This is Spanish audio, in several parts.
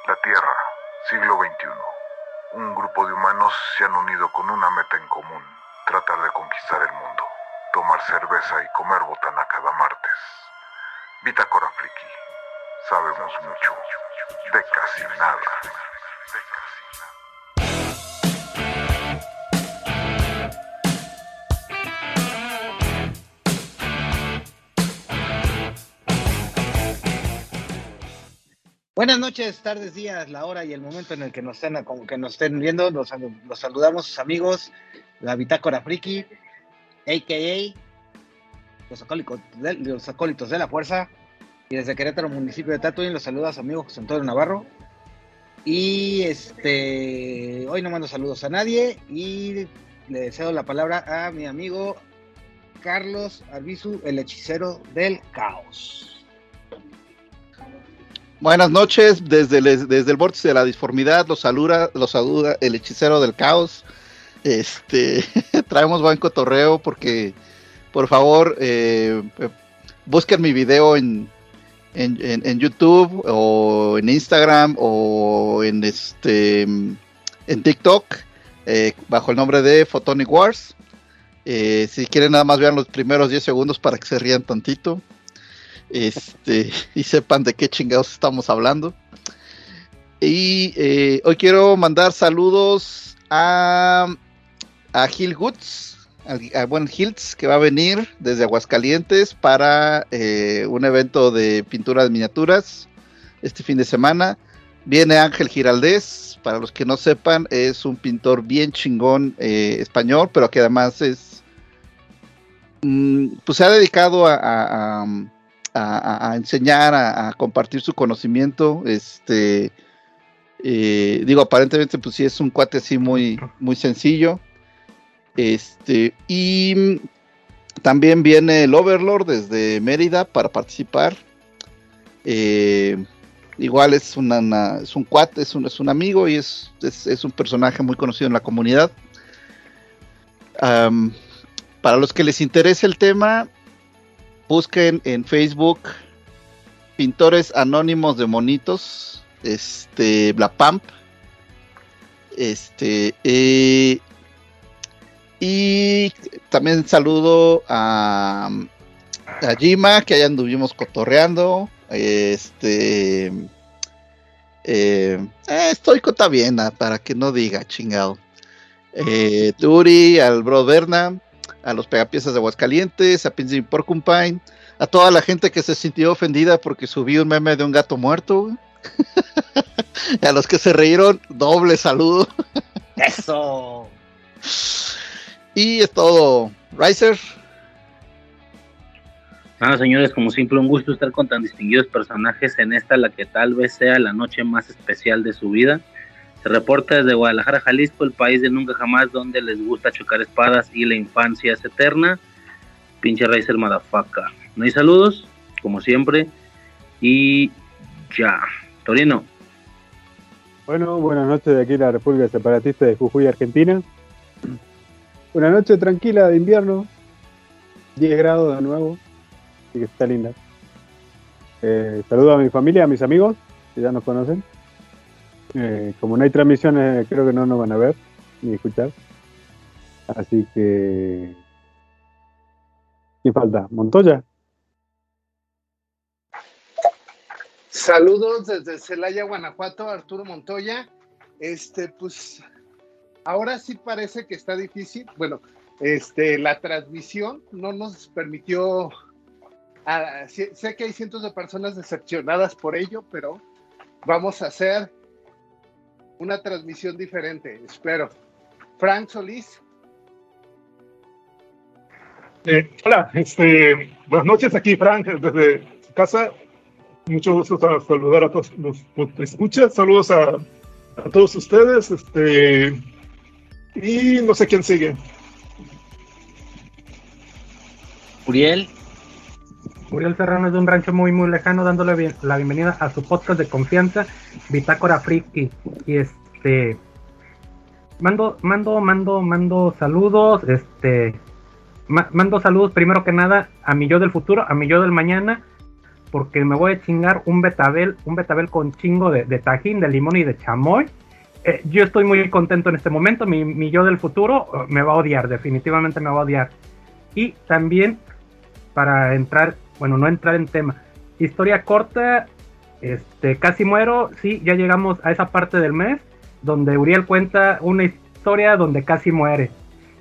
La Tierra, siglo XXI. Un grupo de humanos se han unido con una meta en común: tratar de conquistar el mundo, tomar cerveza y comer botana cada martes. Bitácora Friki. Sabemos mucho de casi nada. Buenas noches, tardes, días, la hora y el momento en el que nos estén viendo. Los saludamos sus amigos, la Bitácora Friki, a.k.a. los acólitos de la fuerza. Y desde Querétaro, municipio de Tatooine, los saluda a su amigo José Antonio Navarro. Y hoy no mando saludos a nadie y le cedo la palabra a mi amigo Carlos Arbizu, el hechicero del caos. Buenas noches, desde el vórtice de la disformidad los saluda el hechicero del caos. Traemos buen cotorreo porque, por favor, busquen mi video en YouTube o en Instagram o en TikTok bajo el nombre de Photonic Wars. Si quieren, nada más vean los primeros 10 segundos para que se rían tantito. Y sepan de qué chingados estamos hablando. Y hoy quiero mandar saludos a Gil Goods, a buen Hiltz, que va a venir desde Aguascalientes para un evento de pintura de miniaturas este fin de semana. Viene Ángel Giraldez, para los que no sepan, es un pintor bien chingón español, pero que además pues se ha dedicado a enseñar, a compartir su conocimiento. Aparentemente pues sí es un cuate así muy, muy sencillo. Y también viene el Overlord desde Mérida para participar. Igual es un cuate, es un amigo y es un personaje muy conocido en la comunidad. Para los que les interese el tema, busquen en Facebook Pintores Anónimos de Monitos, Blapamp, y también saludo a Jima, que allá anduvimos cotorreando. Estoy con Taviena, para que no diga chingado. Turi, al bro Berna, a los pegapiezas de Aguascalientes, a Pinzy Porcupine, a toda la gente que se sintió ofendida porque subí un meme de un gato muerto. Y a los que se reíron, doble saludo. ¡Eso! Y es todo. Riser. Nada, señores, como siempre, un gusto estar con tan distinguidos personajes en esta, la que tal vez sea la noche más especial de su vida. Se reporta desde Guadalajara, Jalisco, el país de nunca jamás, donde les gusta chocar espadas y la infancia es eterna. Pinche Riser motherfucker. No hay saludos, como siempre. Y ya. Torino. Bueno, buenas noches de aquí la República Separatista de Jujuy, Argentina. Una noche tranquila de invierno. 10 grados de nuevo. Así que está linda. Saludo a mi familia, a mis amigos, que ya nos conocen. Como no hay transmisiones, creo que no nos van a ver ni escuchar. Así que... ¿quién falta? ¿Montoya? Saludos desde Celaya, Guanajuato, Arturo Montoya. Pues ahora sí parece que está difícil. Bueno, la transmisión no nos permitió. Sé que hay cientos de personas decepcionadas por ello, pero vamos a hacer una transmisión diferente, espero. Frank Solís. Hola, buenas noches, aquí Frank desde su casa. Mucho gusto saludar a todos los que escuchan. Saludos a todos ustedes. Y no sé quién sigue. Uriel Serrano es de un rancho muy muy lejano, dándole la bienvenida a su podcast de confianza, Bitácora Friki. Y mando saludos, mando saludos primero que nada a mi yo del futuro, a mi yo del mañana, porque me voy a chingar un betabel con chingo de tajín, de limón y de chamoy. Yo estoy muy contento en este momento. Mi yo del futuro me va a odiar, definitivamente me va a odiar. Y también, para entrar, bueno, no entrar en tema, historia corta, casi muero. Sí, ya llegamos a esa parte del mes donde Uriel cuenta una historia donde casi muere.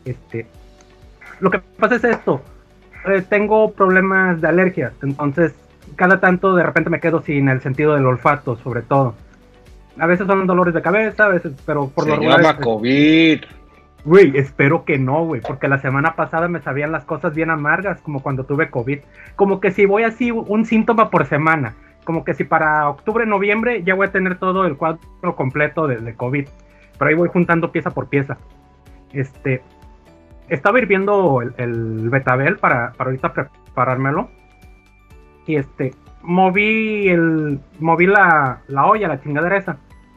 Lo que pasa es esto, tengo problemas de alergia, entonces cada tanto de repente me quedo sin el sentido del olfato, sobre todo. A veces son dolores de cabeza, a veces, pero por lo regular... Se llama COVID. Güey, espero que no, güey, porque la semana pasada me sabían las cosas bien amargas, como cuando tuve COVID. Como que si voy así un síntoma por semana, como que si para octubre, noviembre ya voy a tener todo el cuadro completo de COVID. Pero ahí voy juntando pieza por pieza. Estaba hirviendo el betabel para ahorita preparármelo. Y moví la olla, la chingadera esa.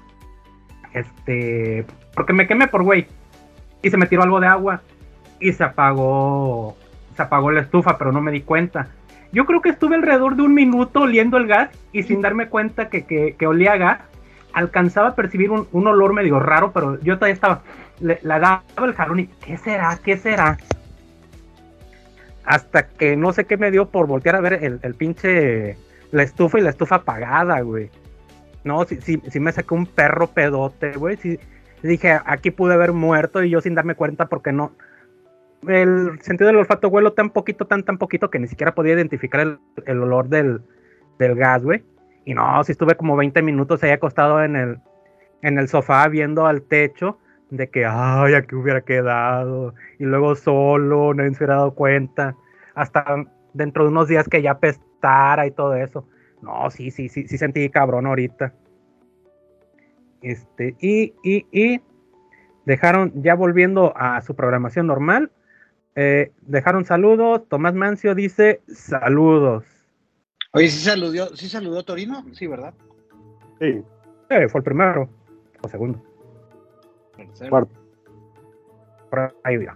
Porque me quemé por güey. Y se me tiró algo de agua. Y se apagó la estufa, pero no me di cuenta. Yo creo que estuve alrededor de 1 minuto oliendo el gas. Y sin darme cuenta que olía a gas, alcanzaba a percibir un olor medio raro. Pero yo todavía estaba... Le daba el jalón y... ¿Qué será? Hasta que no sé qué me dio por voltear a ver el pinche... La estufa y la estufa apagada, güey. No, sí me saqué un perro pedote, güey. Sí, dije, aquí pude haber muerto y yo sin darme cuenta porque no... El sentido del olfato huelo tan poquito que ni siquiera podía identificar el olor del gas, güey. Y no, sí estuve como 20 minutos ahí acostado en el sofá viendo al techo de que, ay, aquí hubiera quedado. Y luego solo, nadie se hubiera dado cuenta. Hasta dentro de unos días que ya apestara y todo eso. No, sí sentí cabrón ahorita. Y dejaron, ya volviendo a su programación normal, dejaron saludos. Tomás Mancio dice saludos. Oye, ¿sí saludó Torino? Sí, ¿verdad? Sí. Fue el primero o segundo. Cuarto. Por ahí va.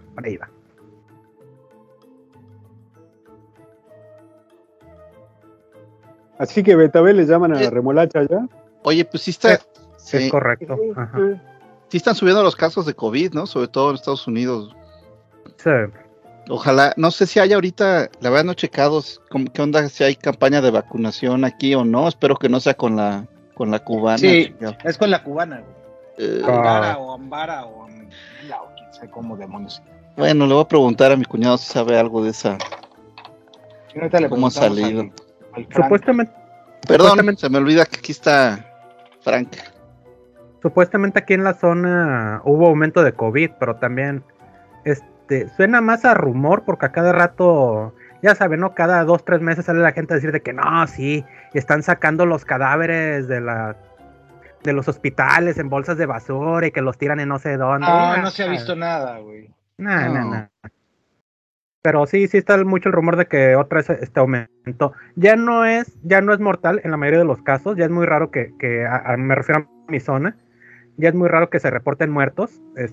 Así que betabel le llaman a la remolacha ya. Oye, pues sí está... Es correcto. Ajá. Sí están subiendo los casos de COVID, ¿no? Sobre todo en Estados Unidos. Sí. Ojalá, no sé si hay ahorita, la verdad no he checado qué onda, si hay campaña de vacunación aquí o no. Espero que no sea con la cubana. Sí, es con la cubana, güey. Angara o Ambara o quién sabe cómo demonios. Bueno, le voy a preguntar a mi cuñado si sabe algo de esa. ¿Cómo ha salido? Supuestamente. Perdón, se me olvida que aquí está Frank. Supuestamente aquí en la zona hubo aumento de COVID, pero también suena más a rumor porque a cada rato, ya saben, ¿no? Cada 2-3 meses sale la gente a decir de que no, sí, y están sacando los cadáveres de los hospitales en bolsas de basura y que los tiran en no sé dónde. No se ha visto nada, güey. No. Pero sí está mucho el rumor de que otra vez aumentó. Ya no es mortal en la mayoría de los casos. Ya es muy raro que me refiero a mi zona. Ya es muy raro que se reporten muertos.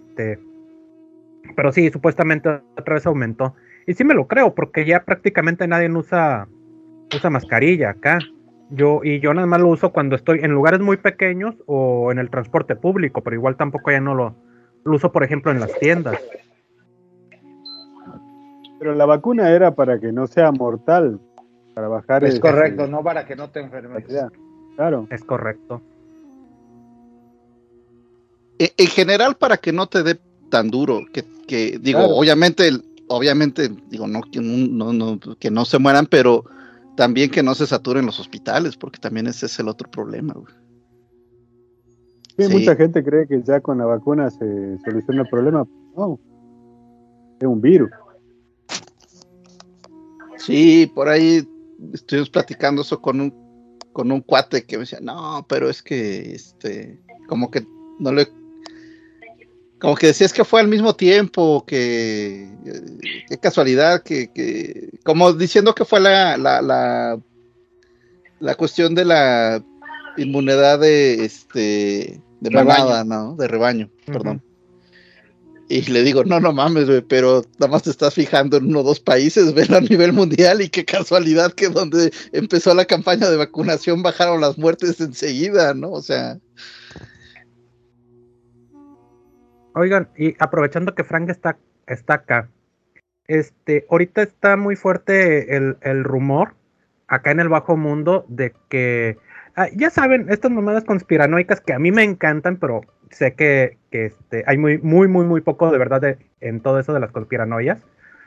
Pero sí, supuestamente otra vez aumentó. Y sí me lo creo, porque ya prácticamente nadie usa mascarilla acá. Yo nada más lo uso cuando estoy en lugares muy pequeños o en el transporte público, pero igual tampoco ya no lo uso, por ejemplo, en las tiendas. Pero la vacuna era para que no sea mortal, para bajar... Es correcto, no para que no te enfermes. Claro. Es correcto. En general, para que no te dé tan duro, que digo, claro. obviamente, digo, no, que no se mueran, pero también que no se saturen los hospitales, porque también ese es el otro problema, güey. Sí, mucha gente cree que ya con la vacuna se soluciona el problema. No, es un virus. Sí, por ahí estuvimos platicando eso con un cuate que me decía, no, pero es que como que decías que fue al mismo tiempo, que qué casualidad, que como diciendo que fue la cuestión de la inmunidad de manada, ¿no? De rebaño, perdón. Y le digo, no mames, güey, pero nada más te estás fijando en 1 o 2 países, velo a nivel mundial, y qué casualidad que donde empezó la campaña de vacunación bajaron las muertes enseguida, ¿no? O sea... Oigan, y aprovechando que Frank está acá, ahorita está muy fuerte el rumor acá en el bajo mundo de que, ya saben, estas mamadas conspiranoicas que a mí me encantan, pero sé que hay muy poco de verdad en todo eso de las conspiranoias.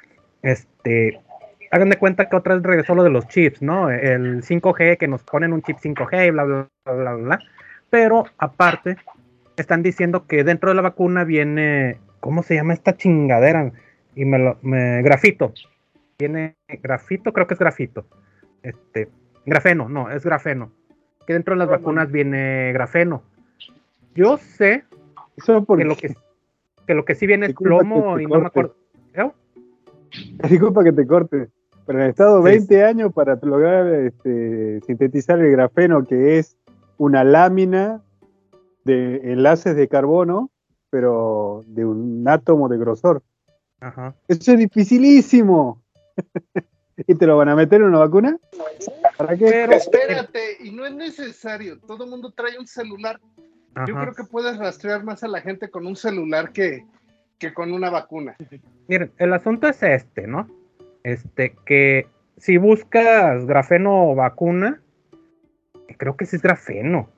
Hagan de cuenta que otra vez regresó lo de los chips, ¿no? El 5G, que nos ponen un chip 5G y bla, bla, bla, bla, bla. Pero aparte, están diciendo que dentro de la vacuna viene, ¿cómo se llama esta chingadera? Y grafito. Viene grafito, creo que es grafito. Grafeno, no, es grafeno. Que dentro de las vacunas viene grafeno. Yo sé que lo que sí viene es plomo y no me acuerdo. ¿Eh? Disculpa que te corte, pero han estado 20 años para lograr sintetizar el grafeno, que es una lámina de enlaces de carbono, pero de un átomo de grosor. Ajá. Eso es dificilísimo. ¿Y te lo van a meter en una vacuna? ¿Para qué? Pero espérate, y no es necesario. Todo el mundo trae un celular. Ajá. Yo creo que puedes rastrear más a la gente con un celular que con una vacuna. Miren, el asunto es ¿no? Que si buscas grafeno o vacuna, creo que sí es grafeno.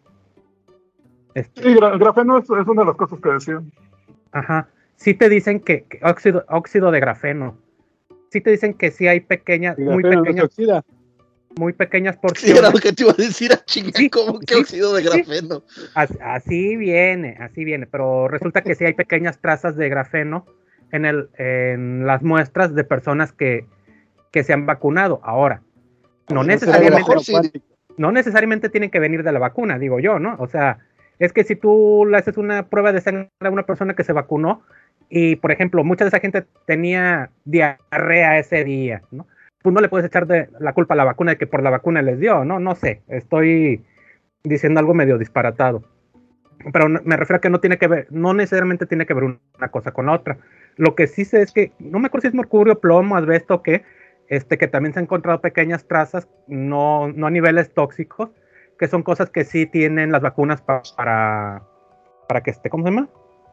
Sí, grafeno es una de las cosas que decían. Ajá. Sí te dicen que óxido de grafeno. Sí te dicen que sí hay pequeñas, muy pequeñas porciones. Sí, era lo que te iba a decir, a chingar, sí, como que óxido de grafeno. Así viene, pero resulta que sí hay pequeñas trazas de grafeno en las muestras de personas que se han vacunado. Ahora, no necesariamente tienen que venir de la vacuna, digo yo, ¿no? O sea, es que si tú le haces una prueba de sangre a una persona que se vacunó y, por ejemplo, mucha de esa gente tenía diarrea ese día, ¿no? Pues no le puedes echar la culpa a la vacuna de que por la vacuna les dio, ¿no? No sé, estoy diciendo algo medio disparatado. Pero me refiero a que no necesariamente tiene que ver una cosa con la otra. Lo que sí sé es que, no me acuerdo si es mercurio, plomo, asbesto, que también se han encontrado pequeñas trazas, no a niveles tóxicos, que son cosas que sí tienen las vacunas para que ¿cómo se llama?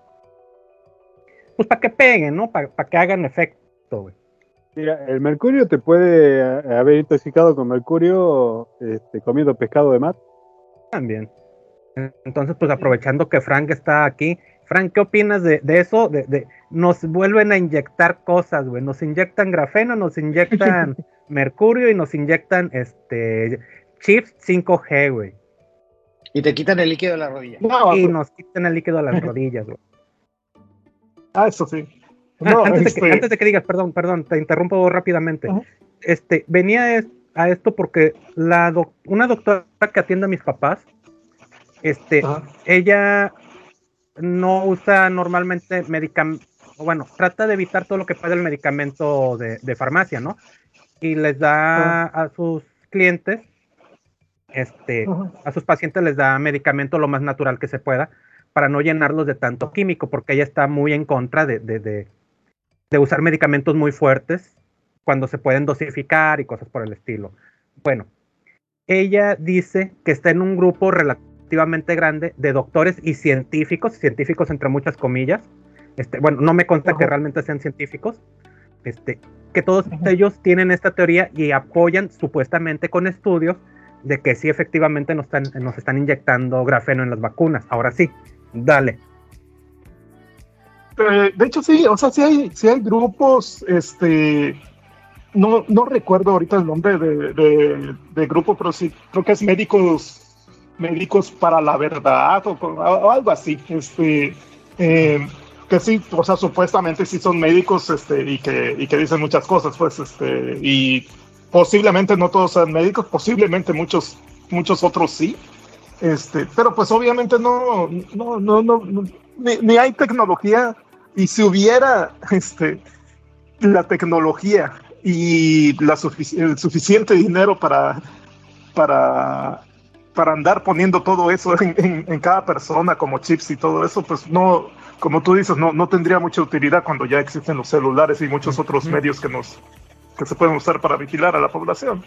Pues para que peguen, ¿no? Para que hagan efecto, güey. Mira, el mercurio te puede haber intoxicado con mercurio comiendo pescado de mar. También. Entonces, pues aprovechando que Frank está aquí, Frank, ¿qué opinas de eso? Nos vuelven a inyectar cosas, güey. Nos inyectan grafeno, nos inyectan mercurio y nos inyectan chips 5G, güey. Y te quitan el líquido de la rodilla. Y nos quitan el líquido de las rodillas, güey. Eso sí. No, antes de que digas, perdón, te interrumpo rápidamente. Uh-huh. Venía a esto porque una doctora que atiende a mis papás, uh-huh, ella no usa normalmente medicamentos, bueno, trata de evitar todo lo que pueda el medicamento de farmacia, ¿no? Y les da uh-huh a sus clientes, uh-huh, a sus pacientes les da medicamento lo más natural que se pueda para no llenarlos de tanto químico, porque ella está muy en contra de usar medicamentos muy fuertes cuando se pueden dosificar y cosas por el estilo. Bueno, ella dice que está en un grupo relativamente grande de doctores y científicos entre muchas comillas. Bueno, no me consta que realmente sean científicos, que todos ellos tienen esta teoría y apoyan supuestamente con estudios de que sí efectivamente nos están inyectando grafeno en las vacunas. Ahora sí, dale. De hecho sí, o sea, sí hay grupos, no recuerdo ahorita el nombre de grupo, pero sí creo que es médicos para la verdad o algo así, que sí, o sea, supuestamente sí son médicos, y que dicen muchas cosas, pues, y posiblemente no todos sean médicos, posiblemente muchos otros sí, pero pues obviamente no ni hay tecnología. Y si hubiera la tecnología y el suficiente dinero para para andar poniendo todo eso en cada persona como chips y todo eso, pues no, como tú dices, no tendría mucha utilidad cuando ya existen los celulares y muchos otros medios que se pueden usar para vigilar a la población.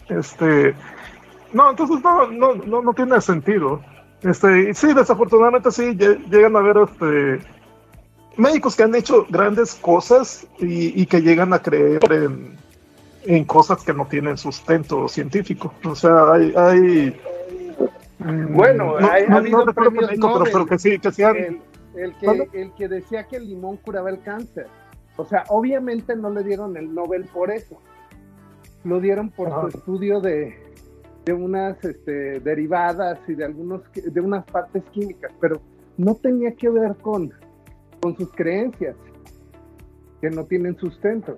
No, entonces no tiene sentido. Y sí, desafortunadamente sí llegan a haber médicos que han hecho grandes cosas y que llegan a creer en cosas que no tienen sustento científico. O sea, hay Bueno, ha habido premios médico, Nobel. pero que sí han... El que decía que el limón curaba el cáncer. O sea, obviamente no le dieron el Nobel por eso. Lo dieron por su estudio de unas derivadas y de unas partes químicas, pero no tenía que ver con sus creencias, que no tienen sustento.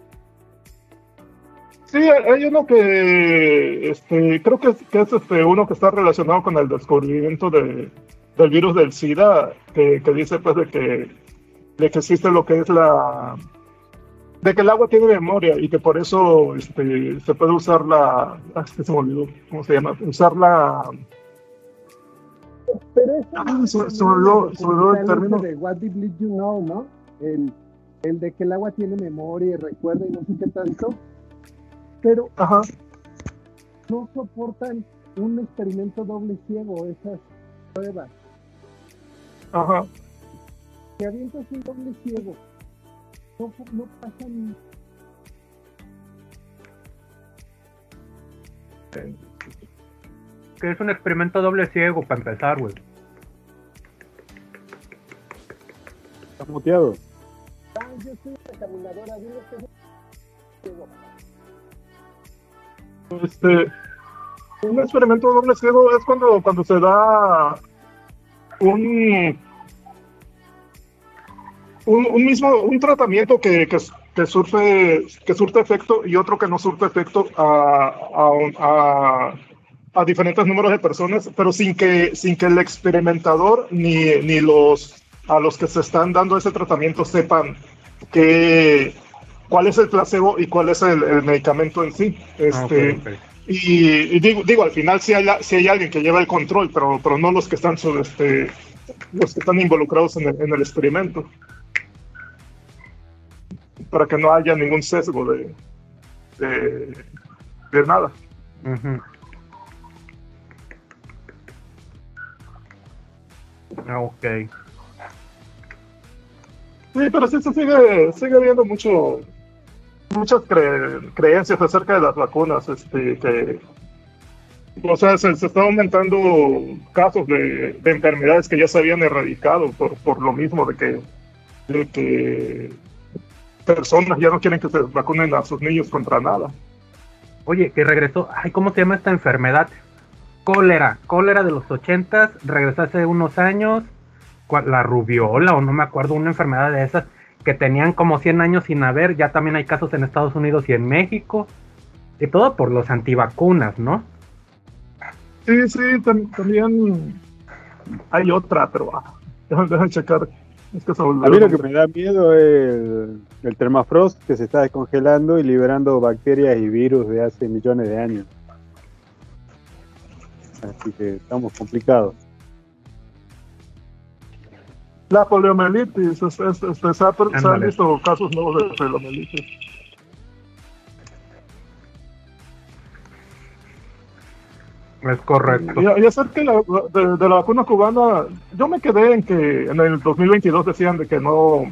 Sí, hay uno que creo que es uno que está relacionado con el descubrimiento del virus del SIDA, que dice pues de que existe lo que es de que el agua tiene memoria y que por eso se puede usar se me olvidó, ¿cómo se llama? Usar la... Pero eso se me olvidó el término. De What Did You Know, ¿no? El de que el agua tiene memoria y recuerda y no sé qué tanto. Pero no soportan un experimento doble ciego, esas pruebas. Si avientas un doble ciego, no pasa ni... Que es un experimento doble ciego para empezar, güey. ¿Estás muteado? Yo soy una caminadora, dime que es ciego. Un experimento doble ciego es cuando se da un tratamiento que surte efecto y otro que no surte efecto a diferentes números de personas, pero sin que el experimentador ni a los que se están dando ese tratamiento sepan cuál es el placebo y cuál es el medicamento en sí. Okay. Y digo, al final sí hay alguien que lleva el control, pero no los que están los que están involucrados en el experimento, para que no haya ningún sesgo de nada. Ok. Sí, pero sí se sigue viendo muchas creencias acerca de las vacunas, o sea, se está aumentando casos de enfermedades que ya se habían erradicado por lo mismo de que personas ya no quieren que se vacunen a sus niños contra nada. Oye, que regresó, ¿cómo se llama esta enfermedad? Cólera de los 80s, regresó hace unos años, la rubiola o no me acuerdo, una enfermedad de esas que tenían como 100 años sin haber, ya también hay casos en Estados Unidos y en México, y todo por los antivacunas, ¿no? Sí, también hay otra, pero déjame checar. Es que a mí lo que me da miedo es el permafrost, que se está descongelando y liberando bacterias y virus de hace millones de años. Así que estamos complicados. La poliomielitis, se han visto casos nuevos de poliomielitis. Es correcto. Y acerca de la vacuna cubana, yo me quedé en que en el 2022 decían de que no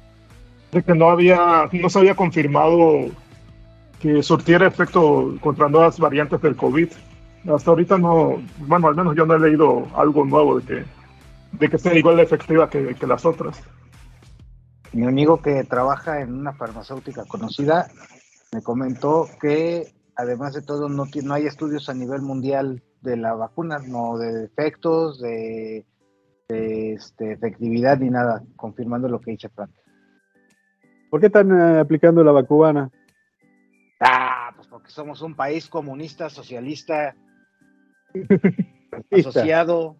se había confirmado que surtiera efecto contra nuevas variantes del COVID. Hasta ahorita no, bueno, al menos yo no he leído algo nuevo de que sea igual de efectiva que las otras. Mi amigo que trabaja en una farmacéutica conocida me comentó que además de todo no hay estudios a nivel mundial de la vacuna, no de efectos, de efectividad ni nada, confirmando lo que dice Frank. ¿Por qué están aplicando la vacuna? Pues porque somos un país comunista, socialista, asociado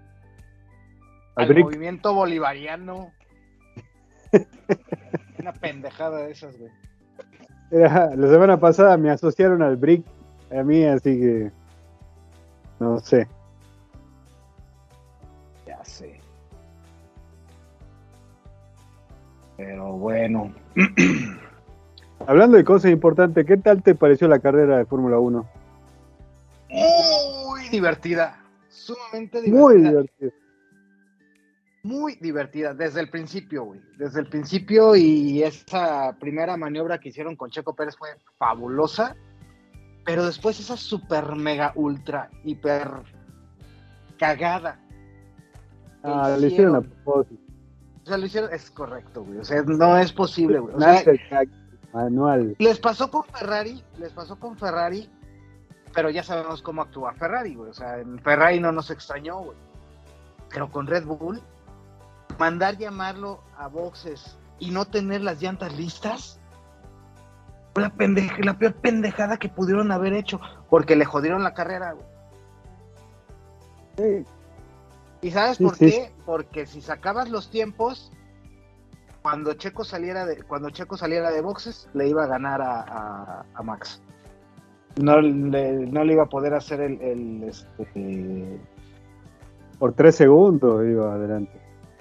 al movimiento bolivariano. Una pendejada de esas, güey. La semana pasada me asociaron al BRIC a mí, así que No sé. Ya sé. Pero bueno. Hablando de cosas importantes, ¿qué tal te pareció la carrera de Fórmula 1? Muy divertida. Sumamente Muy divertida. divertido. Muy divertida. Desde el principio, güey. Desde el principio, y esa primera maniobra que hicieron con Checo Pérez fue fabulosa. Pero después esa super mega ultra hiper cagada. Le hicieron a propósito. O sea, lo hicieron, es correcto, güey. O sea, no es posible, güey. O sea, manual. les pasó con Ferrari, pero ya sabemos cómo actúa Ferrari, güey. O sea, en Ferrari no nos extrañó, güey. Pero con Red Bull, mandar llamarlo a boxes y no tener las llantas listas, fue la peor pendejada que pudieron haber hecho, porque le jodieron la carrera, güey. Sí. ¿Y sabes por qué? Porque si sacabas los tiempos, cuando Checo saliera de boxes, le iba a ganar a Max. No le iba a poder hacer Por 3 segundos iba adelante.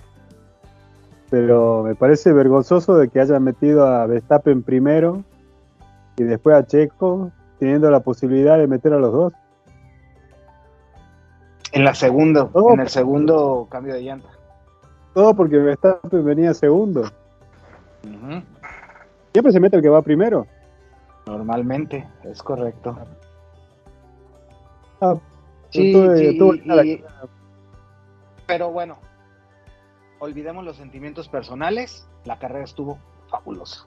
Pero me parece vergonzoso de que hayan metido a Verstappen primero y después a Checo, teniendo la posibilidad de meter a los dos. En el segundo cambio de llanta. Todo porque Verstappen venía segundo. Uh-huh. Siempre se mete el que va primero. Normalmente, es correcto. Sí, pero bueno, olvidemos los sentimientos personales. La carrera estuvo fabulosa.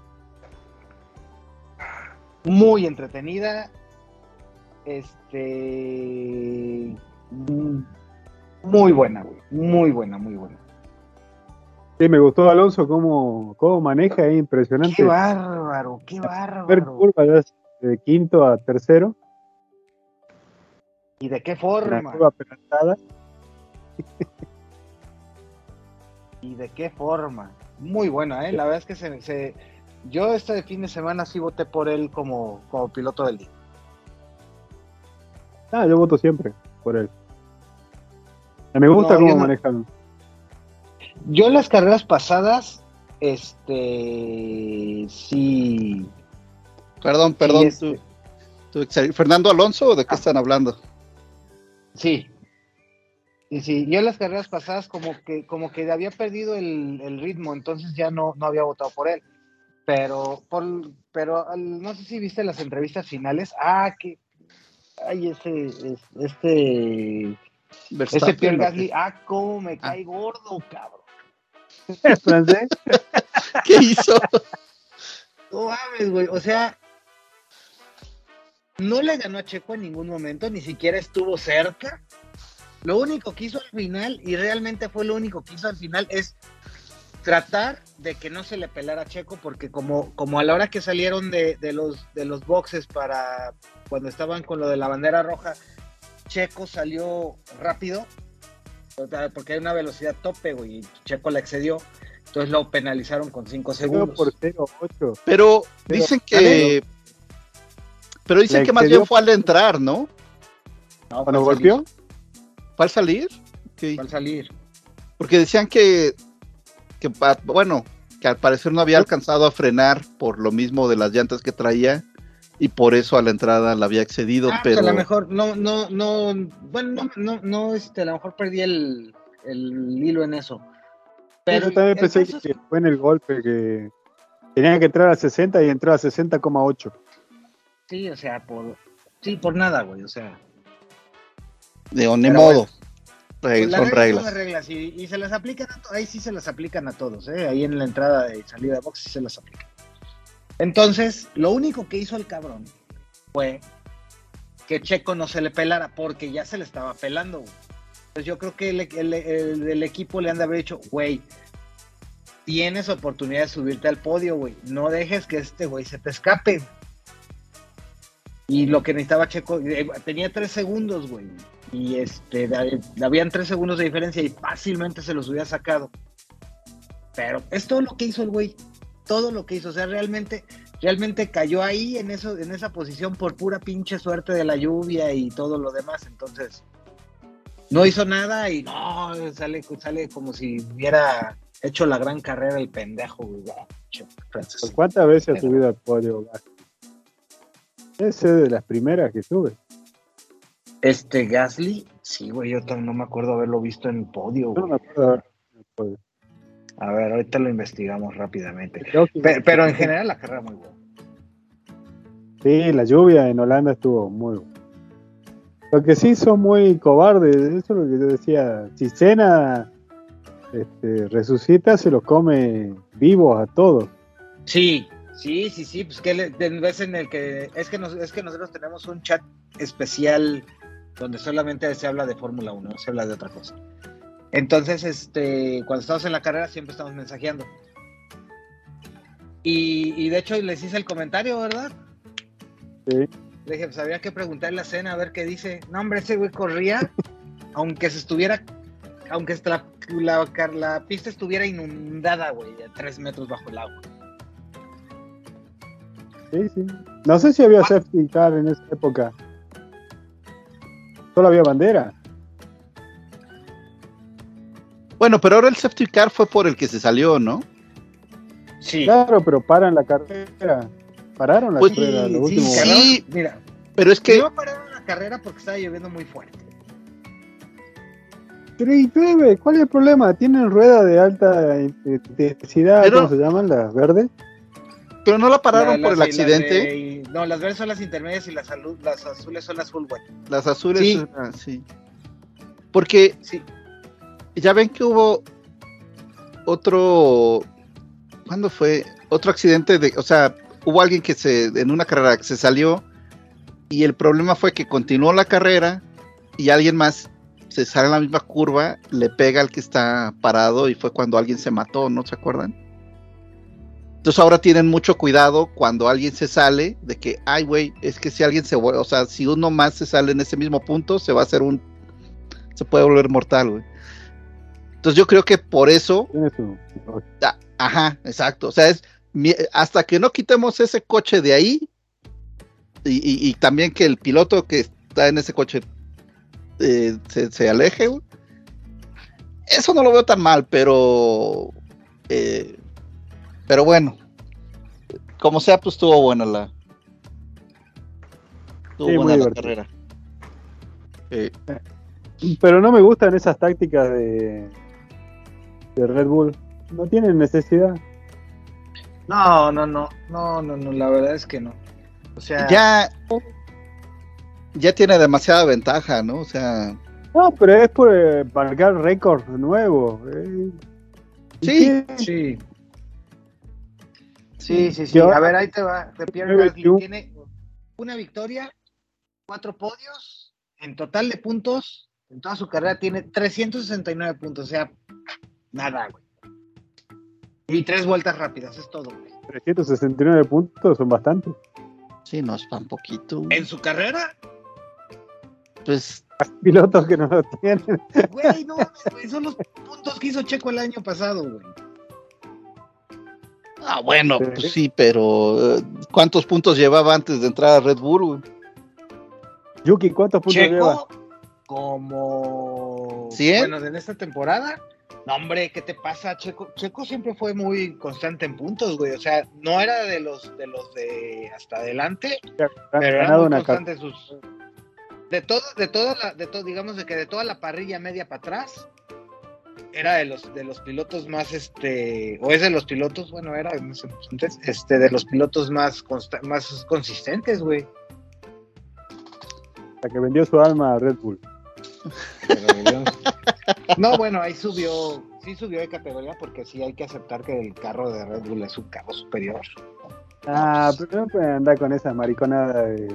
Muy entretenida. Muy buena, güey. Muy buena. Sí, me gustó Alonso cómo maneja, es impresionante. Qué bárbaro. Ver curva de quinto a tercero. ¿Y de qué forma? Una curva apelantada. ¿Y de qué forma? Muy buena, ¿eh? La verdad es que yo este fin de semana sí voté por él como piloto del día. Yo voto siempre por él. Me gusta cómo manejan. Yo en las carreras pasadas, sí. Perdón, sí, ¿Fernando Alonso o de qué están hablando? Sí. Y sí, yo en las carreras pasadas como que había perdido el ritmo, entonces ya no había votado por él. Pero no sé si viste las entrevistas finales. Ese Pierre Gasly, cómo me cae gordo, cabrón. ¿Es francés? ¿Qué hizo? No mames, güey, o sea, no le ganó a Checo en ningún momento, ni siquiera estuvo cerca. Lo único que hizo al final, y realmente fue lo único que hizo al final, es tratar de que no se le pelara a Checo, porque como a la hora que salieron de los boxes para cuando estaban con lo de la bandera roja, Checo salió rápido, porque hay una velocidad tope, güey, y Checo la excedió, entonces lo penalizaron con 5 segundos. Por 0.8. Pero dicen que... Pero dicen que más bien fue al entrar, ¿no? No, ¿cuando golpeó? ¿Fue al salir? Fue al salir. Porque decían que al parecer no había alcanzado a frenar por lo mismo de las llantas que traía y por eso a la entrada la había excedido, pero... Pues a lo mejor a lo mejor perdí el hilo en eso. Pero yo también pensé que fue en el golpe, que tenía que entrar a 60 y entró a 60,8. Sí, o sea, por nada, güey, o sea. Ni modo. Bueno, son reglas. Son reglas y se las aplican ahí sí se las aplican a todos, ahí en la entrada y salida de box sí se las aplican. Entonces, lo único que hizo el cabrón fue que Checo no se le pelara, porque ya se le estaba pelando, güey. Entonces yo creo que el equipo le han de haber dicho, güey, tienes oportunidad de subirte al podio, güey, no dejes que este güey se te escape. Y lo que necesitaba Checo, tenía 3 segundos, güey, y habían 3 segundos de diferencia y fácilmente se los hubiera sacado. Pero es todo lo que hizo el güey, todo lo que hizo, o sea, realmente realmente cayó ahí en esa posición por pura pinche suerte de la lluvia y todo lo demás. Entonces, no hizo nada y no, sale como si hubiera hecho la gran carrera el pendejo, güey. ¿Por cuántas veces ha subido al podio? Ese de las primeras que sube. Gasly, sí, güey, yo también no me acuerdo haberlo visto en el podio, No güey. me acuerdo en el podio. A ver, ahorita lo investigamos rápidamente. Pero en general la carrera muy buena. Sí, la lluvia en Holanda estuvo muy buena. Lo que sí son muy cobardes, eso es lo que yo decía. Si Senna resucita, se los come vivos a todos. Sí, pues que ves en el que es que nosotros tenemos un chat especial donde solamente se habla de Fórmula 1, no se habla de otra cosa. Entonces, cuando estamos en la carrera siempre estamos mensajeando. Y de hecho les hice el comentario, ¿verdad? Sí. Le dije, pues habría que preguntarle a Senna a ver qué dice. No, hombre, ese güey corría, aunque la pista estuviera inundada, güey, a 3 metros bajo el agua. Sí. No sé si había safety car en esa época. Solo había bandera. Bueno, pero ahora el safety car fue por el que se salió, ¿no? Sí. Claro, pero paran la carrera. Pararon la carrera. Sí, mira. Pero es que... No pararon la carrera porque estaba lloviendo muy fuerte. Pero y llueve, ¿cuál es el problema? Tienen rueda de alta intensidad, ¿cómo se llaman? ¿Las verdes? Pero no la pararon por el accidente. No, las verdes son las intermedias y las azules son las full wet. Las azules, sí. Porque ya ven que hubo otro... ¿Cuándo fue? Otro accidente o sea, hubo alguien que en una carrera que se salió y el problema fue que continuó la carrera y alguien más se sale en la misma curva, le pega al que está parado y fue cuando alguien se mató, ¿no se acuerdan? Entonces ahora tienen mucho cuidado cuando alguien se sale de que, ay güey, es que si alguien o sea, si uno más se sale en ese mismo punto, se puede volver mortal, güey. Entonces yo creo que por eso... Ajá, exacto. O sea, hasta que no quitemos ese coche de ahí y también que el piloto que está en ese coche se aleje, güey. Eso no lo veo tan mal, pero bueno, como sea, pues estuvo buena la carrera. Pero no me gustan esas tácticas de Red Bull. No tienen necesidad. No, la verdad es que no. O sea, ya tiene demasiada ventaja, ¿no? O sea, no, pero es por marcar récord nuevo. Sí. A ver, ahí te va. Pierre Gasly tiene una victoria, 4 podios, en total de puntos, en toda su carrera tiene 369 puntos, o sea, nada, güey. Y 3 vueltas rápidas, es todo, güey. 369 puntos son bastantes. Sí, no es tan poquito. ¿En su carrera? Pues... Hay pilotos que no lo tienen. Güey, no, son los puntos que hizo Checo el año pasado, güey. Ah, bueno, pues sí, pero ¿cuántos puntos llevaba antes de entrar a Red Bull, güey? Yuki, ¿cuántos puntos lleva? Como... ¿100? Bueno, en esta temporada... No, hombre, ¿qué te pasa? Checo siempre fue muy constante en puntos, güey. O sea, no era de los de hasta adelante, pero era muy constante sus... digamos de que de toda la parrilla media para atrás, era de los pilotos más, o es de los pilotos, bueno, era entonces, de los pilotos más consistentes, güey. La que vendió su alma a Red Bull. No, bueno, ahí subió de categoría porque sí hay que aceptar que el carro de Red Bull es un carro superior. Pero no pueden andar con esa mariconada de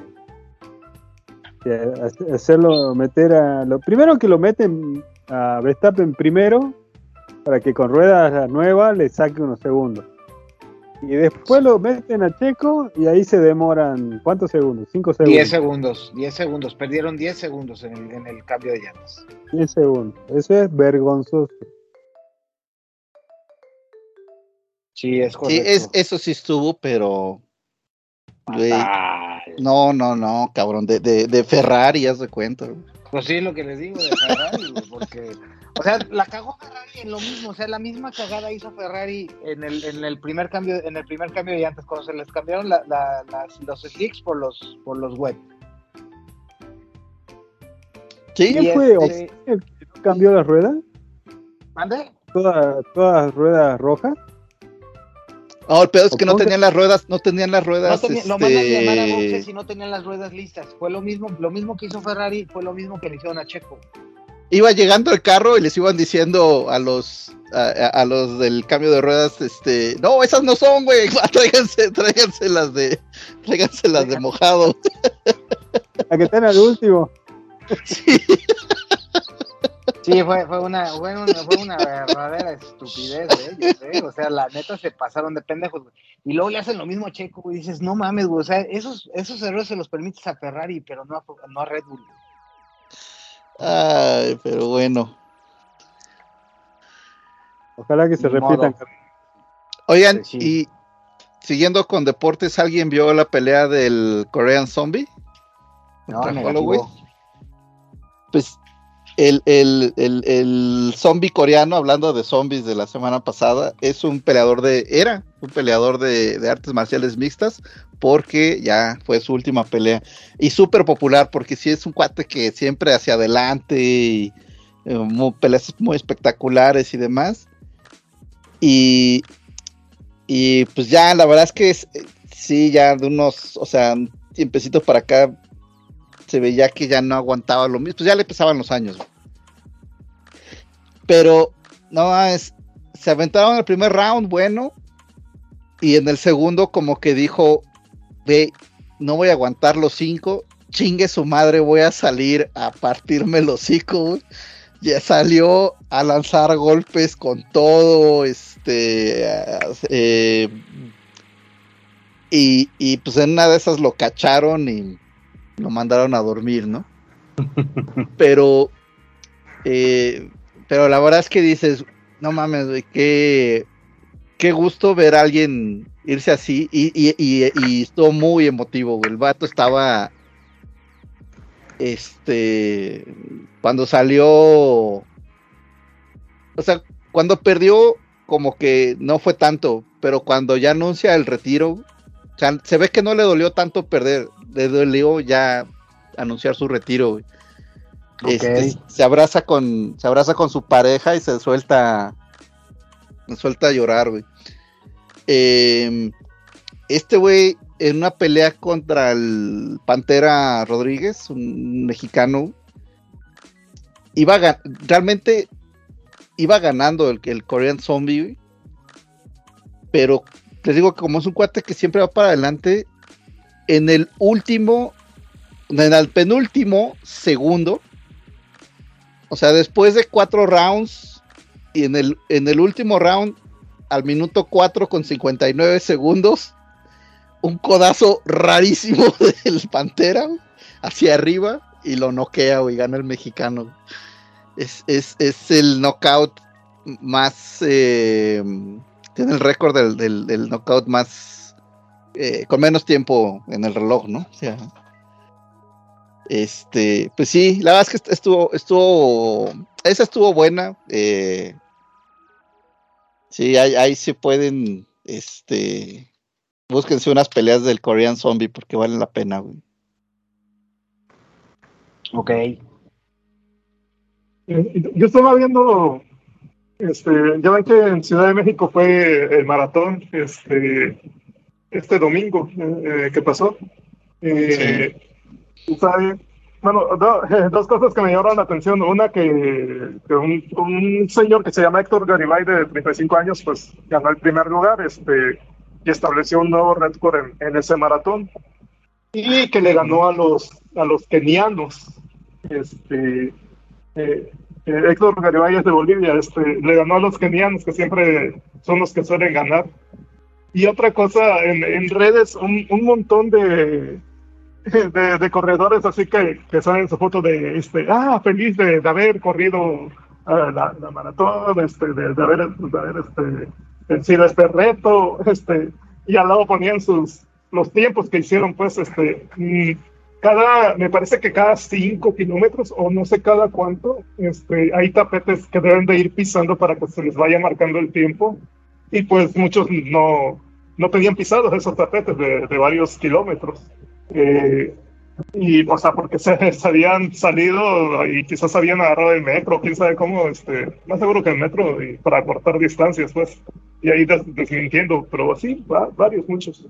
hacerlo meter lo primero que lo meten a Verstappen primero para que con ruedas nuevas le saque unos segundos. Y después lo meten a Checo y ahí se demoran, ¿cuántos segundos? 5 segundos. 10 segundos. Perdieron 10 segundos en el cambio de llantas. 10 segundos. Eso es vergonzoso. Sí, es correcto. Sí, eso sí estuvo, pero Güey, no, cabrón, de Ferrari, haz de cuenta, güey. Pues sí, lo que les digo de Ferrari, güey, porque, o sea, la cagó Ferrari en lo mismo, o sea, la misma cagada hizo Ferrari en el primer cambio de llantas, cuando se les cambiaron los slicks por los wet. Sí, ¿Quién fue el que cambió las ruedas? ¿Mande? Todas ruedas rojas. No, el pedo es que no Ocon- tenían las ruedas, Lo mandan a llamar a boxes y no tenían las ruedas listas. Fue lo mismo que hizo Ferrari, fue lo mismo que le hicieron a Checo. Iba llegando el carro y les iban diciendo a los del cambio de ruedas, no, esas no son, güey, tráiganse las de mojado. La que están al último. Sí. Sí, fue una verdadera estupidez de ellos, o sea, la neta se pasaron de pendejos, güey. Y luego le hacen lo mismo a Checo, güey, y dices, no mames, güey, o sea, esos errores se los permites a Ferrari, pero no a Red Bull. Ay, pero bueno. Ojalá que se Ni repitan. modo. Oigan, Sí. y siguiendo con deportes, ¿alguien vio la pelea del Korean Zombie? No, Contra negativo. Holloway. Pues el zombie coreano, hablando de zombies de la semana pasada, era un peleador de artes marciales mixtas, porque ya fue su última pelea, y súper popular, porque sí es un cuate que siempre hacia adelante, y peleas muy espectaculares y demás, y pues ya, la verdad es que sí, ya de unos, o sea, un tiempecito para acá, se veía que ya no aguantaba lo mismo, pues ya le pesaban los años, güey. Pero no, se aventaron el primer round, bueno, y en el segundo como que dijo, ve, no voy a aguantar los 5, chingue su madre, voy a salir a partirme el hocico, güey. Ya salió a lanzar golpes con todo, y pues en una de esas lo cacharon y lo mandaron a dormir, ¿no? Pero la verdad es que dices, no mames, güey, qué gusto ver a alguien irse así, y estuvo muy emotivo, güey. El vato estaba, cuando salió, o sea, cuando perdió, como que no fue tanto, pero cuando ya anuncia el retiro, o sea, se ve que no le dolió tanto perder, le dolió ya anunciar su retiro, güey. Okay. Se abraza con su pareja y se suelta a llorar, güey. Güey, en una pelea contra el Pantera Rodríguez, un mexicano, realmente iba ganando el Korean Zombie, güey. Pero les digo que como es un cuate que siempre va para adelante, en el penúltimo segundo, o sea, después de 4 rounds, y en el último round, al minuto 4 con 59 segundos, un codazo rarísimo del Pantera hacia arriba, y lo noquea, güey, gana el mexicano. Es el knockout más, tiene el récord del knockout más, con menos tiempo en el reloj, ¿no? O sea, pues sí, la verdad es que esa estuvo buena. Sí, ahí se pueden, búsquense unas peleas del Korean Zombie porque valen la pena, güey. Ok. Yo estaba viendo, ya ven que en Ciudad de México fue el maratón, este domingo que pasó. Sí. ¿Sabe? Bueno, dos cosas que me llamaron la atención. Una, que un señor que se llama Héctor Garibay, de 35 años, pues ganó el primer lugar, y estableció un nuevo récord en ese maratón. Y que le ganó a los kenianos. Héctor Garibay es de Bolivia, le ganó a los kenianos, que siempre son los que suelen ganar. Y otra cosa, en redes, un montón de corredores así que saben su foto de feliz de haber corrido la maratón, de haber vencido este reto, y al lado ponían sus los tiempos que hicieron, pues, me parece que cada 5 kilómetros, o no sé cada cuánto, hay tapetes que deben de ir pisando para que se les vaya marcando el tiempo, y pues muchos no tenían pisados esos tapetes de varios kilómetros. Y, o sea, porque se habían salido y quizás habían agarrado el metro, quién sabe cómo, más seguro que el metro, y para cortar distancias, pues, y ahí desmintiendo, pero sí, varios, muchos.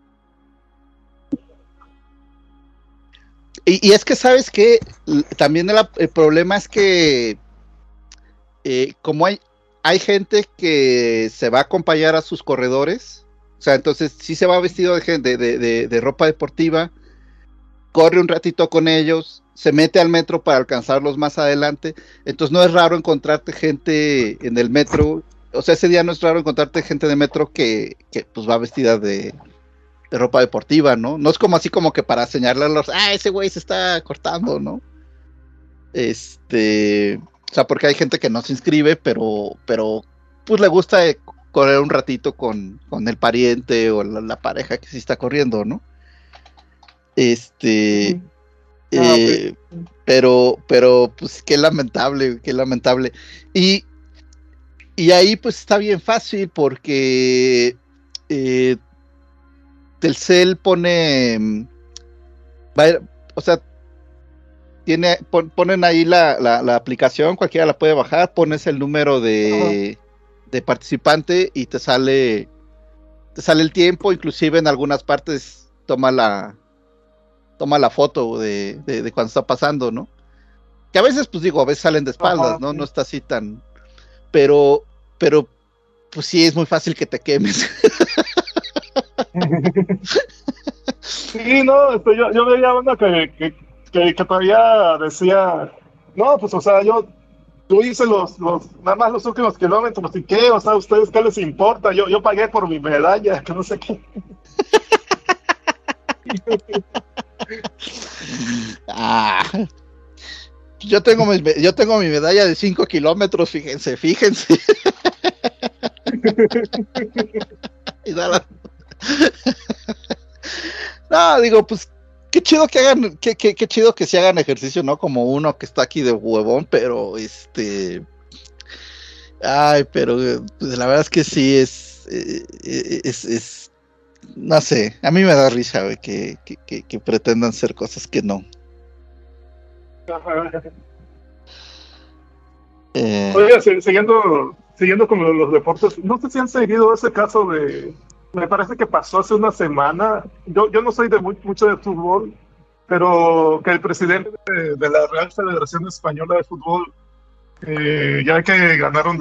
Y es que, ¿sabes qué? También el problema es que como hay gente que se va a acompañar a sus corredores, o sea, entonces sí se va vestido de ropa deportiva, corre un ratito con ellos, se mete al metro para alcanzarlos más adelante, entonces no es raro encontrarte gente en el metro, o sea, ese día no es raro encontrarte gente de metro que pues va vestida de ropa deportiva, ¿no? No es como así como que para señalarlos, ese güey se está cortando, ¿no? O sea, porque hay gente que no se inscribe, pero pues le gusta correr un ratito con el pariente o la pareja que sí está corriendo, ¿no? Pero pues qué lamentable. Y ahí pues está bien fácil porque Telcel pone, o sea, ponen ahí la aplicación, cualquiera la puede bajar, pones el número de participante y te sale el tiempo, inclusive en algunas partes toma la foto de cuando está pasando, ¿no? Que a veces, pues digo, a veces salen de espaldas, ¿no? No está así tan... Pero, pues sí, es muy fácil que te quemes. Sí, no, yo veía una que todavía decía, no, pues, o sea, yo hice nada más los últimos kilómetros, ¿y qué? O sea, ¿a ustedes qué les importa? Yo pagué por mi medalla, que no sé qué. Yo tengo mi medalla de 5 kilómetros, fíjense. Y no, digo, pues qué chido que hagan, qué chido que se hagan ejercicio, ¿no? Como uno que está aquí de huevón, pero pero pues, la verdad es que sí es no sé, a mí me da risa, güey, que pretendan ser cosas que no. Oiga, siguiendo con los deportes, no sé si han seguido ese caso me parece que pasó hace una semana, yo no soy mucho de fútbol, pero que el presidente de la Real Federación Española de Fútbol, ya que ganaron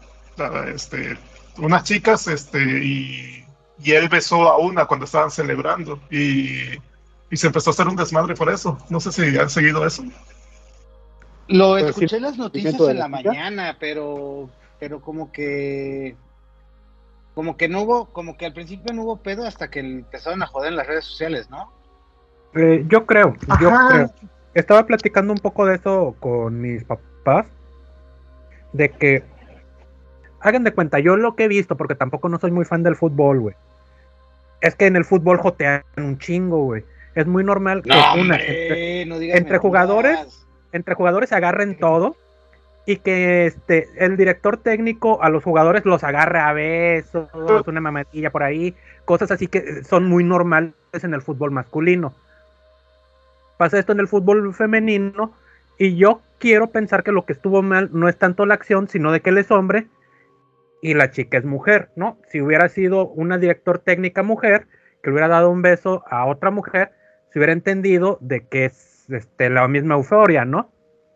unas chicas, y él besó a una cuando estaban celebrando, y se empezó a hacer un desmadre por eso. No sé si han seguido eso. Lo escuché en las noticias en la mañana, pero como que no hubo, como que al principio no hubo pedo hasta que empezaron a joder en las redes sociales, ¿no? Yo creo. Estaba platicando un poco de eso con mis papás, de que hagan de cuenta, yo lo que he visto, porque tampoco no soy muy fan del fútbol, güey, es que en el fútbol jotean un chingo, güey. Es muy normal que entre jugadores se agarren todo y que el director técnico a los jugadores los agarre a besos, una mamadilla por ahí, cosas así que son muy normales en el fútbol masculino. Pasa esto en el fútbol femenino y yo quiero pensar que lo que estuvo mal no es tanto la acción, sino de que él es hombre y la chica es mujer, ¿no? Si hubiera sido una director técnica mujer que le hubiera dado un beso a otra mujer, se hubiera entendido de que es la misma euforia, ¿no?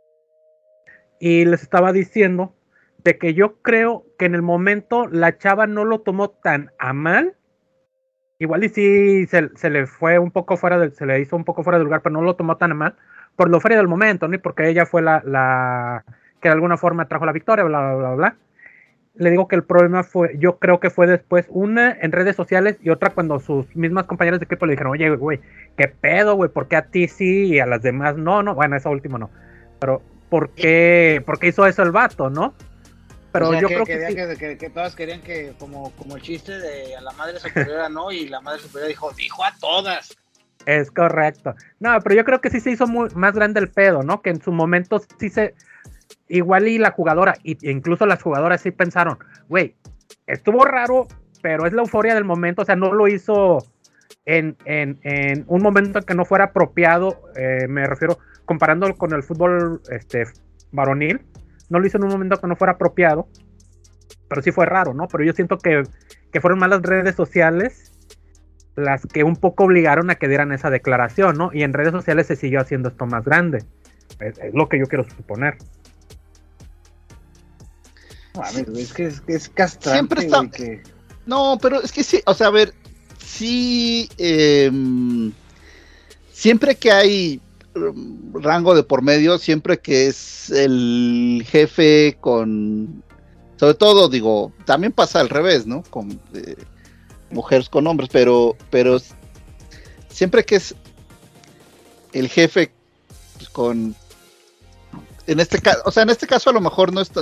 Y les estaba diciendo de que yo creo que en el momento la chava no lo tomó tan a mal. Igual y sí se le fue un poco se le hizo un poco fuera de lugar, pero no lo tomó tan a mal por lo frío del momento, ¿no? Y porque ella fue la que de alguna forma trajo la victoria, bla, bla, bla, bla. Le digo que el problema yo creo que fue después, una en redes sociales y otra cuando sus mismas compañeras de equipo le dijeron, oye, güey, ¿qué pedo, güey? ¿Por qué a ti sí y a las demás no? Bueno, eso último no. Pero, ¿por qué hizo eso el vato, no? Pero o sea, yo creo que, sí. que todas querían que, como el chiste de a la madre superiora, ¿no? Y la madre superiora dijo a todas. Es correcto. No, pero yo creo que sí se hizo más grande el pedo, ¿no? Que en su momento sí se... Igual y la jugadora, e incluso las jugadoras sí pensaron, güey, estuvo raro, pero es la euforia del momento, o sea, no lo hizo en un momento que no fuera apropiado, me refiero, comparándolo con el fútbol varonil, no lo hizo en un momento que no fuera apropiado, pero sí fue raro, ¿no? Pero yo siento que fueron más las redes sociales las que un poco obligaron a que dieran esa declaración, ¿no? Y en redes sociales se siguió haciendo esto más grande, es lo que yo quiero suponer. Es que es castrante. Siempre está... que... No, pero es que sí, o sea, a ver, sí, siempre que hay rango de por medio, siempre que es el jefe con, sobre todo, digo, también pasa al revés, ¿no? Con mujeres con hombres, pero siempre que es el jefe con, en este caso, o sea, en este caso a lo mejor no es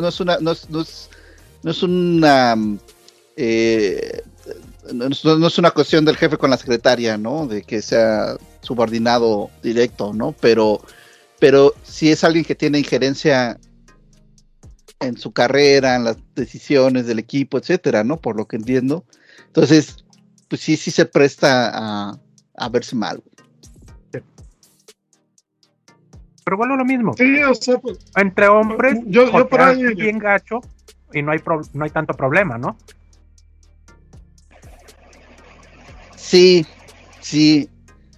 una cuestión del jefe con la secretaria, ¿no? De que sea subordinado directo, ¿no? Pero si es alguien que tiene injerencia en su carrera, en las decisiones del equipo, etcétera, ¿no? Por lo que entiendo. Entonces, pues sí se presta a verse mal. Sí. Pero bueno, lo mismo. Sí, o sea, pues, entre hombres, yo por ahí bien gacho y no hay tanto problema, ¿no? Sí. Sí,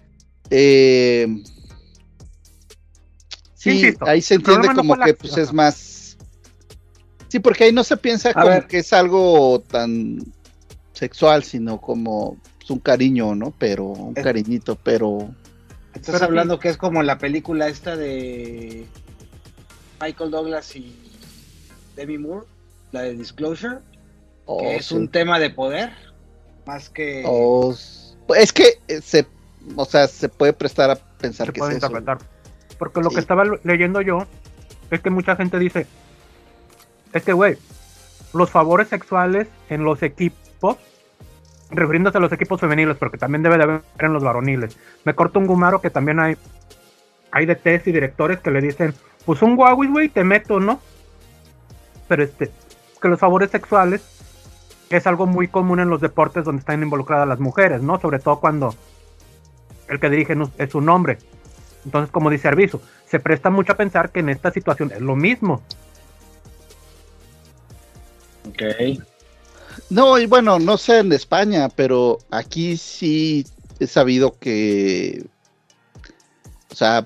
insisto, ahí se entiende como que pues es más. Sí, porque ahí no se piensa como que es algo tan sexual, sino como pues, un cariño, ¿no? Pero un cariñito, pero. Estás hablando que es como la película esta de Michael Douglas y Demi Moore, la de Disclosure, que es un tema de poder, más que... Es que se puede prestar a pensar que es interpretar. Eso. Porque lo que estaba leyendo yo es que mucha gente dice, es que, güey, los favores sexuales en los equipos, refiriéndose a los equipos femeniles, porque también debe de haber en los varoniles. Me corto un gumaro que también hay DTs y directores que le dicen, pues un Huawei, güey, te meto, ¿no? Pero que los favores sexuales es algo muy común en los deportes donde están involucradas las mujeres, ¿no? Sobre todo cuando el que dirige es un hombre. Entonces, como dice Arvizu, se presta mucho a pensar que en esta situación es lo mismo. Ok. No, y bueno, no sé en España, pero aquí sí he sabido que, o sea,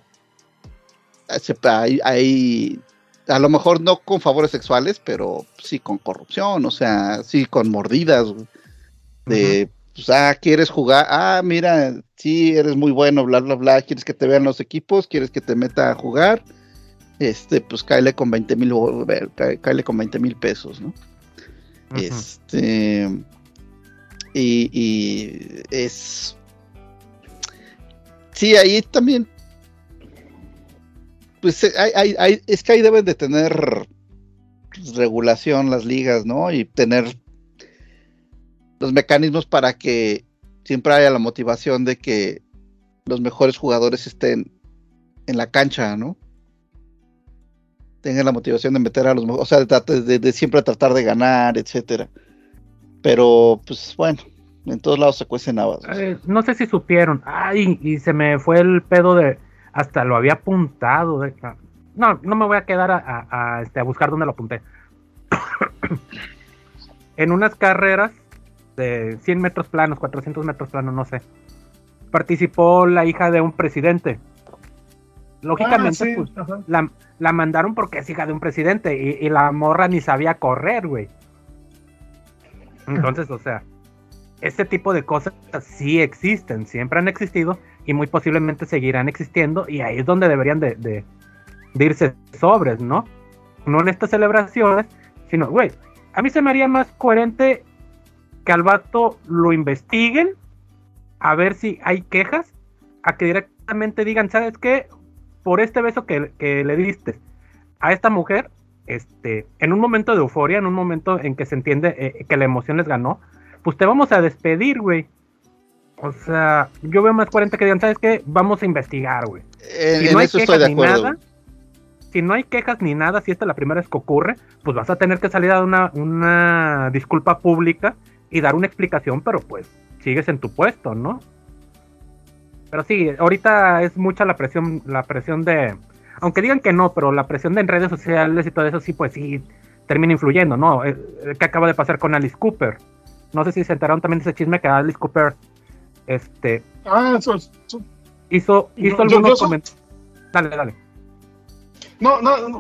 hay a lo mejor no con favores sexuales, pero sí con corrupción, o sea, sí con mordidas, de, pues, quieres jugar, mira, sí, eres muy bueno, bla, bla, bla, quieres que te vean los equipos, quieres que te meta a jugar, pues cáele con 20,000 pesos, ¿no? Y es, sí, ahí también, pues es que ahí deben de tener regulación las ligas, ¿no? Y tener los mecanismos para que siempre haya la motivación de que los mejores jugadores estén en la cancha, ¿no? Tengan la motivación de meter a los mejores, o sea, de siempre tratar de ganar, etcétera. Pero, pues bueno, en todos lados se cuecen habas. No sé si supieron. Y se me fue el pedo de... Hasta lo había apuntado. No me voy a quedar a buscar dónde lo apunté. En unas carreras de 100 metros planos, 400 metros planos, no sé, participó la hija de un presidente. Lógicamente, sí, pues, la mandaron porque es hija de un presidente y la morra ni sabía correr, güey. Entonces, o sea, este tipo de cosas sí existen, siempre han existido y muy posiblemente seguirán existiendo, y ahí es donde deberían de irse sobres, ¿no? No en estas celebraciones, sino, güey, a mí se me haría más coherente que al vato lo investiguen, a ver si hay quejas, a que directamente digan, ¿sabes qué? Por este beso que le diste a esta mujer, en un momento de euforia, en un momento en que se entiende que la emoción les ganó, pues te vamos a despedir, güey. O sea, yo veo más 40 que digan, ¿sabes qué? Vamos a investigar, güey. Si no hay eso estoy quejas de ni acuerdo. nada, si no hay quejas ni nada, si esta es la primera vez que ocurre, pues vas a tener que salir a dar una disculpa pública y dar una explicación, pero pues sigues en tu puesto, ¿no? Pero sí, ahorita es mucha la presión de, aunque digan que no, pero la presión de en redes sociales y todo eso sí, pues sí, termina influyendo, ¿no? ¿Qué acaba de pasar con Alice Cooper? No sé si se enteraron también de ese chisme que Alice Cooper, Eso. hizo algunos comentarios. Dale. No,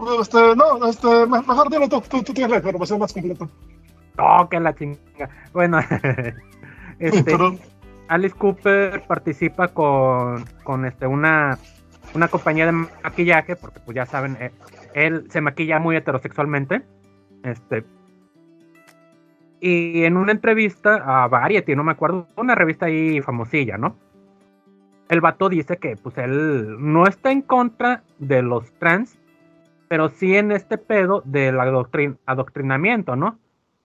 mejor dilo tú tienes la información más completa. Oh, que la chinga. Bueno, Perdón. Alice Cooper participa con una compañía de maquillaje, porque pues ya saben, él se maquilla muy heterosexualmente. Y en una entrevista a Variety, no me acuerdo, una revista ahí famosilla, ¿no? El vato dice que pues él no está en contra de los trans, pero sí en este pedo del adoctrinamiento, ¿no?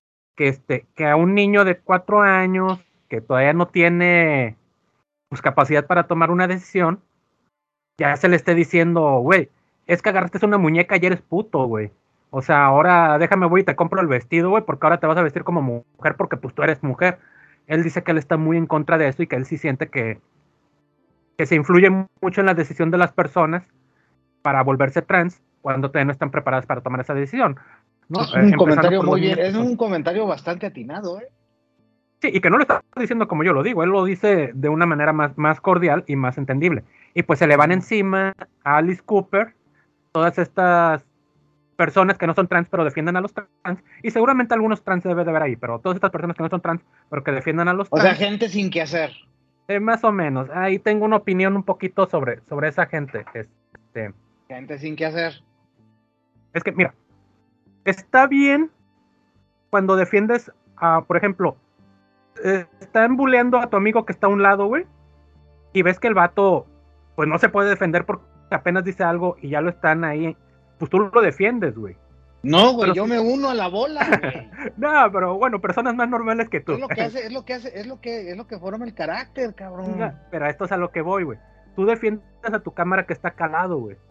Que a un niño de 4 años que todavía no tiene pues capacidad para tomar una decisión, ya se le esté diciendo, güey, es que agarraste una muñeca y eres puto, güey. O sea, ahora déjame, voy y te compro el vestido, güey, porque ahora te vas a vestir como mujer porque pues tú eres mujer. Él dice que él está muy en contra de eso y que él sí siente que se influye mucho en la decisión de las personas para volverse trans cuando todavía no están preparadas para tomar esa decisión, ¿no? Es un comentario muy bien, es un comentario bastante atinado, ¿eh? Sí, y que no lo está diciendo como yo lo digo, él lo dice de una manera más cordial y más entendible. Y pues se le van encima a Alice Cooper, todas estas personas que no son trans pero defienden a los trans, y seguramente algunos trans debe de haber ahí, pero todas estas personas que no son trans pero que defiendan a los trans. O sea, gente sin que hacer. Más o menos, ahí tengo una opinión un poquito sobre esa gente. Gente sin que hacer. Es que, mira, está bien cuando defiendes a, por ejemplo, están bulleando a tu amigo que está a un lado, güey, y ves que el vato, pues no se puede defender porque apenas dice algo y ya lo están ahí, pues tú lo defiendes, güey. No, güey, yo me uno a la bola, güey. No, pero bueno, personas más normales que tú. Es lo que forma el carácter, cabrón. No, pero esto es a lo que voy, güey. Tú defiendes a tu cámara que está calado, güey.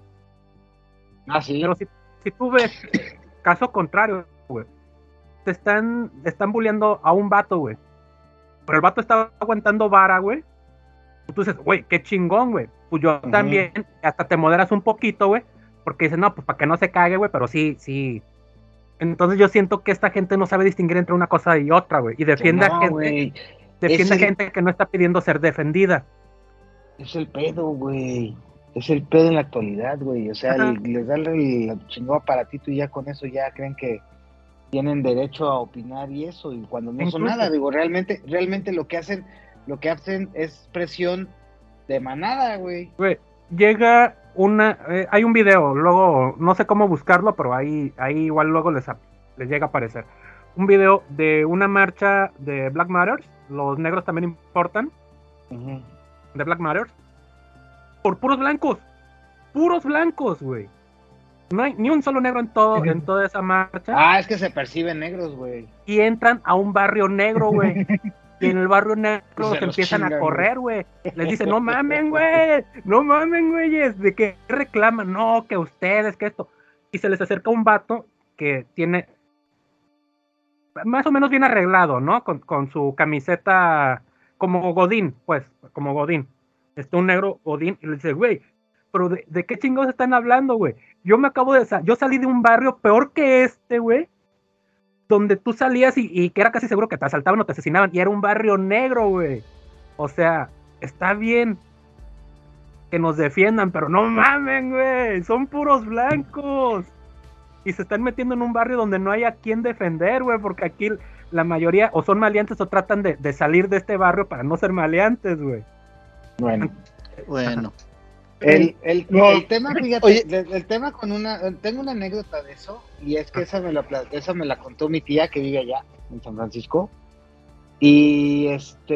Ah, sí. Pero si tú ves caso contrario, güey, te están bulleando a un vato, güey. Pero el vato está aguantando vara, güey. Tú dices, güey, qué chingón, güey. Pues yo también, hasta te moderas un poquito, güey. Porque dices, no, pues para que no se cague, güey, pero sí. Entonces yo siento que esta gente no sabe distinguir entre una cosa y otra, güey. Y defiende a gente, wey. gente que no está pidiendo ser defendida. Es el pedo, güey. Es el pedo en la actualidad, güey. O sea, les dan el chingón aparatito y ya con eso ya creen que tienen derecho a opinar y eso, y cuando no son nada, digo, realmente lo que hacen es presión de manada, güey. Llega hay un video, luego no sé cómo buscarlo, pero ahí igual luego les llega a aparecer un video de una marcha de Black Matters, los negros también importan, de Black Matters, por puros blancos, güey. No hay ni un solo negro en toda esa marcha. Ah, es que se perciben negros, güey. Y entran a un barrio negro, güey. Y en el barrio negro se empiezan a correr, güey. Les dicen, no mamen, güey. ¿De qué reclaman? No, que ustedes, que esto. Y se les acerca un vato que tiene más o menos bien arreglado, ¿no? Con su camiseta como Godín, pues, como Godín. Un negro Godín. Y le dice, güey, pero ¿de qué chingados están hablando, güey? Yo salí de un barrio peor que este, güey, donde tú salías y que era casi seguro que te asaltaban o te asesinaban, y era un barrio negro, güey. O sea, está bien que nos defiendan, pero no mamen, güey, son puros blancos. Y se están metiendo en un barrio donde no hay a quien defender, güey, porque aquí la mayoría o son maleantes o tratan de salir de este barrio para no ser maleantes, güey. Bueno. El tema, fíjate, oye, el tema tengo una anécdota de eso, y es que esa me la contó mi tía que vive allá en San Francisco, y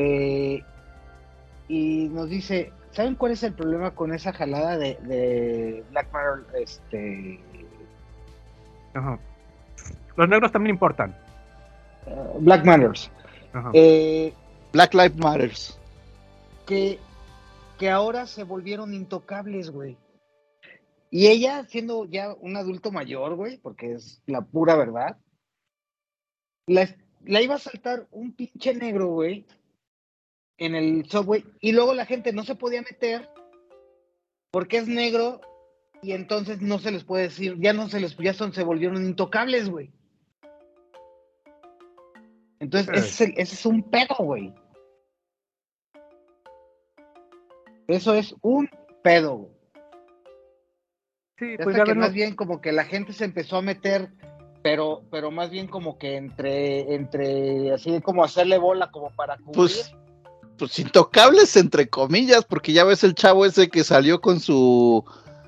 y nos dice, ¿saben cuál es el problema con esa jalada de Black Matter, Ajá. Los negros también importan. Black Matters. Ajá. Black Lives Matters. Que ahora se volvieron intocables, güey. Y ella, siendo ya un adulto mayor, güey, porque es la pura verdad, la iba a saltar un pinche negro, güey, en el subway, y luego la gente no se podía meter porque es negro, y entonces no se les puede decir, se volvieron intocables, güey. Entonces, ese es un pedo, güey. Eso es un pedo, güey. Sí, Hasta pues ya que ven más bien como que la gente se empezó a meter, pero más bien como que entre así como hacerle bola como para cubrir. Pues intocables entre comillas, porque ya ves el chavo ese que salió con su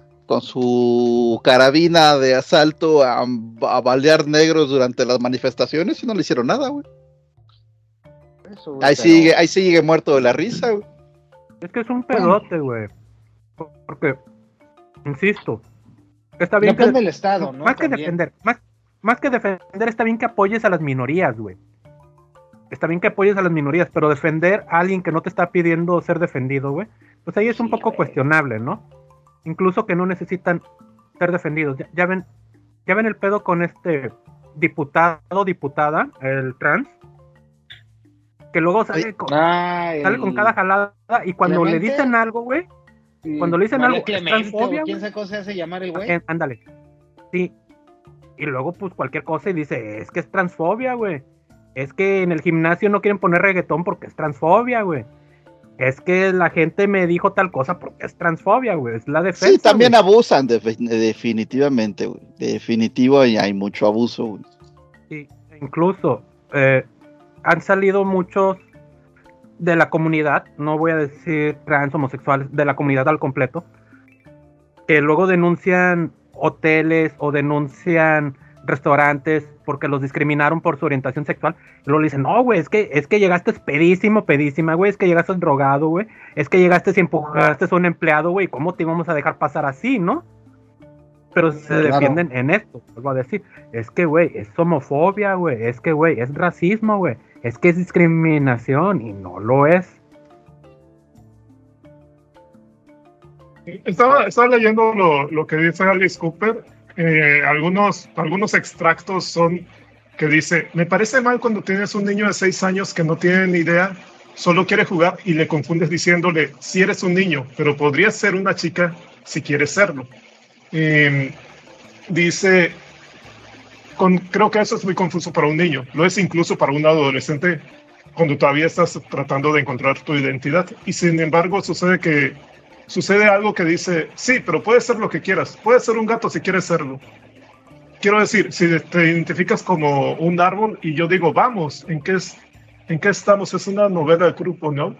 carabina de asalto a balear negros durante las manifestaciones y no le hicieron nada, güey. Eso, Ahí sigue muerto de la risa, güey. Es que es un pedote, güey. Porque, insisto, está bien depende del estado, ¿no? Más que defender, más que defender, está bien que apoyes a las minorías, güey. Está bien que apoyes a las minorías, pero defender a alguien que no te está pidiendo ser defendido, güey, pues ahí es un poco cuestionable, ¿no? Incluso que no necesitan ser defendidos. Ya ven el pedo con este diputada, el trans, que luego sale con cada jalada, y cuando Clemente, le dicen algo, güey, cuando le dicen algo, Clemente, es transfobia, ¿quién sabe cómo se hace llamar el güey? Ándale. Sí. Y luego, pues, cualquier cosa y dice, es que es transfobia, güey. Es que en el gimnasio no quieren poner reggaetón porque es transfobia, güey. Es que la gente me dijo tal cosa porque es transfobia, güey. Es la defensa. Sí, también güey. abusan, definitivamente, güey. Definitivo, y hay mucho abuso, güey. Sí, incluso han salido muchos de la comunidad, no voy a decir trans, homosexuales, de la comunidad al completo, que luego denuncian hoteles o denuncian restaurantes porque los discriminaron por su orientación sexual, y luego le dicen, no, güey, es que llegaste pedísima, güey, es que llegaste drogado, güey, es que llegaste y empujaste a un empleado, güey, ¿cómo te íbamos a dejar pasar así, no? Pero se defienden en esto, vuelvo a decir, es que, güey, es homofobia, güey, es que, güey, es racismo, güey, es que es discriminación, y no lo es. Estaba leyendo lo que dice Alice Cooper. Algunos extractos son que dice: me parece mal cuando tienes un niño de 6 años que no tiene ni idea, solo quiere jugar y le confundes diciéndole, si eres un niño, pero podrías ser una chica si quieres serlo. Dice, creo que eso es muy confuso para un niño, lo es incluso para un adolescente cuando todavía estás tratando de encontrar tu identidad, y sin embargo sucede algo que dice, sí, pero puedes ser lo que quieras, puedes ser un gato si quieres serlo. Quiero decir, si te identificas como un árbol y yo digo, vamos, ¿en qué estamos? Es una novela de grupo, ¿no?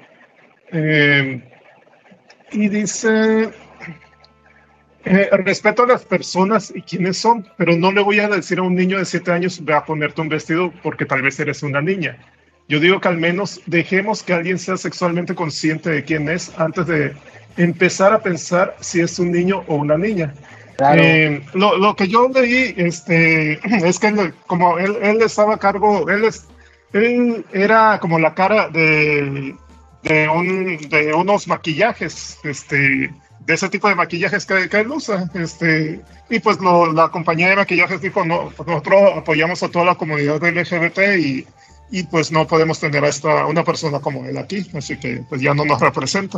Y dice, respeto a las personas y quiénes son, pero no le voy a decir a un niño de 7 años, ve a ponerte un vestido porque tal vez eres una niña. Yo digo que al menos dejemos que alguien sea sexualmente consciente de quién es antes de empezar a pensar si es un niño o una niña. Claro. Lo que yo leí es que como él estaba a cargo, él era como la cara de unos maquillajes, de ese tipo de maquillajes que él usa, y pues la compañía de maquillajes dijo, no, nosotros apoyamos a toda la comunidad LGBT y pues no podemos tener a una persona como él aquí, así que pues ya no nos representa.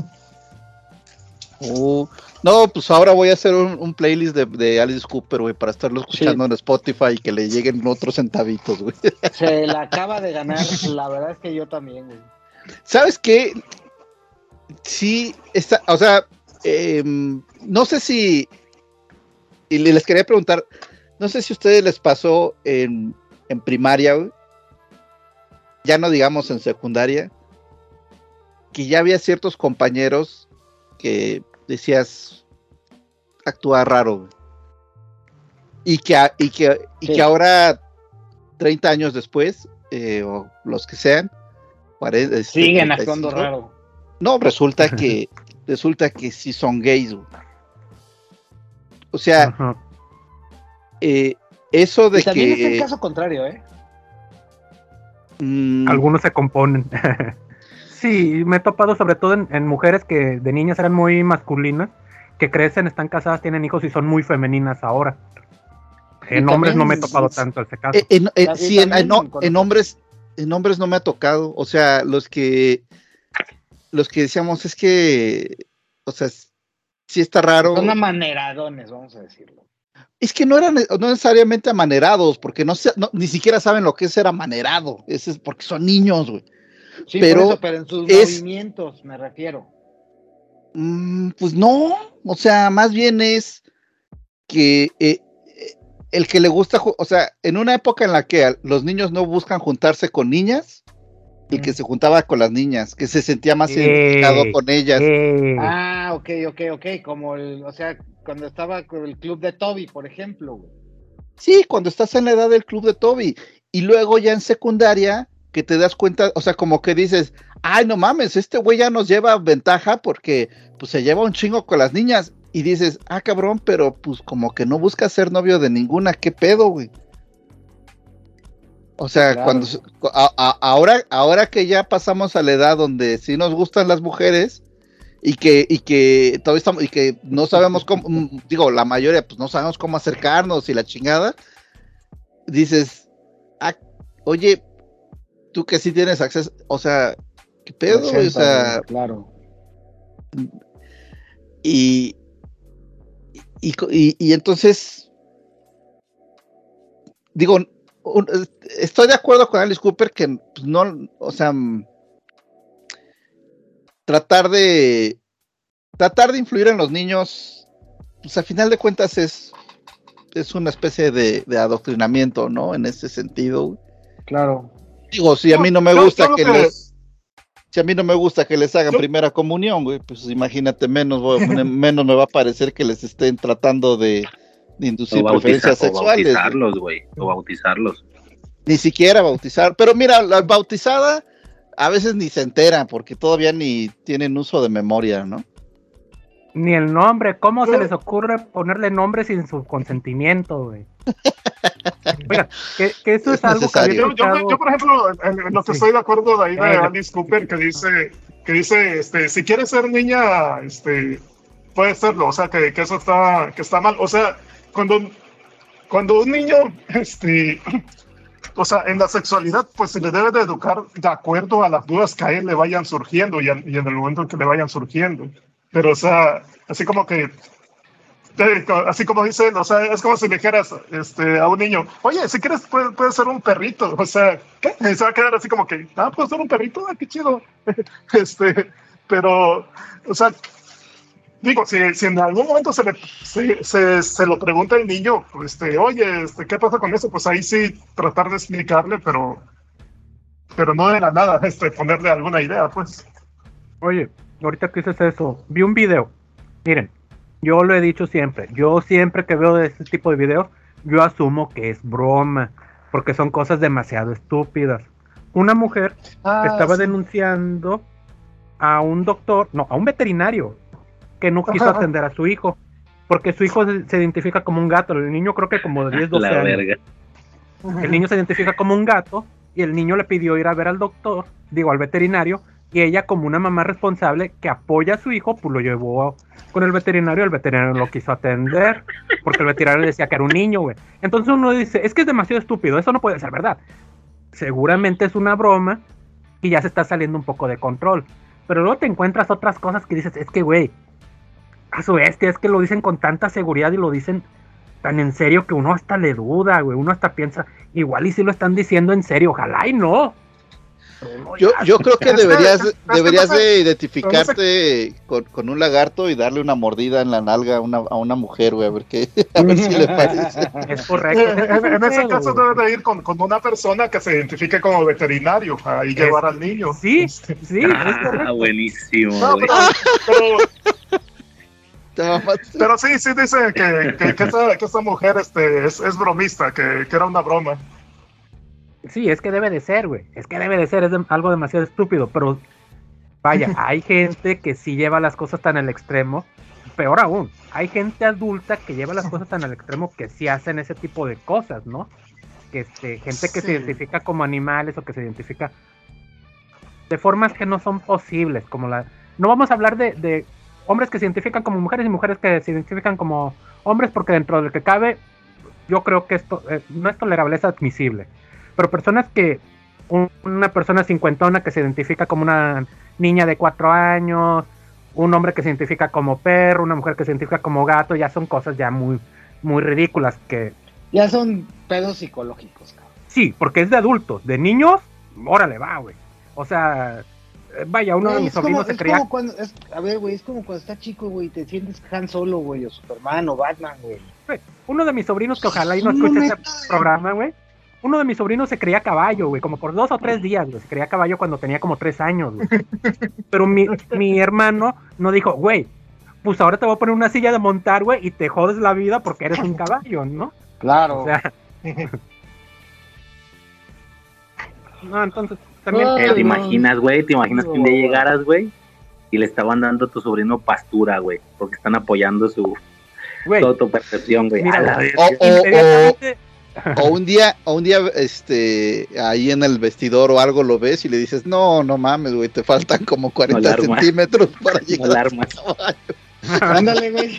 No, pues ahora voy a hacer un playlist de Alice Cooper, güey, para estarlo escuchando en Spotify y que le lleguen otros centavitos, güey. Se la acaba de ganar, la verdad es que yo también, güey. ¿Sabes qué? Sí, o sea, no sé si, y les quería preguntar, no sé si a ustedes les pasó en primaria, güey, ya no digamos en secundaria, que ya había ciertos compañeros que decías actúa raro, güey. Y que ahora 30 años después, o los que sean, siguen actuando raro. No, resulta que sí son gays, güey. O sea, eso de Y también es el que... caso contrario, ¿eh? Algunos se componen. Sí, me he topado sobre todo en mujeres que de niñas eran muy masculinas, que crecen, están casadas, tienen hijos y son muy femeninas ahora. En Y hombres no también me he topado tanto ese caso. Sí, en hombres no me ha tocado. O sea, los que decíamos es que, o sea, sí está raro. Son amaneradones, vamos a decirlo. Es que no necesariamente amanerados, porque ni siquiera saben lo que es ser amanerado. Eso es porque son niños, güey. Sí, pero en sus movimientos me refiero. Pues no, o sea, más bien es que el que le gusta, o sea, en una época en la que los niños no buscan juntarse con niñas, el que se juntaba con las niñas, que se sentía más identificado con ellas. Ah, ok, como o sea, cuando estaba con el club de Toby, por ejemplo. Sí, cuando estás en la edad del club de Toby, y luego ya en secundaria, que te das cuenta, o sea, como que dices, ay, no mames, este güey ya nos lleva ventaja porque pues se lleva un chingo con las niñas, y dices, ah, cabrón, pero pues como que no busca ser novio de ninguna, ¿qué pedo, güey? O sea, claro. ahora que ya pasamos a la edad donde sí nos gustan las mujeres, y que todavía estamos, y que no sabemos cómo, digo, la mayoría, pues no sabemos cómo acercarnos y la chingada, dices, ah, oye, tú que sí tienes acceso, o sea, ¿qué pedo? O sea, claro. Y entonces, digo, estoy de acuerdo con Alice Cooper que pues, no, o sea, tratar de influir en los niños, pues a final de cuentas es una especie de adoctrinamiento, ¿no? En ese sentido. Claro. Digo, si a mí no me gusta si a mí no me gusta que les hagan primera comunión, güey, pues imagínate, menos me va a parecer que les estén tratando de inducir preferencias sexuales. O bautizarlos. Ni siquiera bautizar. Pero mira, la bautizada a veces ni se enteran porque todavía ni tienen uso de memoria, ¿no? Ni el nombre, ¿cómo se les ocurre ponerle nombre sin su consentimiento, güey? Oiga, que eso es algo necesario. que yo, por ejemplo, en lo que estoy de acuerdo de ahí de Alice Cooper, que dice, si quieres ser niña, puedes serlo, o sea, que eso está mal. O sea, cuando un niño, o sea, en la sexualidad, pues se le debe de educar de acuerdo a las dudas que a él le vayan surgiendo y en el momento en que le vayan surgiendo. Pero, o sea, así como dicen, o sea, es como si le dijeras a un niño, oye, si quieres puedes ser un perrito, o sea, ¿qué? Se va a quedar así como que, ¿puedo ser un perrito? Qué chido. Pero, o sea, digo, si en algún momento se lo pregunta el niño, oye, ¿qué pasa con eso? Pues ahí sí tratar de explicarle, pero no de la nada, ponerle alguna idea, pues. Oye, ahorita que dices eso, vi un video. Miren, yo lo he dicho siempre. Yo siempre que veo de este tipo de videos, yo asumo que es broma, porque son cosas demasiado estúpidas. Una mujer estaba denunciando a un doctor, no, a un veterinario, que no quiso atender a su hijo, porque su hijo se identifica como un gato. El niño creo que como de 10, 12 años. Verga. El niño se identifica como un gato y el niño le pidió ir a ver al doctor, al veterinario, y ella, como una mamá responsable que apoya a su hijo, pues lo llevó con el veterinario no lo quiso atender, porque el veterinario le decía que era un niño, güey. Entonces uno dice, es que es demasiado estúpido, eso no puede ser verdad. Seguramente es una broma y ya se está saliendo un poco de control. Pero luego te encuentras otras cosas que dices, es que, güey, a su bestia, es que lo dicen con tanta seguridad y lo dicen tan en serio que uno hasta le duda, güey. Uno hasta piensa, igual y si lo están diciendo en serio, ojalá y no. Yo creo que deberías de identificarte con un lagarto y darle una mordida en la nalga a una mujer, güey, a ver si le parece. Es correcto. En ese caso debe de ir con una persona que se identifique como veterinario y llevar al niño. Sí, es correcto. Buenísimo. No, pero sí dice que esa mujer es bromista, que era una broma. Sí, es que debe de ser, güey. Es algo demasiado estúpido, pero vaya, hay gente que sí lleva las cosas tan al extremo peor aún, hay gente adulta que lleva las cosas tan al extremo que sí hacen ese tipo de cosas, ¿no? Gente que se identifica como animales o que se identifica de formas que no son posibles, como no vamos a hablar de hombres que se identifican como mujeres y mujeres que se identifican como hombres, porque dentro del que cabe, yo creo que esto no es tolerable, es admisible. Pero personas que, una persona cincuentona que se identifica como una niña de 4 años, un hombre que se identifica como perro, una mujer que se identifica como gato, ya son cosas ya muy, muy ridículas que... Ya son pedos psicológicos, cabrón. Sí, porque es de adultos, de niños, órale, va, güey. O sea, vaya, uno de mis sobrinos se creía... A ver, güey, es como cuando estás chico, güey, te sientes Han Solo, güey, o Superman, o Batman, güey. Uno de mis sobrinos, que ojalá y no escuche este programa, güey, uno de mis sobrinos se creía caballo, güey, como por 2 o 3 días, güey, se creía caballo cuando tenía como 3 años, güey. Pero mi hermano no dijo, güey, pues ahora te voy a poner una silla de montar, güey, y te jodes la vida porque eres un caballo, ¿no? Claro. O sea... No, entonces, también... ¿Te imaginas, güey? ¿Te imaginas que un día llegaras, güey? Y le estaban dando a tu sobrino pastura, güey, porque están apoyando su autopercepción, güey. Mira, o un día, ahí en el vestidor o algo lo ves y le dices, no mames, güey, te faltan como 40 centímetros para llegar al caballo. Ándale, güey.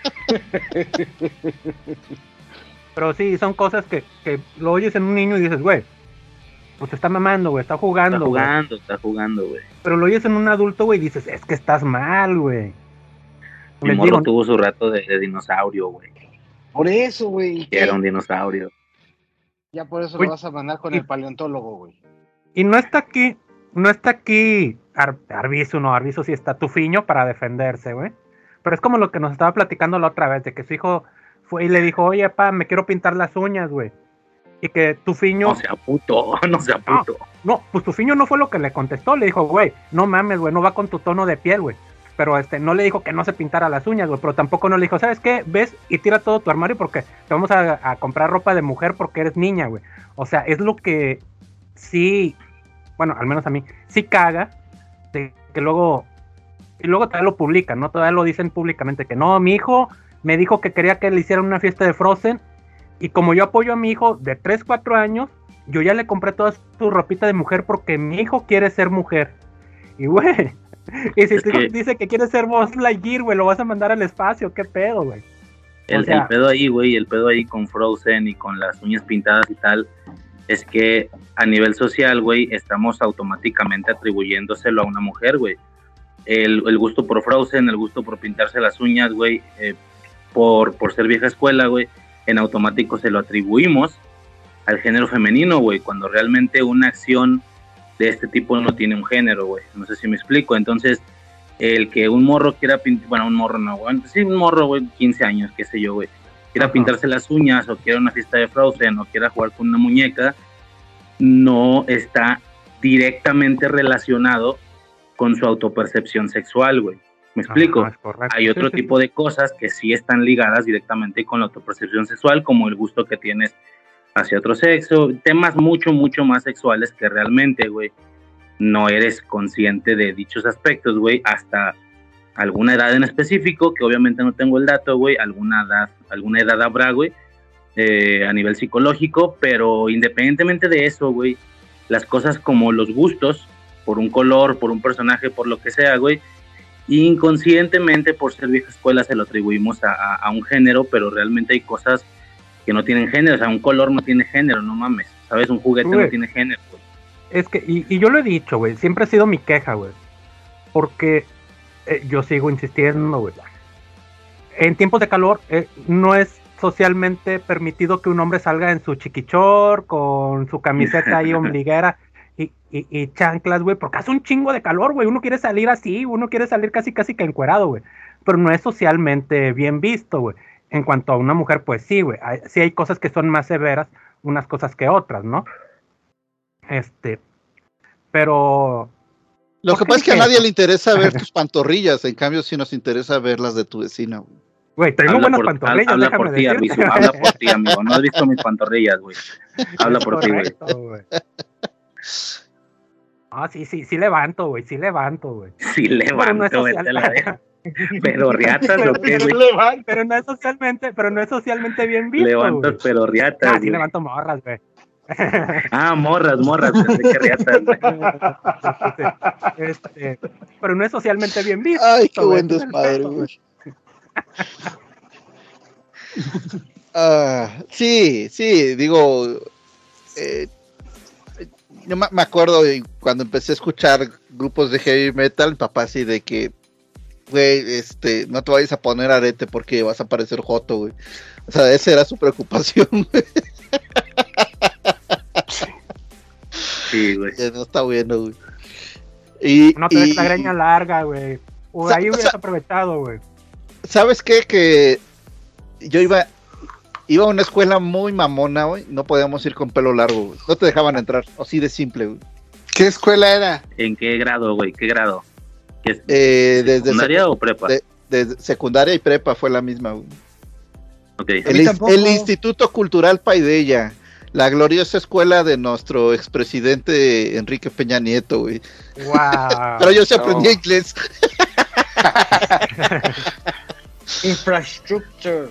Pero sí, son cosas que lo oyes en un niño y dices, güey, pues está mamando, güey, está jugando, güey. Pero lo oyes en un adulto, güey, y dices, es que estás mal, güey. Mi morro tuvo su rato de dinosaurio, güey. Por eso, güey. Era un dinosaurio. Ya por eso lo vas a mandar con el paleontólogo, güey. Y no está aquí Arvizo sí está Tufiño para defenderse, güey. Pero es como lo que nos estaba platicando la otra vez, de que su hijo fue y le dijo, oye, pa, me quiero pintar las uñas, güey. Y que Tufiño... No sea puto. No, pues Tufiño no fue lo que le contestó, le dijo, güey, no mames, güey, no va con tu tono de piel, güey. Pero no le dijo que no se pintara las uñas, güey, pero tampoco no le dijo, ¿sabes qué? Ves y tira todo tu armario porque te vamos a comprar ropa de mujer porque eres niña, güey. O sea, es lo que sí, bueno, al menos a mí, sí caga, de que luego, y luego todavía lo publican, ¿no? Todavía lo dicen públicamente, que no, mi hijo me dijo que quería que le hicieran una fiesta de Frozen, y como yo apoyo a mi hijo de 3, 4 años, yo ya le compré toda su ropita de mujer porque mi hijo quiere ser mujer. Y güey, y si dice que quiere ser Buzz Lightyear, güey, lo vas a mandar al espacio, ¿qué pedo, güey? El pedo ahí, güey, el pedo ahí con Frozen y con las uñas pintadas y tal, es que a nivel social, güey, estamos automáticamente atribuyéndoselo a una mujer, güey. El gusto por Frozen, el gusto por pintarse las uñas, güey, por ser vieja escuela, güey, en automático se lo atribuimos al género femenino, güey, cuando realmente una acción de este tipo no tiene un género, güey. No sé si me explico. Entonces, el que un morro quiera pintar, bueno, un morro no, güey, sí, un morro, güey, 15 años, qué sé yo, güey, quiera pintarse las uñas o quiera una fiesta de Frozen o quiera jugar con una muñeca, no está directamente relacionado con su autopercepción sexual, güey. ¿Me explico? Hay otro tipo de cosas que sí están ligadas directamente con la autopercepción sexual, como el gusto que tienes hacia otro sexo, temas mucho, mucho más sexuales que realmente, güey, no eres consciente de dichos aspectos, güey, hasta alguna edad en específico, que obviamente no tengo el dato, güey, alguna edad habrá, güey, a nivel psicológico, pero independientemente de eso, güey, las cosas como los gustos, por un color, por un personaje, por lo que sea, güey, inconscientemente por ser vieja escuela se lo atribuimos a un género, pero realmente hay cosas que no tienen género, o sea, un color no tiene género, no mames, ¿sabes? Un juguete no tiene género, güey. Es que, y yo lo he dicho, güey, siempre ha sido mi queja, güey, porque yo sigo insistiendo, güey, en tiempos de calor no es socialmente permitido que un hombre salga en su chiquichor, con su camiseta ahí ombliguera y chanclas, güey, porque hace un chingo de calor, güey, uno quiere salir así, uno quiere salir casi que encuerado, güey, pero no es socialmente bien visto, güey. En cuanto a una mujer, pues sí, güey, sí hay cosas que son más severas, unas cosas que otras, ¿no? Pero... Lo que pasa es que a nadie le interesa ver tus pantorrillas, en cambio sí nos interesa ver las de tu vecino. Güey, tengo buenas pantorrillas, habla déjame por ti, decirte. Habla por ti, amigo, no has visto mis pantorrillas, güey. Habla por ti, güey. Ah, sí levanto, güey, sí levanto, güey. Sí levanto, no es social. Pero riatas, lo que, güey. Pero no es socialmente bien visto. Levantas, pero riatas. Sí levanto morras, güey. Morras, pensé que riatas, güey. Pero no es socialmente bien visto. Ay, qué buen desmadre, güey. Sí, digo, yo me acuerdo cuando empecé a escuchar grupos de heavy metal, mi papá así de que, güey, no te vayas a poner arete porque vas a parecer joto, güey. O sea, esa era su preocupación, güey. Sí, güey. No está bueno, güey. No te ves la greña larga, güey. Ahí hubieras aprovechado, güey. ¿Sabes qué? Que yo iba a una escuela muy mamona, güey. No podíamos ir con pelo largo, güey. No te dejaban entrar, así de simple, güey. ¿Qué escuela era? ¿En qué grado, güey? ¿Qué grado? Desde ¿Secundaria o prepa? De secundaria y prepa fue la misma, güey. Okay. El Instituto Cultural Paideia, la gloriosa escuela de nuestro expresidente Enrique Peña Nieto, güey. Wow. Pero yo sí aprendí inglés. Infrastructure.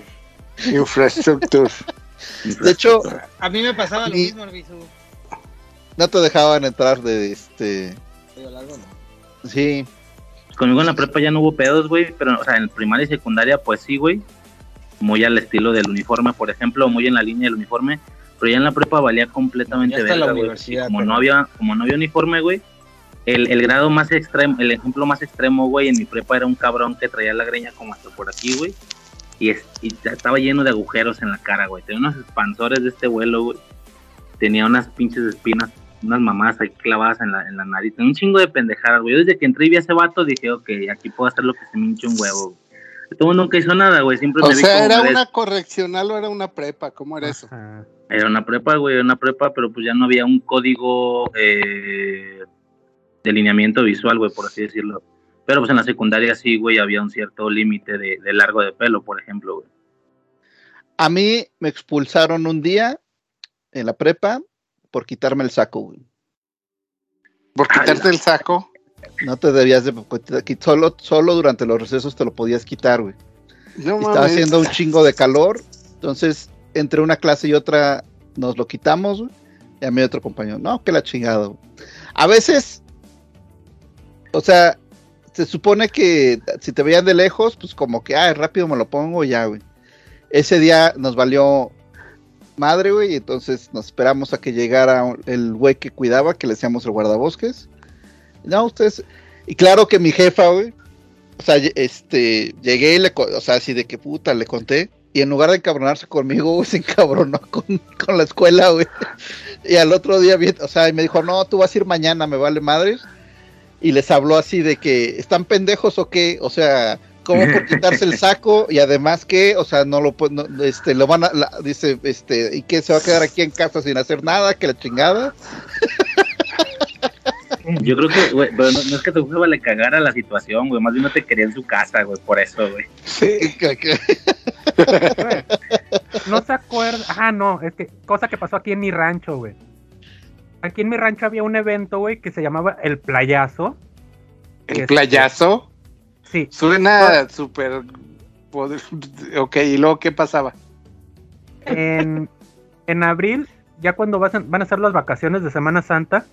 De hecho, a mí me pasaba lo mismo, Arbizu. No te dejaban entrar de largo, ¿no? Sí. Conmigo en la prepa ya no hubo pedos, güey, pero, o sea, en primaria y secundaria, pues sí, güey. Muy al estilo del uniforme, por ejemplo, muy en la línea del uniforme. Pero ya en la prepa valía completamente verga, güey. Como no había uniforme, güey. El grado más extremo, el ejemplo más extremo, güey, en mi prepa era un cabrón que traía la greña como hasta por aquí, güey. Y estaba lleno de agujeros en la cara, güey. Tenía unos expansores de este vuelo, güey. Tenía unas pinches espinas, unas mamadas ahí clavadas en la nariz. Tenía un chingo de pendejadas, güey. Yo desde que entré y vi a ese vato dije, ok, aquí puedo hacer lo que se me hinche un huevo, güey. Todo nunca hizo nada, güey. Siempre me vi como... ¿era una correccional o era una prepa? ¿Cómo era eso? Era una prepa, güey, pero pues ya no había un código de lineamiento visual, güey, por así decirlo. Pero pues en la secundaria sí, güey, había un cierto límite de largo de pelo, por ejemplo, güey. A mí me expulsaron un día en la prepa por quitarme el saco, güey. ¿Por quitarte el saco? No te debías de... Solo durante los recesos te lo podías quitar, güey. No, estaba haciendo un chingo de calor, entonces entre una clase y otra nos lo quitamos, güey. Y a mí otro compañero, no, que la chingada, güey. A veces, o sea, se supone que si te veían de lejos, pues como que, rápido me lo pongo ya, güey. Ese día nos valió madre, güey, y entonces nos esperamos a que llegara el güey que cuidaba, que le decíamos el guardabosques. No, ustedes... Y claro que mi jefa, güey, o sea, llegué y o sea, así de que puta, le conté, y en lugar de encabronarse conmigo, güey, se encabronó con la escuela, güey. Y al otro día, o sea, y me dijo, no, tú vas a ir mañana, me vale madres. Y les habló así de que, ¿están pendejos o qué? O sea, ¿cómo por quitarse el saco? Y además, ¿qué? O sea, lo van a, dice, ¿y qué? ¿Se va a quedar aquí en casa sin hacer nada? ¿Que la chingada? Yo creo que, güey, pero no es que tu jefa le cagara la situación, güey, más bien no te quería en su casa, güey, por eso, güey. Sí. No se acuerda, no, es que cosa que pasó aquí en mi rancho, güey. Aquí en mi rancho había un evento, güey, que se llamaba El Playazo. ¿El Playazo? Sí. Suena súper... Ok, ¿y luego qué pasaba? En abril, ya cuando van a ser las vacaciones de Semana Santa,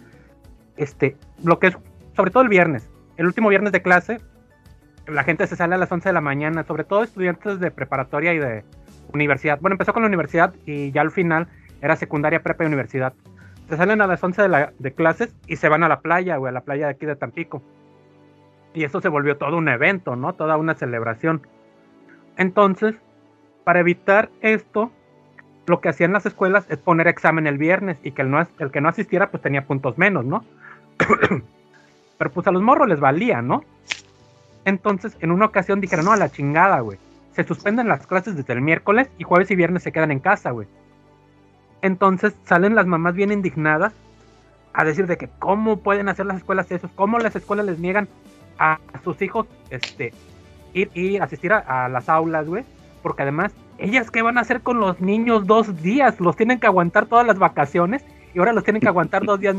lo que es, sobre todo el viernes, el último viernes de clase, la gente se sale a las 11 de la mañana, sobre todo estudiantes de preparatoria y de universidad. Bueno, empezó con la universidad y ya al final era secundaria, prepa y universidad. Se salen a las 11 de clases y se van a la playa, güey, a la playa de aquí de Tampico. Y eso se volvió todo un evento, ¿no? Toda una celebración. Entonces, para evitar esto, lo que hacían las escuelas es poner examen el viernes y que el que no asistiera pues tenía puntos menos, ¿no? Pero pues a los morros les valía, ¿no? Entonces, en una ocasión dijeron, no, a la chingada, güey. Se suspenden las clases desde el miércoles y jueves y viernes se quedan en casa, güey. Entonces salen las mamás bien indignadas a decir de que cómo pueden hacer las escuelas eso, cómo las escuelas les niegan a sus hijos ir asistir a las aulas, güey, porque además ellas qué van a hacer con los niños 2 días, los tienen que aguantar todas las vacaciones y ahora los tienen que aguantar 2 días más.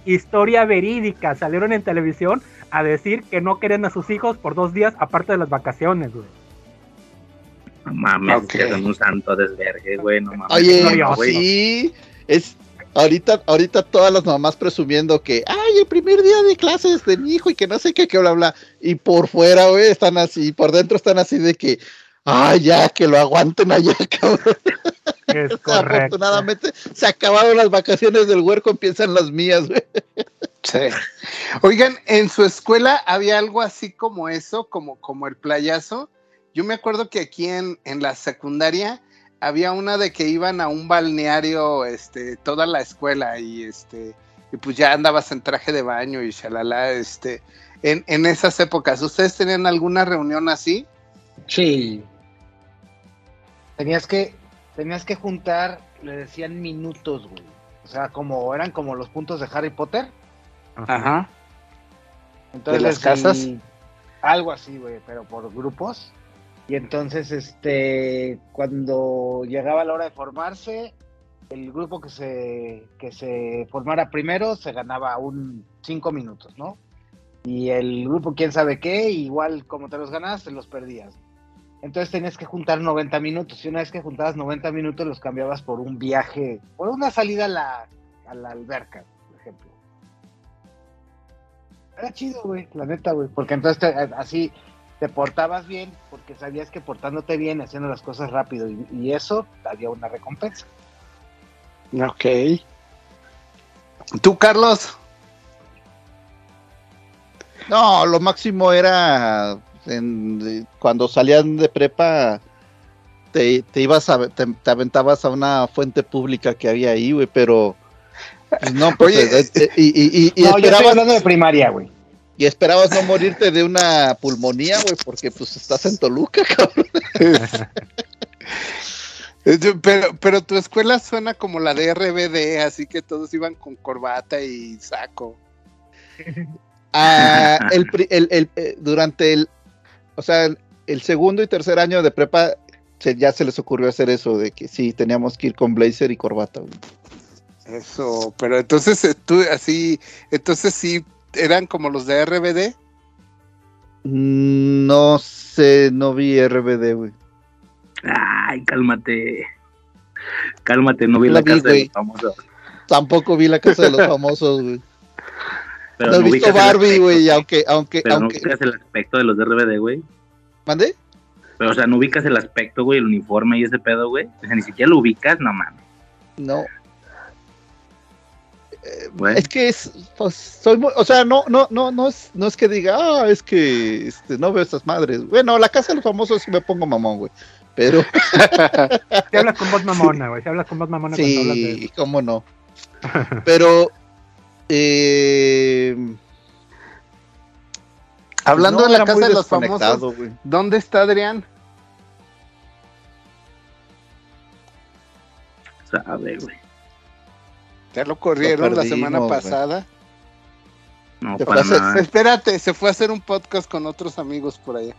historia verídica. Salieron en televisión a decir que no querían a sus hijos por 2 días aparte de las vacaciones, güey. No mames, Ok. que son un santo desvergue, güey, no mames. Oye, glorioso. sí, es ahorita todas las mamás presumiendo que, ay, el primer día de clases de mi hijo y que no sé qué, que bla, bla, y por fuera, güey, están así, por dentro están así de que, ay, ya, que lo aguanten allá, cabrón. Es O sea, correcto. afortunadamente se acabaron las vacaciones del huerco, empiezan las mías, güey. Sí. Oigan, en su escuela había algo así como eso, como el playazo. Yo me acuerdo que aquí en la secundaria había una de que iban a un balneario, toda la escuela y pues ya andabas en traje de baño y shalala, en esas épocas. ¿Ustedes tenían alguna reunión así? Sí. Tenías que juntar, le decían minutos, güey. O sea, eran como los puntos de Harry Potter. Ajá. Entonces, ¿De las casas? Algo así, güey, pero por grupos. Y entonces, cuando llegaba la hora de formarse, el grupo que se formara primero se ganaba 5 minutos, ¿no? Y el grupo quién sabe qué, igual como te los ganabas, te los perdías. Entonces tenías que juntar 90 minutos, y una vez que juntabas 90 minutos los cambiabas por un viaje, por una salida a la alberca, por ejemplo. Era chido, güey, la neta, güey, porque entonces así te portabas bien, porque sabías que portándote bien, haciendo las cosas rápido, y eso había una recompensa. Ok. ¿Tú, Carlos? No, lo máximo era cuando salían de prepa, te aventabas a una fuente pública que había ahí, güey, pero pues no, pues, Oye, y No, yo estoy esperabas, hablando de primaria, güey. y esperabas no morirte de una pulmonía, güey, porque pues estás en Toluca, cabrón. Pero tu escuela suena como la de RBD, así que todos iban con corbata y saco. Durante o sea, el segundo y tercer año de prepa ya se les ocurrió hacer eso, de que sí, teníamos que ir con blazer y corbata, güey. Eso, pero entonces entonces sí, eran como los de RBD. No sé, no vi RBD, güey. Ay, cálmate. Cálmate, no vi La la vi, casa de güey. los famosos. Tampoco vi la casa de los famosos, güey. Pero No he visto ubicas el Barbie, aspecto, güey, aunque. Pero no ubicas el aspecto de los de RBD, güey. ¿Mande? Pero, o sea, no ubicas el aspecto, güey, el uniforme y ese pedo, güey. O sea, ni siquiera lo ubicas, no mames. No. Bueno. Es que pues, soy muy, o sea, no es que diga, es que no veo estas madres. Bueno, la casa de los famosos sí me pongo mamón, güey. Pero. Si hablas con voz mamona, güey. Si hablas con voz mamona cuando hablas de Sí, cómo no. Pero. Hablando no, de la era muy casa de los desconectado, famosos, güey. ¿dónde está Adrián? Sabe, güey. Ya lo corrieron Lo la semana perdimos, pasada. No, ¿Qué para pasa? nada. Espérate, se fue a hacer un podcast con otros amigos por allá.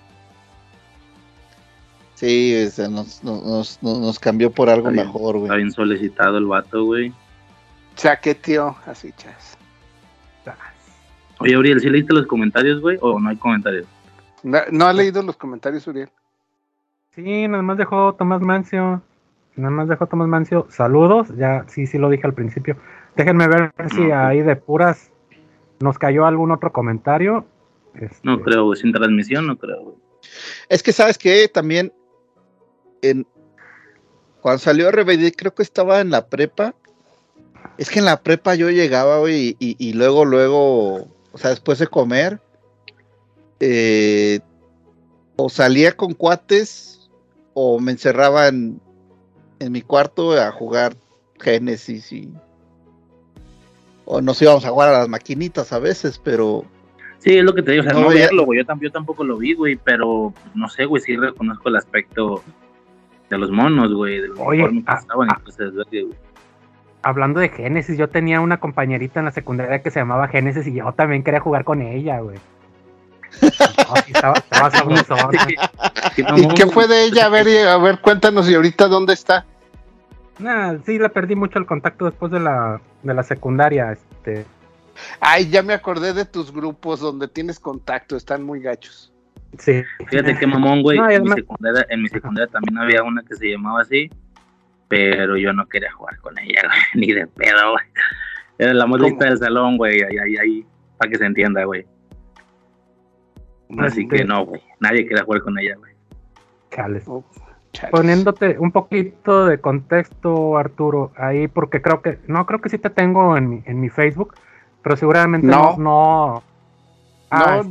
Sí, o sea, nos cambió por algo Está bien, mejor, Está güey. bien solicitado el vato, güey. Chaqueteó, así chas. Oye, Uriel, ¿sí leíste los comentarios, güey? ¿O no hay comentarios? No ha leído los comentarios, Uriel. Sí, nada más dejó Tomás Mancio. Saludos. Ya, sí lo dije al principio. Déjenme ver si Ok. ahí de puras nos cayó algún otro comentario. No creo, güey. Sin transmisión, no creo, güey. Es que, ¿sabes qué? También, cuando salió RBD, creo que estaba en la prepa. Es que en la prepa yo llegaba, güey, y luego, o sea, después de comer, o salía con cuates, o me encerraba en mi cuarto a jugar Genesis, o nos íbamos a jugar a las maquinitas a veces, pero Sí, es lo que te digo, o sea, No, no ya- verlo, güey. Yo tampoco lo vi, güey, pero no sé, güey, sí reconozco el aspecto de los monos, güey, del Oye, uniforme que estaban y pues, güey. Hablando de Génesis, yo tenía una compañerita en la secundaria que se llamaba Génesis y yo también quería jugar con ella, güey. No, sí, estaba sabrosona. ¿Y qué fue de ella? A ver, cuéntanos, y ahorita dónde está. Nah, sí, le perdí mucho el contacto después de la secundaria. Ay, ya me acordé de tus grupos donde tienes contacto, están muy gachos. Sí. Fíjate qué mamón, güey. No, y en mi además- secundaria también había una que se llamaba así, pero yo no quería jugar con ella, güey, ni de pedo, güey. Era la más ¿Cómo? lista del salón, güey, ahí, para que se entienda, güey. Así que no, güey, nadie quería jugar con ella, güey. Chales. Oh, chales. Poniéndote un poquito de contexto, Arturo, ahí porque creo que sí te tengo en mi Facebook, pero seguramente No. no. No,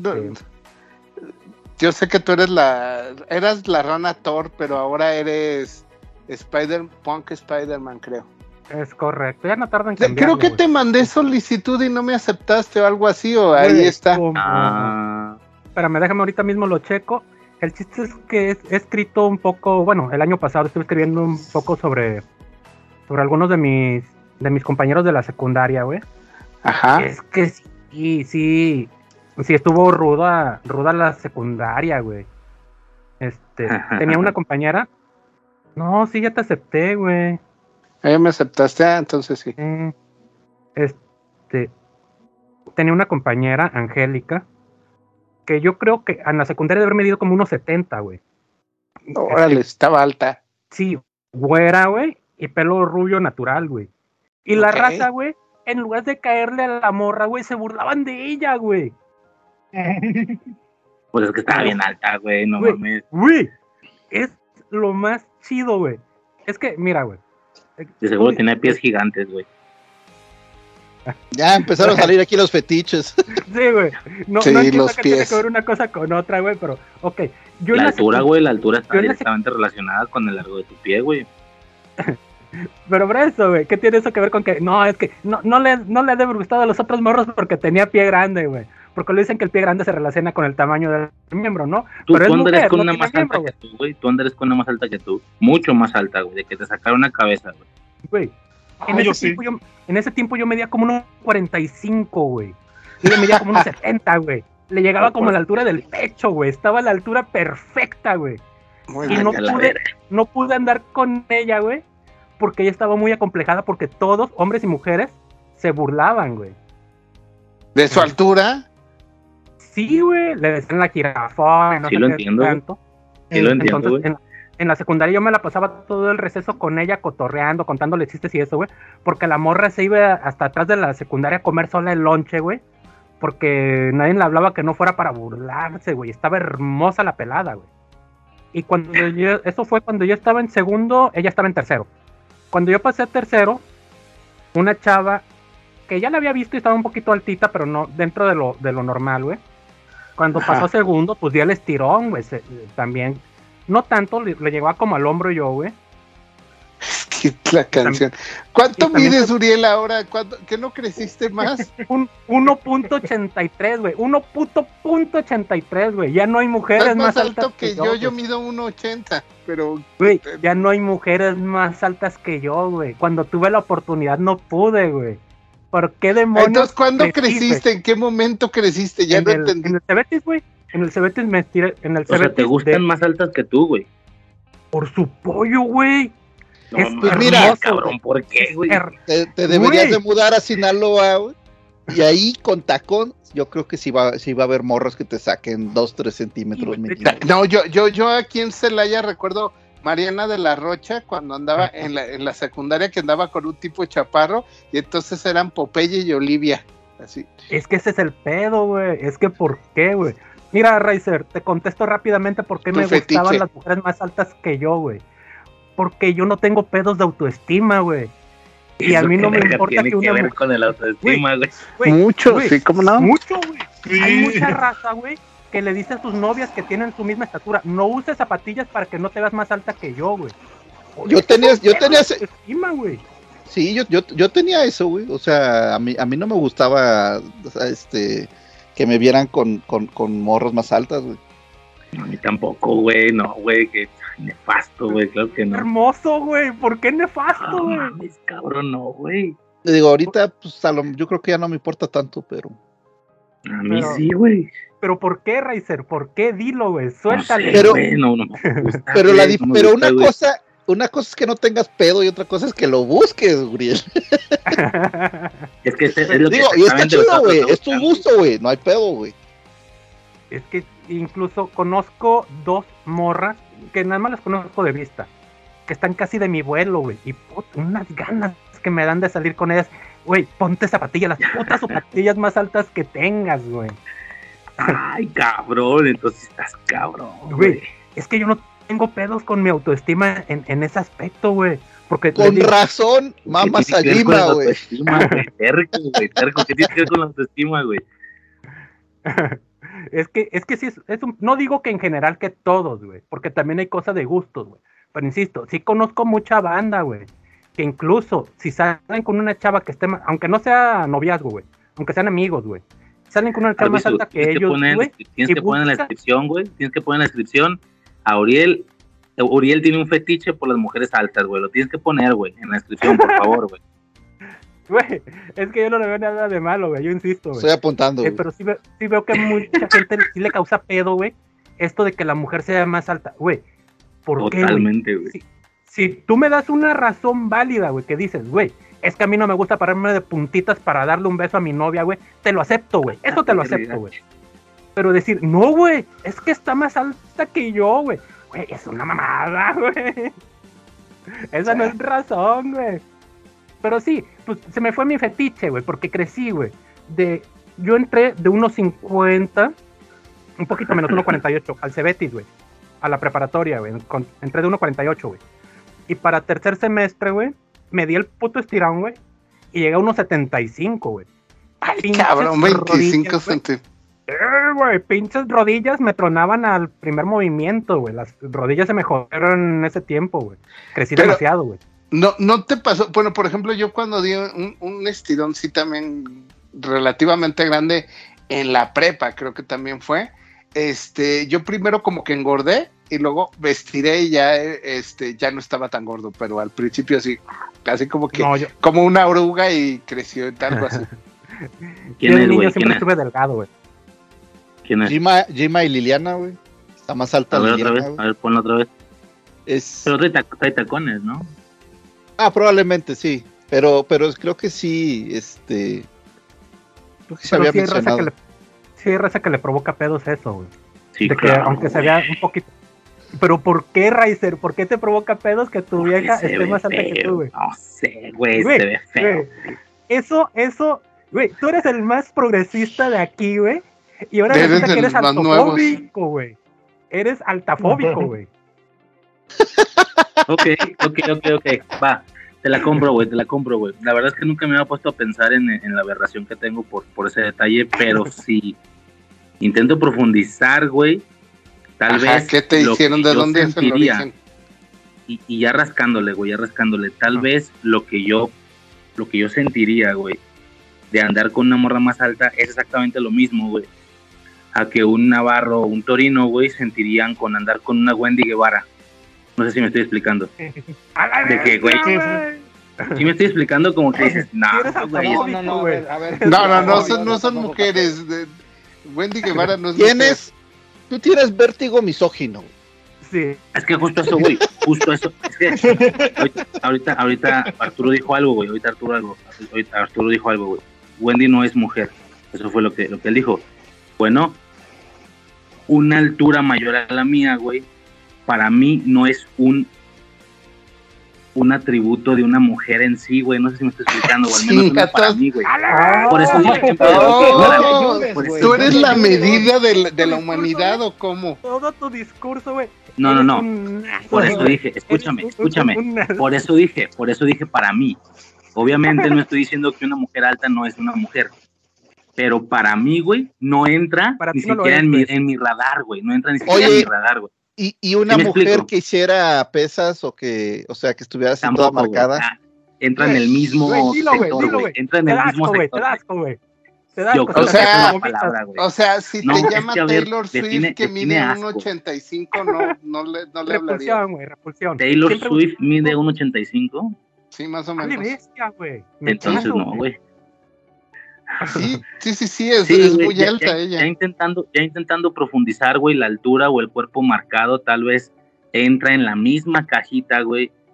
yo sé que tú eras la rana Thor, pero ahora eres Punk Spider-Man, creo. Es correcto, ya no tarda en cambiarlo, Creo que güey. te mandé solicitud y no me aceptaste o algo así, o Güey, ahí está. como- Espérame, déjame ahorita mismo lo checo. El chiste es que he escrito un poco, bueno, el año pasado estuve escribiendo un poco sobre algunos de mis compañeros de la secundaria, güey. Ajá. Es que sí estuvo ruda la secundaria, güey. Tenía una compañera. No, sí, ya te acepté, güey. Ahí me aceptaste, entonces sí. Tenía una compañera, Angélica, que yo creo que en la secundaria debe haber medido como unos 70, güey. Órale, estaba alta. Sí, güera, güey, y pelo rubio natural, güey. Y la Ok. raza, güey, en lugar de caerle a la morra, güey, se burlaban de ella, güey. Pues es que estaba bien alta, güey, no Güey, mames. Güey, es lo más chido, güey. Es que, mira, güey. De seguro tenía pies gigantes, güey. Ya empezaron a salir aquí los fetiches. Sí, güey. No, Sí, no entiendo los que tiene pies. que ver una cosa con otra, güey, pero, ok. Yo La en altura, güey, la altura está yo en la directamente relacionada con el largo de tu pie, güey. Pero por eso, güey, ¿qué tiene eso que ver con que no, es que no le debe haber gustado a los otros morros porque tenía pie grande, güey? Porque le dicen que el pie grande se relaciona con el tamaño del miembro, ¿no? Tú Pero es andares mujer, con no una tiene más miembro, alta que tú, güey. Tú andares con una más alta que tú. Mucho más alta, güey, de que te sacara una cabeza, güey. güey. Yo sí. En ese tiempo yo medía como unos 45, güey. Y le medía como unos 70, güey. Le llegaba como a la altura del pecho, güey. Estaba a la altura perfecta, güey. Muy Y bien. no pude andar con ella, güey, porque ella estaba muy acomplejada porque todos, hombres y mujeres, se burlaban, güey. ¿De su altura? Sí, güey, le decían la jirafona, no Sí sé lo qué entiendo, tanto. Sí lo entiendo, Entonces, güey. en la secundaria yo me la pasaba todo el receso con ella, cotorreando, contándole chistes y eso, güey, porque la morra se iba hasta atrás de la secundaria a comer sola el lonche, güey, porque nadie le hablaba que no fuera para burlarse, güey. Estaba hermosa la pelada, güey. Y eso fue cuando yo estaba en segundo, ella estaba en tercero. Cuando yo pasé a tercero, una chava que ya la había visto y estaba un poquito altita, pero no dentro de lo normal, güey. Cuando pasó a segundo, pues dio el estirón, güey. También, no tanto, le llegaba como al hombro yo, güey. Es que la canción. ¿Cuánto y también mides, Uriel, ahora? ¿Que no creciste más? Un 1.83, güey. 1.83, güey. Ya no hay mujeres Estás más más altas alto que yo güey. mido 1.80, pero... Güey, ya no hay mujeres más altas que yo, güey. Cuando tuve la oportunidad no pude, güey. ¿Por qué demonios? Entonces, ¿cuándo crecí, creciste? ¿En qué momento creciste? Ya no entendí. En el Cebetis, güey. En el Cebetis me estiré. En el O sea, Cebetis te gustan más altas que tú, güey. Por su pollo, güey. No, Es pues mira, hermoso, cabrón, ¿por qué, güey? Te deberías Güey. de mudar a Sinaloa, güey. Y ahí con tacón, yo creo que sí va a haber morros que te saquen 2-3 centímetros mínimo. No, yo aquí en Celaya recuerdo Mariana de la Rocha cuando andaba en la secundaria, que andaba con un tipo chaparro, y entonces eran Popeye y Olivia. Así. Es que ese es el pedo, güey. Es que ¿por qué, güey? Mira, Riser, te contesto rápidamente por qué Tu me fetiche. gustaban las mujeres más altas que yo, güey. Porque yo no tengo pedos de autoestima, güey. Y a Eso mí no qué me verga importa tiene que una ver mujer... con el autoestima, güey. Güey, Mucho, güey, sí, ¿cómo no? Mucho, güey. Sí. Hay mucha raza, güey, que le dice a sus novias que tienen su misma estatura, no uses zapatillas para que no te veas más alta que yo, güey. Yo tenía autoestima, güey. Sí, yo tenía eso, güey. O sea, a mí no me gustaba, o sea, que me vieran con morros más altas, güey. A mí tampoco, güey, no, güey, que nefasto, güey, claro que no. Hermoso, güey. ¿Por qué nefasto, No güey? mames, cabrón, no, güey. Le digo, ahorita, pues, yo creo que ya no me importa tanto, pero... A mí Pero- sí, güey. Pero ¿por qué, Riser? ¿Por qué? Dilo, güey. No sé, Suéltale. Pero- güey, no me gusta, Pero, güey, no me pero gusta, una güey. cosa, una cosa es que no tengas pedo y otra cosa es que lo busques, Uriel. Es que es lo Digo, que y está exactamente chido, güey. estaba Es tu gusto, güey. No hay pedo, güey. Es que incluso conozco 2 morras que nada más las conozco de vista, que están casi de mi vuelo, güey, y unas ganas que me dan de salir con ellas. Güey, ponte zapatillas, las putas zapatillas más altas que tengas, güey. Ay, cabrón, entonces estás cabrón, Güey, es que yo no tengo pedos con mi autoestima en ese aspecto, güey. Porque Con razón, mamas a Lima, güey. Terco, ¿qué tiene que ver con la autoestima, güey? Es que sí, no digo que en general que todos, güey, porque también hay cosas de gustos, güey. Pero insisto, sí conozco mucha banda, güey, que incluso si salen con una chava que esté, aunque no sea noviazgo, güey, aunque sean amigos, güey, salen con una chava más alta que ellos, güey. Tienes que poner en la descripción, güey, tienes que poner en la descripción a Uriel. Uriel tiene un fetiche por las mujeres altas, güey, lo tienes que poner, güey, en la descripción, por favor, güey. Güey, es que yo no le veo nada de malo, güey, yo insisto, güey. Estoy apuntando, pero sí veo que mucha gente sí le causa pedo, güey, esto de que la mujer sea más alta, güey. ¿Por qué, güey? Totalmente, güey. Si tú me das una razón válida, güey, que dices, güey, es que a mí no me gusta pararme de puntitas para darle un beso a mi novia, güey, te lo acepto, güey, eso te lo acepto, güey. Pero decir, no, güey, es que está más alta que yo, güey, es una mamada, güey. Esa no es razón, güey. Pero sí, pues se me fue mi fetiche, güey, porque crecí, güey. Yo entré de 1.50, un poquito menos, 1.48, al Cebetis, güey, a la preparatoria, güey. Entré de 1.48, güey. Y para tercer semestre, güey, me di el puto estirón, güey, y llegué a 1.75, güey. Ay, cabrón, 25 centímetros. Güey, pinches rodillas me tronaban al primer movimiento, güey. Las rodillas se me jodieron en ese tiempo, güey. Crecí demasiado, güey. No te pasó, bueno, por ejemplo, yo cuando di un estirón, sí, también relativamente grande en la prepa, creo que también fue, yo primero como que engordé y luego me estiré y ya, ya no estaba tan gordo, pero al principio sí, así como que, como una oruga y creció y algo así. ¿Quién es, güey? Siempre estuve delgado, güey. ¿Quién es? Gima y Liliana, güey. Está más alta. A ver, Liliana, otra vez, a ver, ponlo otra vez. Pero trae tacones, ¿no? Probablemente sí, pero creo que sí, creo que se había mencionado. Sí hay raza que le provoca pedos eso, güey. Sí, de claro, que aunque se vea un poquito. Pero ¿por qué, Raizer? ¿Por qué te provoca pedos que tu vieja esté más alta que tú, güey? No sé, güey, se ve feo. Eso, güey, tú eres el más progresista de aquí, güey. Y ahora resulta que eres altafóbico, güey. Eres altafóbico, güey. Ok, va, te la compro, güey. La verdad es que nunca me había puesto a pensar en la aberración que tengo por ese detalle, pero sí intento profundizar, güey, tal vez ¿qué te hicieron? ¿De dónde es el origen? Y ya rascándole, tal vez lo que yo sentiría, güey, de andar con una morra más alta es exactamente lo mismo, güey, a que un Navarro o un Torino, güey, sentirían con andar con una Wendy Guevara. No sé si me estoy explicando. De que, güey, sí me estoy explicando como que dices, no, son mujeres. Wendy Guevara no es mujer. Tú tienes vértigo misógino. Sí. Es que justo eso, güey, Es que ahorita Arturo dijo algo, güey. Arturo dijo algo, güey. Wendy no es mujer. Eso fue lo que él dijo. Bueno, una altura mayor a la mía, güey, para mí no es un atributo de una mujer en sí, güey. No sé si me estoy explicando, güey. Al menos no para mí, güey. Por eso dije ¿tú eres la medida de la humanidad o cómo? Todo tu discurso, güey. No. Por eso dije, escúchame. Por eso dije para mí. Obviamente no estoy diciendo que una mujer alta no es una mujer. Pero para mí, güey, no entra ni siquiera en mi radar, güey. No entra ni siquiera en mi radar, güey. Y una mujer que hiciera pesas o sea, que estuviera así toda marcada. Entra en el mismo sector, güey. Entra en el mismo sector. Te da asco, güey. O sea, si te llama Taylor Swift que mide 1.85, no le hablaría. Repulsión. Taylor Swift mide 1.85. Sí, más o menos. Bestia, güey. Entonces no, güey. Sí, es muy alta ella. Ya intentando profundizar, güey, la altura o el cuerpo marcado tal vez entra en la misma cajita, güey,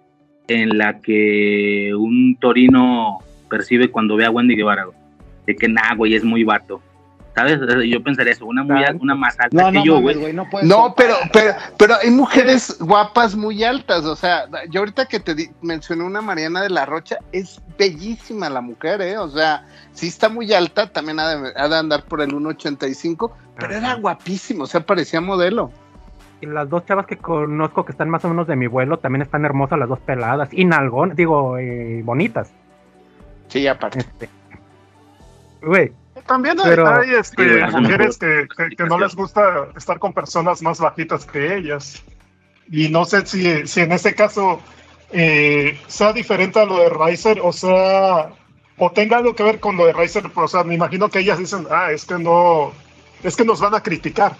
en la que un torino percibe cuando ve a Wendy Guevara, güey. De que nah, güey, es muy vato. ¿Sabes? Yo pensaría eso, una más alta que yo, güey. No, pero hay mujeres guapas muy altas, o sea, yo ahorita que te mencioné una Mariana de la Rocha, es bellísima la mujer, o sea, sí está muy alta, también ha de andar por el 1.85, pero era guapísimo, o sea, parecía modelo. Y las dos chavas que conozco que están más o menos de mi vuelo, también están hermosas las dos peladas, y nalgón, bonitas. Sí, aparte. Güey. También hay mujeres que no les gusta estar con personas más bajitas que ellas. Y no sé si en este caso sea diferente a lo de Riser, o tenga algo que ver con lo de Riser. O sea, me imagino que ellas dicen, es que nos van a criticar.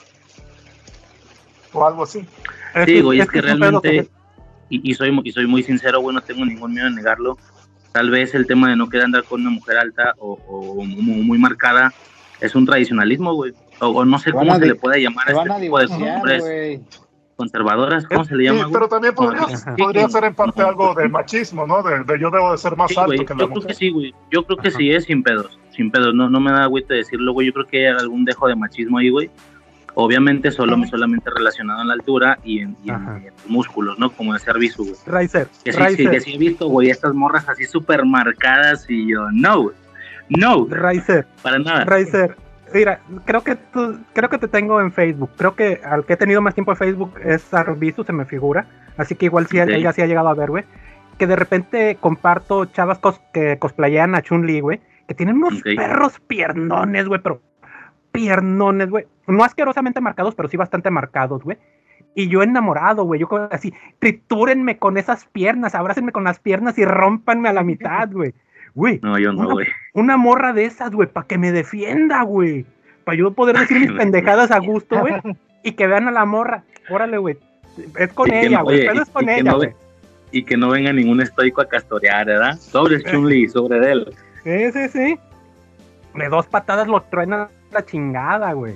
O algo así. Sí, güey, es que realmente, y soy muy sincero, güey, no tengo ningún miedo en negarlo. Tal vez el tema de no querer andar con una mujer alta o muy marcada es un tradicionalismo, güey. O no sé cómo se le puede llamar a este tipo de costumbres conservadoras, ¿cómo se le llama? Sí, pero también podría ser en parte algo de machismo, ¿no? De yo debo de ser más alto que la mujer. Yo creo que sí, güey. Yo creo que sí, sin pedos. No me da agüite decirlo, güey. Yo creo que hay algún dejo de machismo ahí, güey. Obviamente solamente relacionado en la altura y en los músculos, ¿no? Como decía Arbizu, güey. Riser. Que sí he visto, güey, estas morras así súper marcadas y yo, no, güey. No. Riser. Para nada. Riser. Mira, creo que te tengo en Facebook. Creo que al que he tenido más tiempo en Facebook es Arbizu, se me figura. Así que igual sí, ella sí ha llegado a ver, güey. Que de repente comparto chavas que cosplayean a Chun-Li, güey. Que tienen unos perros piernones, güey, pero piernones, güey. No asquerosamente marcados, pero sí bastante marcados, güey. Y yo enamorado, güey. Yo así, tritúrenme con esas piernas, abrácenme con las piernas y rómpanme a la mitad, güey. Güey. No, yo no, güey. Una morra de esas, güey, para que me defienda, güey. Para yo poder decir mis pendejadas a gusto, güey. Y que vean a la morra. Órale, güey. Es con ella, güey. Pero es con ella, güey. Y que no venga ningún estoico a castorear, ¿verdad? Sobre Chun-Li, sobre él. Sí. De 2 patadas lo truena la chingada, güey.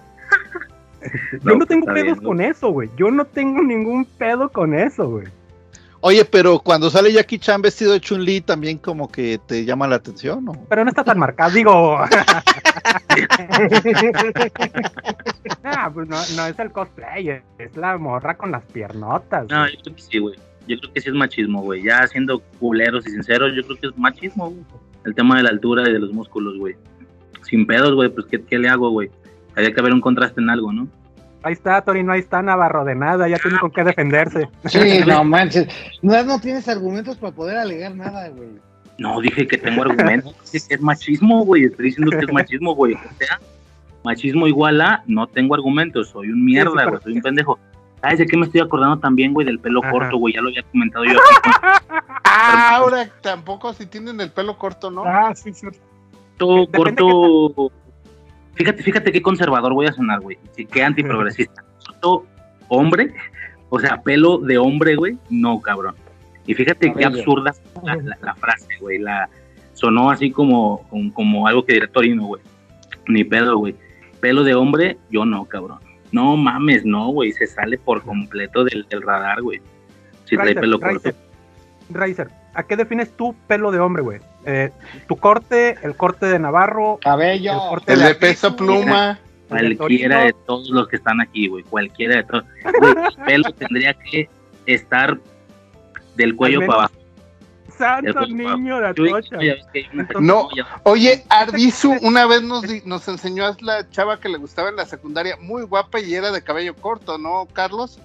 Yo no tengo pedos con eso, güey. Yo no tengo ningún pedo con eso, güey. Oye, pero cuando sale Jackie Chan vestido de Chun-Li también como que te llama la atención, ¿no? Pero no está tan marcado, digo. Pues no es el cosplay, es la morra con las piernotas. No, yo creo que sí, güey. Yo creo que sí es machismo, güey. Ya siendo culeros y sinceros, yo creo que es machismo, güey. El tema de la altura y de los músculos, güey. Sin pedos, güey, pues ¿qué le hago, güey? Había que haber un contraste en algo, ¿no? Ahí está, Torino, ahí está Navarro, de nada, ya tiene con qué defenderse. Sí, no manches. No tienes argumentos para poder alegar nada, güey. No, dije que tengo argumentos. Es machismo, güey. Estoy diciendo que es machismo, güey. O sea, machismo igual a no tengo argumentos. Soy un mierda, güey. Soy un pendejo. ¿Sabes de qué me estoy acordando también, güey? Del pelo corto, güey. Ya lo había comentado yo aquí. Ahora tampoco si tienen el pelo corto, ¿no? Sí, sí. Corto. Fíjate qué conservador voy a sonar, güey. Qué antiprogresista. Corto hombre, o sea, pelo de hombre, güey. No, cabrón. Y fíjate qué absurda la frase, güey. Sonó así como algo que diría Torino, güey. Ni pedo, güey. Pelo de hombre, yo no, cabrón. No mames, no, güey. Se sale por completo del radar, güey. Si trae pelo corto. Riser, ¿a qué defines tu pelo de hombre, güey? Tu corte, el corte de Navarro, cabello, el de Peso Pluma, cualquiera de todos los que están aquí, güey, cualquiera de todos. Güey, el pelo tendría que estar del cuello para abajo. Santo niño de Atocha. No, oye, Arbizu una vez nos enseñó a la chava que le gustaba en la secundaria, muy guapa y era de cabello corto, ¿no, Carlos?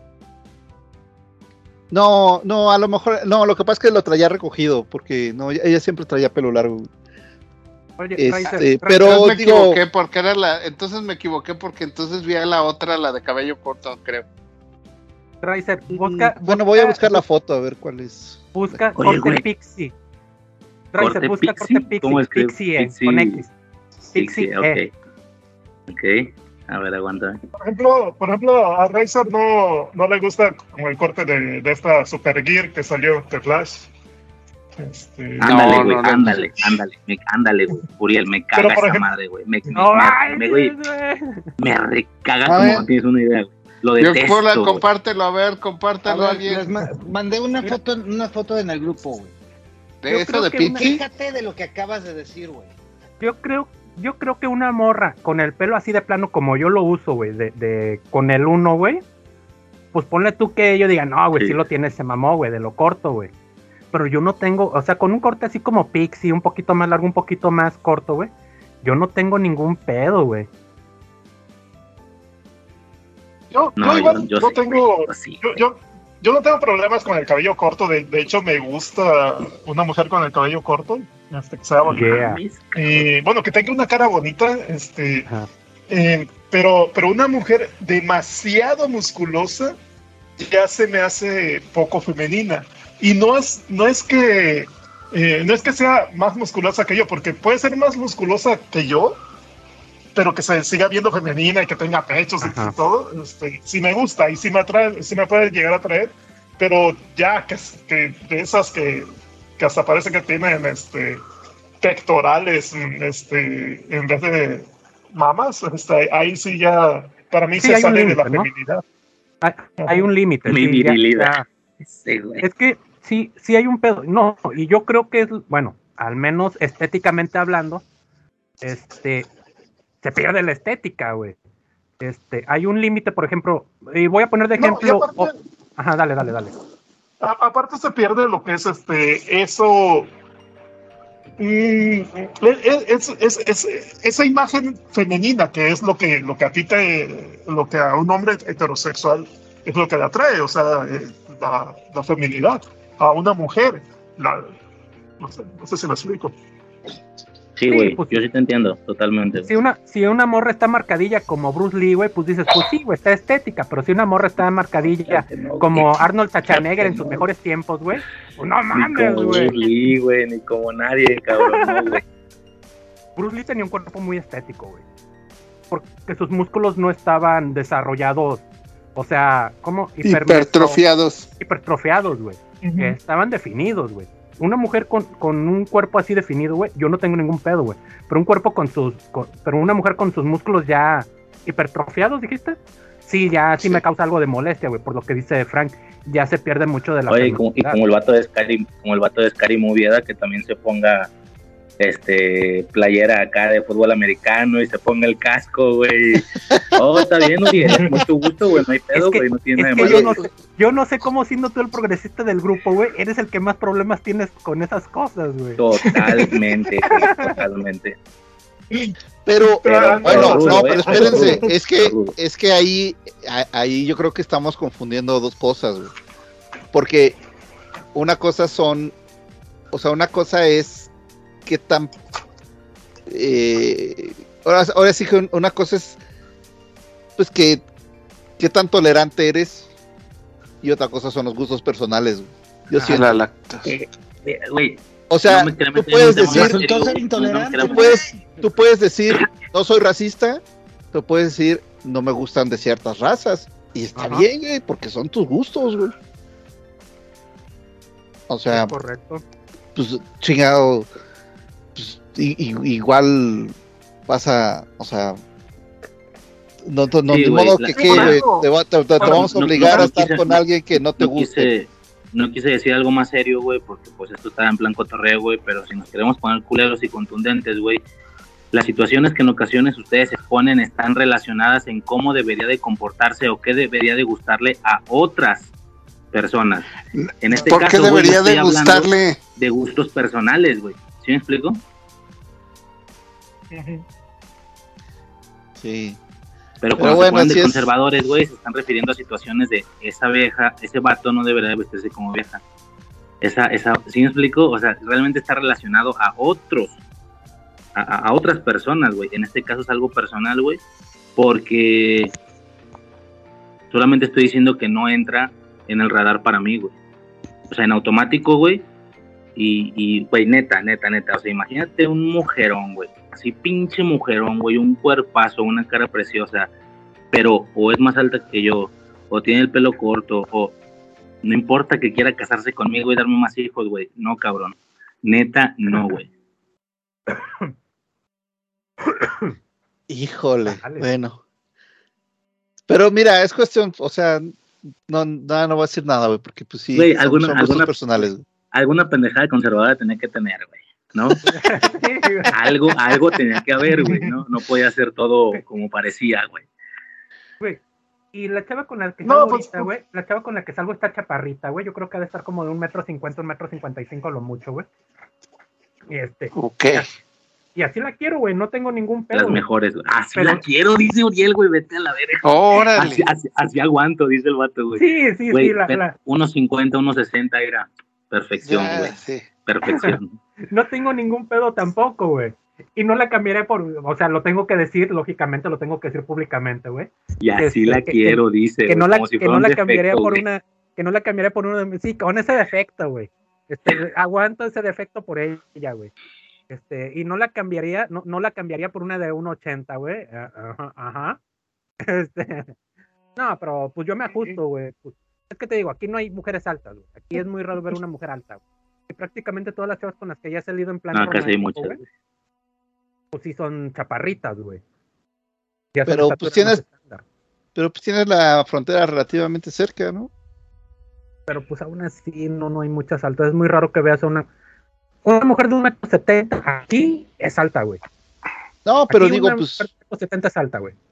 No, a lo mejor, no, lo que pasa es que lo traía recogido, porque no, ella siempre traía pelo largo. Oye, pero me equivoqué porque era entonces me equivoqué porque entonces vi a la otra, la de cabello corto, creo. Riser, busca, voy a buscar la foto a ver cuál es. Busca corte Pixie. Riser, busca corte Pixie. ¿Cómo escribe? Pixie, con X. Pixie, ok. A ver, aguanta. Por ejemplo, a Riser no le gusta como el corte de esta Super Gear que salió de Flash. Ándale, güey, ándale, güey. Uriel, me caga esa madre, güey. Me recaga como no tienes una idea, güey. Lo Yo detesto, Portland, güey. compártelo, a ver, compártelo a A ver, alguien. mandé una foto en el grupo, güey. De yo eso creo de que Pixie. Fíjate de lo que acabas de decir, güey. Yo creo que una morra con el pelo así de plano como yo lo uso, güey, con el 1, güey, pues ponle tú que yo diga, no, güey, Sí. sí lo tiene, se mamó, güey, de lo corto, güey. Pero yo no tengo, o sea, con un corte así como Pixie, un poquito más largo, un poquito más corto, güey, yo no tengo ningún pedo, güey. Yo No, igual yo no sí, tengo, así, yo no tengo problemas con el cabello corto. De hecho, me gusta una mujer con el cabello corto, que sea bonita. Yeah. Bueno, que tenga una cara bonita, Ajá. pero una mujer demasiado musculosa ya se me hace poco femenina. Y no es que sea más musculosa que yo, porque puede ser más musculosa que yo, pero que se siga viendo femenina y que tenga pechos Ajá. y todo, sí me gusta y sí me atrae, sí me puede llegar a atraer, pero ya que de esas que hasta parece que tienen pectorales en vez de mamas, ahí sí ya para mí Sí, se hay un sale de la límite, ¿no? feminidad. Hay un límite, Mi sí, virilidad. Sí, güey. Es que sí hay un pedo. No, y yo creo que es, bueno, al menos estéticamente hablando, se pierde la estética, güey. Hay un límite, por ejemplo, y voy a poner de No, y ejemplo. aparte, Ajá, dale. aparte se pierde lo que es eso. Esa imagen femenina que es lo que lo que a un hombre heterosexual es lo que le atrae, o sea, la feminidad. A una mujer, no sé si me explico. Sí, Sí, güey, pues, yo sí te entiendo, totalmente. si una morra está marcadilla como Bruce Lee, güey, pues dices, pues sí, güey, está estética, pero si una morra está marcadilla como Arnold Schwarzenegger en sus mejores tiempos, güey, pues no Ni mames, como güey. Bruce Lee, güey, ni como nadie, cabrón, no, güey. Bruce Lee tenía un cuerpo muy estético, güey, porque sus músculos no estaban desarrollados, o sea, como Hipertrofiados. hipertrofiados, güey, que estaban definidos, güey. Una mujer con un cuerpo así definido, güey, yo no tengo ningún pedo, güey. Pero un cuerpo pero una mujer con sus músculos ya hipertrofiados, ¿dijiste? Sí, ya sí me causa algo de molestia, güey, por lo que dice Frank. Ya se pierde mucho de la Oye, y feminidad. como el vato de Scary Movie, que también se ponga playera acá de fútbol americano y se ponga el casco, güey. Oh, está bien, Uri, es mucho gusto, güey, no hay pedo, güey, no tiene nada de malo. Yo no sé cómo, siendo tú el progresista del grupo, güey, eres el que más problemas tienes con esas cosas, güey. Totalmente, güey, totalmente. Pero bueno, rudo, no, pero espérense, rudo. es que ahí yo creo que estamos confundiendo dos cosas, güey. Porque una cosa es qué tan ahora sí que una cosa es pues qué tan tolerante eres y otra cosa son los gustos personales, güey. Yo siento. La lactosa. Güey, O sea, no me tú puedes decir, tú puedes decir, no soy racista, tú puedes decir, no me gustan de ciertas razas, y está bien, güey, porque son tus gustos, güey. O sea, correcto. Pues chingado, pues, igual pasa, o sea, no, Sí, ni güey, modo que güey, te vamos a obligar a estar con alguien que no te guste. No quise decir algo más serio, güey, porque pues esto está en plan cotorreo, güey, pero si nos queremos poner culeros y contundentes, güey, las situaciones que en ocasiones ustedes se ponen están relacionadas en cómo debería de comportarse o qué debería de gustarle a otras personas. En este ¿Por caso, qué debería de gustarle? De gustos personales, güey. ¿Sí me explico? Sí. Pero cuando bueno, se ponen de es conservadores, güey, se están refiriendo a situaciones de esa vieja, ese vato no debería de vestirse como vieja. ¿Sí me explico? O sea, realmente está relacionado a otros, a otras personas, güey. En este caso es algo personal, güey, porque solamente estoy diciendo que no entra en el radar para mí, güey. O sea, en automático, güey. Y güey, neta. O sea, imagínate un mujerón, güey. Así pinche mujerón, güey. Un cuerpazo, una cara preciosa. Pero o es más alta que yo, o tiene el pelo corto, o no importa que quiera casarse conmigo y darme más hijos, güey. No, cabrón. Neta, no, güey. Híjole, bueno. Pero mira, es cuestión, o sea, no voy a decir nada, güey, porque pues sí, Güey, son gustos personales. Güey. Alguna pendejada conservadora tenía que tener, güey, ¿no? algo tenía que haber, güey, ¿no? No podía ser todo como parecía, güey. Güey, y la chava con la que No, salgo pues, ahorita, güey, la chava con la que salgo está chaparrita, güey, yo creo que ha de estar como de 1,50 m, 1,55 m lo mucho, güey. Y Ok. Y así la quiero, güey, no tengo ningún pedo. Las güey. mejores, güey. Así Pero- la quiero, dice Uriel, güey, vete a la verga. Órale. Así aguanto, dice el vato, güey. Sí, Güey, sí, 1.50, 1.60 era perfección, Ya, güey. sí. Perfección. no tengo ningún pedo tampoco, güey. Y no la cambiaré o sea, lo tengo que decir, lógicamente, lo tengo que decir públicamente, güey. Y así la quiero, dice. Que no la, como si que fuera no un la defecto, cambiaría por güey. que no la cambiaría por una, sí, con ese defecto, güey. Aguanto ese defecto por ella, güey. Y no la cambiaría, no la cambiaría por una de 1,80, güey. Ajá. No, pero pues yo me ajusto, güey. Pues, es que te digo, aquí no hay mujeres altas, güey. Aquí es muy raro ver una mujer alta, güey. Y prácticamente todas las chavas con las que ya he salido en plan No, casi hay romántico, muchas, güey, pues sí son chaparritas, güey. Ya son Pero pues estaturas más estándar. pero pues tienes la frontera relativamente cerca, ¿no? Pero pues aún así no hay muchas altas. Es muy raro que veas a una mujer de 1,70 m. Aquí es alta, güey. No, pero Aquí digo, una pues mujer de 1,70 m es alta, güey.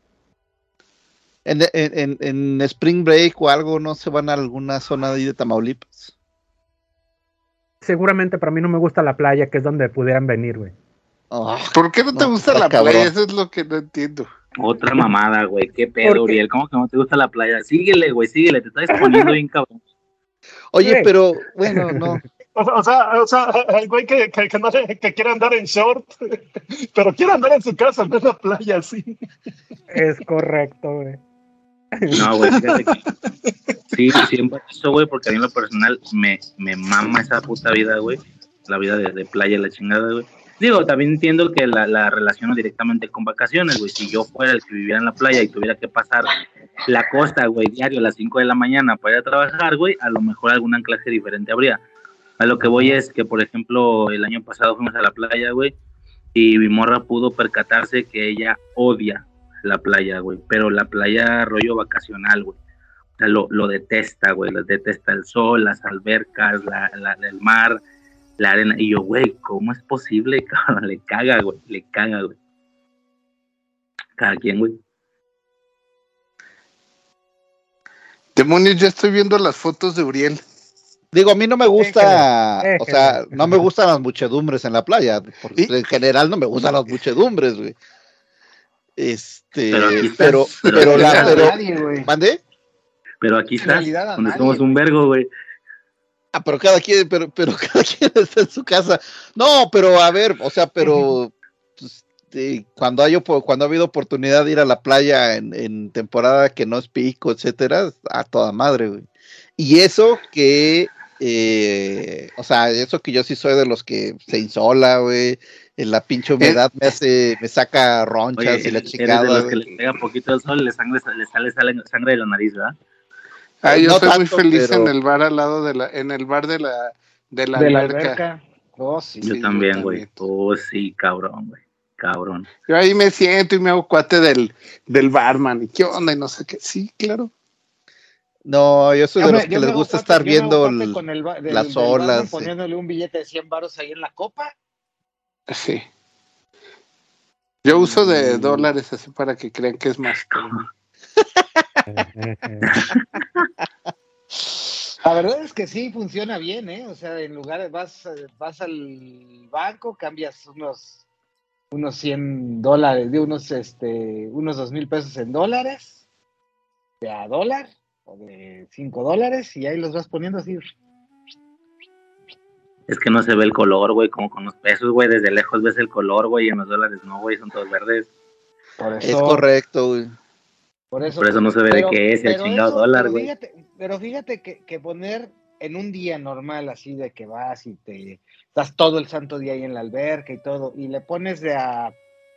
en Spring Break o algo, ¿no se van a alguna zona ahí de Tamaulipas? Seguramente para mí no me gusta la playa, que es donde pudieran venir, güey. ¿Por qué no te gusta está la cabrón. playa? Eso es lo que no entiendo. Otra mamada, güey. ¿Qué pedo, ¿Por qué? Uriel? ¿Cómo que no te gusta la playa? Síguele, güey, síguele. Te estás exponiendo bien, cabrón. Oye, Güey. pero bueno, no. O sea, el güey que quiere andar en short, pero quiere andar en su casa, no en la playa, sí. Es correcto, güey. No, güey, fíjate que sí, siempre eso, güey, porque a mí en lo personal me mama esa puta vida, güey. La vida de playa, la chingada, güey. Digo, también entiendo que la relaciono directamente con vacaciones, güey. Si yo fuera el que viviera en la playa y tuviera que pasar la costa, güey, diario a las 5 de la mañana para ir a trabajar, güey, a lo mejor algún anclaje diferente habría. A lo que voy es que, por ejemplo, el año pasado fuimos a la playa, güey, y mi morra pudo percatarse que ella odia la playa, güey, pero la playa rollo vacacional, güey. O sea, lo detesta, güey, detesta el sol, las albercas, el mar, la arena. Y yo, güey, ¿cómo es posible, cabrón? Le caga, güey. Cada quien, güey. Demonios, ya estoy viendo las fotos de Uriel. Digo, a mí no me gusta, Déjele. o sea, no me gustan las muchedumbres en la playa. Porque ¿Y? en general no me gustan las muchedumbres, güey. Pero aquí está. Pero Nadie, güey. ¿mande? Pero aquí En estás, realidad a donde nadie, somos un güey. vergo, güey. Ah, pero cada quien está en su casa. No, pero a ver, o sea, pero pues, cuando ha habido oportunidad de ir a la playa en temporada que no es pico, etcétera, a toda madre, güey. Y eso que, o sea, eso que yo sí soy de los que se insola, güey. En la pinche humedad me saca ronchas Oye, y la eres de chingada. los que güey. les pega poquito el sol, le sale sangre de la nariz, ¿verdad? Yo No soy muy tanto, feliz pero- en el bar al lado en el bar de la De la alberca. Oh, sí. Yo Sí, también, yo güey. también. Oh, sí, cabrón, güey. Cabrón. Yo ahí me siento y me hago cuate del barman. ¿Y qué onda? Y no sé qué. Sí, claro. No, yo soy de los que Yo les me hago gusta cuate- estar yo me hago viendo cuate con el las del barman olas. poniéndole un billete de 100 varos ahí en la copa. Sí. Yo uso de dólares así para que crean que es más. La verdad es que sí funciona bien, ¿eh? O sea, en lugares vas al banco, cambias unos $100, de unos 2,000 pesos en dólares, de a dólar, o de $5, y ahí los vas poniendo así. Es que no se ve el color, güey, como con los pesos, güey. Desde lejos ves el color, güey, y en los dólares no, güey, son todos verdes. Por Es eso, correcto, güey. Por eso no se ve de qué es el chingado dólar, güey. Pero fíjate que poner en un día normal así de que vas y te estás todo el santo día ahí en la alberca y todo, y le pones de a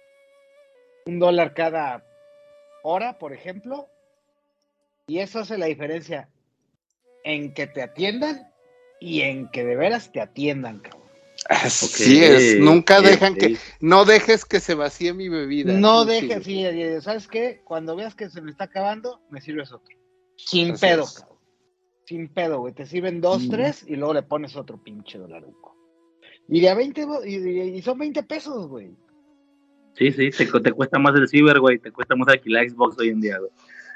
$1 cada hora, por ejemplo, y eso hace la diferencia en que te atiendan y en que de veras te atiendan, cabrón. Así es, nunca dejan que, no dejes que se vacíe mi bebida. No Sí, dejes, sí. sí, ¿sabes qué? Cuando veas que se me está acabando, me sirves otro. Sin Así pedo, es. cabrón. Sin pedo, güey. Te sirven 2, 3 y luego le pones otro pinche dolaruco. Y de a 20, y son 20 pesos, güey. Sí, te cuesta más el ciber, güey, te cuesta más alquilar Xbox hoy en día, güey.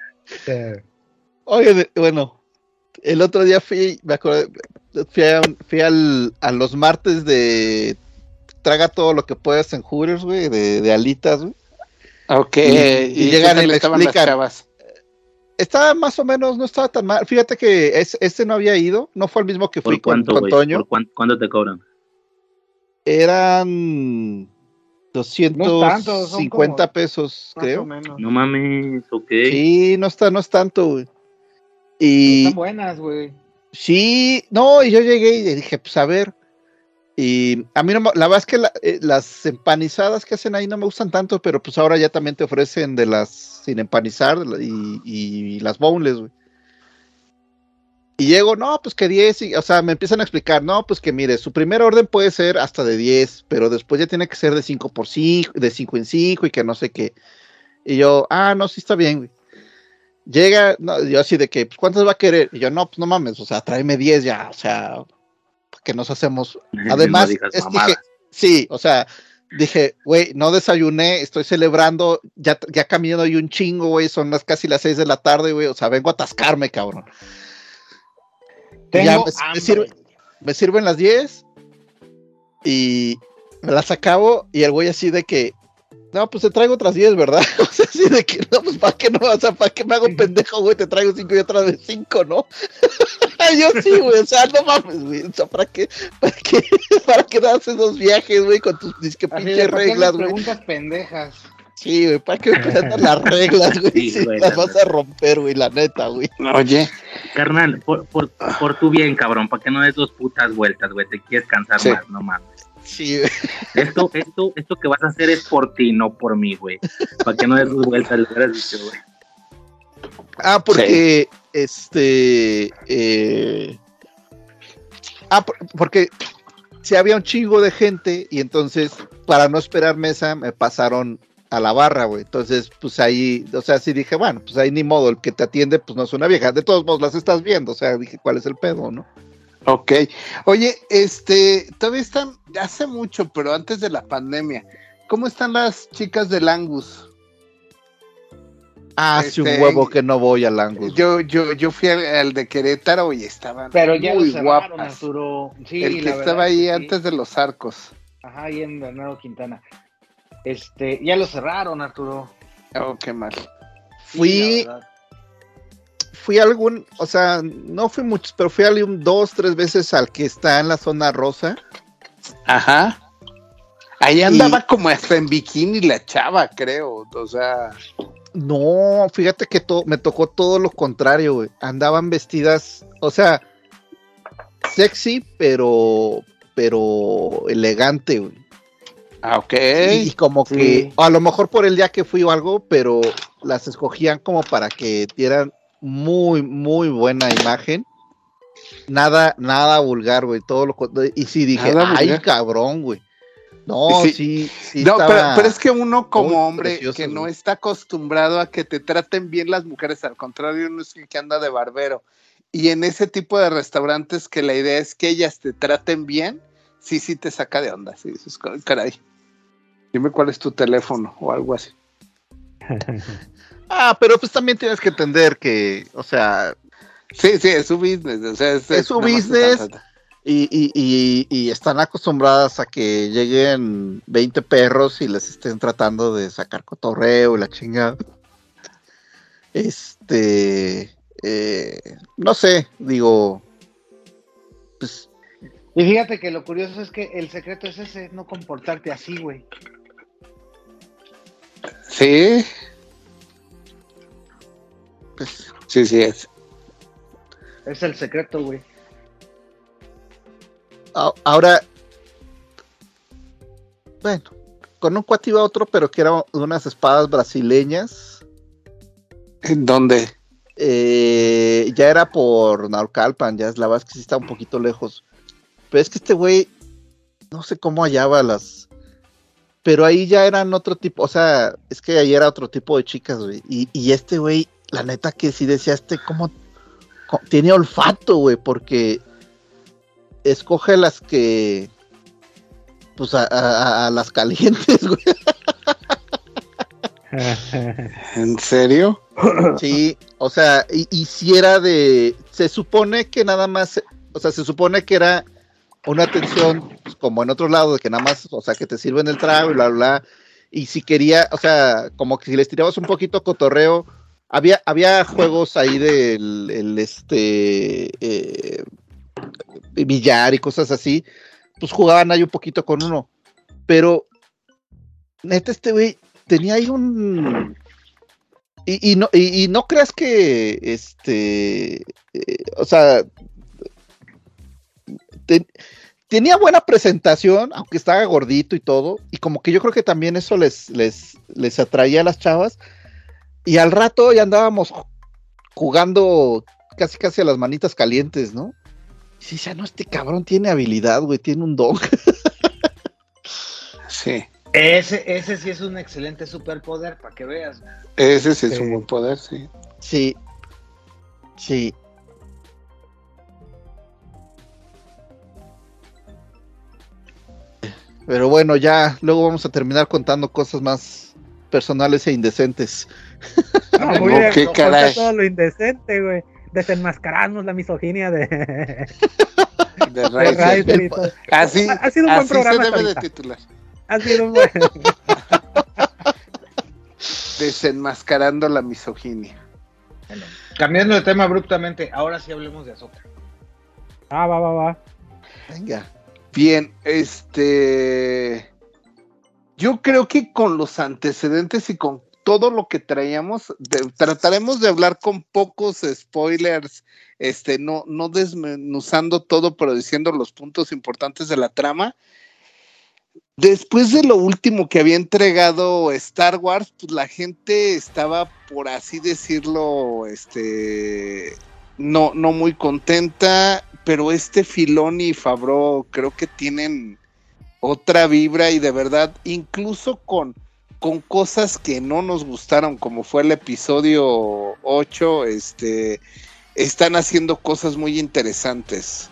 Oye, bueno, el otro día me acuerdo, fui a los martes de traga todo lo que puedas en Hooters, güey, de alitas, güey. Ok, y ¿qué llegan tal y me estaban las explican. chavas? Estaba más o menos, no estaba tan mal. Fíjate que este no había ido, no fue el mismo que fui ¿Por cuánto, con güey? Toño. ¿Por cuánto te cobran? Eran No es tanto, son 250 como pesos, más creo. o menos. No mames, ok. Sí, no es tanto, güey. Pero Y están buenas, güey. sí, no, y yo llegué y dije, pues a ver. Y a mí no la verdad es que las empanizadas que hacen ahí no me gustan tanto, pero pues ahora ya también te ofrecen de las sin empanizar y las boneless, güey. Y llego, no, pues que 10, o sea, me empiezan a explicar, no, pues que mire, su primer orden puede ser hasta de 10, pero después ya tiene que ser de 5 por 5, de 5 en 5 y que no sé qué. Y yo, no, sí está bien, güey. Llega, no, yo así de que, pues, ¿cuántas va a querer? Y yo, no, pues no mames, o sea, tráeme 10 ya, o sea, que nos hacemos. No Además, digas dije, mamadas. sí, o sea, dije, güey, no desayuné, estoy celebrando, ya caminando ahí un chingo, güey, son casi las 6 de la tarde, güey, o sea, vengo a atascarme, cabrón. Tengo Ya hambre. me sirven las 10 y me las acabo y el güey así de que, no, pues te traigo otras 10, ¿verdad? O sea, así de que, no, pues ¿para qué no? O sea, ¿para qué me hago pendejo, güey? Te traigo 5 y otra vez 5, ¿no? Yo sí, güey, o sea, no mames, güey, o sea, ¿para qué das esos viajes, güey, con tus disque Así pinches de, ¿para qué reglas, me güey? preguntas pendejas? Sí, güey, ¿para qué me presentan las reglas, güey? Sí, Si güey, las la vas a romper, güey, la neta, güey. Oye, Carnal, por tu bien, cabrón, para que no des 2 putas vueltas, güey, te quieres cansar Sí. más, no mames. Sí, güey. Esto que vas a hacer es por ti, no por mí, güey. Para que no des 2 vueltas, le hubieras dicho, güey. Porque, porque si había un chingo de gente y entonces, para no esperar mesa, me pasaron a la barra, güey. Entonces, pues ahí, o sea, sí dije, bueno, pues ahí ni modo, el que te atiende, pues no es una vieja. De todos modos, las estás viendo, o sea, dije, ¿cuál es el pedo, no? ok. Oye, todavía están, hace mucho, pero antes de la pandemia, ¿cómo están las chicas del Angus? Hace un huevo que no voy al Angus. Yo fui al de Querétaro y estaban Pero ya lo muy cerraron, guapas. Arturo. Sí, El que la estaba verdad ahí es que sí. antes de los arcos. Ajá, ahí en Bernardo Quintana. Ya lo cerraron, Arturo. Oh, qué mal. Sí, la verdad. Fui o sea, no fui muchos, pero fui 2, 3 veces al que está en la zona rosa. Ajá. Ahí andaba como hasta en bikini la chava, creo. O sea. No, fíjate que me tocó todo lo contrario, güey. Andaban vestidas, o sea, sexy, pero elegante, güey. Ok. Y como Sí. que, a lo mejor por el día que fui o algo, pero las escogían como para que dieran muy, muy buena imagen. Nada vulgar, güey. Y sí dije, Nada ay, vulgar. cabrón, güey. No, sí No, estaba pero es que uno como muy hombre precioso, que no güey. está acostumbrado a que te traten bien las mujeres, al contrario, uno es el que anda de barbero. Y en ese tipo de restaurantes que la idea es que ellas te traten bien, sí te saca de onda. Sí, dices, caray, dime cuál es tu teléfono o algo así. Pero pues también tienes que entender que, o sea, Sí, es su business. O sea, es su nada más business. Y están acostumbradas a que lleguen 20 perros y les estén tratando de sacar cotorreo y la chingada. No sé, digo, pues, Y fíjate que lo curioso es que el secreto es ese, no comportarte así, güey. Sí. pues, Sí es. Es el secreto, güey. ahora, bueno, con un cuate iba otro, pero que eran unas espadas brasileñas. ¿En dónde? Ya era por Naucalpan, ya es la verdad es que sí está un poquito lejos. Pero es que este güey no sé cómo hallaba pero ahí ya eran otro tipo, o sea, es que ahí era otro tipo de chicas, güey, y este güey, la neta que sí decía, cómo tiene olfato, güey, porque escoge las que, pues a las calientes, güey. ¿En serio? Sí, o sea, y si era se supone que nada más, o sea, se supone que era una atención, pues, como en otros lados, de que nada más, o sea, que te sirven el trago y bla, bla, bla, y si quería, o sea, como que si les tirabas un poquito cotorreo, había juegos ahí billar y cosas así, pues jugaban ahí un poquito con uno, pero neta este güey tenía ahí y no creas que o sea, tenía buena presentación, aunque estaba gordito y todo, y como que yo creo que también eso les atraía a las chavas, y al rato ya andábamos jugando casi a las manitas calientes, ¿no? Sí, ya no, este cabrón tiene habilidad, güey, tiene un don. Sí. Ese sí es un excelente superpoder, para que veas. Ese sí es un buen poder, sí. Sí. Sí. Pero bueno, ya luego vamos a terminar contando cosas más personales e indecentes. No, muy bien, no, falta todo lo indecente, güey. Desenmascararnos la misoginia de Riser y todo. Así, ha sido un buen programa. Se debe de titular. Ha sido un buen. Desenmascarando la misoginia. Bueno, cambiando de tema abruptamente, ahora sí hablemos de Ahsoka. Va. Venga. Bien, yo creo que con los antecedentes y con todo lo que traíamos, trataremos de hablar con pocos spoilers, no desmenuzando todo, pero diciendo los puntos importantes de la trama. Después de lo último que había entregado Star Wars, pues la gente estaba, por así decirlo, no muy contenta, pero Filoni y Favreau creo que tienen otra vibra, y de verdad, incluso con cosas que no nos gustaron, como fue el episodio 8, están haciendo cosas muy interesantes.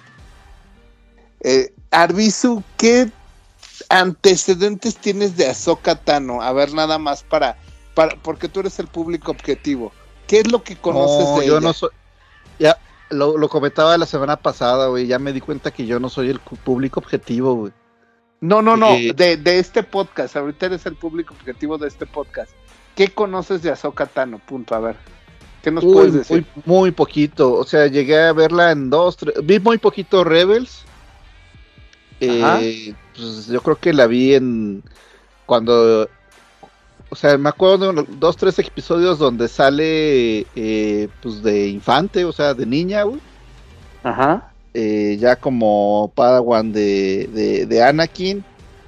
Arbizu, ¿qué antecedentes tienes de Ahsoka Tano? A ver, nada más porque tú eres el público objetivo. ¿Qué es lo que conoces de ella? Yo no soy, ya lo comentaba la semana pasada, güey, ya me di cuenta que yo no soy el público objetivo, güey. No, de este podcast, ahorita eres el público objetivo de este podcast. ¿Qué conoces de Ahsoka Tano? Punto, a ver. ¿Qué nos puedes decir? Muy poquito, o sea, llegué a verla en 2, 3, vi muy poquito Rebels. Pues yo creo que la vi cuando, o sea, me acuerdo de 2, 3 episodios donde sale pues de infante, o sea, de niña, güey. Ajá. Ya como Padawan de Anakin,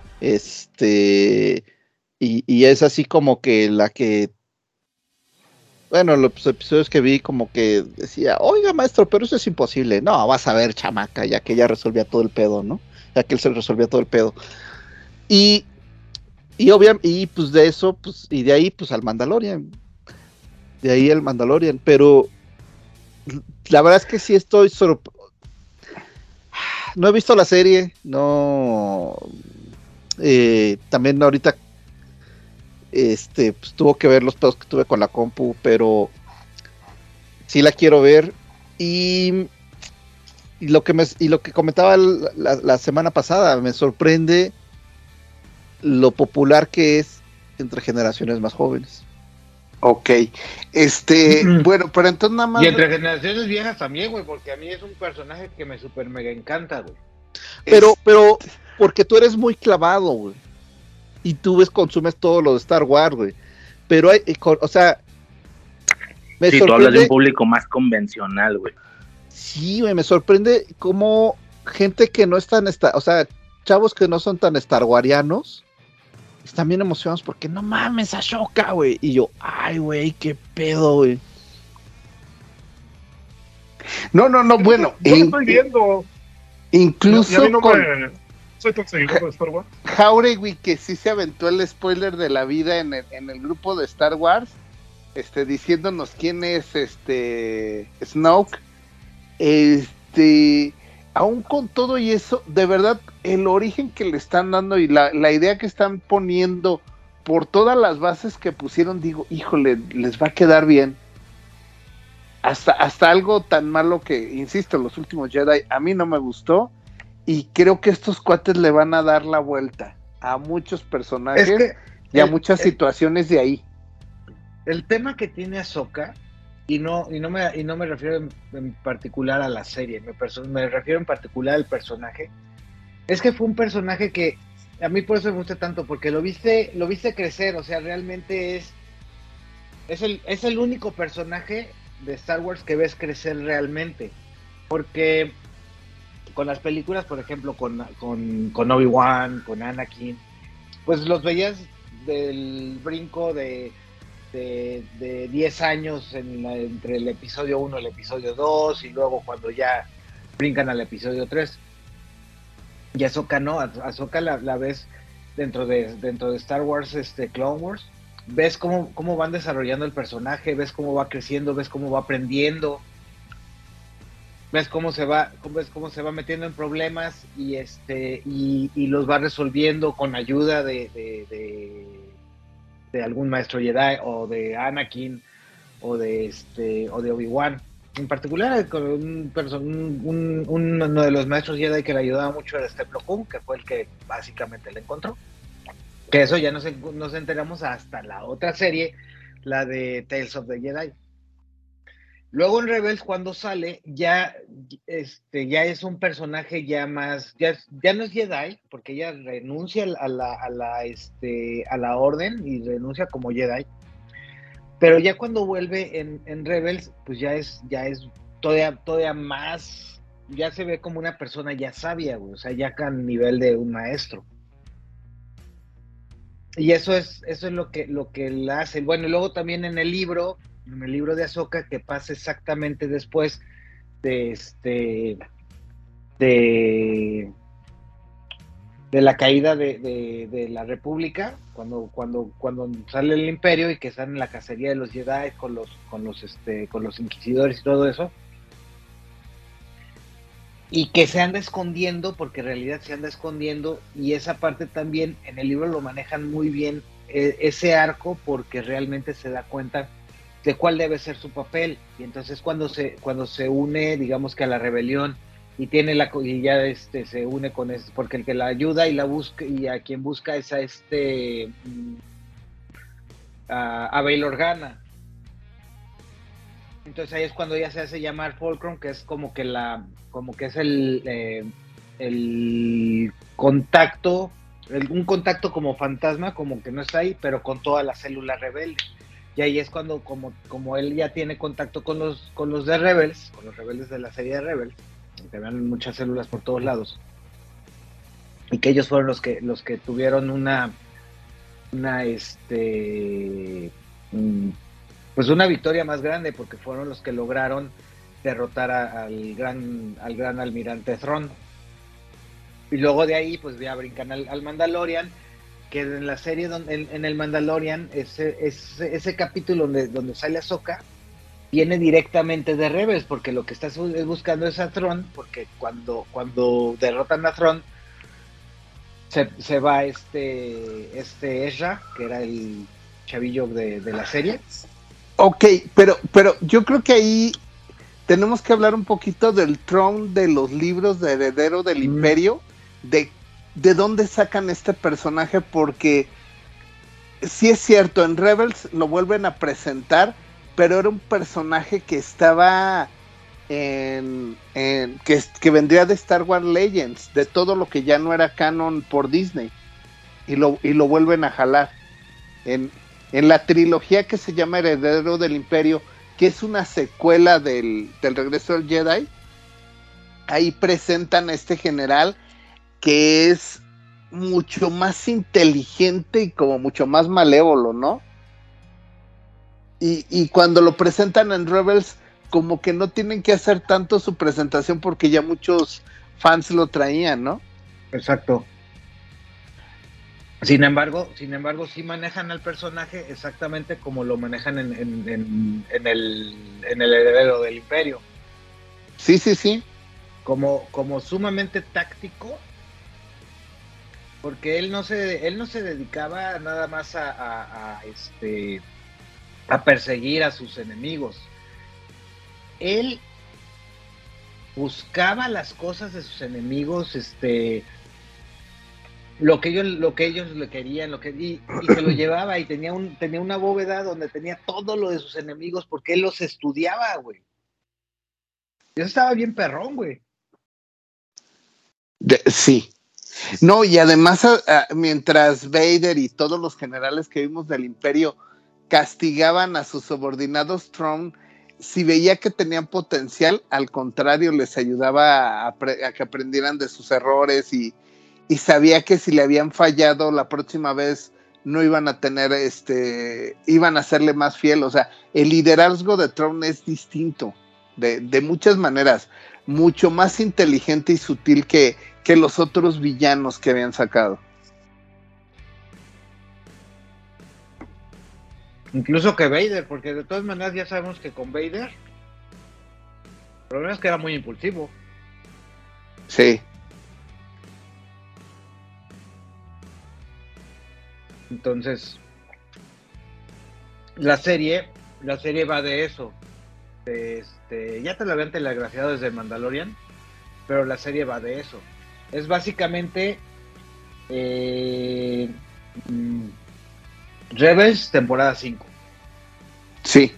y es así como que la que, bueno, los episodios que vi como que decía, oiga maestro, pero eso es imposible. No, vas a ver, chamaca, ya que ella resolvía todo el pedo, ¿no? Ya que él se resolvía todo el pedo. Y obviamente, y pues de eso, pues, y de ahí, pues al Mandalorian. De ahí el Mandalorian, pero la verdad es que sí estoy no he visto la serie, no. También ahorita pues tuvo que ver los pedos que tuve con la compu, pero sí la quiero ver. Y lo que comentaba la semana pasada, me sorprende lo popular que es entre generaciones más jóvenes. Ok, bueno, pero entonces nada más. Y entre generaciones viejas también, güey, porque a mí es un personaje que me super mega encanta, güey. Pero porque tú eres muy clavado, güey. Y tú consumes todo lo de Star Wars, güey. Pero o sea, me sorprende. Tú hablas de un público más convencional, güey. Sí, güey, me sorprende cómo gente que no es tan, o sea, chavos que no son tan starwarianos, están bien emocionados porque no mames, Ahsoka, güey. Y yo, ay, güey, qué pedo, güey. No, bueno. Yo estoy viendo. Incluso soy tan seguidor de Star Wars. Jauregui, que sí se aventó el spoiler de la vida en el grupo de Star Wars, diciéndonos quién es Snoke. Aún con todo y eso, de verdad, el origen que le están dando y la idea que están poniendo por todas las bases que pusieron, digo, híjole, les va a quedar bien. Hasta algo tan malo que, insisto, los últimos Jedi a mí no me gustó, y creo que estos cuates le van a dar la vuelta a muchos personajes y a muchas situaciones de ahí. El tema que tiene Ahsoka, y no me refiero en particular a la serie, me refiero en particular al personaje, es que fue un personaje que a mí por eso me gusta tanto, porque lo viste crecer, o sea, realmente es el único personaje de Star Wars que ves crecer realmente, porque con las películas, por ejemplo, con Obi-Wan, con Anakin, pues los veías del brinco de 10 años entre el episodio 1 y el episodio 2, y luego cuando ya brincan al episodio 3. Y Ahsoka no, Ahsoka la ves dentro de Star Wars, Clone Wars, ves cómo van desarrollando el personaje, ves cómo va creciendo, ves cómo va aprendiendo, ves cómo se va metiendo en problemas y los va resolviendo con ayuda de algún maestro Jedi, o de Anakin, o de Obi-Wan. En particular, con uno de los maestros Jedi que le ayudaba mucho era Plo Koon, que fue el que básicamente le encontró. Que eso ya nos enteramos hasta la otra serie, la de Tales of the Jedi. Luego en Rebels, cuando sale, ya es un personaje ya más, ya no es Jedi, porque ella renuncia a la orden y renuncia como Jedi. Pero ya cuando vuelve en Rebels, pues ya es todavía más, ya se ve como una persona ya sabia, güey, o sea, ya a nivel de un maestro. Y eso es lo que la hace. Bueno, y luego también en el libro de Ahsoka, que pasa exactamente después de la caída de la República, cuando sale el Imperio y que están en la cacería de los Jedi con los inquisidores y todo eso, y que se anda escondiendo, porque en realidad se anda escondiendo, y esa parte también en el libro lo manejan muy bien, ese arco, porque realmente se da cuenta de cuál debe ser su papel, y entonces cuando se une, digamos que a la rebelión, y ya se une con eso, porque el que la ayuda y la busca, y a quien busca es a Bail Organa. Entonces ahí es cuando ella se hace llamar Fulcrum, que es como que es el contacto, un contacto como fantasma, como que no está ahí, pero con toda la célula rebelde. Y ahí es cuando, como él ya tiene contacto con los de Rebels, con los rebeldes de la serie de Rebels, que ven muchas células por todos lados, y que ellos fueron los que tuvieron pues una victoria más grande, porque fueron los que lograron derrotar al gran almirante Thrawn. Y luego de ahí pues ya brincan al Mandalorian, que en la serie en el Mandalorian ese capítulo donde sale Ahsoka viene directamente de Rebels, porque lo que está buscando es a Thrawn, porque cuando derrotan a Thrawn se va Ezra, que era el chavillo de la serie. Ok, pero yo creo que ahí tenemos que hablar un poquito del Thrawn de los libros de Heredero del Imperio, de dónde sacan este personaje, porque sí es cierto, en Rebels lo vuelven a presentar, pero era un personaje que estaba que vendría de Star Wars Legends, de todo lo que ya no era canon por Disney, y lo vuelven a jalar en la trilogía que se llama Heredero del Imperio, que es una secuela del Regreso del Jedi. Ahí presentan a este general que es mucho más inteligente y como mucho más malévolo, ¿no? Y cuando lo presentan en Rebels, como que no tienen que hacer tanto su presentación, porque ya muchos fans lo traían, ¿no? Exacto. Sin embargo, sí manejan al personaje exactamente como lo manejan en el heredero del imperio. Sí, sí, sí. Como sumamente táctico, porque él no se dedicaba nada más a perseguir a sus enemigos. Él buscaba las cosas de sus enemigos, lo que ellos le querían, y se lo llevaba, y tenía una bóveda donde tenía todo lo de sus enemigos porque él los estudiaba, güey. Eso estaba bien perrón, güey. Sí. No, y además, mientras Vader y todos los generales que vimos del Imperio castigaban a sus subordinados, Trump, si veía que tenían potencial, al contrario, les ayudaba a que aprendieran de sus errores y sabía que si le habían fallado la próxima vez no iban a tener, iban a serle más fiel. O sea, el liderazgo de Trump es distinto de muchas maneras, mucho más inteligente y sutil que los otros villanos que habían sacado. Incluso que Vader, porque de todas maneras ya sabemos que con Vader, el problema es que era muy impulsivo. Sí. Entonces, la serie va de eso. Ya te lo habían telegrafiado desde Mandalorian, pero la serie va de eso. Es básicamente Rebels temporada 5. Sí.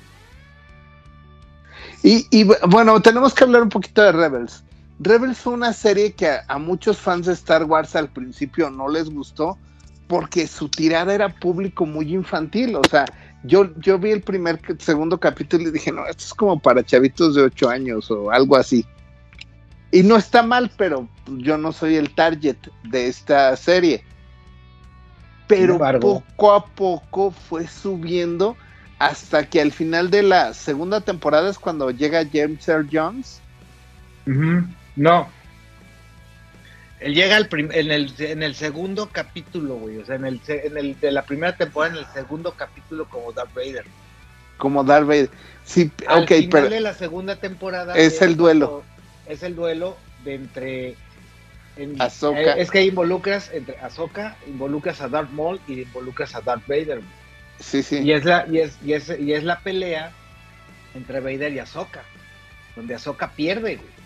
Y bueno, tenemos que hablar un poquito de Rebels. Rebels fue una serie que a muchos fans de Star Wars al principio no les gustó porque su tirada era público muy infantil. O sea, yo vi el segundo capítulo y dije, no, esto es como para chavitos de 8 años o algo así. Y no está mal, pero yo no soy el target de esta serie. Pero poco a poco fue subiendo hasta que al final de la segunda temporada es cuando llega James Earl Jones. No. Él llega en el segundo capítulo, güey. O sea, en el de la primera temporada, en el segundo capítulo como Darth Vader. Como Darth Vader. Sí, al final de la segunda temporada es el duelo. Es el duelo de entre Ahsoka. Es que involucras entre Ahsoka, involucras a Darth Maul y involucras a Darth Vader. Sí, sí. Y es la pelea entre Vader y Ahsoka, donde Ahsoka pierde, güey.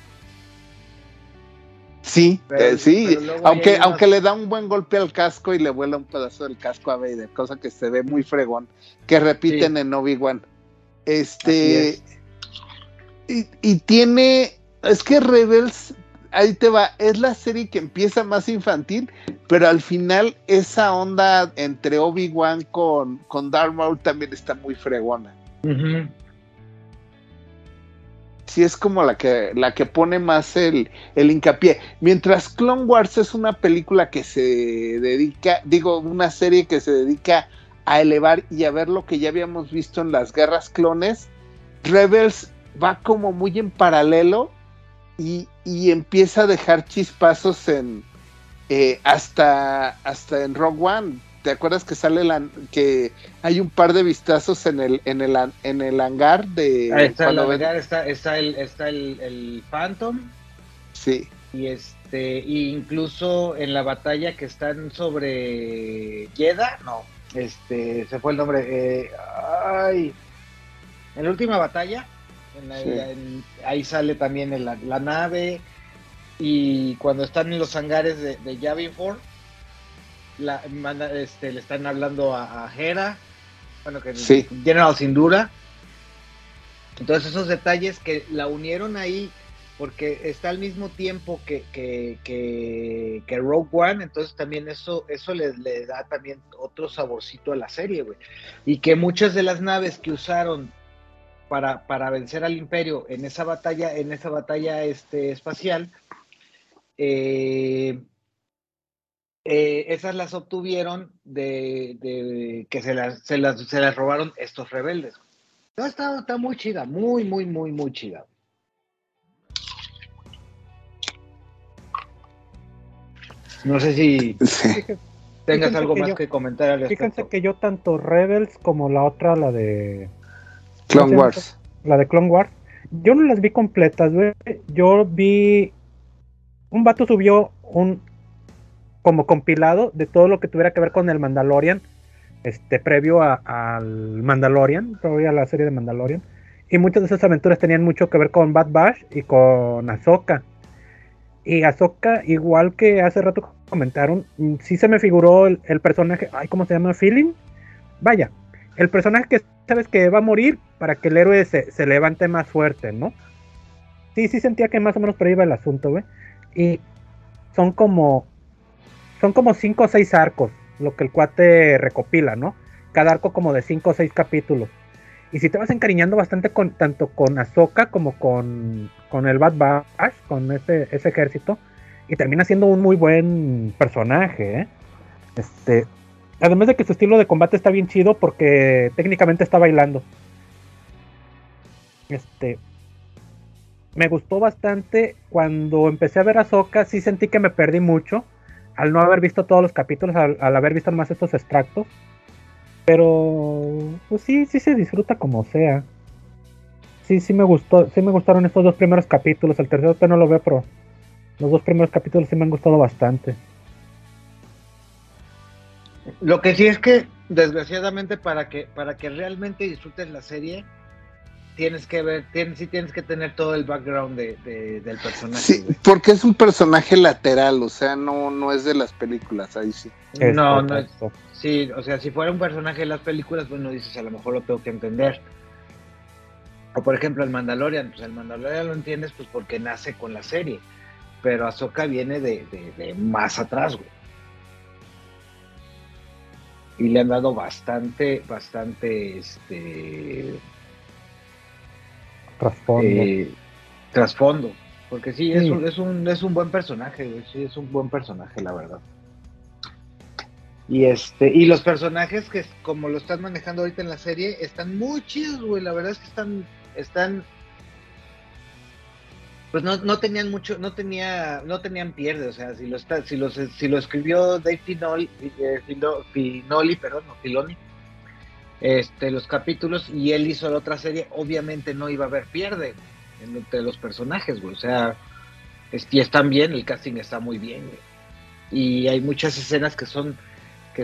Sí, sí, aunque le da un buen golpe al casco y le vuela un pedazo del casco a Vader, cosa que se ve muy fregón, que repiten en Obi-Wan. Y tiene, es que Rebels, ahí te va, es la serie que empieza más infantil, pero al final esa onda entre Obi-Wan con Darth Maul también está muy fregona. Sí, es como la que pone más el hincapié. Mientras Clone Wars es una película que se dedica, una serie que se dedica a elevar y a ver lo que ya habíamos visto en las guerras clones, Rebels va como muy en paralelo y empieza a dejar chispazos hasta en Rogue One. ¿Te acuerdas que que hay un par de vistazos en el hangar de está el Phantom? Sí. Y incluso en la batalla que están sobre Jedha, se fue el nombre. En la última batalla, ahí sale también la nave, y cuando están en los hangares de Yavin 4, le están hablando a Hera, que General Syndulla. Entonces esos detalles que la unieron ahí, porque está al mismo tiempo que Rogue One, entonces también eso le da también otro saborcito a la serie, güey. Y que muchas de las naves que usaron para vencer al Imperio en esa batalla espacial, esas las obtuvieron de que se las robaron estos rebeldes. Está muy chida, muy, muy, muy, muy chida. No sé si Sí. tengas Fíjense algo que más yo- que comentar al Fíjense respecto. que yo tanto Rebels como la otra, la de... ¿cómo Clone se llama? Wars. La de Clone Wars, yo no las vi completas, güey. Yo vi... Un vato subió un como compilado de todo lo que tuviera que ver con el Mandalorian, previo al Mandalorian, previo a la serie de Mandalorian. Y muchas de esas aventuras tenían mucho que ver con Bad Batch y con Ahsoka. Y Ahsoka, igual que hace rato comentaron, sí se me figuró el personaje, ay, ¿cómo se llama? Feeling. Vaya, el personaje que sabes que va a morir para que el héroe se levante más fuerte, ¿no? Sí, sí sentía que más o menos por ahí iba el asunto, güey. Y son como, son como 5 o 6 arcos, lo que el cuate recopila, ¿no? Cada arco como de 5 o 6 capítulos. Y si te vas encariñando bastante tanto con Ahsoka como con el Bad Batch, con ese ejército, y termina siendo un muy buen personaje, ¿eh? Además de que su estilo de combate está bien chido porque técnicamente está bailando. Me gustó bastante cuando empecé a ver a Ahsoka, sí sentí que me perdí mucho al no haber visto todos los capítulos, al haber visto más estos extractos. Pero pues sí se disfruta como sea. Sí me gustó, sí me gustaron estos 2 primeros capítulos. El tercero no lo veo, pero los 2 primeros capítulos sí me han gustado bastante. Lo que sí es que, desgraciadamente, para que realmente disfrutes la serie, tienes que tener todo el background del personaje. Sí, güey. porque es un personaje lateral, o sea, no es de las películas, ahí sí. No es. Sí, o sea, si fuera un personaje de las películas, pues no dices, a lo mejor lo tengo que entender. O por ejemplo, el Mandalorian, pues el Mandalorian lo entiendes pues porque nace con la serie, pero Ahsoka viene de más atrás, güey. Y le han dado bastante, trasfondo. Porque sí, sí. Es un buen personaje, güey. Sí, es un buen personaje, la verdad. Y los personajes que como lo están manejando ahorita en la serie están muy chidos, güey. La verdad es que están pues no tenían mucho, no tenían pierde, o sea, si lo escribió Dave Filoni, los capítulos, y él hizo la otra serie, obviamente no iba a haber pierde entre los personajes, güey. O sea, y están bien, el casting está muy bien, güey. Y hay muchas escenas que son que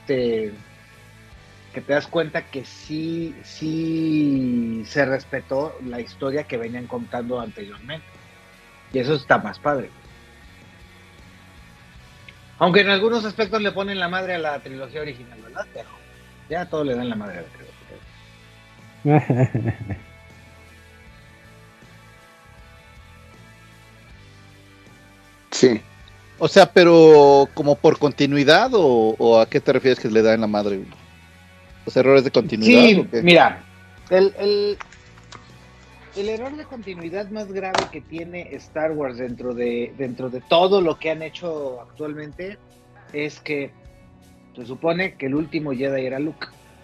te das cuenta que sí se respetó la historia que venían contando anteriormente. Y eso está más padre. Aunque en algunos aspectos le ponen la madre a la trilogía original, ¿verdad? Pero ya todo le dan la madre a la trilogía. Sí. O sea, pero como por continuidad o a qué te refieres que le dan la madre? ¿Los errores de continuidad? Sí, ¿o qué? mira, el error de continuidad más grave que tiene Star Wars dentro de todo lo que han hecho actualmente es que se supone que el último Jedi era Luke.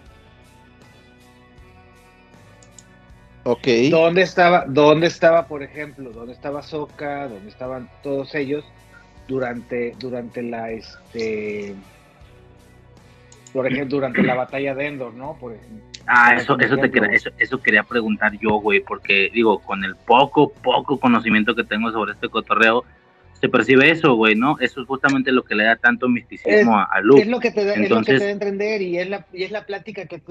Ok. ¿Dónde estaba, por ejemplo, dónde estaba Ahsoka, dónde estaban todos ellos durante la por ejemplo, durante la batalla de Endor, ¿no? Por ejemplo. Eso quería preguntar yo, güey, porque digo, con el poco conocimiento que tengo sobre este cotorreo, se percibe eso, güey, ¿no? Eso es justamente lo que le da tanto misticismo a Luke. Es lo que te da, entonces, es lo que te da a entender, y es la plática que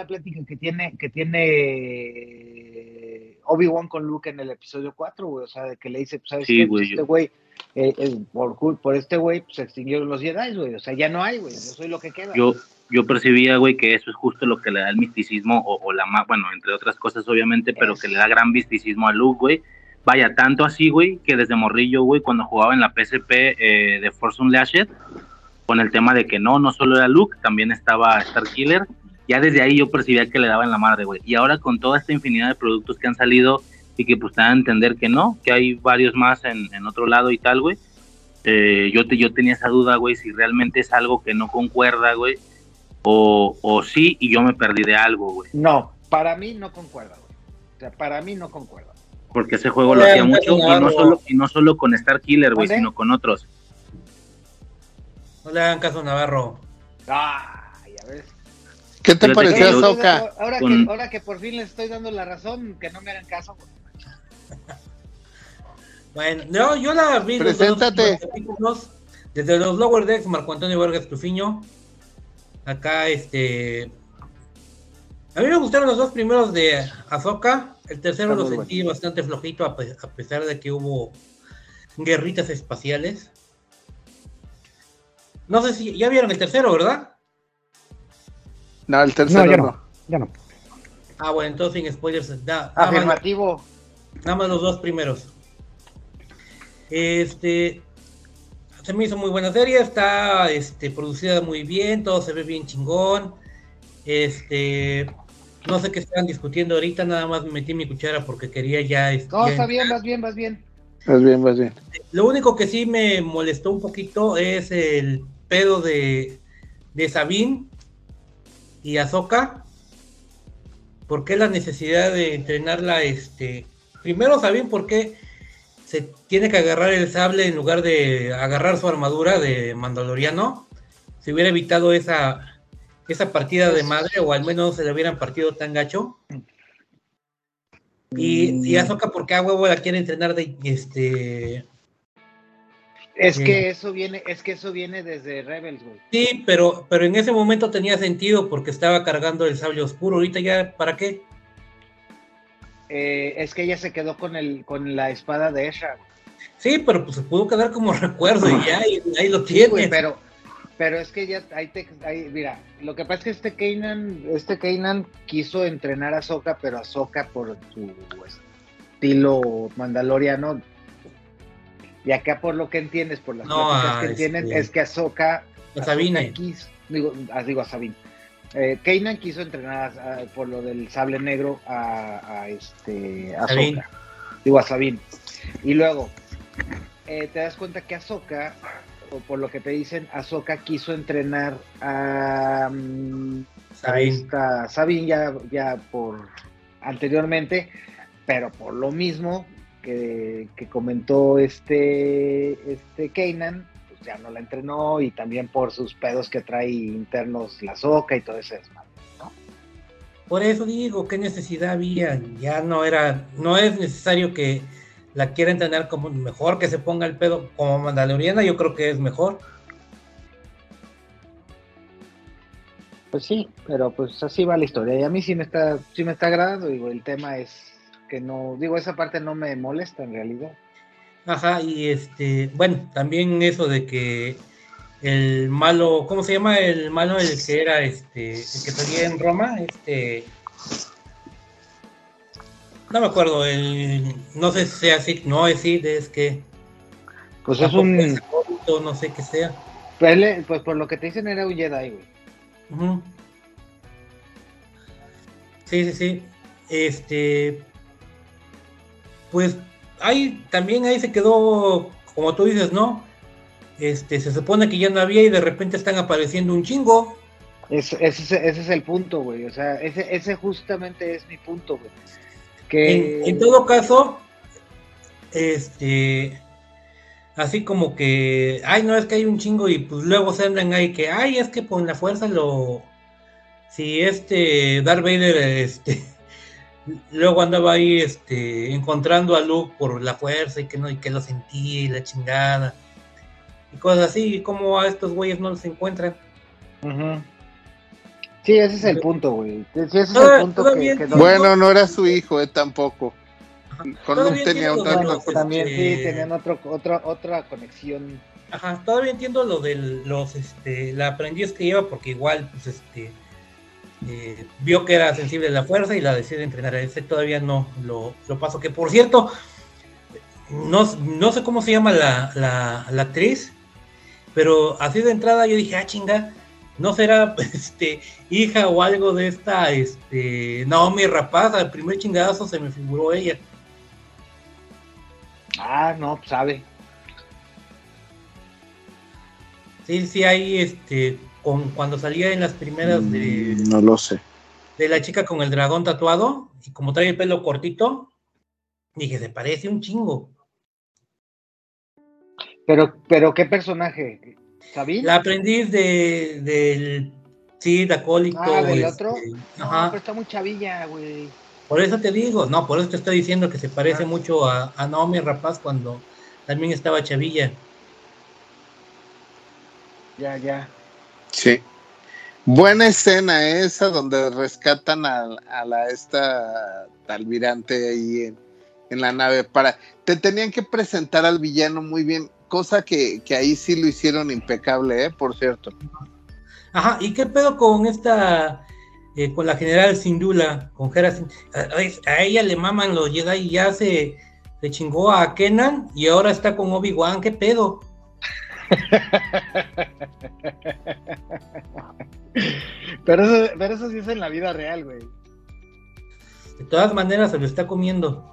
tiene Obi-Wan con Luke en el episodio 4, güey. O sea, de que le dice, pues, ¿sabes qué? Pues este güey, por este güey, pues se extinguieron los Jedi, güey. O sea, ya no hay, güey. Yo soy lo que queda. Yo percibía, güey, que eso es justo lo que le da el misticismo, bueno, entre otras cosas, obviamente, pero que le da gran misticismo a Luke, güey. Vaya, tanto así, güey, que desde morrillo, güey, cuando jugaba en la PSP de Force Unleashed, con el tema de que no solo era Luke, también estaba Starkiller, ya desde ahí yo percibía que le daban la madre, güey. Y ahora con toda esta infinidad de productos que han salido y que pues te dan a entender que no, que hay varios más en otro lado y tal, güey, yo tenía esa duda, güey, si realmente es algo que no concuerda, güey, o sí, y yo me perdí de algo, güey. No, para mí no concuerda, güey. O sea, para mí no concuerda. Porque ese juego lo hacía mucho, y no solo con Starkiller, güey, sino con otros. No le hagan caso a Navarro. Ay, a ver. ¿Qué te pareció Ahsoka? Ahora que por fin les estoy dando la razón, que no me hagan caso. Bueno, yo la vi. Preséntate. Desde los Lower Decks, Marco Antonio Vargas Tufiño. Acá, a mí me gustaron los dos primeros de Ahsoka. El tercero lo sentí bastante flojito, a pesar de que hubo guerritas espaciales. No sé si ya vieron el tercero, ¿verdad? No, el tercero no. Ya no. Ah, bueno, entonces sin spoilers. Afirmativo. Nada más los dos primeros. Se me hizo muy buena serie, está producida muy bien, todo se ve bien chingón. No sé qué estaban discutiendo ahorita, nada más me metí mi cuchara porque quería ya. No, está bien, vas bien. Vas bien. Lo único que sí me molestó un poquito es el pedo de Sabine y Ahsoka. ¿Por qué la necesidad de entrenarla? Primero Sabine, ¿por qué se tiene que agarrar el sable en lugar de agarrar su armadura de mandaloriano? Se hubiera evitado esa partida de madre, o al menos se le hubieran partido tan gacho. Y Ahsoka, ¿por qué a huevo la quiere entrenar Es que eso viene desde Rebels, güey. Sí, pero en ese momento tenía sentido porque estaba cargando el sable oscuro. Ahorita ya, ¿para qué? Es que ella se quedó con la espada de Ezra. Sí, pero pues se pudo quedar como recuerdo y ya, y ahí lo tiene. Güey, pero es que ya mira, lo que pasa es que Kanan quiso entrenar a Ahsoka, pero Ahsoka por su estilo mandaloriano. Y acá por lo que entiendes, por las pláticas que tienen, es que Ahsoka quiso, digo a Sabine. Kanan quiso entrenar por lo del sable negro a Ahsoka. Digo a Sabine. Y luego te das cuenta que Ahsoka, o por lo que te dicen, Ahsoka quiso entrenar a Sabine ya por anteriormente, pero por lo mismo que comentó Kanan, pues ya no la entrenó, y también por sus pedos que trae internos la Ahsoka y todo ese desmadre, ¿no? Por eso digo, ¿qué necesidad había? Ya no es necesario que la quiera entrenar, como mejor que se ponga el pedo como mandaloriana, yo creo que es mejor. Pues sí, pero pues así va la historia, y a mí sí me está agradando. Digo, el tema es que no, digo, esa parte no me molesta en realidad. Ajá, y bueno, también eso de que el malo, ¿cómo se llama? El malo, el que era el que salía en Roma, no me acuerdo, no sé si sea así, no es Sid, es que pues es un no sé qué sea. Pues por lo que te dicen era un Jedi, güey. Uh-huh. Sí. Pues ahí se quedó, como tú dices, ¿no? Se supone que ya no había y de repente están apareciendo un chingo. Ese es el punto, güey. O sea, ese justamente es mi punto, güey. En todo caso, así como que, ay, no, es que hay un chingo, y pues luego se andan ahí que, ay, es que con la fuerza si Darth Vader, luego andaba ahí, encontrando a Luke por la fuerza, y que lo sentía y la chingada, y cosas así, y como a estos güeyes no los encuentran. Uh-huh. Sí, ese es el punto, güey. Sí, ese es el punto que bueno, no era su hijo, tampoco. Ajá. Con Luke tenía también sí, tenían otra conexión. Ajá, todavía entiendo lo de la aprendiz que lleva, porque igual, pues, vio que era sensible a la fuerza y la decide entrenar. Todavía no lo paso, que por cierto, no sé cómo se llama la actriz, pero así de entrada yo dije, chinga, ¿no será hija o algo de esta Naomi Rapaz? Al primer chingadazo se me figuró ella. No, sabe. Sí, ahí cuando salía en las primeras de... No lo sé. De la chica con el dragón tatuado, y como trae el pelo cortito, dije, se parece un chingo. Pero ¿qué personaje? ¿Sabine? La aprendiz del Cid, acólito. ¿Del otro? No, Ajá. pero está muy chavilla, güey. Por eso te digo, no, por eso te estoy diciendo que se parece mucho a Naomi Rapaz cuando también estaba chavilla. Ya. Sí. Buena escena esa donde rescatan a esta almirante ahí en la nave. Te tenían que presentar al villano muy bien, cosa que ahí sí lo hicieron impecable, por cierto. Ajá, ¿y qué pedo con esta, con la general Syndulla, con Hera a ella le maman los Jedi y ya se chingó a Kenan y ahora está con Obi-Wan, ¿qué pedo? pero eso sí es en la vida real, güey. De todas maneras se lo está comiendo.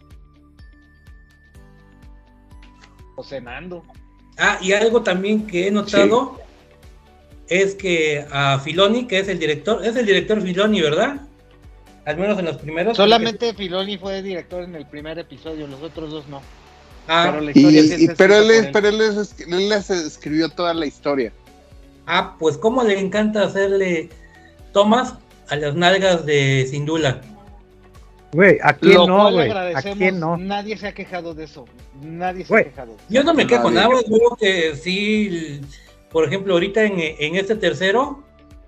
O cenando. Ah, y algo también que he notado es que a Filoni, que es el director Filoni, ¿verdad? Al menos en los primeros. Solamente Filoni fue director en el primer episodio, los otros dos no. Ah, pero la historia pero él les escribió toda la historia. Ah, pues cómo le encanta hacerle tomas a las nalgas de Syndulla. Güey, ¿a quién no, güey? ¿A quién no? Nadie se ha quejado de eso. Nadie se ha quejado. Yo no me quejo nada, creo que sí, por ejemplo, ahorita en este tercero,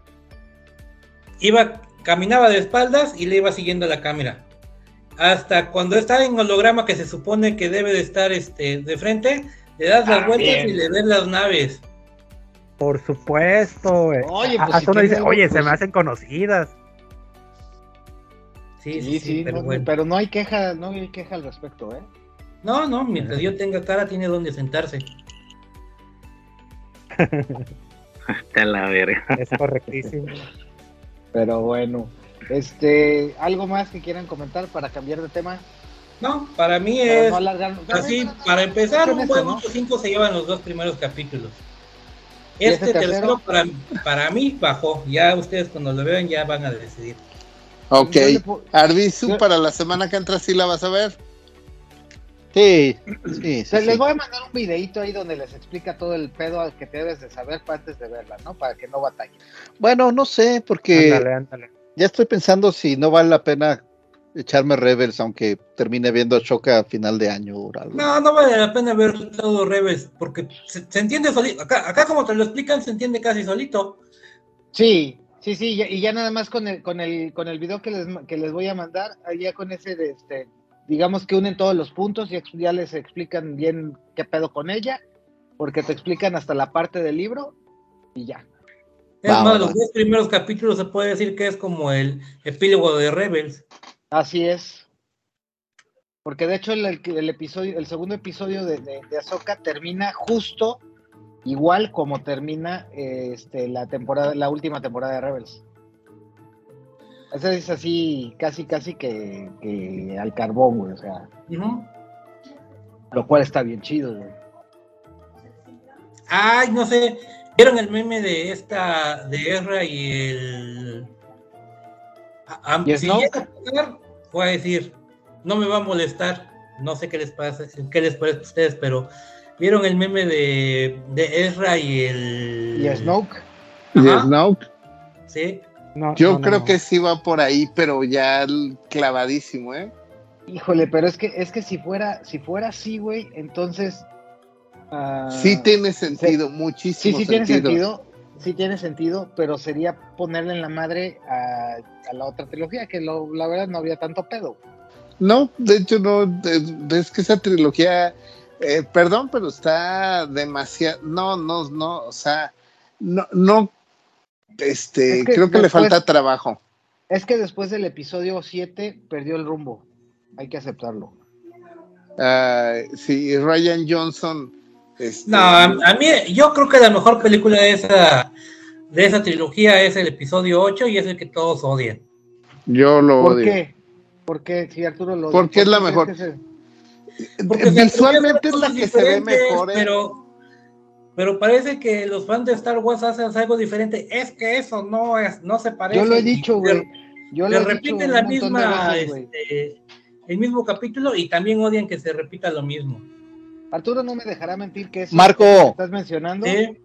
caminaba de espaldas y le iba siguiendo la cámara. Hasta cuando está en holograma, que se supone que debe de estar de frente, le das las vueltas y le ves las naves. Por supuesto, güey. Oye, pues hasta uno dice, oye, se me hacen conocidas. Sí, pero, bueno. Pero no hay queja al respecto, ¿eh? No, mientras yo tenga cara, tiene donde sentarse. Hasta la verga. Es correctísimo. Pero bueno, ¿algo más que quieran comentar para cambiar de tema? No, para mí es así, para empezar, un buen 8-5 se llevan los dos primeros capítulos. Este tercero para mí bajó. Ya ustedes cuando lo vean ya van a decidir. Ok, Arbizu, para la semana que entra, ¿sí la vas a ver? Sí. Les voy a mandar un videito ahí donde les explica todo el pedo al que te debes de saber antes de verla, ¿no? Para que no batalles. Bueno, no sé, porque ándale. Ya estoy pensando si no vale la pena echarme Rebels, aunque termine viendo Ashoka a final de año o algo. No vale la pena ver todo Rebels, porque se entiende solito. Acá como te lo explican, se entiende casi solito. Sí, y ya nada más con el video que les voy a mandar, ya con ese digamos que unen todos los puntos y ya les explican bien qué pedo con ella, porque te explican hasta la parte del libro y ya. Es más, los 10 primeros capítulos se puede decir que es como el epílogo de Rebels. Así es. Porque de hecho el segundo episodio de Ahsoka termina justo igual como termina la última temporada de Rebels. Esa es así, casi que al carbón, güey, o sea. Lo cual está bien chido, güey. Ay, no sé, ¿vieron el meme de Ezra y el... ¿Y si llega a tocar, voy a decir, no me va a molestar, no sé qué les parece a ustedes, pero ¿vieron el meme de Ezra y el... ¿Y Snoke? ¿Y Snoke? Sí. Yo creo que sí va por ahí, pero ya clavadísimo, ¿eh? Híjole, pero es que si fuera así, güey, entonces... sí tiene sentido, muchísimo sentido. Sí tiene sentido, pero sería ponerle en la madre a la otra trilogía, que la verdad no había tanto pedo. No, de hecho no, es que esa trilogía, perdón, pero está demasiado, no, o sea, no, creo que le falta trabajo. Es que después del episodio 7 perdió el rumbo, hay que aceptarlo. Sí, Ryan Johnson. No, a mí, yo creo que la mejor película de esa trilogía es el episodio 8 y es el que todos odian. Yo lo odio. ¿Por qué? Si Arturo lo odia. Porque es la mejor. Porque visualmente es la que se ve mejor. Pero parece que los fans de Star Wars hacen algo diferente. Es que eso no se parece. Yo lo he dicho, güey. Le repiten la misma, veces, el mismo capítulo y también odian que se repita lo mismo. Arturo no me dejará mentir que eso Marco, que estás mencionando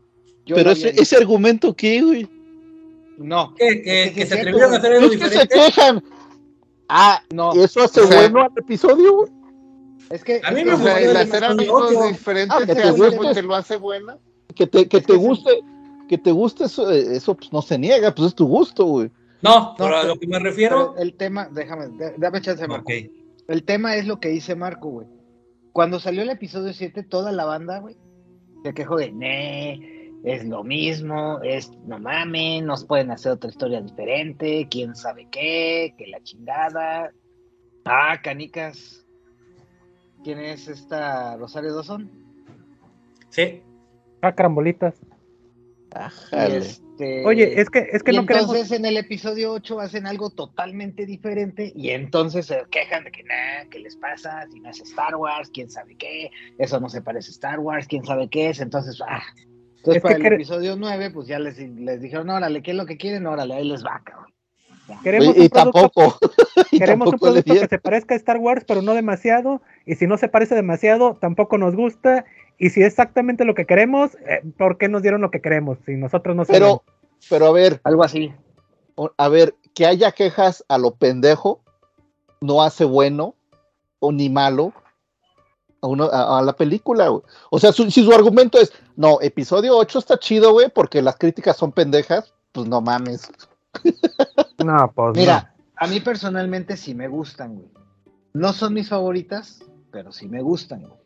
Yo Pero lo había ese argumento, ¿qué, güey? No. Que sí es se cierto, atrevieron a hacer algo Es que se diferente. quejan. No. ¿Eso hace O sea, bueno al episodio, güey? Es que A mí me O sea, gustó el el hacer episodio algo 8. diferente que se te hace guste. que lo hace buena. Que te que guste eso pues no se niega, pues es tu gusto, güey. No, No, pero a lo que me refiero. Pero el tema, dame chance, Marco. Ok. El tema es lo que dice Marco, güey. Cuando salió el episodio 7, toda la banda, güey, se quejó de, es lo mismo, no mames, nos pueden hacer otra historia diferente, quién sabe qué, que la chingada. Ah, canicas. ¿Quién es esta Rosario Dawson? Sí. Ah, carambolitas. Ájale. Oye, es que y no entonces queremos. en el episodio 8 hacen algo totalmente diferente y entonces se quejan de que ¿qué les pasa? Si no es Star Wars, quién sabe qué, eso no se parece a Star Wars, quién sabe qué es, entonces, Entonces Es para que el episodio 9, pues ya les dijeron, órale, ¿qué es lo que quieren? Órale, ahí les va, cabrón. Queremos Y un producto, tampoco. Y queremos un tampoco le producto que dieron. se parezca a Star Wars, pero no demasiado. Y si no se parece demasiado, tampoco nos gusta. Y si es exactamente lo que queremos, ¿por qué nos dieron lo que queremos? Si nosotros no sabemos. Pero Algo así. a ver, que haya quejas a lo pendejo no hace bueno o ni malo a la película, güey. O sea, si su argumento es, no, episodio 8 está chido, güey, porque las críticas son pendejas, pues no mames. No, pues Mira, a mí personalmente sí me gustan, güey. No son mis favoritas, pero sí me gustan, güey.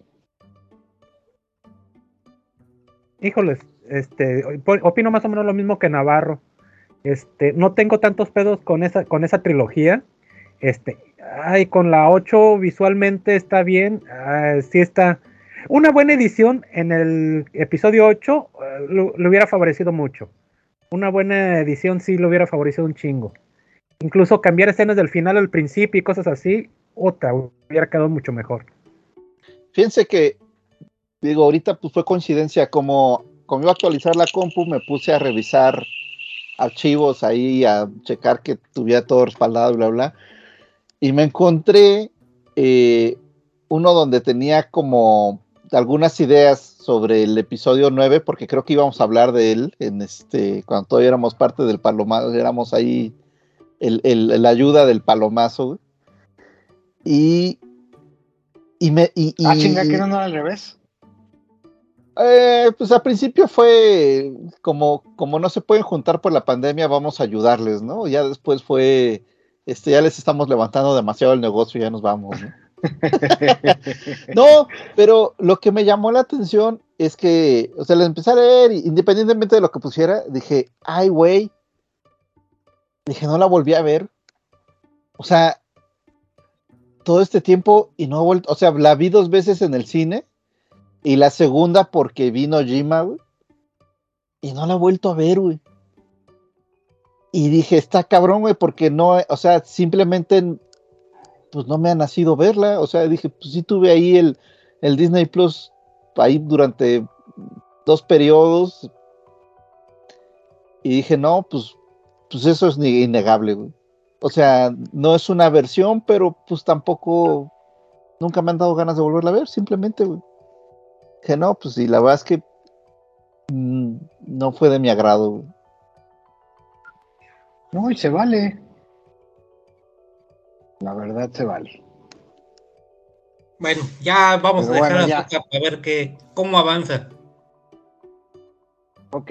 Híjoles, opino más o menos lo mismo que Navarro. No tengo tantos pedos con esa trilogía. Con la 8 visualmente está bien. Sí está. Una buena edición en el episodio 8 lo hubiera favorecido mucho. Una buena edición sí lo hubiera favorecido un chingo. Incluso cambiar escenas del final al principio y cosas así, hubiera quedado mucho mejor. Fíjense que, digo, ahorita pues fue coincidencia, como iba a actualizar la compu, me puse a revisar archivos ahí, a checar que tuviera todo respaldado, bla, bla, y me encontré uno donde tenía como algunas ideas sobre el episodio 9, porque creo que íbamos a hablar de él cuando todavía éramos parte del Palomazo, éramos ahí la ayuda del Palomazo, güey. Chinga, que no era al revés. Pues al principio fue como no se pueden juntar por la pandemia, vamos a ayudarles, ¿no? Ya después fue, ya les estamos levantando demasiado el negocio, ya nos vamos, ¿no? No, pero lo que me llamó la atención es que, o sea, les empecé a leer, independientemente de lo que pusiera, dije, ay, güey, no la volví a ver. O sea, todo este tiempo y no he vuelto, o sea, la vi 2 veces en el cine. Y la segunda porque vino Jima, güey. Y no la he vuelto a ver, güey. Y dije, está cabrón, güey, porque no, o sea, simplemente, pues no me ha nacido verla. O sea, dije, pues sí tuve ahí el Disney Plus, ahí durante 2 periodos. Y dije, no, pues eso es innegable, güey. O sea, no es una versión, pero pues tampoco, nunca me han dado ganas de volverla a ver, simplemente, güey. Que no, pues sí, la verdad es que no fue de mi agrado, güey. No, y se vale. La verdad se vale. Bueno, ya vamos Pero a dejar bueno, a Zucca para ver cómo avanza. Ok.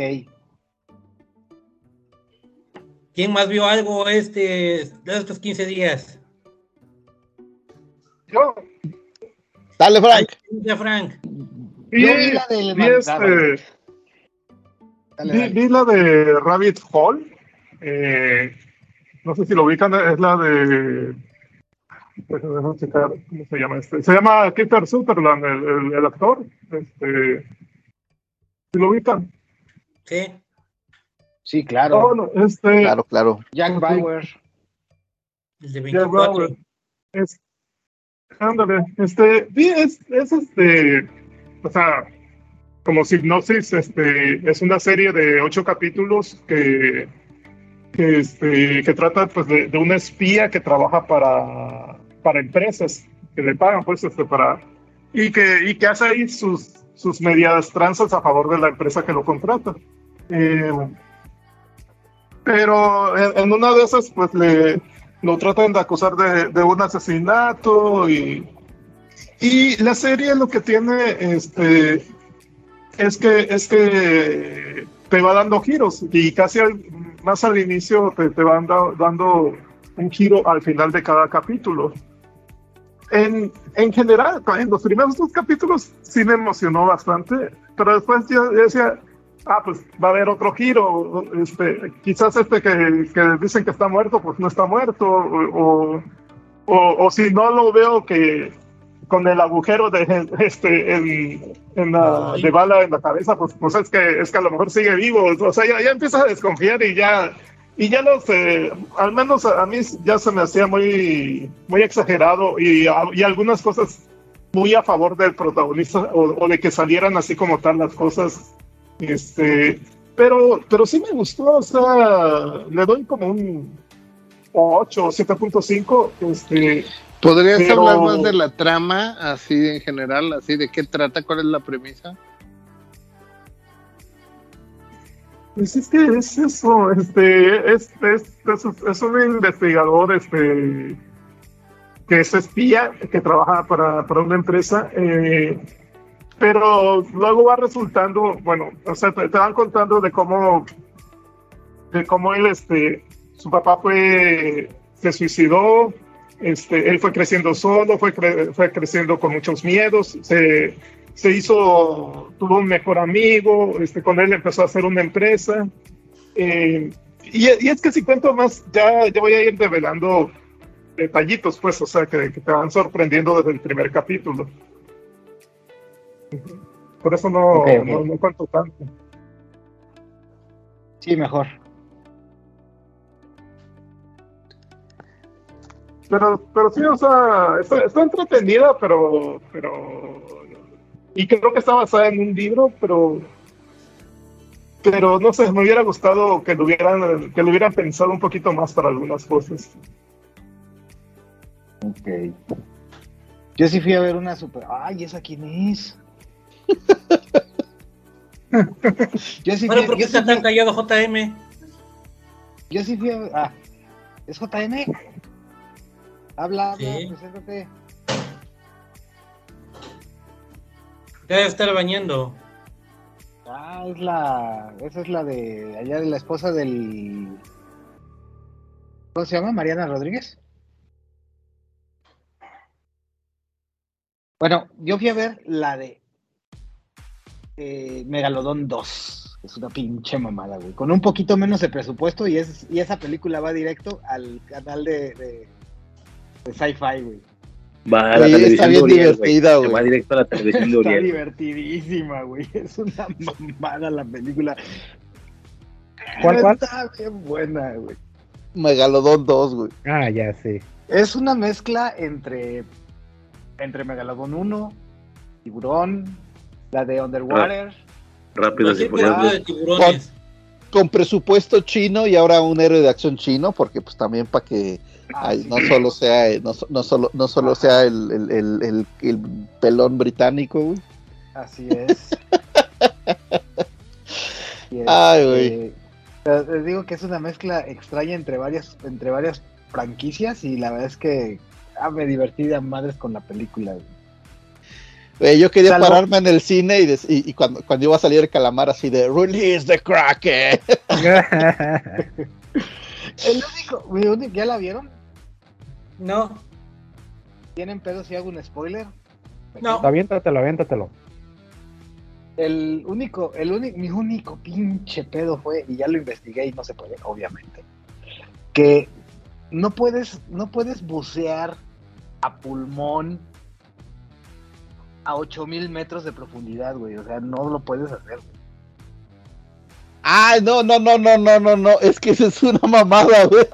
¿Quién más vio algo de estos 15 días? Yo Dale, Frank. Ya, Frank. vi, Yo vi la del vi la de Rabbit Hole. No sé si lo ubican, es la de. Déjame checar cómo se llama Se llama Kiefer Sutherland, el actor. ¿Sí lo ubican? Sí. Sí, claro. Oh, no, Claro. Jack Bauer. El de 24. Ándale, o sea, como sinopsis, es una serie de 8 capítulos que trata pues de una espía que trabaja para empresas que le pagan pues y que hace ahí sus medias tranzas a favor de la empresa que lo contrata. Pero en una de esas, pues lo tratan de acusar de un asesinato y la serie lo que tiene es que te va dando giros y casi más al inicio te van dando un giro al final de cada capítulo. En general, en los primeros 2 capítulos sí me emocionó bastante, pero después yo decía, pues va a haber otro giro, quizás que dicen que está muerto, pues no está muerto, o si no lo veo que con el agujero de bala en la cabeza, pues es que a lo mejor sigue vivo, o sea, ya empiezas a desconfiar y ya al menos a mí ya se me hacía muy, muy exagerado y algunas cosas muy a favor del protagonista o de que salieran así como tal las cosas, pero sí me gustó, o sea, le doy como un 8 o 7.5, ¿Podrías hablar más de la trama, así en general, así de qué trata, cuál es la premisa? Pues es que es eso, es un investigador, que es espía, que trabaja para una empresa, pero luego va resultando, bueno, o sea, te van contando de cómo él, su papá se suicidó, él fue creciendo solo, fue creciendo con muchos miedos, tuvo un mejor amigo, con él empezó a hacer una empresa, y es que si cuento más, ya voy a ir develando detallitos, pues, o sea, que te van sorprendiendo desde el primer capítulo. Por eso no cuento tanto. Sí, mejor. Pero sí, o sea, está entretenida, pero y creo que está basada en un libro, pero no sé, me hubiera gustado que lo hubieran pensado un poquito más para algunas cosas. Ok. Yo sí fui a ver una super... Ay, ¿esa quién es? Bueno, ¿por qué está tan callado JM? Yo sí fui a ver... ¿es JM? Habla, Sí. Preséntate. Debe estar bañando. Esa es la de allá, de la esposa del... ¿Cómo se llama? ¿Mariana Rodríguez? Bueno, yo fui a ver la de Megalodón 2. Es una pinche mamada, güey. Con un poquito menos de presupuesto y esa película va directo al canal de Sci-Fi, güey. Va a la televisión está de bien Uriel, güey. divertida, güey. Va directo a la televisión de Está Uriel. divertidísima, güey. Es una mamada la película. ¿Cuál? Está bien buena, güey. Megalodón 2, güey. Ah, ya, sí. Es una mezcla entre Megalodón 1, Tiburón, la de Underwater. Rápidos y Cualquier película furiosos. de tiburones. Con presupuesto chino y ahora un héroe de acción chino, porque pues también para que Sí. no solo sea el pelón británico, güey. Así es. Ay, güey. Les digo que es una mezcla extraña entre varias franquicias y la verdad es que me divertí de madres con la película, güey. Yo quería Salvo- pararme en el cine y cuando iba a salir el calamar así de Release the Kraken. Mi único, ¿ya la vieron? No, ¿Tienen pedo si hago un spoiler? no. Aviéntatelo. Mi único pinche pedo fue, y ya lo investigué y no se puede, obviamente, que no puedes bucear a pulmón a 8,000 metros de profundidad, güey. O sea, no lo puedes hacer, güey. Ay, no, es que eso es una mamada, güey.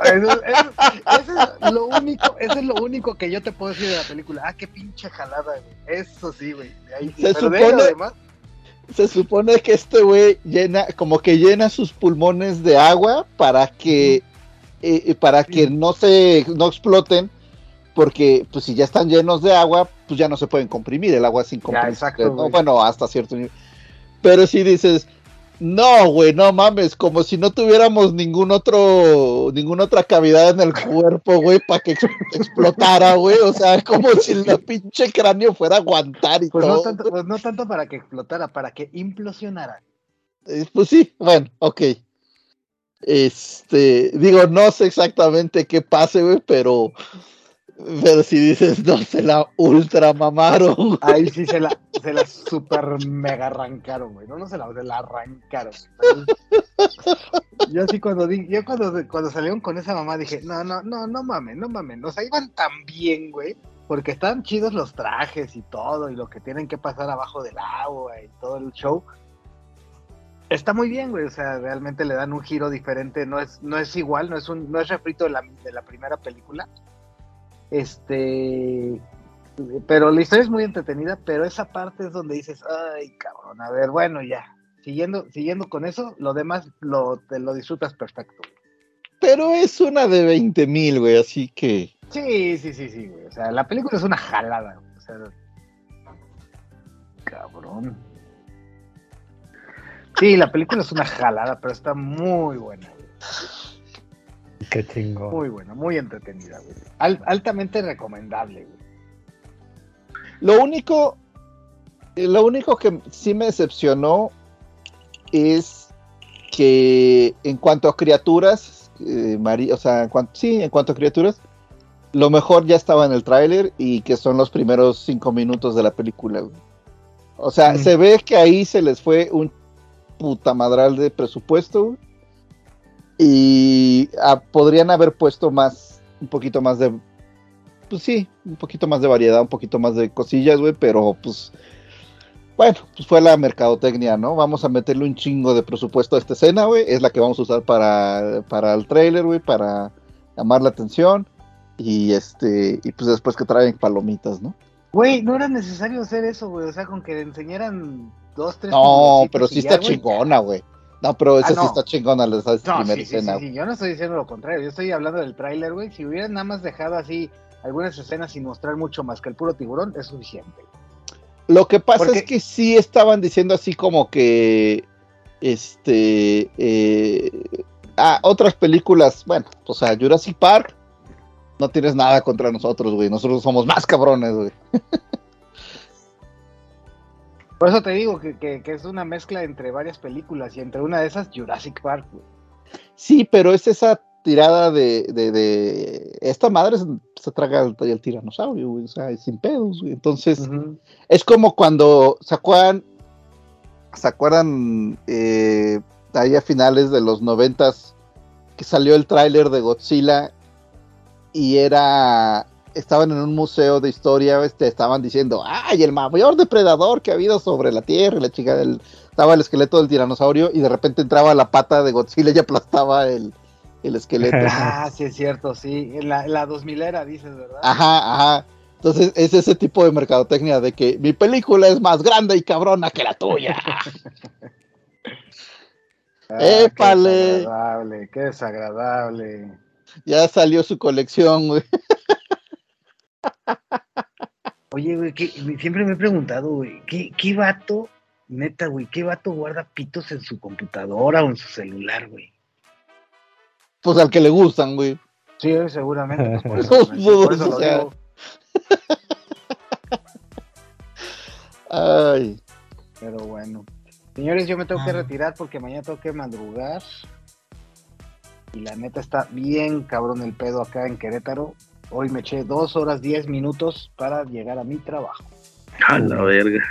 Eso es lo único que yo te puedo decir de la película. Qué pinche jalada, güey. Eso sí, güey. De ahí sí. Pero de ahí lo demás, Se supone que este güey llena sus pulmones de agua para que no exploten, porque pues si ya están llenos de agua, pues ya no se pueden comprimir, el agua es incomprimible, exacto, ¿no? güey. Bueno, hasta cierto nivel. Pero si dices, No, güey, no mames, como si no tuviéramos ninguna otra cavidad en el cuerpo, güey, para que explotara, güey, o sea, como si el pinche cráneo fuera a aguantar y Pues todo. no tanto para que explotara, para que implosionara. Pues sí, bueno, ok. Digo, no sé exactamente qué pase, güey, pero si dices, no, se la ultra mamaron, güey. Ahí sí se la super mega arrancaron, güey. No se la arrancaron. Yo así cuando salieron con esa mamá dije, no mames. O sea, iban tan bien, güey. Porque están chidos los trajes y todo, y lo que tienen que pasar abajo del agua y todo el show. Está muy bien, güey. O sea, realmente le dan un giro diferente. No es igual, no es refrito de la primera película. Pero la historia es muy entretenida, pero esa parte es donde dices, ay, cabrón, a ver, bueno, ya. Siguiendo con eso, lo demás te lo disfrutas perfecto. Pero es una de 20,000, güey, así que... Sí, güey. O sea, la película es una jalada, güey. O sea, cabrón. Sí, la película es una jalada, pero está muy buena, güey. Qué chingón. Muy buena, muy entretenida, güey. Altamente recomendable, güey. Lo único que sí me decepcionó es que en cuanto a criaturas, en cuanto a criaturas, lo mejor ya estaba en el tráiler y que son los primeros 5 minutos de la película, güey. O sea, se ve que ahí se les fue un puta madral de presupuesto, güey. Y podrían haber puesto un poquito más de, pues sí, un poquito más de variedad, un poquito más de cosillas, güey, pero pues, bueno, pues fue la mercadotecnia, ¿no? Vamos a meterle un chingo de presupuesto a esta escena, güey, es la que vamos a usar para el trailer, güey, para llamar la atención, y pues después que traigan palomitas, ¿no? Güey, no era necesario hacer eso, güey, o sea, con que le enseñaran 2, 3 No, pero sí está chingona, güey. No, pero esa no. sí está chingona, esa primera escena. Sí, yo no estoy diciendo lo contrario, yo estoy hablando del tráiler, güey. Si hubieran nada más dejado así algunas escenas sin mostrar mucho más que el puro tiburón, es suficiente. Lo que pasa es que sí estaban diciendo así como que otras películas, bueno, o sea, Jurassic Park, no tienes nada contra nosotros, güey. Nosotros somos más cabrones, güey. Por eso te digo que es una mezcla entre varias películas y entre una de esas Jurassic Park, güey. Sí, pero es esa tirada de esta madre se traga el tiranosaurio, güey, o sea, sin pedos, güey. Entonces, es como cuando ¿se acuerdan ahí a finales de los 90s que salió el tráiler de Godzilla y estaban en un museo de historia, estaban diciendo, ¡ay, el mayor depredador que ha habido sobre la Tierra! Y la chica estaba el esqueleto del tiranosaurio y de repente entraba la pata de Godzilla y aplastaba el esqueleto. Ah, sí es cierto, sí. En la 2000 dices, ¿verdad? Ajá. Entonces es ese tipo de mercadotecnia de que mi película es más grande y cabrona que la tuya. ¡Épale! Qué desagradable. Ya salió su colección, güey. Oye, güey, siempre me he preguntado, güey, ¿qué vato, neta, güey, qué vato guarda pitos en su computadora o en su celular, güey? Pues al que le gustan, güey. Sí, seguramente. Pues por eso lo digo. Ay. Pero bueno. Señores, yo me tengo que retirar porque mañana tengo que madrugar. Y la neta está bien cabrón el pedo acá en Querétaro. Hoy me eché 2 horas 10 minutos para llegar a mi trabajo. A la verga.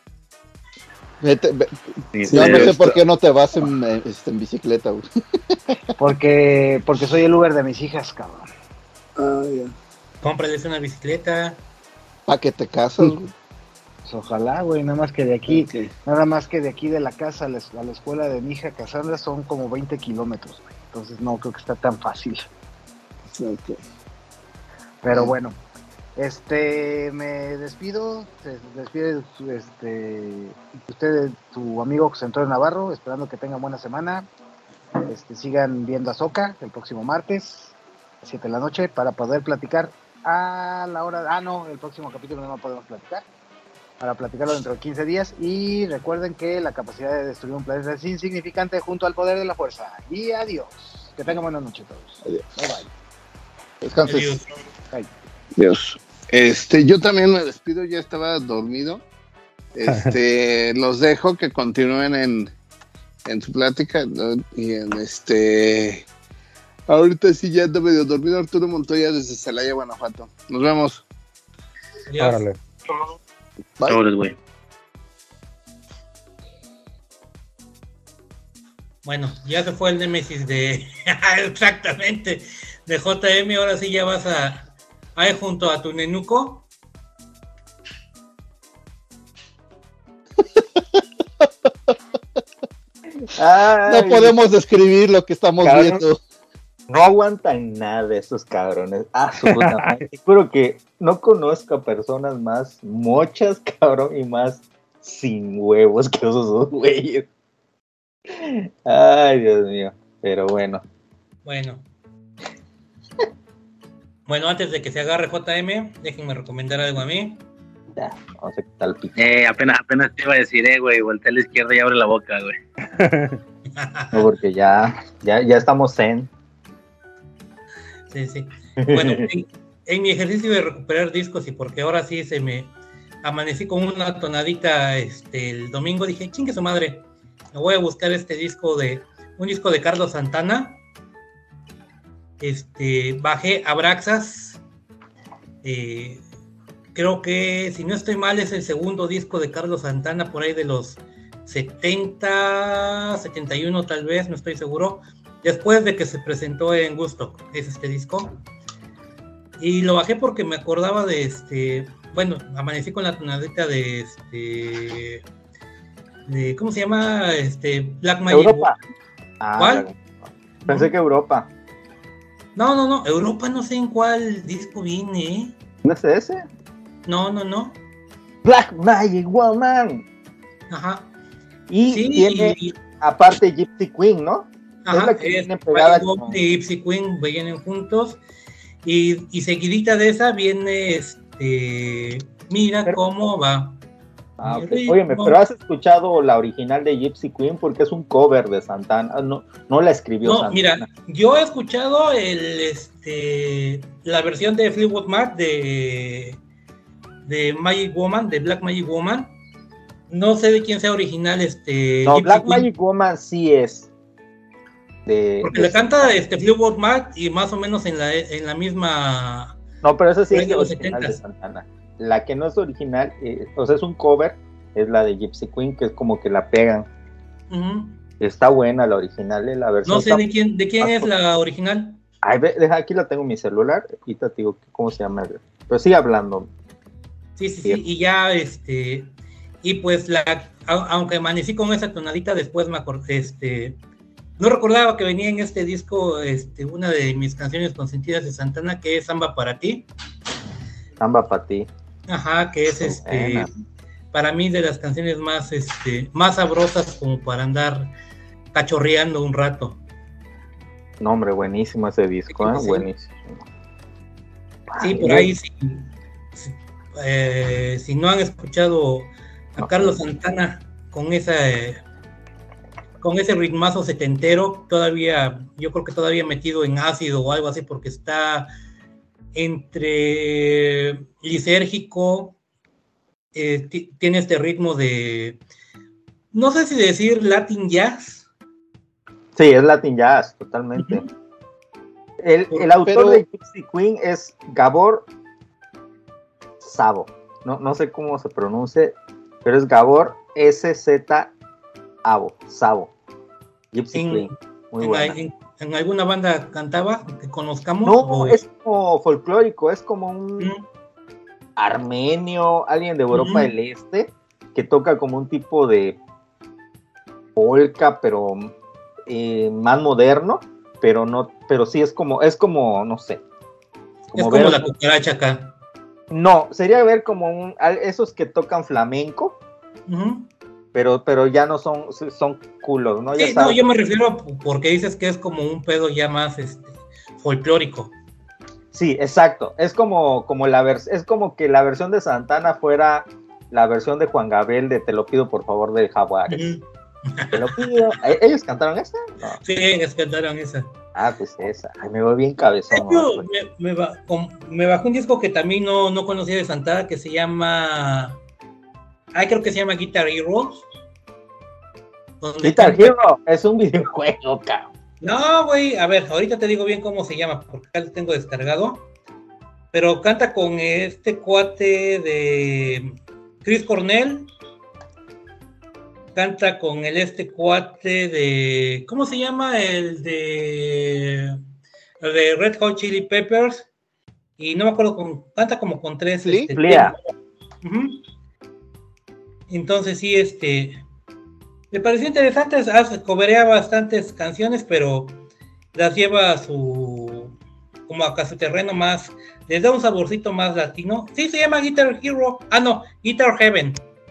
Yo no sé por qué no te vas en bicicleta, güey. Porque soy el Uber de mis hijas, cabrón. Ya. Cómprales una bicicleta. ¿Para qué te casas, güey? Pues ojalá, güey, nada más que de aquí de la casa a la escuela de mi hija Cassandra son como 20 kilómetros, güey. Entonces no creo que está tan fácil. Okay. Pero bueno, me despido, se despide usted, tu amigo José Antonio Navarro, esperando que tengan buena semana. Sigan viendo Ahsoka el próximo martes a 7 de la noche para poder platicar a la hora. No, el próximo capítulo no podemos platicar. para platicarlo dentro de 15 días. Y recuerden que la capacidad de destruir un planeta es insignificante junto al poder de la fuerza. Y adiós. Que tengan buena noche todos. Adiós. Bye bye. Descanses. Bye. Dios. Yo también me despido, ya estaba dormido. Los dejo que continúen en su plática, ¿no? Y ahorita sí ya ando medio dormido. Arturo Montoya desde Celaya, Guanajuato. Nos vemos. Órale. Bye. Sobres, güey. Bueno, ya se fue el Némesis de... Exactamente. De JM, ahora sí ya vas a ir junto a tu nenuco. No podemos describir lo que estamos viendo. No aguantan nada esos cabrones. Su puta madre. Seguro que no conozco a personas más mochas, cabrón, y más sin huevos que esos dos güeyes. Ay, Dios mío. Pero bueno. Bueno, antes de que se agarre JM, déjenme recomendar algo a mí. Ya, vamos a quitar el pico. Apenas te iba a decir, güey, voltea a la izquierda y abre la boca, güey. No, porque ya estamos zen. Sí. Bueno, en mi ejercicio de recuperar discos y porque ahora sí se me amanecí con una tonadita el domingo, dije, chingue su madre, me voy a buscar un disco de Carlos Santana. Bajé Abraxas. Creo que, si no estoy mal, es el segundo disco de Carlos Santana, por ahí de los 70, 71 tal vez, no estoy seguro. Después de que se presentó en Woodstock, es este disco. Y lo bajé porque me acordaba de amanecí con la tonadita de ¿cómo se llama? Black Magic. Europa. ¿Cuál? Pensé que Europa. No, Europa no sé en cuál disco viene, ¿eh? ¿No es ese? No. Black Magic Woman. Ajá. Y sí, tiene aparte Gypsy Queen, ¿no? Ajá, es la que viene pegada con... y Gypsy Queen vienen juntos. Y seguidita de esa viene Mira cómo va. Okay. Óyeme, pero ¿has escuchado la original de Gypsy Queen? Porque es un cover de Santana, no la escribió Santana. Mira, yo he escuchado la versión de Fleetwood Mac de Magic Woman, de Black Magic Woman. No sé de quién sea original No, Gypsy Black Queen. Magic Woman sí es porque le canta Fleetwood Mac y más o menos en la misma. No, pero esa sí es de los original 70s. de Santana. La que no es original, o sea, es un cover, es la de Gypsy Queen, que es como que la pegan. Uh-huh. Está buena la original, la versión. No sé de quién es la original. Ay, deja, aquí la tengo en mi celular, ahorita te digo cómo se llama. Pero sigue hablando. Sí, y ya, y pues aunque amanecí con esa tonadita, después me acordé, no recordaba que venía en este disco, una de mis canciones consentidas de Santana, que es Samba para ti. Samba para ti. Ajá, que es para mí de las canciones más sabrosas como para andar cachorreando un rato. No, hombre, buenísimo ese disco, sí. Buenísimo. Sí, por ahí si no han escuchado a Carlos Santana con ese ritmazo setentero, yo creo que todavía metido en ácido o algo así, porque está entre lisérgico, tiene este ritmo de, no sé si decir Latin Jazz. Sí, es Latin Jazz, totalmente. Uh-huh. El autor de Gypsy Queen es Gabor Szabo. No sé cómo se pronuncia, pero es Gabor Szabo. Gypsy Queen. Muy buena. ¿En alguna banda cantaba que conozcamos? No, es como folclórico, es como un armenio, alguien de Europa del Este, que toca como un tipo de polka, pero más moderno, pero sí es como, no sé. Es como la cucaracha acá. No, sería ver como esos que tocan flamenco, pero ya no son culos, ¿no? Sí, no, yo me refiero porque dices que es como un pedo ya más folclórico. Sí, exacto. Es como es como que la versión de Santana fuera la versión de Juan Gabriel de Te lo pido por favor de Jaguares. Te lo pido. ¿Ellos cantaron esa? No. Sí, ellos cantaron esa. Ah, pues esa. Ay, me voy bien cabezón. Yo, me bajó un disco que también no conocía de Santana, que se llama... creo que se llama Guitar Hero. Guitar Hero es un videojuego, cabrón. No, güey, a ver, ahorita te digo bien cómo se llama, porque acá lo tengo descargado. Pero canta con este cuate de Chris Cornell. Canta con este cuate de... ¿Cómo se llama? El de Red Hot Chili Peppers. Y no me acuerdo, canta como con 3. ¿Sí? Uh-huh. Entonces sí, me pareció interesante. Coverea bastantes canciones, pero las lleva a como a su terreno más, les da un saborcito más latino. Sí, se llama Guitar Hero. No, Guitar Heaven.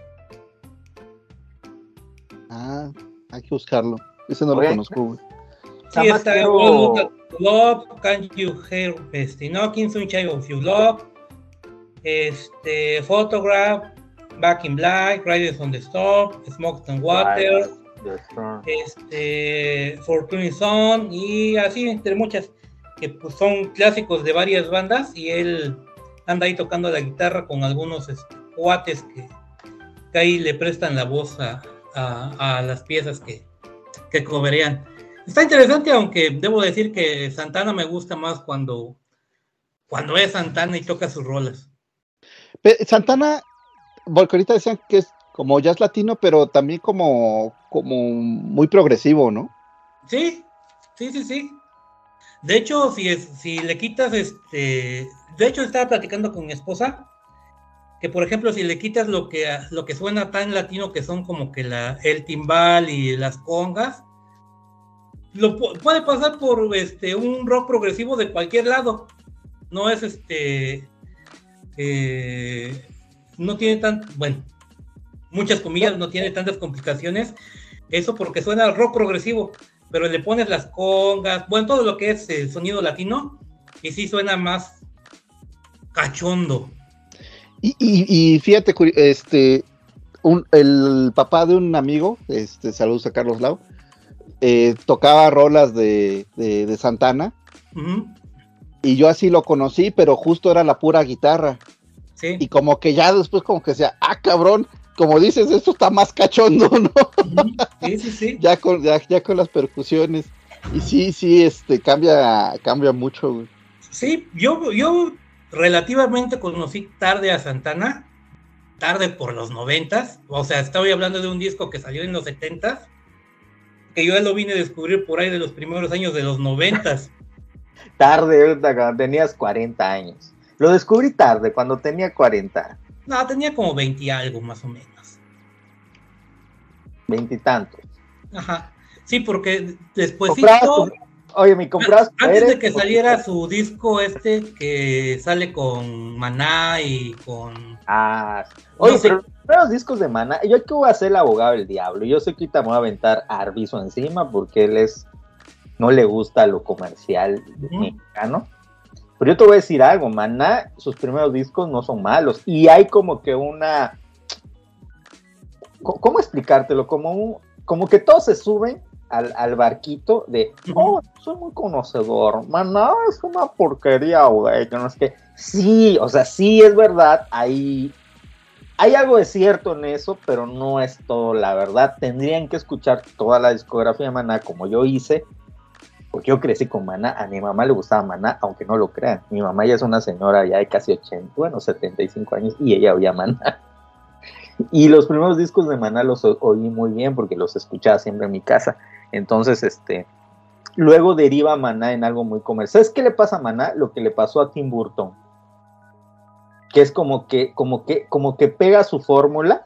Hay que buscarlo. Ese no lo conozco, güey. Sí, está Love, Can You Hear Knocking, Sunshine of Your Love, Photograph, Back in Black, Riders on the Storm, Smoke and Water, Fortune Son, y así entre muchas que pues, son clásicos de varias bandas, y él anda ahí tocando la guitarra con algunos cuates que ahí le prestan la voz a las piezas que coverean. Está interesante, aunque debo decir que Santana me gusta más cuando es Santana y toca sus rolas. Santana, porque ahorita decían que es como jazz latino, pero también como muy progresivo, ¿no? Sí. De hecho, si le quitas de hecho estaba platicando con mi esposa que, por ejemplo, si le quitas lo que suena tan latino, que son como que el timbal y las congas, puede pasar por un rock progresivo de cualquier lado. No es no tiene muchas comillas, no tiene tantas complicaciones. Eso porque suena rock progresivo, pero le pones las congas, todo lo que es el sonido latino, y sí suena más cachondo. Y fíjate, el papá de un amigo, saludos a Carlos Lau, tocaba rolas de Santana, uh-huh. Y yo así lo conocí, pero justo era la pura guitarra. Sí. Y como que ya después como que decía, cabrón, como dices, esto está más cachondo, ¿no? Uh-huh. Sí. ya con las percusiones. Y sí, cambia mucho, güey. Sí, yo relativamente conocí tarde a Santana, tarde por los 90s, o sea, estoy hablando de un disco que salió en los 70s, que yo ya lo vine a descubrir por ahí de los primeros años de los 90s. Tarde, cuando tenías 40 años. Lo descubrí tarde, cuando tenía 40. No, tenía como 20 y algo, más o menos. 20 y tantos. Ajá, sí, porque después... Oye, ¿me compras? Antes de que saliera su disco que sale con Maná y con... Oye, pero los primeros discos de Maná, yo aquí voy a ser el abogado del diablo. Yo sé que ahorita me voy a aventar a Arvizo encima porque él no le gusta lo comercial mexicano. Pero yo te voy a decir algo, Maná, sus primeros discos no son malos. Y hay como que una... ¿Cómo explicártelo? Como que todos se suben al barquito de, soy muy conocedor, Maná es una porquería, güey, que no es que, sí, o sea, sí es verdad, hay algo de cierto en eso, pero no es todo la verdad. Tendrían que escuchar toda la discografía de Maná como yo hice, porque yo crecí con Maná. A mi mamá le gustaba Maná, aunque no lo crean, mi mamá ya es una señora ya de casi 75 años, y ella oía Maná. Y los primeros discos de Maná los oí muy bien porque los escuchaba siempre en mi casa. Entonces, luego deriva Maná en algo muy comercial. ¿Sabes qué le pasa a Maná? Lo que le pasó a Tim Burton, que es como que pega su fórmula,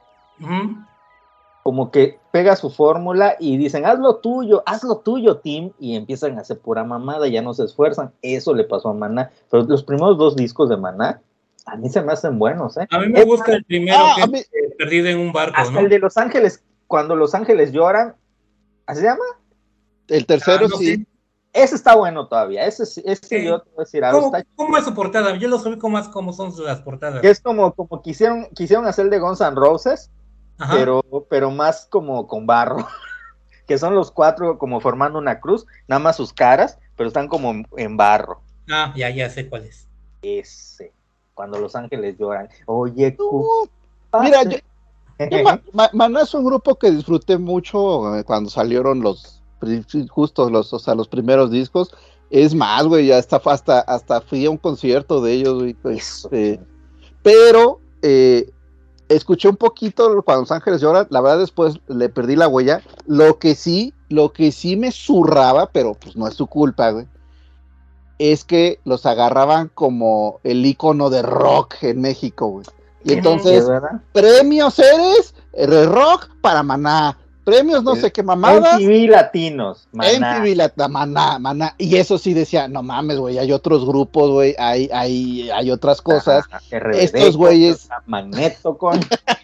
como que pega su fórmula y dicen, haz lo tuyo, Tim, y empiezan a hacer pura mamada, ya no se esfuerzan. Eso le pasó a Maná. Pero los primeros 2 discos de Maná a mí se me hacen buenos, A mí me gusta el primero, que es Perdido en un barco, hasta ¿no? el de Los Ángeles, cuando Los Ángeles lloran, ¿así se llama? El tercero, sí. Ese está bueno todavía. Ese yo te voy a decir algo. ¿Cómo es su portada? Yo lo subí más como son las portadas. Que es como quisieron hacer de Guns N' Roses, pero más como con barro. Que son los 4 como formando una cruz, nada más sus caras, pero están como en barro. Ah, ya sé cuál es. Ese, cuando los ángeles lloran. Oye, mira, Maná es un grupo que disfruté mucho cuando salieron los primeros discos. Es más, güey, hasta fui a un concierto de ellos, güey. Pero escuché un poquito cuando Los Ángeles Lloran, la verdad después le perdí la huella. Lo que sí me zurraba, pero pues no es su culpa, güey, es que los agarraban como el ícono de rock en México, güey. Y entonces, premios eres rock para Maná, premios no sé qué mamadas. MTV Latinos, Maná. MTV Maná. Y eso sí decía, no mames, güey, hay otros grupos, güey, hay otras cosas. RBD, estos güeyes. Magneto, coño.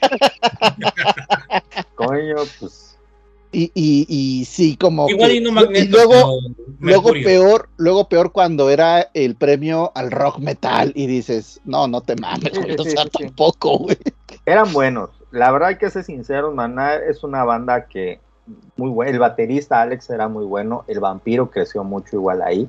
Coño, pues. Y sí, como igual que, y no Magneto, y luego peor cuando era el premio al rock metal y dices, no te mames, güey, tampoco, güey. Eran buenos, la verdad hay que ser sinceros, Maná es una banda que muy buena, el baterista Alex era muy bueno, el Vampiro creció mucho igual ahí.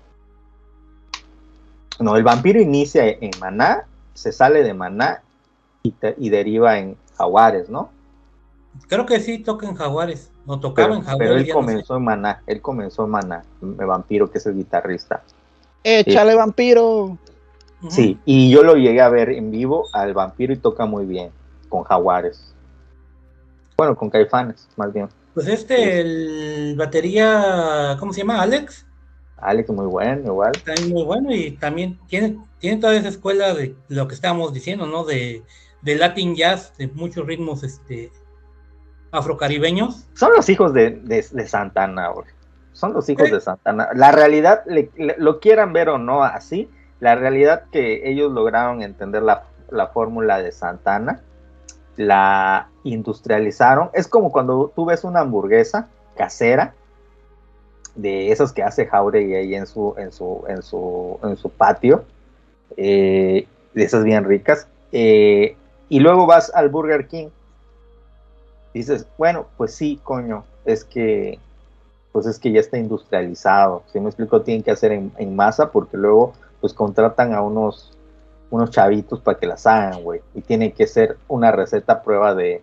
No, el Vampiro inicia en Maná, se sale de Maná y deriva en Jaguares, ¿no? Creo que sí toca en Jaguares, no tocaba en Jaguares. Pero él comenzó en Maná, el Vampiro, que es el guitarrista. ¡Échale, Vampiro! Sí, y yo lo llegué a ver en vivo al Vampiro y toca muy bien, con Jaguares. Bueno, con Caifanes, más bien. Pues el batería, ¿cómo se llama? ¿Alex? Alex muy bueno, igual. También muy bueno y también tiene toda esa escuela de lo que estábamos diciendo, ¿no? De Latin Jazz, de muchos ritmos, afrocaribeños. Son los hijos de Santana, güey. Son los hijos de Santana. La realidad, lo quieran ver o no así, la realidad que ellos lograron entender la fórmula de Santana, la industrializaron. Es como cuando tú ves una hamburguesa casera, de esas que hace Jauregui ahí en su patio, de esas bien ricas, y luego vas al Burger King. Dices, bueno, pues sí, coño, es que ya está industrializado. Si me explico, tienen que hacer en masa porque luego pues contratan a unos chavitos para que las hagan, güey. Y tiene que ser una receta a prueba de,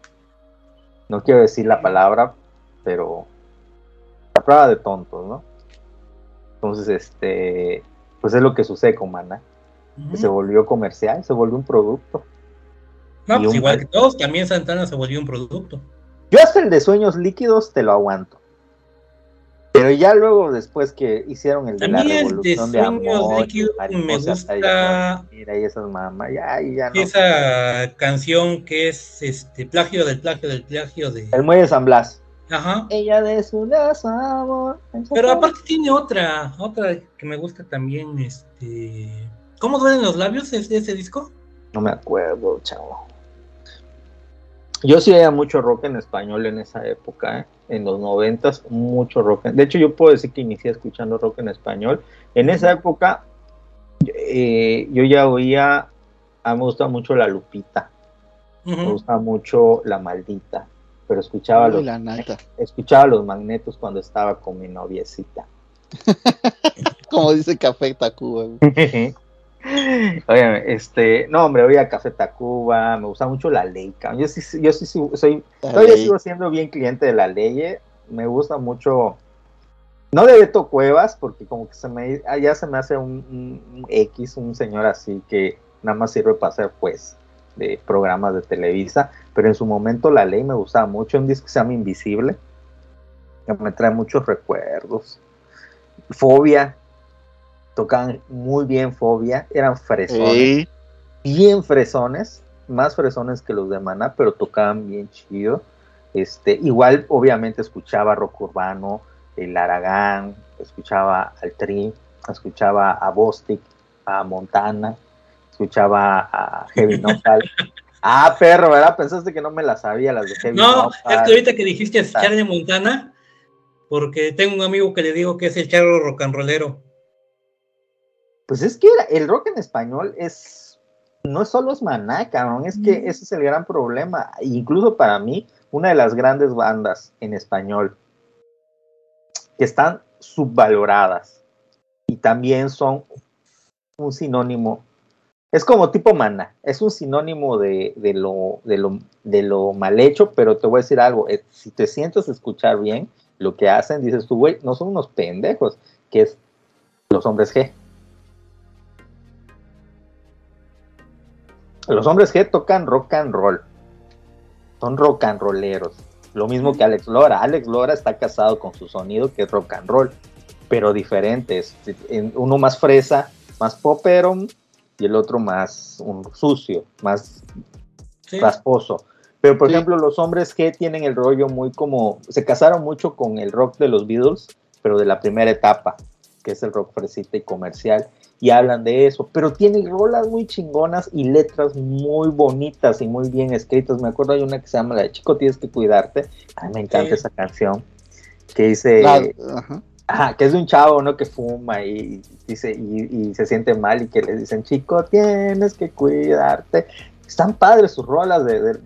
no quiero decir la palabra, pero a prueba de tontos, ¿no? Entonces, pues es lo que sucede con Maná. Que se volvió comercial, se volvió un producto. No, pues igual que todos, también Santana se volvió un producto. Yo hasta el de Sueños Líquidos te lo aguanto. Pero ya luego, después que hicieron el de la Revolución de Amor, me gusta y esas mamás, ya no. Esa canción que es plagio del plagio de... El Muelle de San Blas. Ajá. Ella de su amor. Pero aparte tiene otra que me gusta también, ¿Cómo duelen los labios ese disco? No me acuerdo, chavo. Yo sí veía mucho rock en español en esa época, en los 90s, mucho rock. De hecho, yo puedo decir que inicié escuchando rock en español. En esa época, yo ya oía, me gustaba mucho La Lupita, me gustaba mucho La Maldita, pero escuchaba los Magnetos cuando estaba con mi noviecita. Como dice Café Tacuba. Oye, no, hombre, oía Café Tacuba, me gustaba mucho La Ley. Yo sí soy, todavía sigo siendo bien cliente de La Ley. Me gusta mucho, no de Beto Cuevas, porque como que ya se me hace un señor así que nada más sirve para hacer pues de programas de Televisa, pero en su momento La Ley me gustaba mucho. Un disco que se llama Invisible, que me trae muchos recuerdos. Fobia, tocaban muy bien Fobia, eran fresones, bien fresones, más fresones que los de Maná, pero tocaban bien chido. Igual obviamente escuchaba rock urbano, el Aragán, escuchaba al Tri, escuchaba a Bostic, a Montana, escuchaba a Heavy Nopal. Perro, ¿verdad? Pensaste que no me las sabía las de Heavy Nopal. No, es que ahorita que dijiste Charlie Montana, porque tengo un amigo que le digo que es el charro rock and rollero. Pues es que el rock en español no solo es Maná, cabrón, es que ese es el gran problema. Incluso para mí, una de las grandes bandas en español que están subvaloradas y también son un sinónimo, es como tipo Maná, es un sinónimo de lo mal hecho, pero te voy a decir algo, si te sientes a escuchar bien lo que hacen, dices tú, güey, no son unos pendejos, que es Los Hombres G. Los Hombres G tocan rock and roll, son rock and rolleros, lo mismo que Alex Lora. Alex Lora está casado con su sonido, que es rock and roll, pero diferentes, uno más fresa, más popero, y el otro más sucio, más rasposo. Pero por ejemplo, Los Hombres G tienen el rollo muy como, se casaron mucho con el rock de los Beatles, pero de la primera etapa, que es el rock fresita y comercial, y hablan de eso, pero tienen rolas muy chingonas y letras muy bonitas y muy bien escritas. Me acuerdo hay una que se llama La de Chico Tienes que Cuidarte. Ay, me encanta esa canción, que dice, que es de un chavo, ¿no? Que fuma y dice, y se siente mal, y que le dicen, chico, tienes que cuidarte. Están padres sus rolas de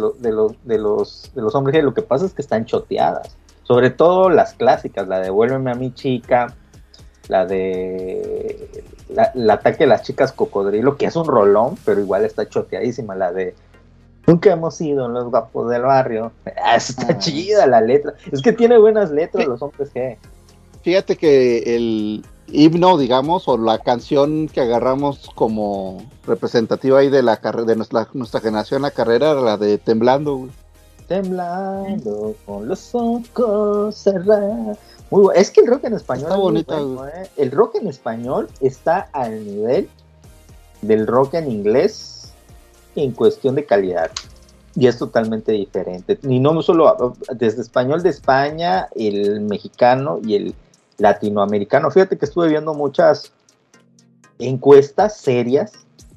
los Hombres G. Lo que pasa es que están choteadas, sobre todo las clásicas, la de Vuélveme a mi chica, la de el ataque de las chicas cocodrilo, que es un rolón, pero igual está choteadísima, la de Nunca hemos sido los guapos del barrio. Está chida la letra, es que tiene buenas letras Los Hombres G. Fíjate que el himno, digamos, o la canción que agarramos como representativa ahí de la carrera, de nuestra generación, la carrera, era la de Temblando, güey. Temblando con los ojos cerrados. Muy bueno. Es que el rock en español está bonita, bueno, El rock en español está al nivel del rock en inglés en cuestión de calidad, y es totalmente diferente. Y no solo desde español de España, el mexicano y el latinoamericano. Fíjate que estuve viendo muchas encuestas serias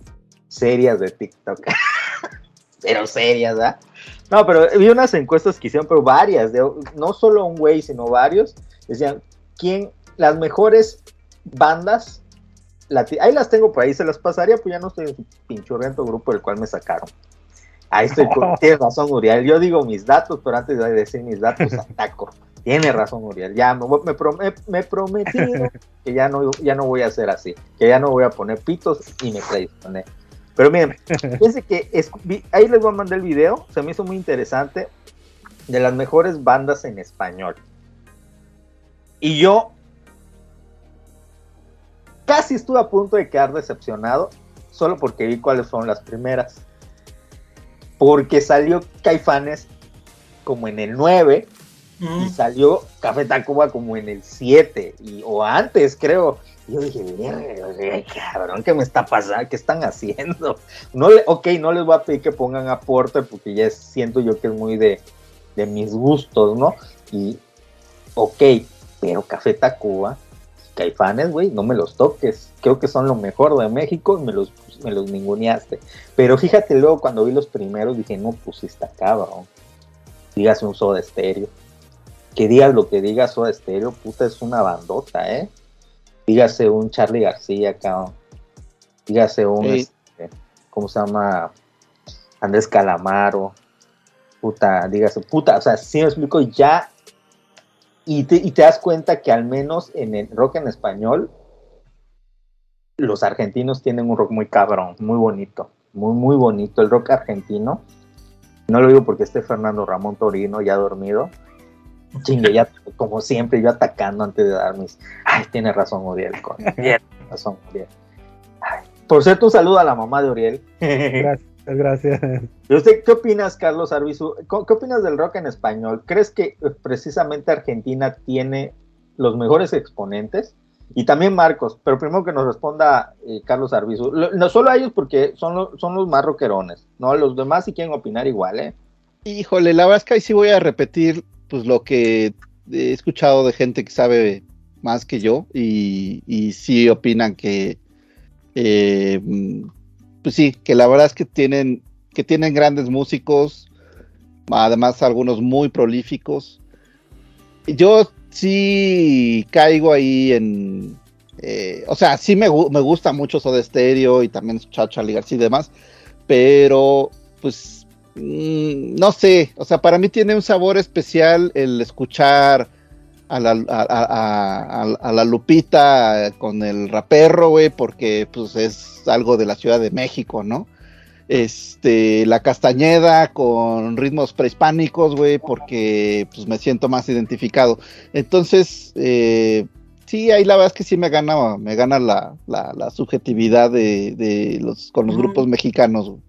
de TikTok, pero serias, ¿verdad? No, pero vi unas encuestas que hicieron, pero varias, no solo un güey, sino varios. Decían, las mejores bandas, ahí las tengo por ahí, se las pasaría, pues ya no estoy en su pinchurriento grupo del cual me sacaron. Ahí estoy, tienes razón, Uriel, yo digo mis datos, pero antes de decir mis datos, ataco. Tiene razón, Uriel, ya me prometí que ya no voy a hacer así, que ya no voy a poner pitos, y me traicioné. Pero miren, fíjense que ahí les voy a mandar el video, se me hizo muy interesante, de las mejores bandas en español. Y yo casi estuve a punto de quedar decepcionado, solo porque vi cuáles son las primeras. Porque salió Caifanes como en el 9, y salió Café Tacuba como en el 7, o antes, creo. Y yo dije, cabrón, ¿qué me está pasando? ¿Qué están haciendo? No les voy a pedir que pongan aporte, porque ya siento yo que es muy de mis gustos, ¿no? Y, pero Café Tacuba, Caifanes, güey, no me los toques. Creo que son lo mejor de México, y me los ninguneaste. Pero fíjate, luego cuando vi los primeros, dije, no, pues está cabrón. Dígase un Soda Stereo. Que digas lo que digas, Soda Stereo, puta, es una bandota, ¿eh? Dígase un Charly García, cabrón. Dígase un, ¿cómo se llama? Andrés Calamaro. Dígase, o sea, sí me explico, ya. Y te das cuenta que al menos en el rock en español, los argentinos tienen un rock muy cabrón, muy bonito, muy, muy bonito. El rock argentino, no lo digo porque esté Fernando Ramón Torino ya dormido. Chingue, ya como siempre, yo atacando antes de dar mis... Ay, tiene razón Uriel, tiene razón Uriel. Ay, por cierto, un saludo a la mamá de Uriel. Gracias. ¿Y usted qué opinas, Carlos Arbizu? ¿Qué opinas del rock en español? ¿Crees que precisamente Argentina tiene los mejores exponentes? Y también Marcos, pero primero que nos responda Carlos Arbizu. No solo a ellos, porque son los más rockerones, ¿no? Los demás sí quieren opinar igual, ¿eh? Híjole, la verdad es que ahí sí voy a repetir pues lo que he escuchado de gente que sabe más que yo, y sí opinan que pues sí, que la verdad es que tienen grandes músicos, además algunos muy prolíficos. Yo sí caigo ahí en... o sea, sí me gusta mucho Soda Stereo y también escuchar Charly García y demás, pero pues no sé, o sea, para mí tiene un sabor especial el escuchar a la Lupita con el raperro, güey, porque pues es algo de la Ciudad de México, ¿no? La Castañeda con ritmos prehispánicos, güey, porque pues me siento más identificado. Entonces, sí, ahí la verdad es que sí me gana la subjetividad con los grupos mexicanos, güey.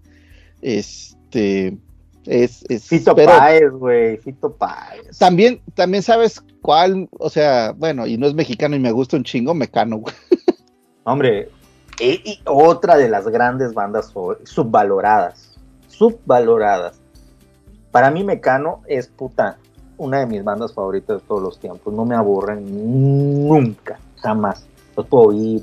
Fito Páez, güey, Fito Páez. También sabes cuál, o sea, bueno, y no es mexicano y me gusta un chingo, Mecano, güey. Hombre, y otra de las grandes bandas subvaloradas. Para mí Mecano es una de mis bandas favoritas de todos los tiempos. No me aburren nunca, jamás. Los puedo oír.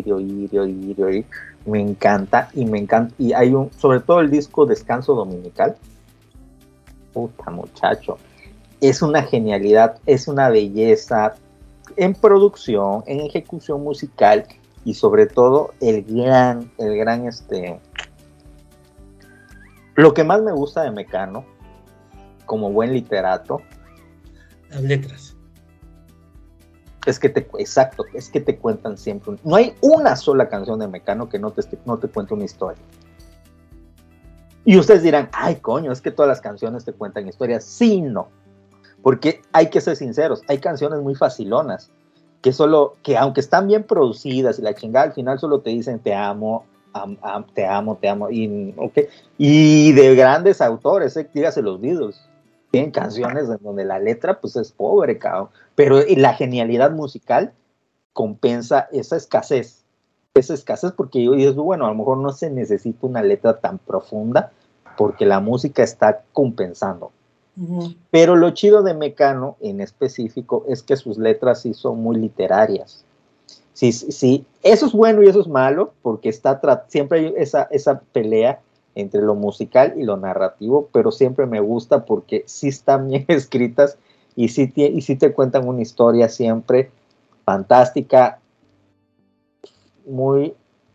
Me encanta. Y hay sobre todo el disco Descanso Dominical. Puta, muchacho. Es una genialidad, es una belleza en producción, en ejecución musical y sobre todo el gran lo que más me gusta de Mecano como buen literato, las letras. es que te cuentan siempre. No hay una sola canción de Mecano que no te cuente una historia. Y ustedes dirán, ay, coño, es que todas las canciones te cuentan historias. Sí, no. Porque hay que ser sinceros, hay canciones muy facilonas, que aunque están bien producidas y la chingada, al final solo te dicen te amo, te amo, y de grandes autores, dígase los Beatles, tienen canciones en donde la letra pues es pobre, cabrón, pero la genialidad musical compensa esa escasez porque yo digo, bueno, a lo mejor no se necesita una letra tan profunda porque la música está compensando. Uh-huh. Pero lo chido de Mecano en específico es que sus letras sí son muy literarias. Sí, eso es bueno y eso es malo porque siempre hay esa pelea entre lo musical y lo narrativo, pero siempre me gusta porque sí están bien escritas y sí te cuentan una historia siempre fantástica, muy,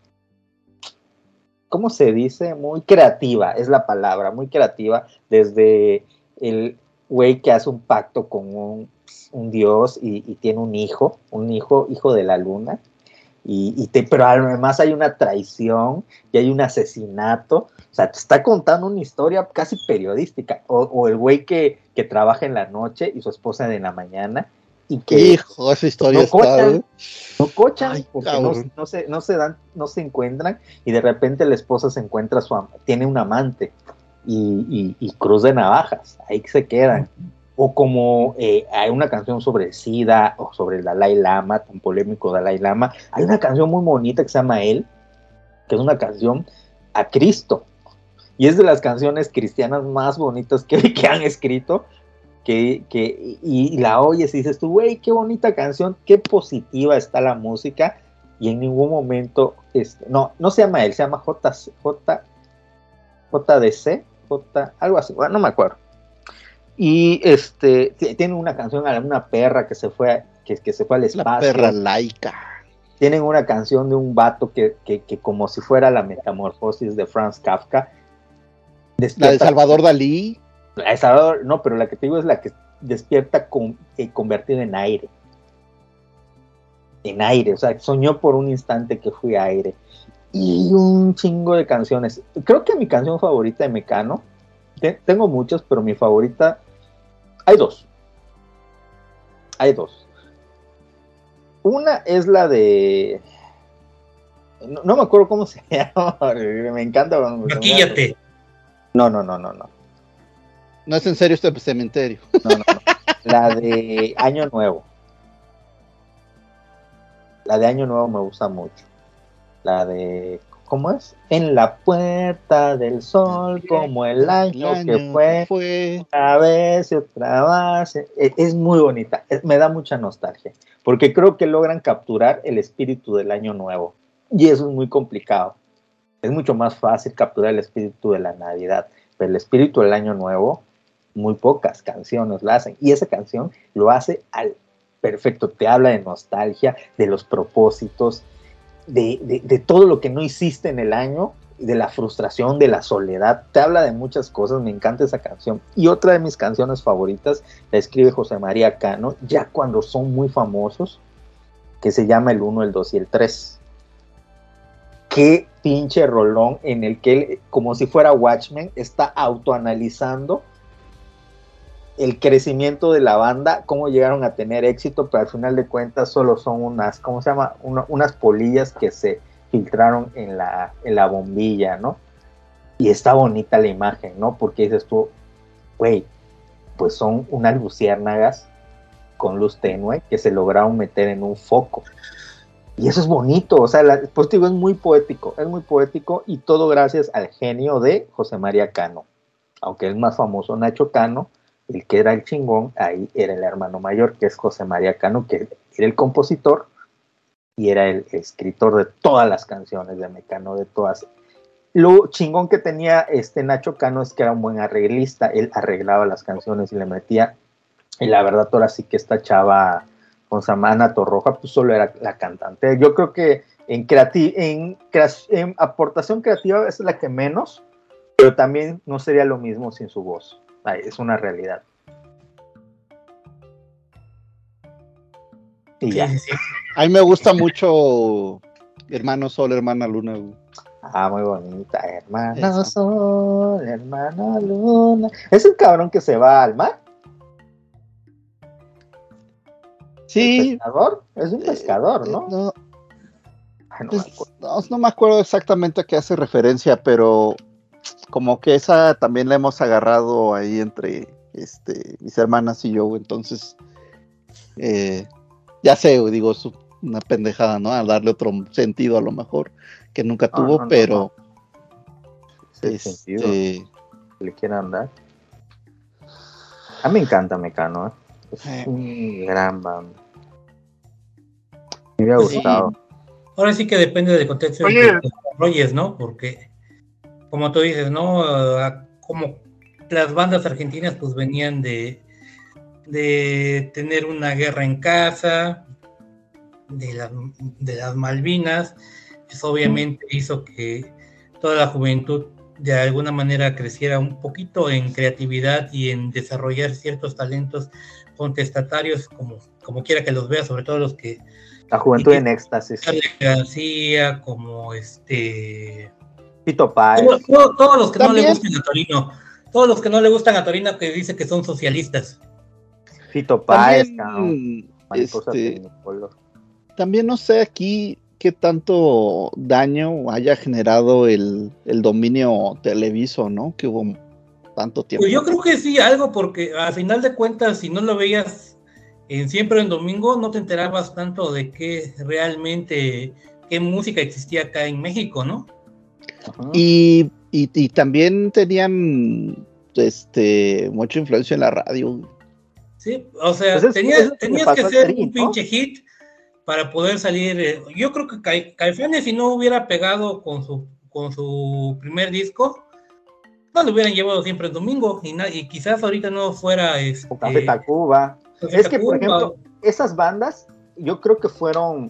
¿cómo se dice? Muy creativa, es la palabra, muy creativa, desde el güey que hace un pacto con un dios y tiene un hijo de la luna, pero además hay una traición y hay un asesinato, o sea, te está contando una historia casi periodística, o el güey que trabaja en la noche y su esposa en la mañana, y que hijo, esa historia no cochan porque no se encuentran, y de repente la esposa se encuentra tiene un amante y cruz de navajas, ahí se quedan. O como hay una canción sobre el SIDA o sobre el Dalai Lama, tan polémico Dalai Lama, hay una canción muy bonita que se llama Él, que es una canción a Cristo, y es de las canciones cristianas más bonitas que han escrito, y la oyes y dices tú, güey, qué bonita canción, qué positiva está la música, y en ningún momento, no se llama Él, se llama JDC, algo así, bueno, no me acuerdo. Y tiene una canción a una perra que se fue al espacio. La perra laica. Tienen una canción de un vato que como si fuera la metamorfosis de Franz Kafka. La de Salvador Dalí. No, pero la que te digo es la que despierta convertido en aire. En aire, o sea, soñó por un instante que fui aire. Y un chingo de canciones. Creo que mi canción favorita de Mecano, tengo muchas, pero mi favorita, hay dos. Una es la de... No me acuerdo cómo se llama, me encanta. Maquíllate. No. No es en serio este cementerio. No. La de Año Nuevo. La de Año Nuevo me gusta mucho. La de... ¿Cómo es? En la puerta del sol, como el año que fue, una vez y otra vez. Es muy bonita, me da mucha nostalgia, porque creo que logran capturar el espíritu del año nuevo, y eso es muy complicado. Es mucho más fácil capturar el espíritu de la Navidad, pero el espíritu del año nuevo, muy pocas canciones la hacen, y esa canción lo hace al perfecto, te habla de nostalgia, de los propósitos, de todo lo que no hiciste en el año, de la frustración, de la soledad, te habla de muchas cosas, me encanta esa canción. Y otra de mis canciones favoritas la escribe José María Cano, ya cuando son muy famosos, que se llama El 1, el 2 y el 3. Qué pinche rolón en el que él, como si fuera Watchmen, está autoanalizando el crecimiento de la banda, cómo llegaron a tener éxito, pero al final de cuentas solo son unas, ¿cómo se llama? Unas polillas que se filtraron en la bombilla, ¿no? Y está bonita la imagen, ¿no? Porque dices tú, güey, pues son unas luciérnagas con luz tenue que se lograron meter en un foco. Y eso es bonito, o sea, pues digo, es muy poético y todo gracias al genio de José María Cano. Aunque es más famoso Nacho Cano, el que era el chingón, ahí era el hermano mayor, que es José María Cano, que era el compositor y era el escritor de todas las canciones de Mecano, de todas. Lo chingón que tenía Nacho Cano es que era un buen arreglista, él arreglaba las canciones y le metía, y la verdad ahora sí que esta chava con Samana Torroja, pues solo era la cantante. Yo creo que en aportación creativa es la que menos, pero también no sería lo mismo sin su voz. Ay, es una realidad. Y ya. Sí. A mí me gusta mucho Hermano Sol, Hermana Luna. Ah, muy bonita. Hermano Sol, Hermana Luna. ¿Es el cabrón que se va al mar? Sí. ¿El pescador? Es un pescador, ¿no? No. Ay, no me acuerdo exactamente a qué hace referencia, pero como que esa también la hemos agarrado ahí entre mis hermanas y yo, entonces ya sé, digo, es una pendejada, ¿no? A darle otro sentido a lo mejor que nunca tuvo, pero sentido le quieran dar. A mí me encanta Mecano, es un gran banda. Me hubiera gustado. Ahora sí que depende del contexto en que te desarrolles, ¿no? Porque, como tú dices, ¿no? Como las bandas argentinas pues venían de tener una guerra en casa, de las Malvinas, eso obviamente hizo que toda la juventud de alguna manera creciera un poquito en creatividad y en desarrollar ciertos talentos contestatarios, como quiera que los vea, sobre todo los que la juventud en éxtasis. Charlie García, como Pito Páez. Todos los que ¿también? No le gustan a Torino. Todos los que no le gustan a Torino que dice que son socialistas. Pito Páez, también no sé aquí qué tanto daño haya generado el dominio televiso, ¿no? Que hubo tanto tiempo. Pues yo creo que sí, algo, porque al final de cuentas, si no lo veías siempre en domingo, no te enterabas tanto de qué música existía acá en México, ¿no? Y también tenían mucha influencia en la radio. Sí, o sea, pues tenías que ser un pinche hit para poder salir. Yo creo que Caifanes, si no hubiera pegado con su primer disco, no lo hubieran llevado siempre el domingo y quizás ahorita no fuera Café Tacuba. Es que, por ejemplo, esas bandas, yo creo que fueron,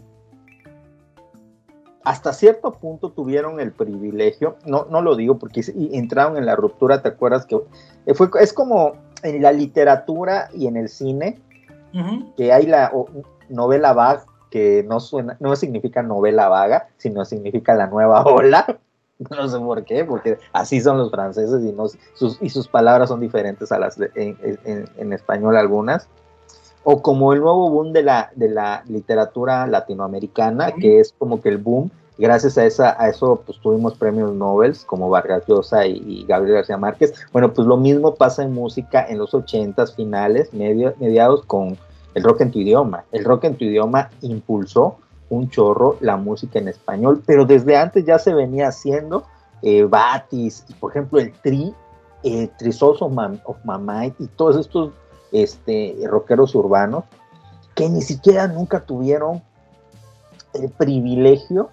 hasta cierto punto tuvieron el privilegio, no lo digo porque entraron en la ruptura, ¿te acuerdas? Que es como en la literatura y en el cine, que hay la novela vaga, que no significa novela vaga, sino significa la nueva ola. No sé por qué, porque así son los franceses y sus palabras son diferentes a las en español algunas. O como el nuevo boom de la literatura latinoamericana, que es como que el boom, gracias a eso pues tuvimos premios Nobel como Vargas Llosa y Gabriel García Márquez. Bueno, pues lo mismo pasa en música en los 80s finales, mediados con el rock en tu idioma. El rock en tu idioma impulsó un chorro la música en español, pero desde antes ya se venía haciendo Batis, y por ejemplo el Trisous of Mamay y todos estos rockeros urbanos que ni siquiera nunca tuvieron el privilegio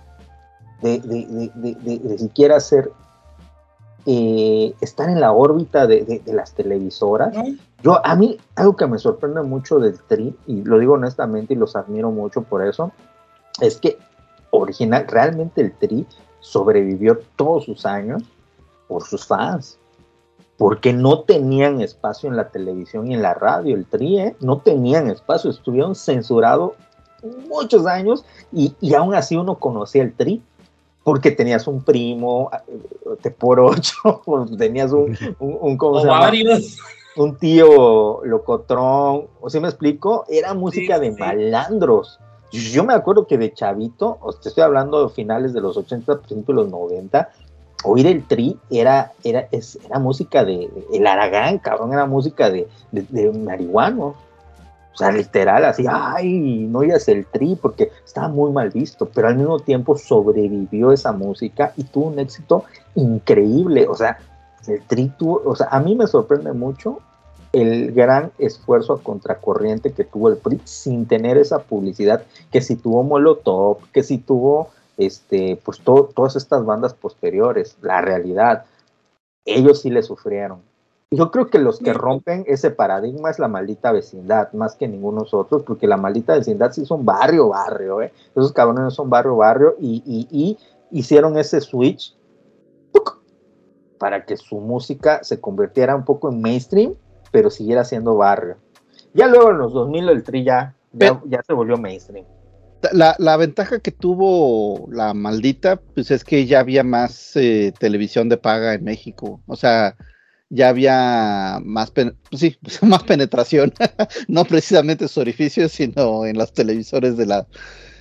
de siquiera estar en la órbita de las televisoras, A mí, algo que me sorprende mucho del Tri, y lo digo honestamente y los admiro mucho por eso, es que realmente el Tri sobrevivió todos sus años por sus fans, porque no tenían espacio en la televisión y en la radio. El Tri, no tenían espacio, estuvieron censurados muchos años y aún así uno conocía el Tri, porque tenías un primo de por 8, tenías ¿cómo se llama? Varios. Un tío locotrón, o sea, ¿me explico? Era música de malandros. Yo me acuerdo que de chavito, te estoy hablando de finales de los 80, principios de los 90, oír el Tri era música de el Aragán, cabrón, era música de marihuanos. O sea, literal, así, ay, no oías el Tri porque estaba muy mal visto, pero al mismo tiempo sobrevivió esa música y tuvo un éxito increíble. O sea, el Tri a mí me sorprende mucho el gran esfuerzo a contracorriente que tuvo el PRI sin tener esa publicidad que si tuvo Molotov, que si tuvo pues todas estas bandas posteriores. La realidad, ellos sí le sufrieron. Yo creo que los que rompen ese paradigma es La Maldita Vecindad, más que ninguno otros, porque La Maldita Vecindad sí son barrio, esos cabrones son barrio, y hicieron ese switch para que su música se convirtiera un poco en mainstream, pero siguiera siendo barrio. Ya luego en los 2000 el Tri ya se volvió mainstream. La ventaja que tuvo La Maldita, pues es que ya había más televisión de paga en México. O sea, ya había más penetración, no precisamente en sus orificios, sino en los televisores de la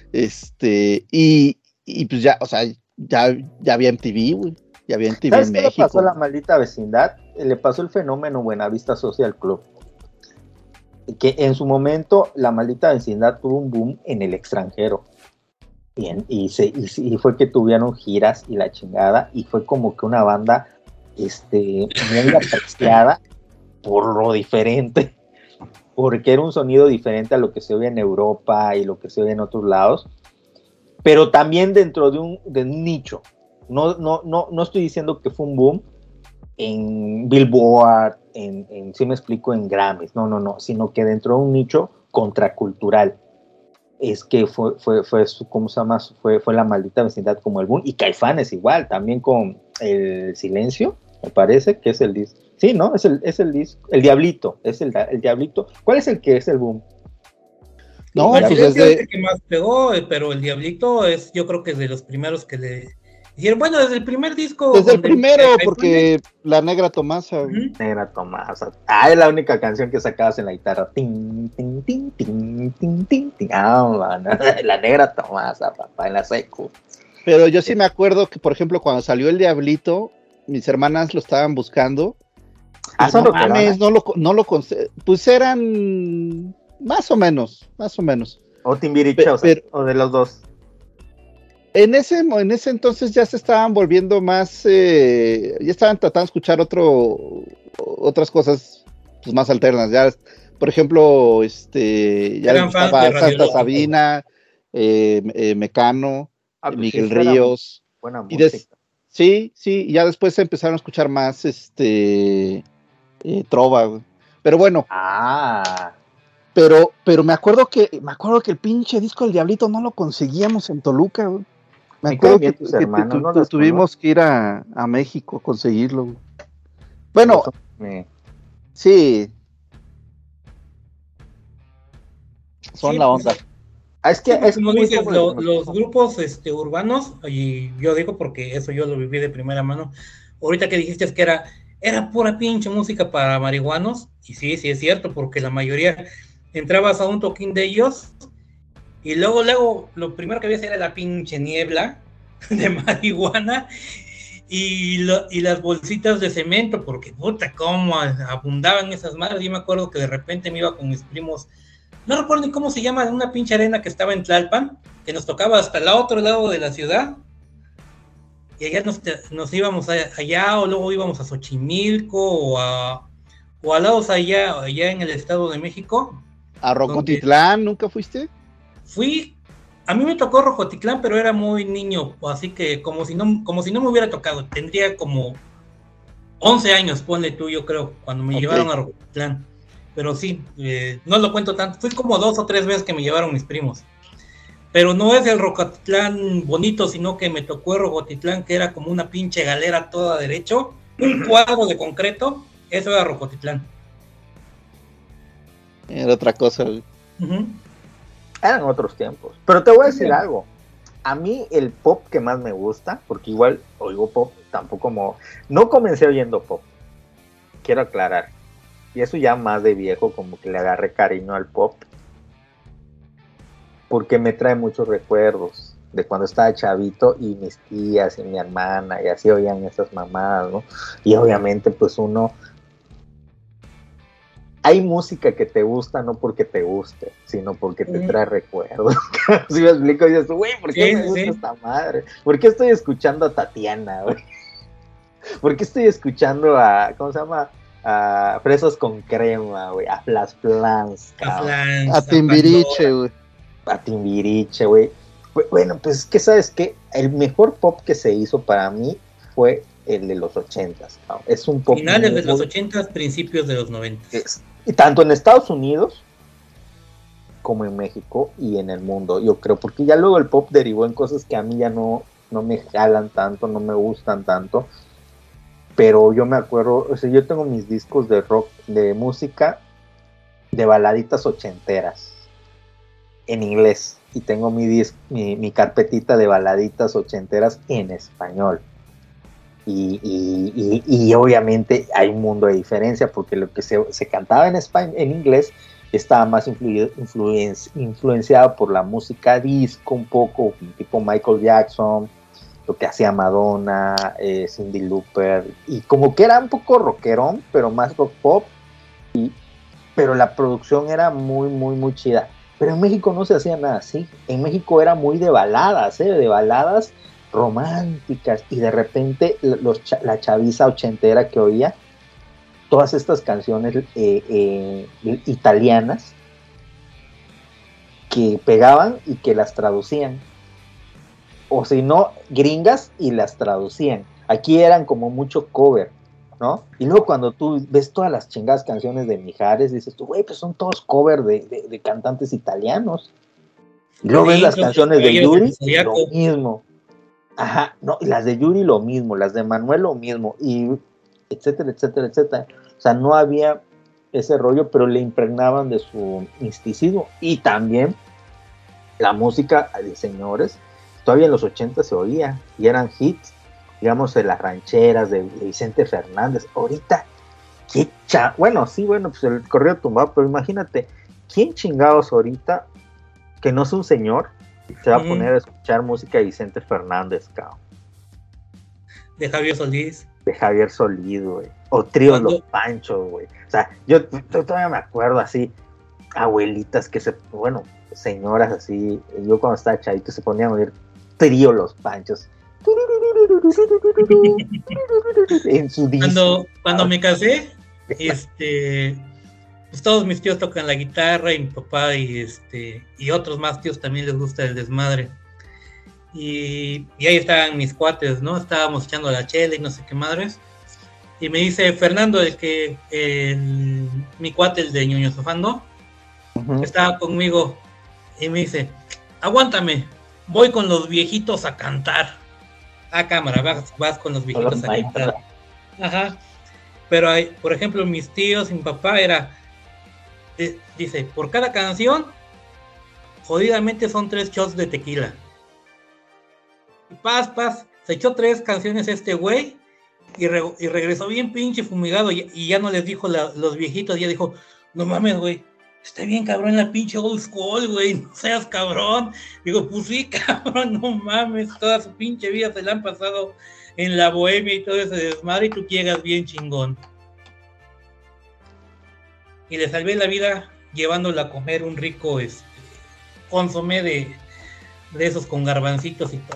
y pues ya, o sea, ya había MTV, güey. Ya había MTV en México. ¿Sabes qué le pasó a La Maldita Vecindad? Le pasó el fenómeno Buenavista Social Club, que en su momento La Maldita Vecindad tuvo un boom en el extranjero. Y fue que tuvieron giras y la chingada, y fue como que una banda muy apreciada por lo diferente, porque era un sonido diferente a lo que se oye en Europa y lo que se oye en otros lados, pero también dentro de un nicho. No estoy diciendo que fue un boom en Billboard, si me explico, en Grammys, no, sino que dentro de un nicho contracultural. Es que fue ¿cómo se llama? Fue La Maldita Vecindad como el boom, y Caifanes igual, también con El Silencio, me parece que es el disco. Sí, ¿no? Es el disco, El Diablito, es el Diablito. ¿Cuál es el que es el boom? No, pues es el que más pegó, pero El Diablito yo creo que es de los primeros que le dijeron, bueno, desde el primer disco. Desde el primero, porque La Negra Tomasa. Negra Tomasa. Es la única canción que sacabas en la guitarra. Tin, tin, tin, tin, tin, tin, tin. La Negra Tomasa, papá, en la secu. Pero yo sí me acuerdo que, por ejemplo, cuando salió El Diablito, mis hermanas lo estaban buscando. No lo pues eran más o menos. O Timbiriche, o de los dos. En ese entonces ya se estaban volviendo más, ya estaban tratando de escuchar otras cosas pues, más alternas. Ya, por ejemplo, ya estaba Santa Sabina, Mecano, Miguel Ríos. Buena música. Sí, ya después se empezaron a escuchar más trova, güey. Pero bueno. Pero me acuerdo que el pinche disco del Diablito no lo conseguíamos en Toluca, güey. Me acuerdo que tuvimos que ir a México a conseguirlo. Bueno, sí. Son la onda. Es que como dices, los grupos urbanos, y yo digo porque eso yo lo viví de primera mano. Ahorita que dijiste que era pura pinche música para marihuanos, y sí es cierto, porque la mayoría entrabas a un toquín de ellos. Y luego lo primero que veías era la pinche niebla de marihuana y las bolsitas de cemento, porque puta, cómo abundaban esas madres. Yo me acuerdo que de repente me iba con mis primos, no recuerdo ni cómo se llama, una pinche arena que estaba en Tlalpan, que nos tocaba hasta el otro lado de la ciudad, y allá nos íbamos allá, o luego íbamos a Xochimilco, o a lados allá en el Estado de México. ¿A Rocotitlán nunca fuiste? Fui, a mí me tocó Rocotitlán, pero era muy niño, así que como si no me hubiera tocado. Tendría como 11 años, ponle tú, yo creo, cuando me llevaron a Rocotitlán. pero sí, no lo cuento tanto. Fui como 2 o 3 veces que me llevaron mis primos. Pero no es el Rocotitlán bonito, sino que me tocó el Rocotitlán que era como una pinche galera toda derecho, un cuadro de concreto, eso era Rocotitlán. Era otra cosa, güey. Uh-huh. Eran otros tiempos. Pero te voy a decir algo. A mí el pop que más me gusta, porque igual oigo pop, tampoco como... No comencé oyendo pop, quiero aclarar. Y eso ya más de viejo, como que le agarré cariño al pop. Porque me trae muchos recuerdos de cuando estaba chavito y mis tías y mi hermana y así oían esas mamadas, ¿no? Y obviamente pues uno... Hay música que te gusta no porque te guste, sino porque te trae recuerdos. Si me explico, y dices, güey, ¿por qué me gusta esta madre? ¿Por qué estoy escuchando a Tatiana, güey? ¿Por qué estoy escuchando a, ¿cómo se llama? A Fresas con Crema, güey, a Flash Plans, a Timbiriche, güey. A Timbiriche, güey. Bueno, pues es que, ¿sabes qué? El mejor pop que se hizo para mí fue el de los 80s. Es un pop finales de los 80s, principios de los 90s. Y tanto en Estados Unidos como en México y en el mundo, yo creo, porque ya luego el pop derivó en cosas que a mí ya no me jalan tanto, no me gustan tanto, pero yo me acuerdo, o sea, yo tengo mis discos de rock, de música, de baladitas ochenteras, en inglés, y tengo mi carpetita de baladitas ochenteras en español. Y obviamente hay un mundo de diferencia porque lo que se cantaba en inglés estaba más influenciado por la música disco, un poco tipo Michael Jackson, lo que hacía Madonna, Cyndi Lauper, y como que era un poco rockerón, pero más rock pop, pero la producción era muy, muy, muy chida. Pero en México no se hacía nada así. En México era muy de baladas, de baladas románticas, y de repente la chaviza ochentera que oía todas estas canciones italianas que pegaban y que las traducían, o si no, gringas, y las traducían. Aquí eran como mucho cover, ¿no? Y luego cuando tú ves todas las chingadas canciones de Mijares, dices tú, güey, pues son todos cover de cantantes italianos. Y luego ves las canciones de Yuri, lo mismo. Ajá, no, y las de Yuri lo mismo, las de Manuel lo mismo, y etcétera, etcétera, etcétera. O sea, no había ese rollo, pero le impregnaban de su misticismo. Y también la música de señores, todavía en los 80 se oía, y eran hits, digamos, de las rancheras, de Vicente Fernández. Ahorita, bueno, pues el corrido tumbado, pero imagínate, ¿quién chingados ahorita, que no es un señor, se va a poner a escuchar música de Vicente Fernández, cabrón? De Javier Solís. De Javier Solís, güey. O Tríos Los Panchos, güey. O sea, yo todavía me acuerdo así, abuelitas señoras así, yo cuando estaba chavito se ponían a oír Trío Los Panchos. En su disco. Cuando me casé, pues todos mis tíos tocan la guitarra, y mi papá y otros más tíos también les gusta el desmadre. Y ahí estaban mis cuates, ¿no? Estábamos echando la chela y no sé qué madres. Y me dice Fernando, mi cuate, el de Ñuño Sofando, estaba conmigo, y me dice, aguántame, voy con los viejitos a cantar. A cámara, vas con los viejitos a cantar. Ajá. Pero hay, por ejemplo, mis tíos y mi papá dice, por cada canción, jodidamente son 3 shots de tequila. Y paz, se echó 3 canciones este güey, y regresó bien pinche fumigado, y ya no les dijo los viejitos, ya dijo, no mames, güey, está bien cabrón la pinche old school, güey, no seas cabrón. Digo, pues sí, cabrón, no mames, toda su pinche vida se la han pasado en la bohemia y todo ese desmadre, y tú llegas bien chingón. Y le salvé la vida llevándola a comer un rico consomé de esos con garbancitos y todo.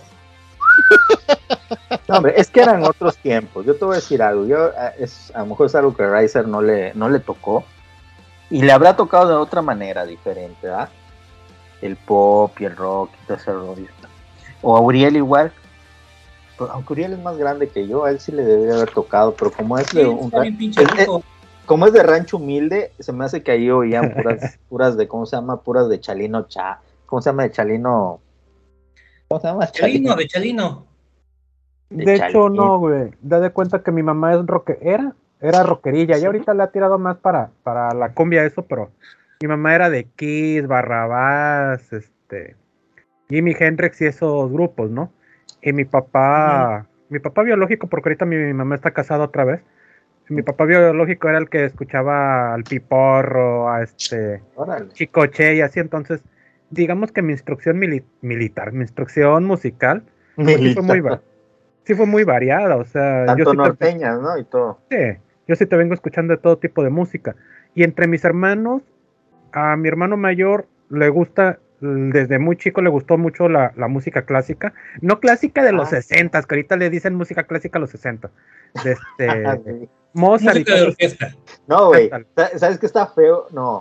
No, hombre, es que eran otros tiempos. Yo te voy a decir algo. A lo mejor es algo que a Riser no le tocó. Y le habrá tocado de otra manera diferente, ¿verdad? El pop y el rock y todo ese rollo. O a Uriel igual. Pero aunque Uriel es más grande que yo, a él sí le debería haber tocado. Pero como es de un como es de rancho humilde, se me hace que ahí oían puras de, ¿cómo se llama? Puras de Chalino ¿cómo se llama? De Chalino. ¿Cómo se llama? Chalino, de Chalino. De hecho, no, güey. Da de cuenta que mi mamá es era rockerilla, y ahorita le ha tirado más para la cumbia eso, pero mi mamá era de Kiss, Barrabás, Jimi Hendrix y esos grupos, ¿no? Y mi papá biológico, porque ahorita mi mamá está casada otra vez, mi papá biológico era el que escuchaba al Piporro, a Órale. Chicoche y así, entonces, digamos que mi instrucción militar, mi instrucción musical, pues, sí fue muy variada, o sea, tanto norteñas, ¿no? Y todo. Sí, yo sí te vengo escuchando de todo tipo de música. Y entre mis hermanos, a mi hermano mayor le gusta, desde muy chico le gustó mucho la música clásica. No clásica de los 60, que ahorita le dicen música clásica a los 60. Sí. Mozart música de orquesta. No, güey, ¿sabes qué está feo? No.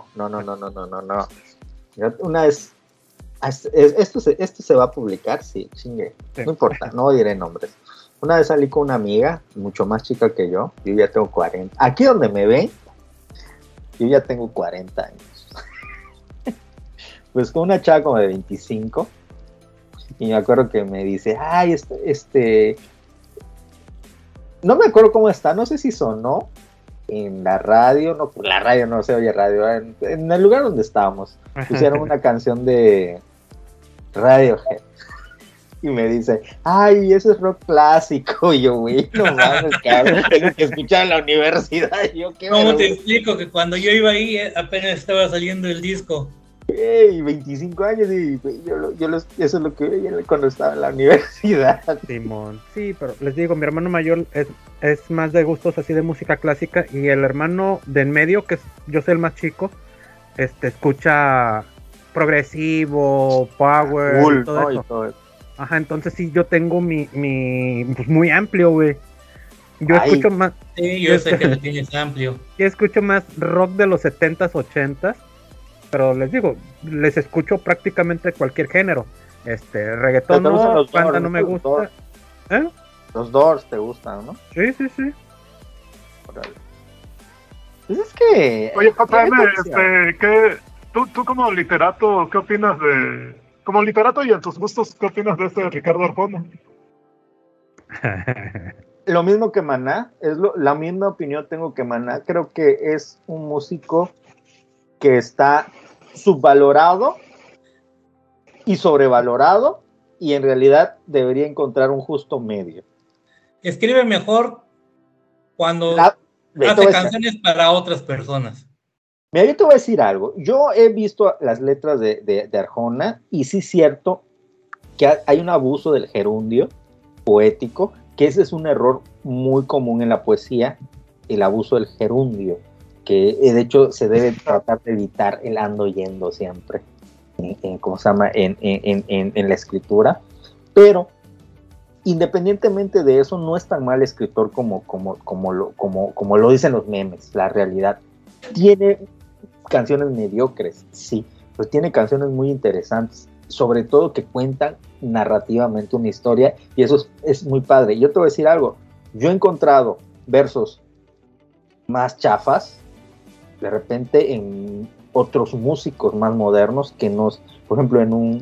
Una vez, esto se va a publicar, sí, chingue. Sí. No importa, no diré nombres. Una vez salí con una amiga, mucho más chica que yo ya tengo 40. Aquí donde me ven, yo ya tengo 40 años. Pues con una chava como de 25, y me acuerdo que me dice, ay, no me acuerdo cómo está, no sé si sonó en la radio, no, por la radio no se oye radio, en el lugar donde estábamos, pusieron una canción de Radiohead. Y me dice, ay, eso es rock clásico. Y yo, güey, no mames, cabrón, tengo que escuchar en la universidad. Y yo, ¿cómo te explico que cuando yo iba ahí apenas estaba saliendo el disco? Hey, 25 años y eso es lo que veía cuando estaba en la universidad. Simón, sí, pero les digo, mi hermano mayor es más de gustos así de música clásica, y el hermano de en medio, que yo soy el más chico, escucha progresivo, power, cool, todo eso. Ajá, entonces sí, yo tengo pues muy amplio, güey. Yo escucho más... Sí, yo sé que lo tienes amplio. Yo escucho más rock de los 70s, 80s, pero les digo, les escucho prácticamente cualquier género. Reggaetón no, banda no me gusta. ¿Eh? Los Doors te gustan, ¿no? Sí. Pues es que... Oye, JM, tú como literato, ¿qué opinas de... Como literato y en tus gustos, ¿qué opinas de Ricardo Arjona? Lo mismo que Maná, la misma opinión tengo que Maná. Creo que es un músico que está subvalorado y sobrevalorado, y en realidad debería encontrar un justo medio. Escribe mejor cuando hace canciones para otras personas. Mira, yo te voy a decir algo. Yo he visto las letras de Arjona, y sí es cierto que hay un abuso del gerundio poético, que ese es un error muy común en la poesía, el abuso del gerundio, que de hecho se debe tratar de evitar el ando yendo siempre, ¿cómo se llama? En la escritura. Pero independientemente de eso, no es tan mal escritor como lo dicen los memes, la realidad. Tiene canciones mediocres, sí, pero tiene canciones muy interesantes, sobre todo que cuentan narrativamente una historia, y eso es muy padre. Yo te voy a decir algo, yo he encontrado versos más chafas de repente en otros músicos más modernos, por ejemplo, en un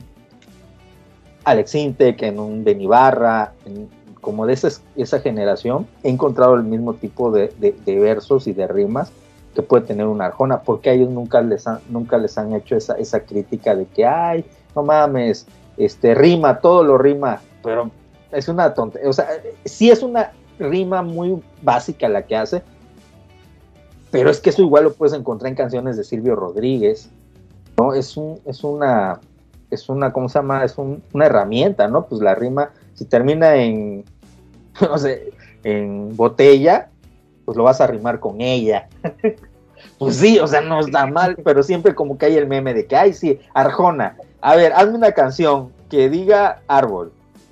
Alex Intec, en un Benny Barra, como de esa generación, he encontrado el mismo tipo de versos y de rimas que puede tener una Arjona, porque a ellos nunca les han hecho esa crítica de que, ay, no mames, rima, todo lo rima, pero es una tontería. O sea, sí es una rima muy básica la que hace, pero es que eso igual lo puedes encontrar en canciones de Silvio Rodríguez, ¿no? Es una, ¿cómo se llama? Es una herramienta, ¿no? Pues la rima, si termina en, no sé, en botella, pues lo vas a rimar con ella. Pues sí, o sea, no está mal, pero siempre como que hay el meme de que, ay, sí, Arjona, a ver, hazme una canción que diga árbol.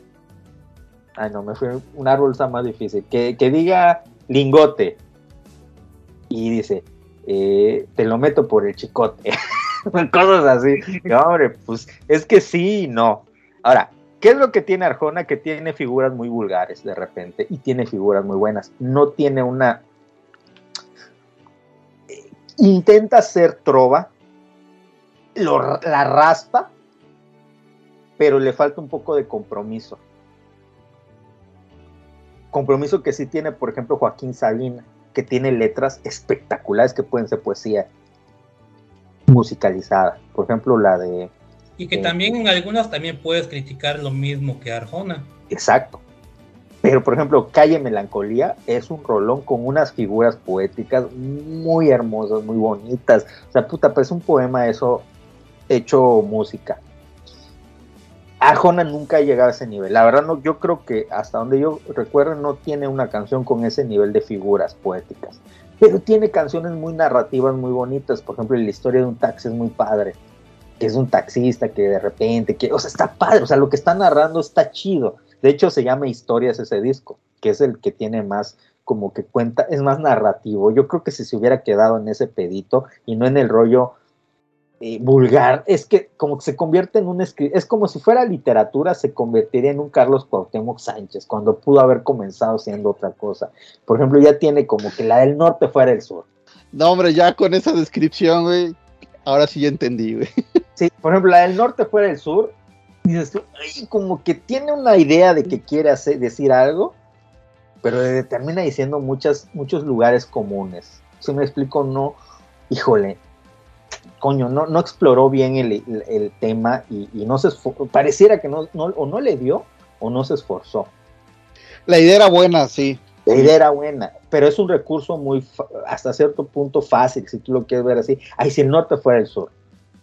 Ay, no, un árbol está más difícil. Que diga lingote. Y dice, te lo meto por el chicote. Cosas así. No, hombre, pues es que sí y no. Ahora, ¿qué es lo que tiene Arjona? Que tiene figuras muy vulgares de repente, y tiene figuras muy buenas. No tiene intenta hacer trova, la raspa, pero le falta un poco de compromiso. Compromiso que sí tiene, por ejemplo, Joaquín Sabina, que tiene letras espectaculares que pueden ser poesía musicalizada. Por ejemplo, la de... Y que también en algunas también puedes criticar lo mismo que Arjona. Exacto. Pero, por ejemplo, Calle Melancolía es un rolón con unas figuras poéticas muy hermosas, muy bonitas. O sea, puta, pues es un poema eso hecho música. Arjona nunca ha llegado a ese nivel. La verdad, no, yo creo que hasta donde yo recuerdo no tiene una canción con ese nivel de figuras poéticas. Pero tiene canciones muy narrativas, muy bonitas. Por ejemplo, La historia de un taxi es muy padre. Que es un taxista que de repente, o sea, está padre. O sea, lo que está narrando está chido. De hecho, se llama Historias ese disco, que es el que tiene más, como que cuenta, es más narrativo. Yo creo que si se hubiera quedado en ese pedito y no en el rollo vulgar, es que como que se convierte en es como si fuera literatura, se convertiría en un Carlos Cuauhtémoc Sánchez, cuando pudo haber comenzado siendo otra cosa. Por ejemplo, ya tiene como que la del norte fuera el sur. No, hombre, ya con esa descripción, güey, ahora sí ya entendí, güey. Sí, por ejemplo, la del norte fuera el sur, dices tú, ay, como que tiene una idea de que quiere decir algo, pero termina diciendo muchos lugares comunes. Si me explico, no, híjole, coño, no exploró bien el tema y no se esforzó, pareciera que o no le dio o no se esforzó. La idea era buena, sí. La idea era buena, pero es un recurso muy, hasta cierto punto fácil, si tú lo quieres ver así. Ay, si el norte fuera el sur,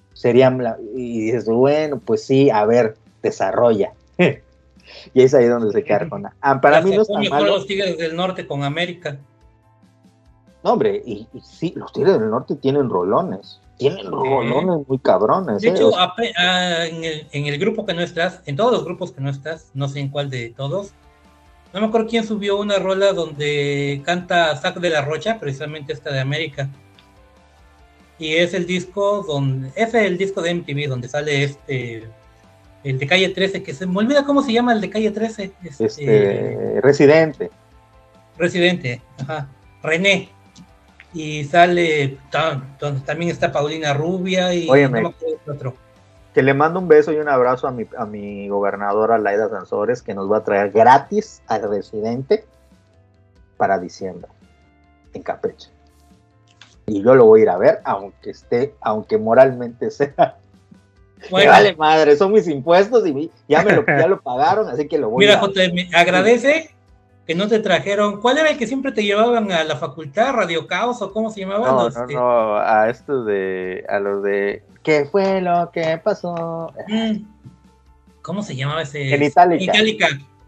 y dices, bueno, pues sí, a ver, desarrolla. Y es ahí donde se queda Arjona. Para mí no está Mejor malo. los Tigres del Norte con América. No, hombre, y sí, los Tigres del Norte tienen rolones. Tienen rolones muy cabrones. De hecho, o sea, en el grupo que no estás, en todos los grupos que no estás, no sé en cuál de todos, no me acuerdo quién subió una rola donde canta Zac de la Rocha, precisamente esta de América. Y es el disco de MTV donde sale el de Calle 13, que se me olvida cómo se llama el de Calle 13. Residente. Residente, ajá. René. Y sale donde también está Paulina Rubia y Óyeme, no me acuerdo de otro. Que le mando un beso y un abrazo a mi gobernadora Laida Sansores, que nos va a traer gratis al Residente para diciembre en Campeche. Y yo lo voy a ir a ver, aunque moralmente sea. Bueno, me vale madre, son mis impuestos y ya lo pagaron, así que lo voy a ver. Mira, JM, agradece que no te trajeron. ¿Cuál era el que siempre te llevaban a la facultad? ¿Radio Caos o cómo se llamaban? No, a los de ¿qué fue lo que pasó? ¿Cómo se llamaba ese? En Itálica.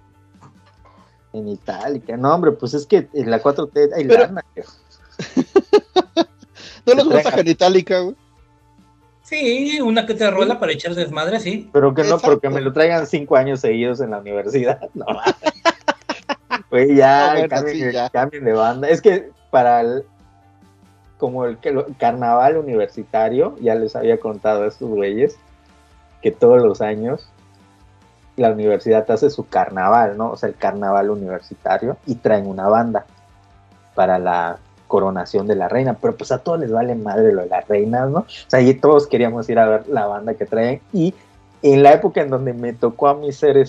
En Itálica. No, hombre, pues es que en la 4T hay lana. ¿No les gusta Genitalica, güey? Sí, una que te rola para echar desmadre, sí. Pero que no, porque me lo traigan 5 años seguidos en la universidad. No, güey, ya, cambien de banda. Es que como el carnaval universitario, ya les había contado a estos güeyes, que todos los años la universidad hace su carnaval, ¿no? O sea, el carnaval universitario, y traen una banda para la coronación de la reina, pero pues a todos les vale madre lo de las reinas, ¿no? O sea, y todos queríamos ir a ver la banda que traen, y en la época en donde me tocó a mí ser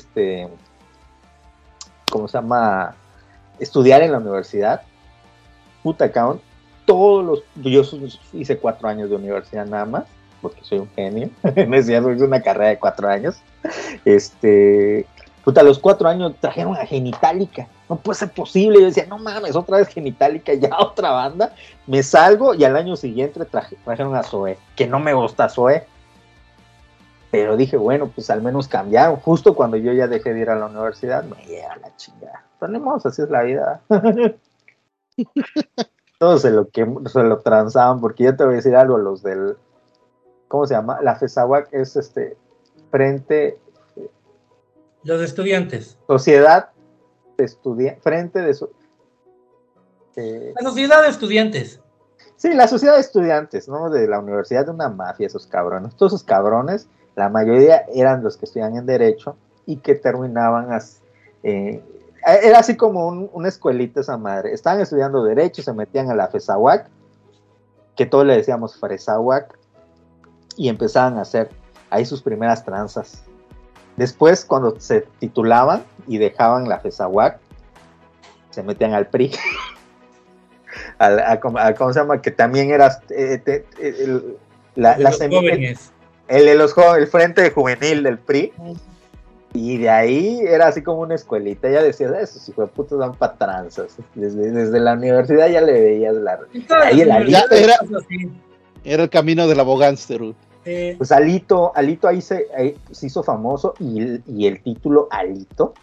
¿cómo se llama? Estudiar en la universidad, puta cabrón, yo hice 4 años de universidad nada más, porque soy un genio, no es cierto, hice una carrera de 4 años, puta, a los 4 años trajeron a Genitalica, no puede ser posible, yo decía, no mames, otra vez Genitalica, ya otra banda, me salgo, y al año siguiente trajeron a Zoé, que no me gusta Zoé, pero dije, bueno, pues al menos cambiaron, justo cuando yo ya dejé de ir a la universidad, me llega la chingada, tenemos, así es la vida. Todos se lo transaban, porque yo te voy a decir algo, los del, ¿cómo se llama? La FESAWAC es frente... Los estudiantes. Sociedad de estudiantes, frente de... la sociedad de estudiantes. Sí, la sociedad de estudiantes, ¿no? De la universidad, de una mafia, esos cabrones. Todos esos cabrones, la mayoría eran los que estudian en Derecho y que terminaban era así como una escuelita esa madre. Estaban estudiando Derecho, se metían a la FESAWAC que todos le decíamos Fresahuac, y empezaban a hacer ahí sus primeras tranzas. Después, cuando se titulaban y dejaban la Fresahuac, se metían al PRI. ¿Cómo se llama? Que también era el frente juvenil del PRI. Y de ahí era así como una escuelita. Ya decías, esos hijos de putas dan pa' tranzas. Desde la universidad ya le veías ahí era el camino del abogánster. Pues Alito ahí se hizo famoso, y el título Alito.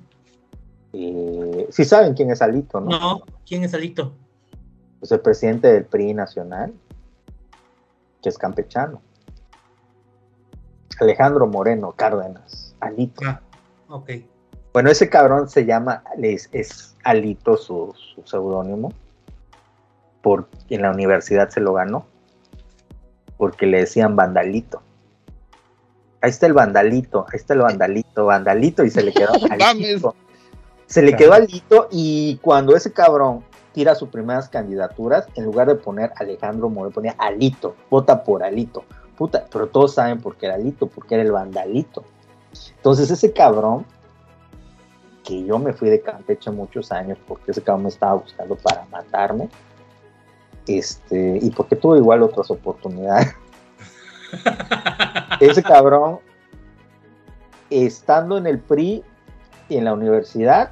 Sí saben quién es Alito, ¿no? No, ¿quién es Alito? Pues el presidente del PRI nacional, que es campechano. Alejandro Moreno Cárdenas. Alito. Ok. Bueno, ese cabrón se llama, es Alito su seudónimo, porque en la universidad se lo ganó, porque le decían Vandalito. Ahí está el Vandalito, y se le quedó Alito. Se le quedó Alito, y cuando ese cabrón tira sus primeras candidaturas, en lugar de poner Alejandro Moreno, ponía Alito, vota por Alito. Puta, pero todos saben por qué era Alito, porque era el Vandalito. Entonces ese cabrón, que yo me fui de Campeche muchos años porque ese cabrón me estaba buscando para matarme, y porque tuve igual otras oportunidades. Ese cabrón, estando en el PRI y en la universidad,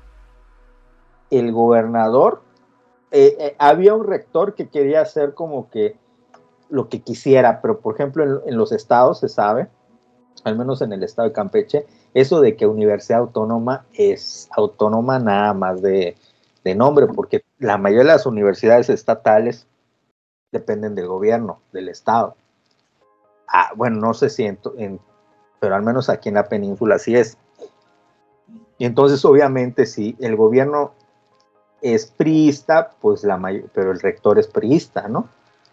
el gobernador, había un rector que quería hacer como que lo que quisiera, pero por ejemplo en los estados se sabe, al menos en el estado de Campeche, eso de que Universidad Autónoma es autónoma nada más de nombre, porque la mayoría de las universidades estatales dependen del gobierno, del estado. Bueno, no sé si pero al menos aquí en la península así es. Y entonces obviamente si el gobierno es priista, pues pero el rector es priista, ¿no?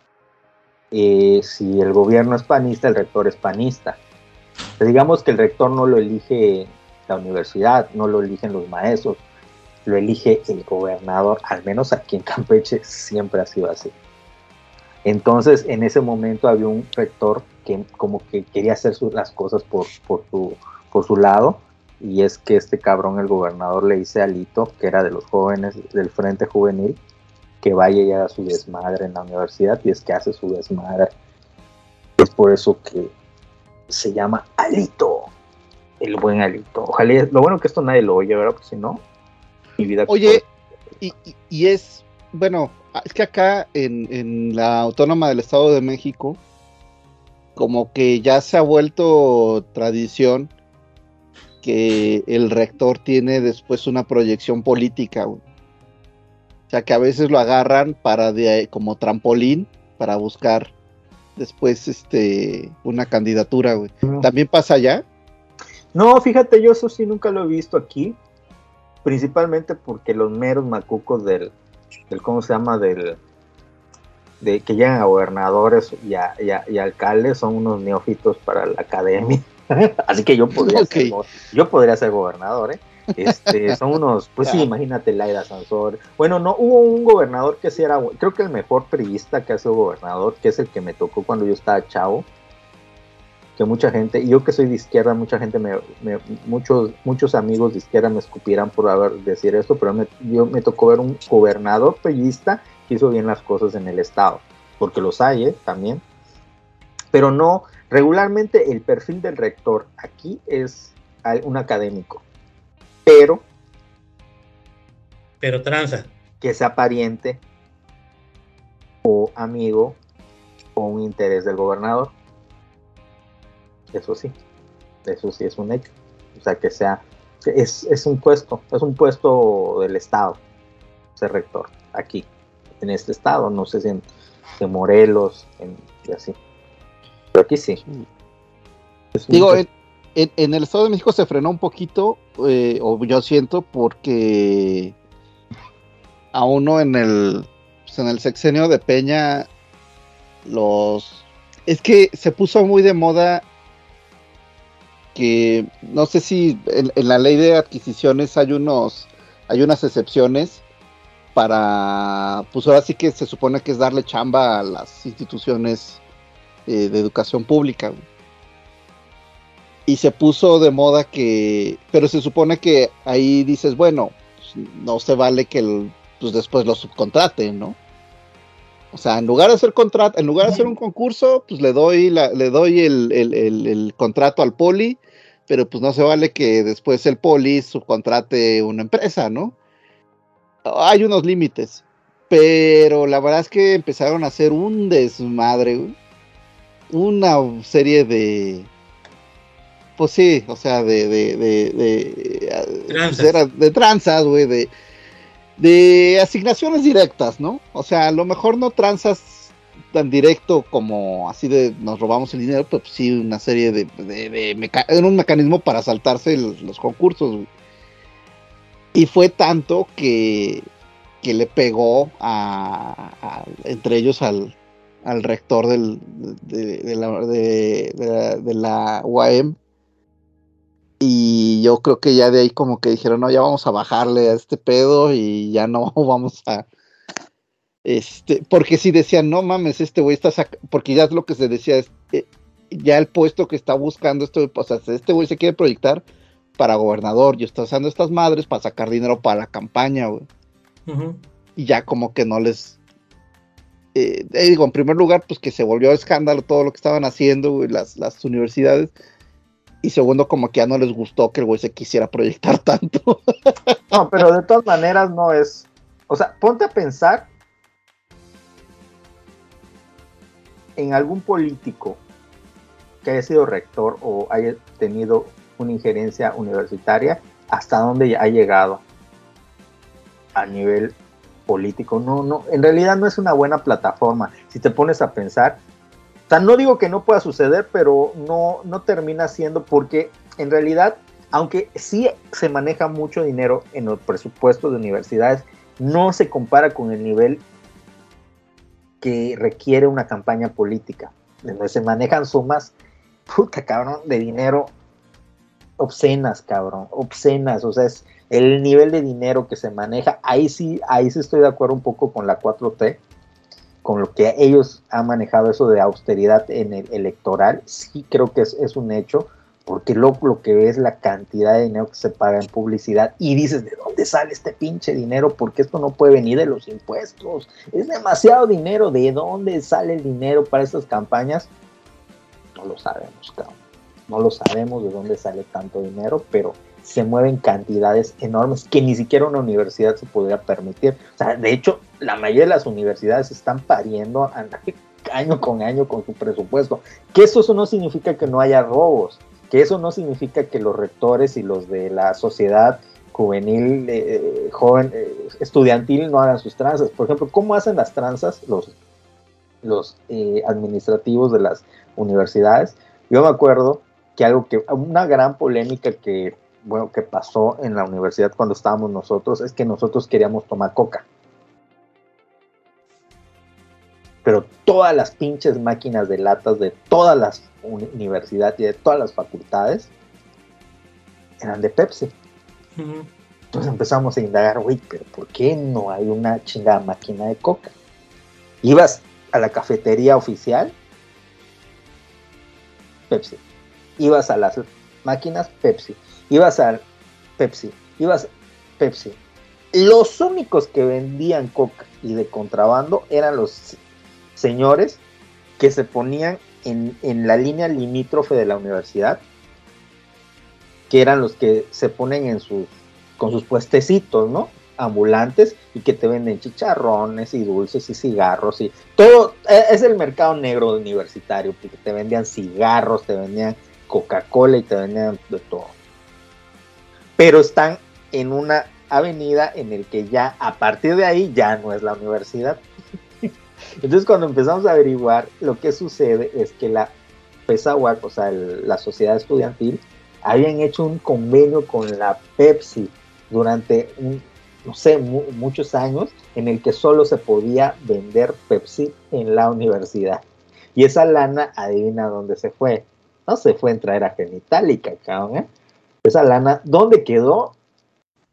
Si el gobierno es panista, el rector es panista. Digamos que el rector no lo elige la universidad, no lo eligen los maestros, lo elige el gobernador, al menos aquí en Campeche siempre ha sido así. Entonces en ese momento había un rector que como que quería hacer las cosas por su lado, y es que este cabrón, el gobernador, le dice a Alito, que era de los jóvenes del Frente Juvenil, que vaya y haga su desmadre en la universidad, y es que hace su desmadre. Es por eso que se llama Alito, el buen Alito. Ojalá, lo bueno que esto nadie lo oye, ¿verdad? Porque si no, mi vida... Oye, y es, bueno, es que acá en la Autónoma del Estado de México, como que ya se ha vuelto tradición que el rector tiene después una proyección política, güey. O sea, que a veces lo agarran como trampolín para buscar después una candidatura, güey. ¿También pasa allá? No, fíjate, yo eso sí nunca lo he visto aquí, principalmente porque los meros macucos del ¿cómo se llama? De que llegan a gobernadores y alcaldes son unos neófitos para la academia. Así que yo podría ser gobernador, son unos, pues sí, imagínate Laida Sansores. Bueno, no, hubo un gobernador que sí era, creo que el mejor priista que ha sido gobernador, que es el que me tocó cuando yo estaba chavo, que mucha gente, y yo que soy de izquierda, mucha gente muchos amigos de izquierda me escupirán por decir esto, pero me tocó ver un gobernador priista que hizo bien las cosas en el estado, porque los hay, también, pero no, regularmente el perfil del rector aquí es un académico, pero tranza, que sea pariente o amigo o un interés del gobernador. Eso sí es un hecho. O sea, que sea, es un puesto del estado, ser rector aquí, en este estado, no sé si en Morelos, y así, pero aquí sí. Digo, en el Estado de México se frenó un poquito, o yo siento, porque a uno en el sexenio de Peña es que se puso muy de moda, que no sé si en la ley de adquisiciones hay unas excepciones pues ahora sí que se supone que es darle chamba a las instituciones de educación pública, güey. Y se puso de moda pero se supone que ahí dices, bueno, pues, no se vale que pues después lo subcontraten, ¿no? O sea, en lugar de hacer un concurso, pues le doy el contrato al poli, pero pues no se vale que después el poli subcontrate una empresa, ¿no? Hay unos límites, pero la verdad es que empezaron a hacer un desmadre, güey. Una serie de, pues sí, o sea, de tranzas, güey, de asignaciones directas, ¿no? O sea, a lo mejor no tranzas tan directo como así de nos robamos el dinero, pero pues sí una serie en un mecanismo para saltarse los concursos, güey. Y fue tanto que le pegó entre ellos al rector de la UAM. Y yo creo que ya de ahí como que dijeron, no, ya vamos a bajarle a este pedo y ya no vamos a... porque si decían, no mames, este güey está porque ya es lo que se decía, ya el puesto que está buscando, o sea, este güey se quiere proyectar para gobernador y está usando estas madres para sacar dinero para la campaña, güey. Uh-huh. Y ya como que no les... digo, en primer lugar, pues que se volvió escándalo todo lo que estaban haciendo, güey, las universidades. Y segundo, como que ya no les gustó que el güey se quisiera proyectar tanto. No, pero de todas maneras no es... O sea, ponte a pensar en algún político que haya sido rector o haya tenido una injerencia universitaria, hasta dónde ha llegado a nivel político. No, en realidad no es una buena plataforma. Si te pones a pensar, o sea, no digo que no pueda suceder, pero no termina siendo, porque en realidad, aunque sí se maneja mucho dinero en los presupuestos de universidades, no se compara con el nivel que requiere una campaña política, donde se manejan sumas, puta cabrón, de dinero obscenas, cabrón, obscenas. O sea, es el nivel de dinero que se maneja. Ahí sí estoy de acuerdo un poco con la 4T, con lo que ellos han manejado, eso de austeridad en el electoral. Sí creo que es un hecho, porque lo que ves la cantidad de dinero que se paga en publicidad y dices, ¿de dónde sale este pinche dinero? Porque esto no puede venir de los impuestos, es demasiado dinero. ¿De dónde sale el dinero para estas campañas? No lo sabemos, cabrón, no lo sabemos de dónde sale tanto dinero, pero se mueven cantidades enormes que ni siquiera una universidad se podría permitir. O sea, de hecho, la mayoría de las universidades están pariendo año con su presupuesto. Que eso no significa que no haya robos, que eso no significa que los rectores y los de la sociedad juvenil, joven, estudiantil no hagan sus tranzas. Por ejemplo, ¿cómo hacen las tranzas los administrativos de las universidades? Yo me acuerdo que una gran polémica que pasó en la universidad cuando estábamos nosotros, es que nosotros queríamos tomar coca. Pero todas las pinches máquinas de latas de todas las universidades y de todas las facultades eran de Pepsi. Uh-huh. Entonces empezamos a indagar, güey, pero ¿por qué no hay una chingada máquina de coca? Ibas a la cafetería oficial, Pepsi. Ibas a las máquinas, Pepsi. Ibas al Pepsi. Los únicos que vendían coca y de contrabando eran los señores que se ponían en la línea limítrofe de la universidad, que eran los que se ponen con sus puestecitos, ¿no? Ambulantes, y que te venden chicharrones y dulces y cigarros y todo. Es el mercado negro universitario, porque te vendían cigarros, te vendían Coca-Cola y te vendían de todo. Pero están en una avenida en el que ya a partir de ahí ya no es la universidad. Entonces, cuando empezamos a averiguar, lo que sucede es que la PESAUAC, o sea, la sociedad estudiantil, habían hecho un convenio con la Pepsi durante muchos años, en el que solo se podía vender Pepsi en la universidad. Y esa lana, adivina dónde se fue. No se fue en traer a Genitalica, cabrón, ¿eh? Esa lana, ¿dónde quedó?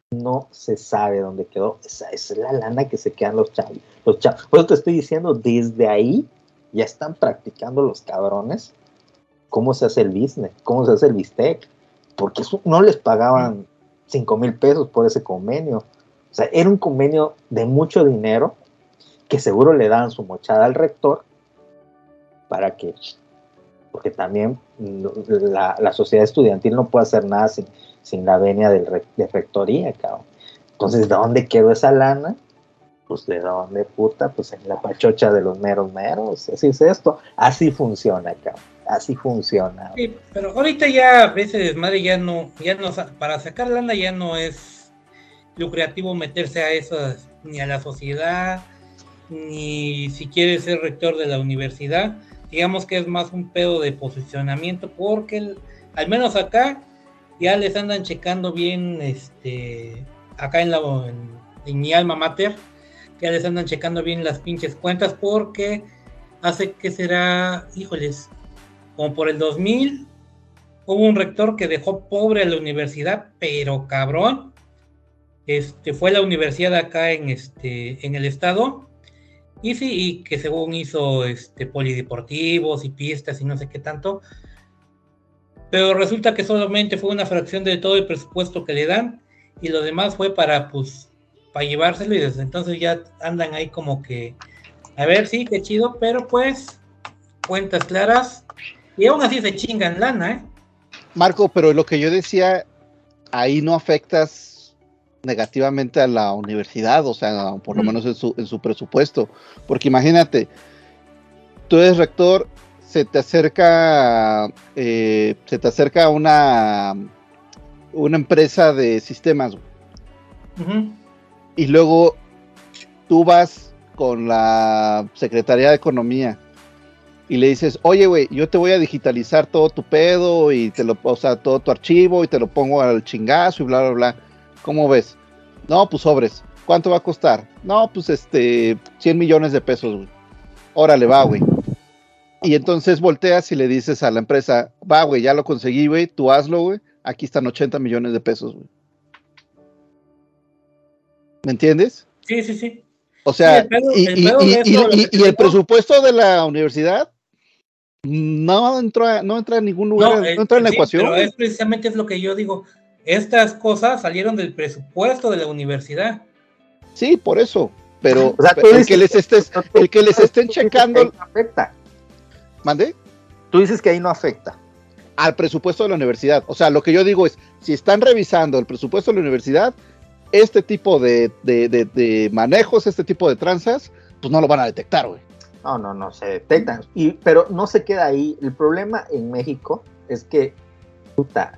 no se sabe dónde quedó. Esa es la lana que se quedan los chavos. Por eso te estoy diciendo, desde ahí ya están practicando los cabrones cómo se hace el business, cómo se hace el bistec, porque eso no les pagaban 5,000 pesos por ese convenio. O sea, era un convenio de mucho dinero que seguro le daban su mochada al rector para que, porque también la sociedad estudiantil no puede hacer nada sin la venia de rectoría, cabrón. Entonces, ¿de dónde quedó esa lana? Pues de dónde, puta, pues en la pachocha de los meros meros. Así es esto, así funciona, cabrón. Así funciona. Sí, pero ahorita ya ese desmadre ya no, para sacar lana ya no es lucrativo meterse a esas, ni a la sociedad, ni si quieres ser rector de la universidad. Digamos que es más un pedo de posicionamiento, porque al menos acá ya les andan checando bien, acá en mi alma mater, ya les andan checando bien las pinches cuentas, porque hace que será, híjoles, como por el 2000 hubo un rector que dejó pobre a la universidad, pero cabrón, fue la universidad acá en el estado, y sí, y que según hizo polideportivos y pistas y no sé qué tanto, pero resulta que solamente fue una fracción de todo el presupuesto que le dan, y lo demás fue para llevárselo, y desde entonces ya andan ahí como que, a ver, sí, qué chido, pero pues, cuentas claras, y aún así se chingan lana, Marco, pero lo que yo decía, ahí no afectas negativamente a la universidad, o sea, por lo menos en su presupuesto, porque imagínate, tú eres rector, se te acerca una empresa de sistemas, y luego tú vas con la Secretaría de Economía y le dices, oye, güey, yo te voy a digitalizar todo tu pedo y todo tu archivo y te lo pongo al chingazo y bla, bla, bla. ¿Cómo ves? No, pues sobres. ¿Cuánto va a costar? No, pues 100 millones de pesos, güey. Órale, va, güey. Y entonces volteas y le dices a la empresa, va, güey, ya lo conseguí, güey, tú hazlo, güey. Aquí están 80 millones de pesos, güey. ¿Me entiendes? Sí, sí, sí. O sea, y el presupuesto de la universidad no entra en ningún lugar, no entra en la ecuación. Pero precisamente es lo que yo digo. Estas cosas salieron del presupuesto de la universidad. Sí, por eso. Pero o sea, el que les estén checando. No afecta. ¿Mande? Tú dices que ahí no afecta. Al presupuesto de la universidad. O sea, lo que yo digo es, si están revisando el presupuesto de la universidad, este tipo de manejos, este tipo de tranzas, pues no lo van a detectar, güey. No se detectan. Pero no se queda ahí. El problema en México es que, puta,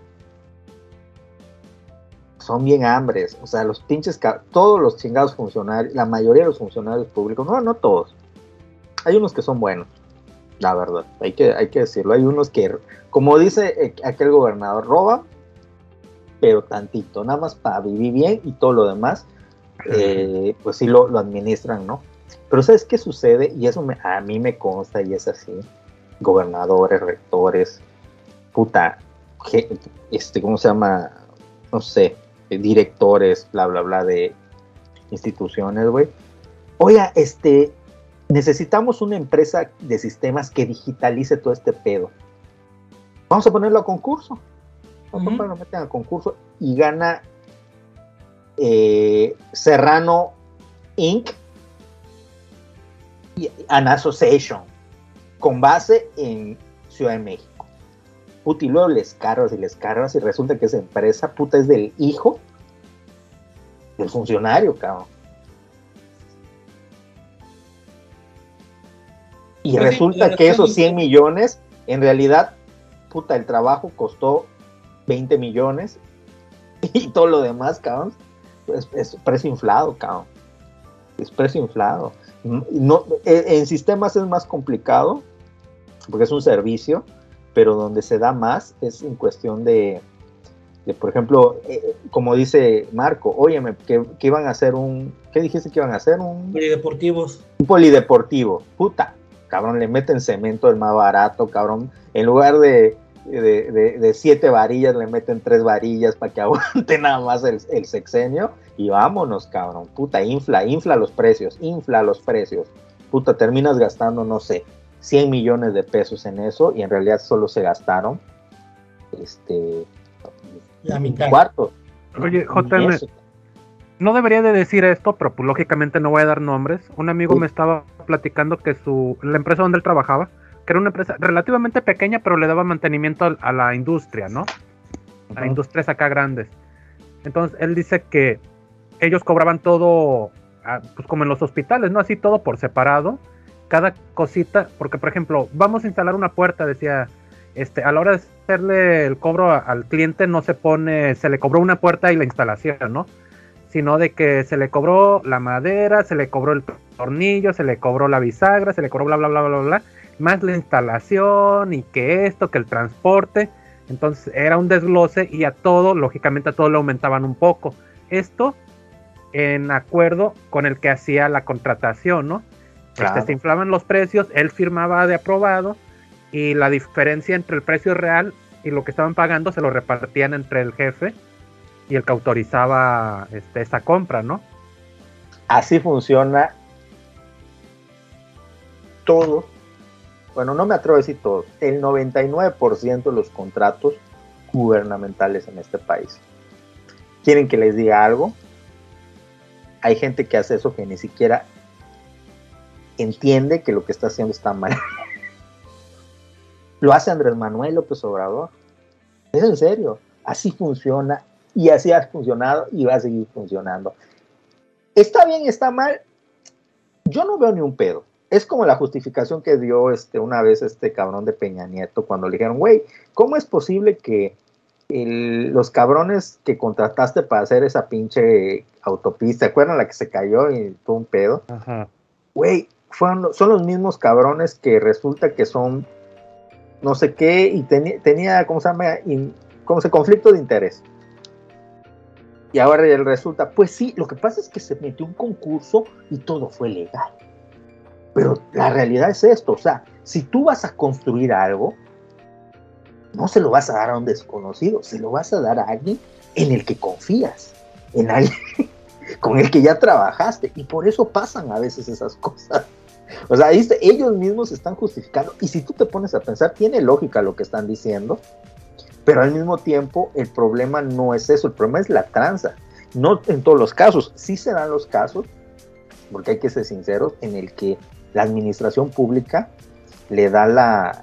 son bien hambres. O sea, los pinches, todos los chingados funcionarios, la mayoría de los funcionarios públicos, no todos. Hay unos que son buenos, la verdad. Hay que decirlo. Hay unos que, como dice aquel gobernador, roban, pero tantito, nada más para vivir bien, y todo lo demás, pues sí lo administran, ¿no? Pero ¿sabes qué sucede? Y eso a mí me consta, y es así. Gobernadores, rectores, puta, ¿cómo se llama? No sé, directores, bla, bla, bla, de instituciones, güey. Oiga, necesitamos una empresa de sistemas que digitalice todo este pedo. Vamos a ponerlo a concurso. Lo meten a concurso y gana Serrano Inc. An Association con base en Ciudad de México. Puta, y luego les cargas y resulta que esa empresa, puta, es del hijo del funcionario, cabrón. Y pues resulta que esos 100 millones, en realidad, puta, el trabajo costó 20 millones y todo lo demás, cabrón, pues es precio inflado, cabrón. Es precio inflado. No, en sistemas es más complicado porque es un servicio, pero donde se da más es en cuestión de por ejemplo, como dice Marco, óyeme, que iban a hacer ¿qué dijiste que iban a hacer? Polideportivos. Un polideportivo, puta, cabrón, le meten cemento el más barato, cabrón, en lugar de de 7 varillas le meten 3 varillas para que aguante nada más el sexenio y vámonos, cabrón, puta, infla los precios, puta, terminas gastando, no sé, 100 millones de pesos en eso y en realidad solo se gastaron la mitad. un cuarto. Oye, JM, no debería de decir esto, pero pues lógicamente no voy a dar nombres. Un amigo me estaba platicando que la empresa donde él trabajaba, que era una empresa relativamente pequeña, pero le daba mantenimiento a la industria, ¿no? A industrias acá grandes. Entonces, él dice que ellos cobraban todo, pues como en los hospitales, ¿no? Así todo por separado. Cada cosita, porque por ejemplo, vamos a instalar una puerta, decía, a la hora de hacerle el cobro al cliente no se pone, se le cobró una puerta y la instalación, ¿no? Sino de que se le cobró la madera, se le cobró el tornillo, se le cobró la bisagra, se le cobró bla, bla, bla, bla, bla, más la instalación y que esto, que el transporte. Entonces era un desglose y lógicamente a todo le aumentaban un poco. Esto en acuerdo con el que hacía la contratación, ¿no? Claro. Se inflaban los precios, él firmaba de aprobado y la diferencia entre el precio real y lo que estaban pagando se lo repartían entre el jefe y el que autorizaba esta compra, ¿no? Así funciona todo. Bueno, no me atrevo a decir todo. El 99% de los contratos gubernamentales en este país. ¿Quieren que les diga algo? Hay gente que hace eso que ni siquiera entiende que lo que está haciendo está mal. Lo hace Andrés Manuel López Obrador. Es en serio. Así funciona y así ha funcionado y va a seguir funcionando. ¿Está bien, está mal? Yo no veo ni un pedo. Es como la justificación que dio una vez cabrón de Peña Nieto cuando le dijeron, güey, ¿cómo es posible que los cabrones que contrataste para hacer esa pinche autopista, ¿se acuerdan la que se cayó y tuvo un pedo? Ajá. Güey, son los mismos cabrones que resulta que son no sé qué y tenía, ¿cómo se llama? Conflicto de interés. Y ahora resulta, pues sí, lo que pasa es que se metió un concurso y todo fue legal. Pero la realidad es esto, o sea, si tú vas a construir algo, no se lo vas a dar a un desconocido, se lo vas a dar a alguien en el que confías, en alguien con el que ya trabajaste, y por eso pasan a veces esas cosas. O sea, ellos mismos se están justificando, y si tú te pones a pensar, tiene lógica lo que están diciendo, pero al mismo tiempo el problema no es eso, el problema es la tranza. No en todos los casos, sí se dan los casos, porque hay que ser sinceros, en el que la administración pública le da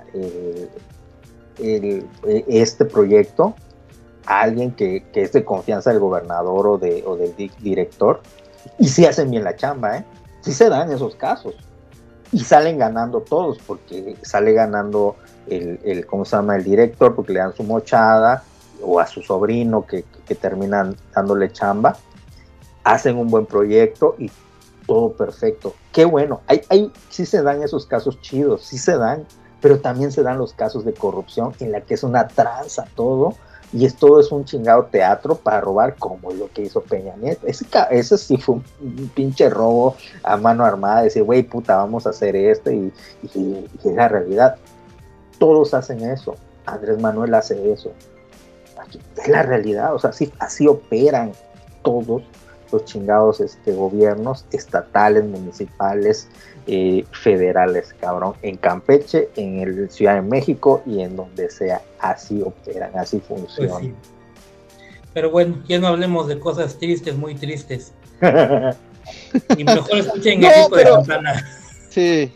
este proyecto a alguien que es de confianza del gobernador o del director, y sí hacen bien la chamba, sí se dan esos casos, y salen ganando todos, porque sale ganando ¿cómo se llama? El director, porque le dan su mochada, o a su sobrino que terminan dándole chamba, hacen un buen proyecto y todo perfecto. Qué bueno, sí se dan esos casos chidos, sí se dan, pero también se dan los casos de corrupción en la que es una tranza todo, y todo es un chingado teatro para robar, como lo que hizo Peña Nieto. Ese sí fue un pinche robo a mano armada, decir, güey, puta, vamos a hacer esto, y es la realidad. Todos hacen eso, Andrés Manuel hace eso. Es la realidad, o sea, así operan todos los chingados gobiernos estatales, municipales, federales, cabrón, en Campeche, en el Ciudad de México y en donde sea, así operan, así funcionan. Pues sí. Pero bueno, ya no hablemos de cosas tristes, muy tristes. Y mejor escuchen el disco de Santana. Sí.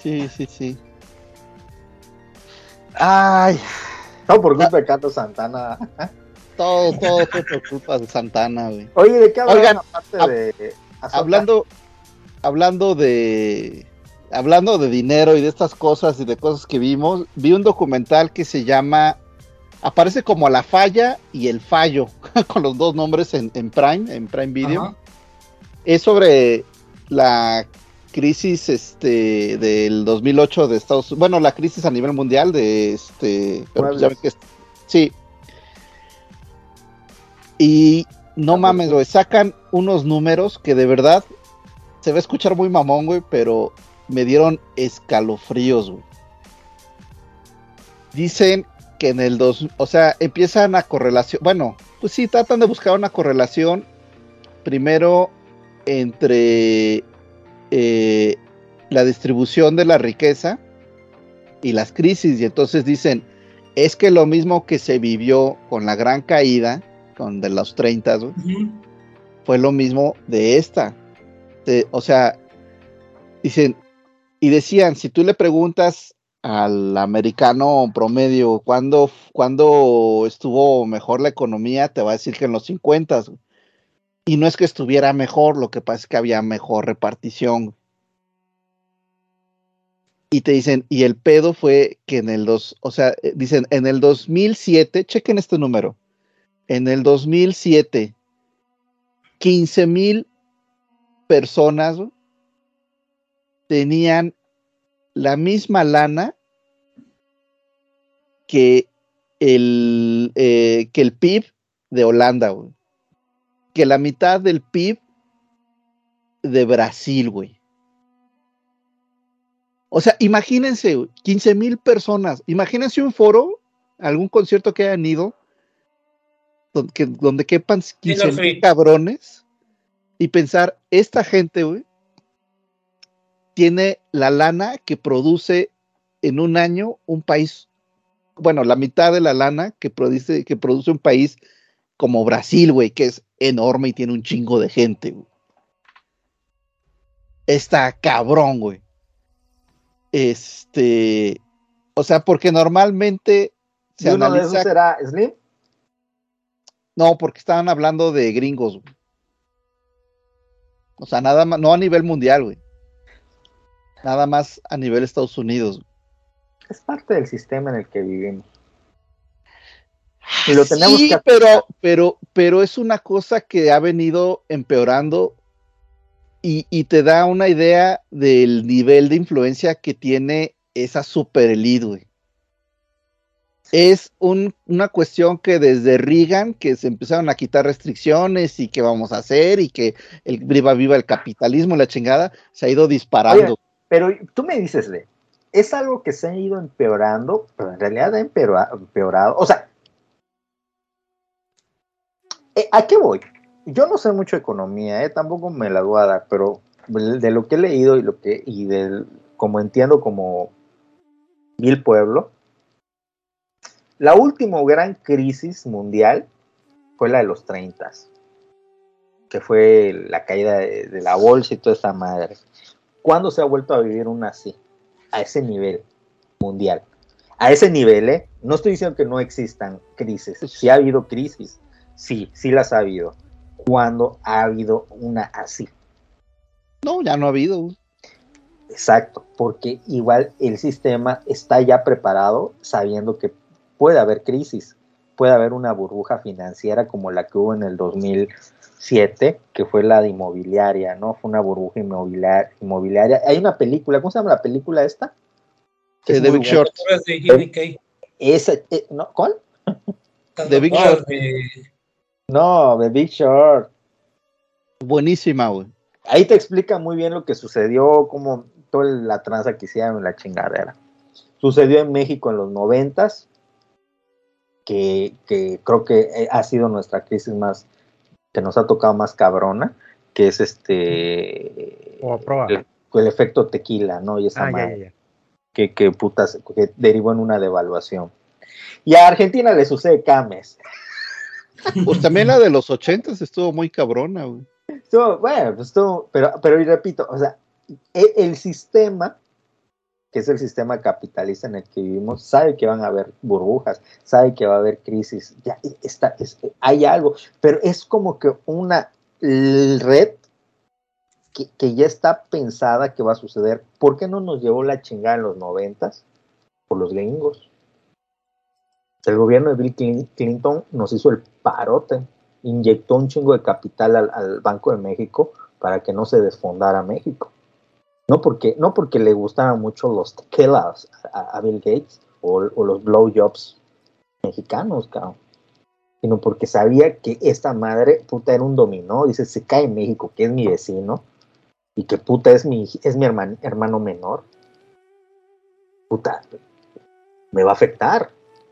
Ay, no, por culpa de Carlos Santana. Todo fue por culpa de Santana, güey. Oye, ¿de qué hablan? Oigan, aparte de hablando de dinero y de estas cosas y de cosas que vi un documental que se llama, aparece como La Falla y El Fallo, con los dos nombres en Prime Video. Ajá. Es sobre la crisis del 2008 de Estados Unidos, bueno, la crisis a nivel mundial de pero pues ya ven que sí. Y no mames, güey, sacan unos números que de verdad se va a escuchar muy mamón, güey, pero me dieron escalofríos, güey. Dicen que en el o sea, empiezan a correlación, bueno, pues sí, tratan de buscar una correlación primero entre la distribución de la riqueza y las crisis, y entonces dicen, es que lo mismo que se vivió con la gran caída, con de los 30, fue lo mismo de esta. O sea, dicen, y decían, si tú le preguntas al americano promedio cuándo estuvo mejor la economía, te va a decir que en los 50. Y no es que estuviera mejor, lo que pasa es que había mejor repartición. Y te dicen, y el pedo fue que dicen, en el 2007, chequen este número, en el 2007, 15,000 personas tenían la misma lana que el PIB de Holanda, güey. Que la mitad del PIB de Brasil, güey. O sea, imagínense, 15,000 personas. Imagínense un foro, algún concierto que hayan ido, donde quepan 15,000 cabrones, y pensar, esta gente, güey, tiene la lana que produce en un año un país, bueno, la mitad de la lana que produce un país como Brasil, güey, que es enorme y tiene un chingo de gente, güey. Está cabrón, güey. O sea, porque normalmente ¿Y uno de esos era Slim? No, porque estaban hablando de gringos, güey. O sea, nada más, no a nivel mundial, güey. Nada más a nivel Estados Unidos. Es parte del sistema en el que vivimos. Y lo tenemos sí, pero es una cosa que ha venido empeorando y te da una idea del nivel de influencia que tiene esa super elite, güey. Es una cuestión que desde Reagan, que se empezaron a quitar restricciones y qué vamos a hacer y que viva el capitalismo, la chingada, se ha ido disparando. Oye, pero tú me dices, es algo que se ha ido empeorando, pero en realidad ha empeorado. O sea, ¿a qué voy? Yo no sé mucho de economía, tampoco me la voy a dar, pero de lo que he leído como entiendo como Bill Pueblo, la última gran crisis mundial fue la de los 30, que fue la caída de la bolsa y toda esa madre. ¿Cuándo se ha vuelto a vivir una así? A ese nivel mundial. A ese nivel, no estoy diciendo que no existan crisis. Sí ha habido crisis. Sí las ha habido. ¿Cuándo ha habido una así? No, ya no ha habido. Exacto, porque igual el sistema está ya preparado sabiendo que puede haber crisis, puede haber una burbuja financiera como la que hubo en el 2007, que fue la de inmobiliaria, ¿no? Fue una burbuja inmobiliaria. Hay una película, ¿cómo se llama la película esta? The Big Short. ¿No? ¿Cuál? The Big Short. No, The Big Short. Buenísima, güey. Ahí te explica muy bien lo que sucedió, como toda la tranza que hicieron, la chingadera. Sucedió en México en los 90s, que creo que ha sido nuestra crisis más, que nos ha tocado más cabrona, que es el efecto tequila, ¿no? Y esa madre. Que derivó en una devaluación. Y a Argentina le sucede Cames. Pues también la de los 80s estuvo muy cabrona, güey. Pero y repito, o sea, el sistema, que es el sistema capitalista en el que vivimos, sabe que van a haber burbujas, sabe que va a haber crisis, ya hay algo, pero es como que una red que ya está pensada que va a suceder. ¿Por qué no nos llevó la chingada en los 90s? Por los gringos. El gobierno de Bill Clinton nos hizo el parote, inyectó un chingo de capital al Banco de México para que no se desfondara México. No porque le gustaran mucho los tequilas a Bill Gates o los blowjobs mexicanos, cabrón, sino porque sabía que esta madre puta era un dominó. Dice, se cae en México, que es mi vecino, y que puta es mi hermano menor. Puta, me va a afectar.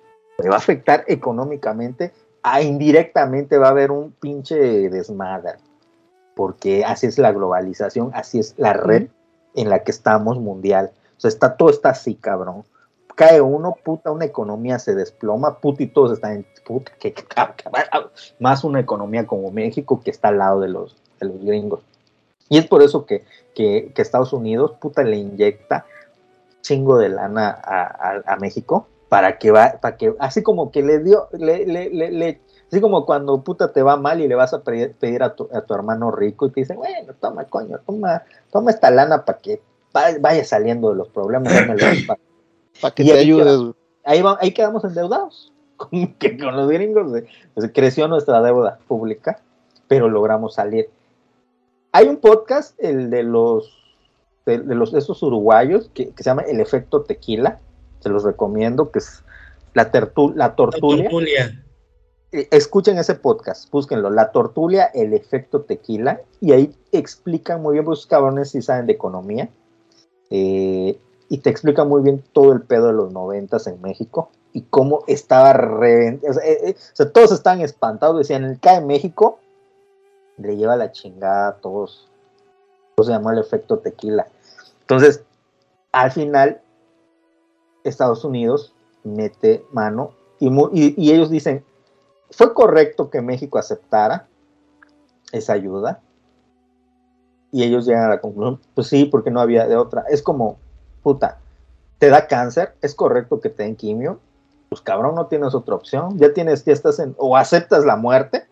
le va a afectar económicamente, indirectamente va a haber un pinche desmadre, porque así es la globalización, así es la red en la que estamos mundial. O sea, todo está así, cabrón. Cae uno, puta, una economía se desploma, puta, y todos están en puta, más una economía como México que está al lado de los gringos. Y es por eso que Estados Unidos, puta, le inyecta chingo de lana a México para que así como que le dio, así como cuando puta te va mal y le vas a pedir a tu hermano rico y te dicen, bueno, toma, coño, toma esta lana para que vaya saliendo de los problemas, para que te ayudes. Ahí quedamos endeudados, con los gringos, pues creció nuestra deuda pública, pero logramos salir. Hay un podcast, el de esos uruguayos, que se llama El Efecto Tequila, se los recomiendo, que es la Tortulia. Escuchen ese podcast, búsquenlo, La Tortulia, El Efecto Tequila, y ahí explican muy bien, pues esos cabrones sí saben de economía, y te explican muy bien todo el pedo de los 90s en México, y cómo estaba o sea, todos estaban espantados, decían, el CAE México le lleva la chingada a todos. Eso se llamó el efecto tequila. Entonces, al final, Estados Unidos mete mano y ellos dicen, ¿fue correcto que México aceptara esa ayuda? Y ellos llegan a la conclusión, pues sí, porque no había de otra. Es como, puta, te da cáncer, es correcto que te den quimio, pues cabrón, no tienes otra opción, ya estás o aceptas la muerte,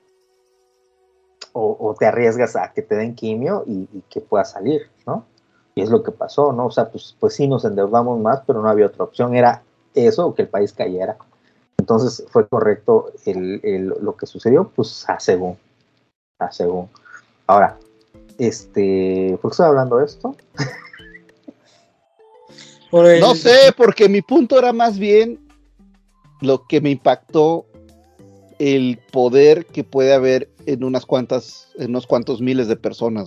o te arriesgas a que te den quimio y que puedas salir, ¿no? Y es lo que pasó, ¿no? O sea, pues sí nos endeudamos más, pero no había otra opción, era eso o que el país cayera. Entonces fue correcto lo que sucedió, pues a según. Ahora, ¿por qué estoy hablando de esto? No sé, porque mi punto era más bien lo que me impactó, el poder que puede haber en unos cuantos miles de personas.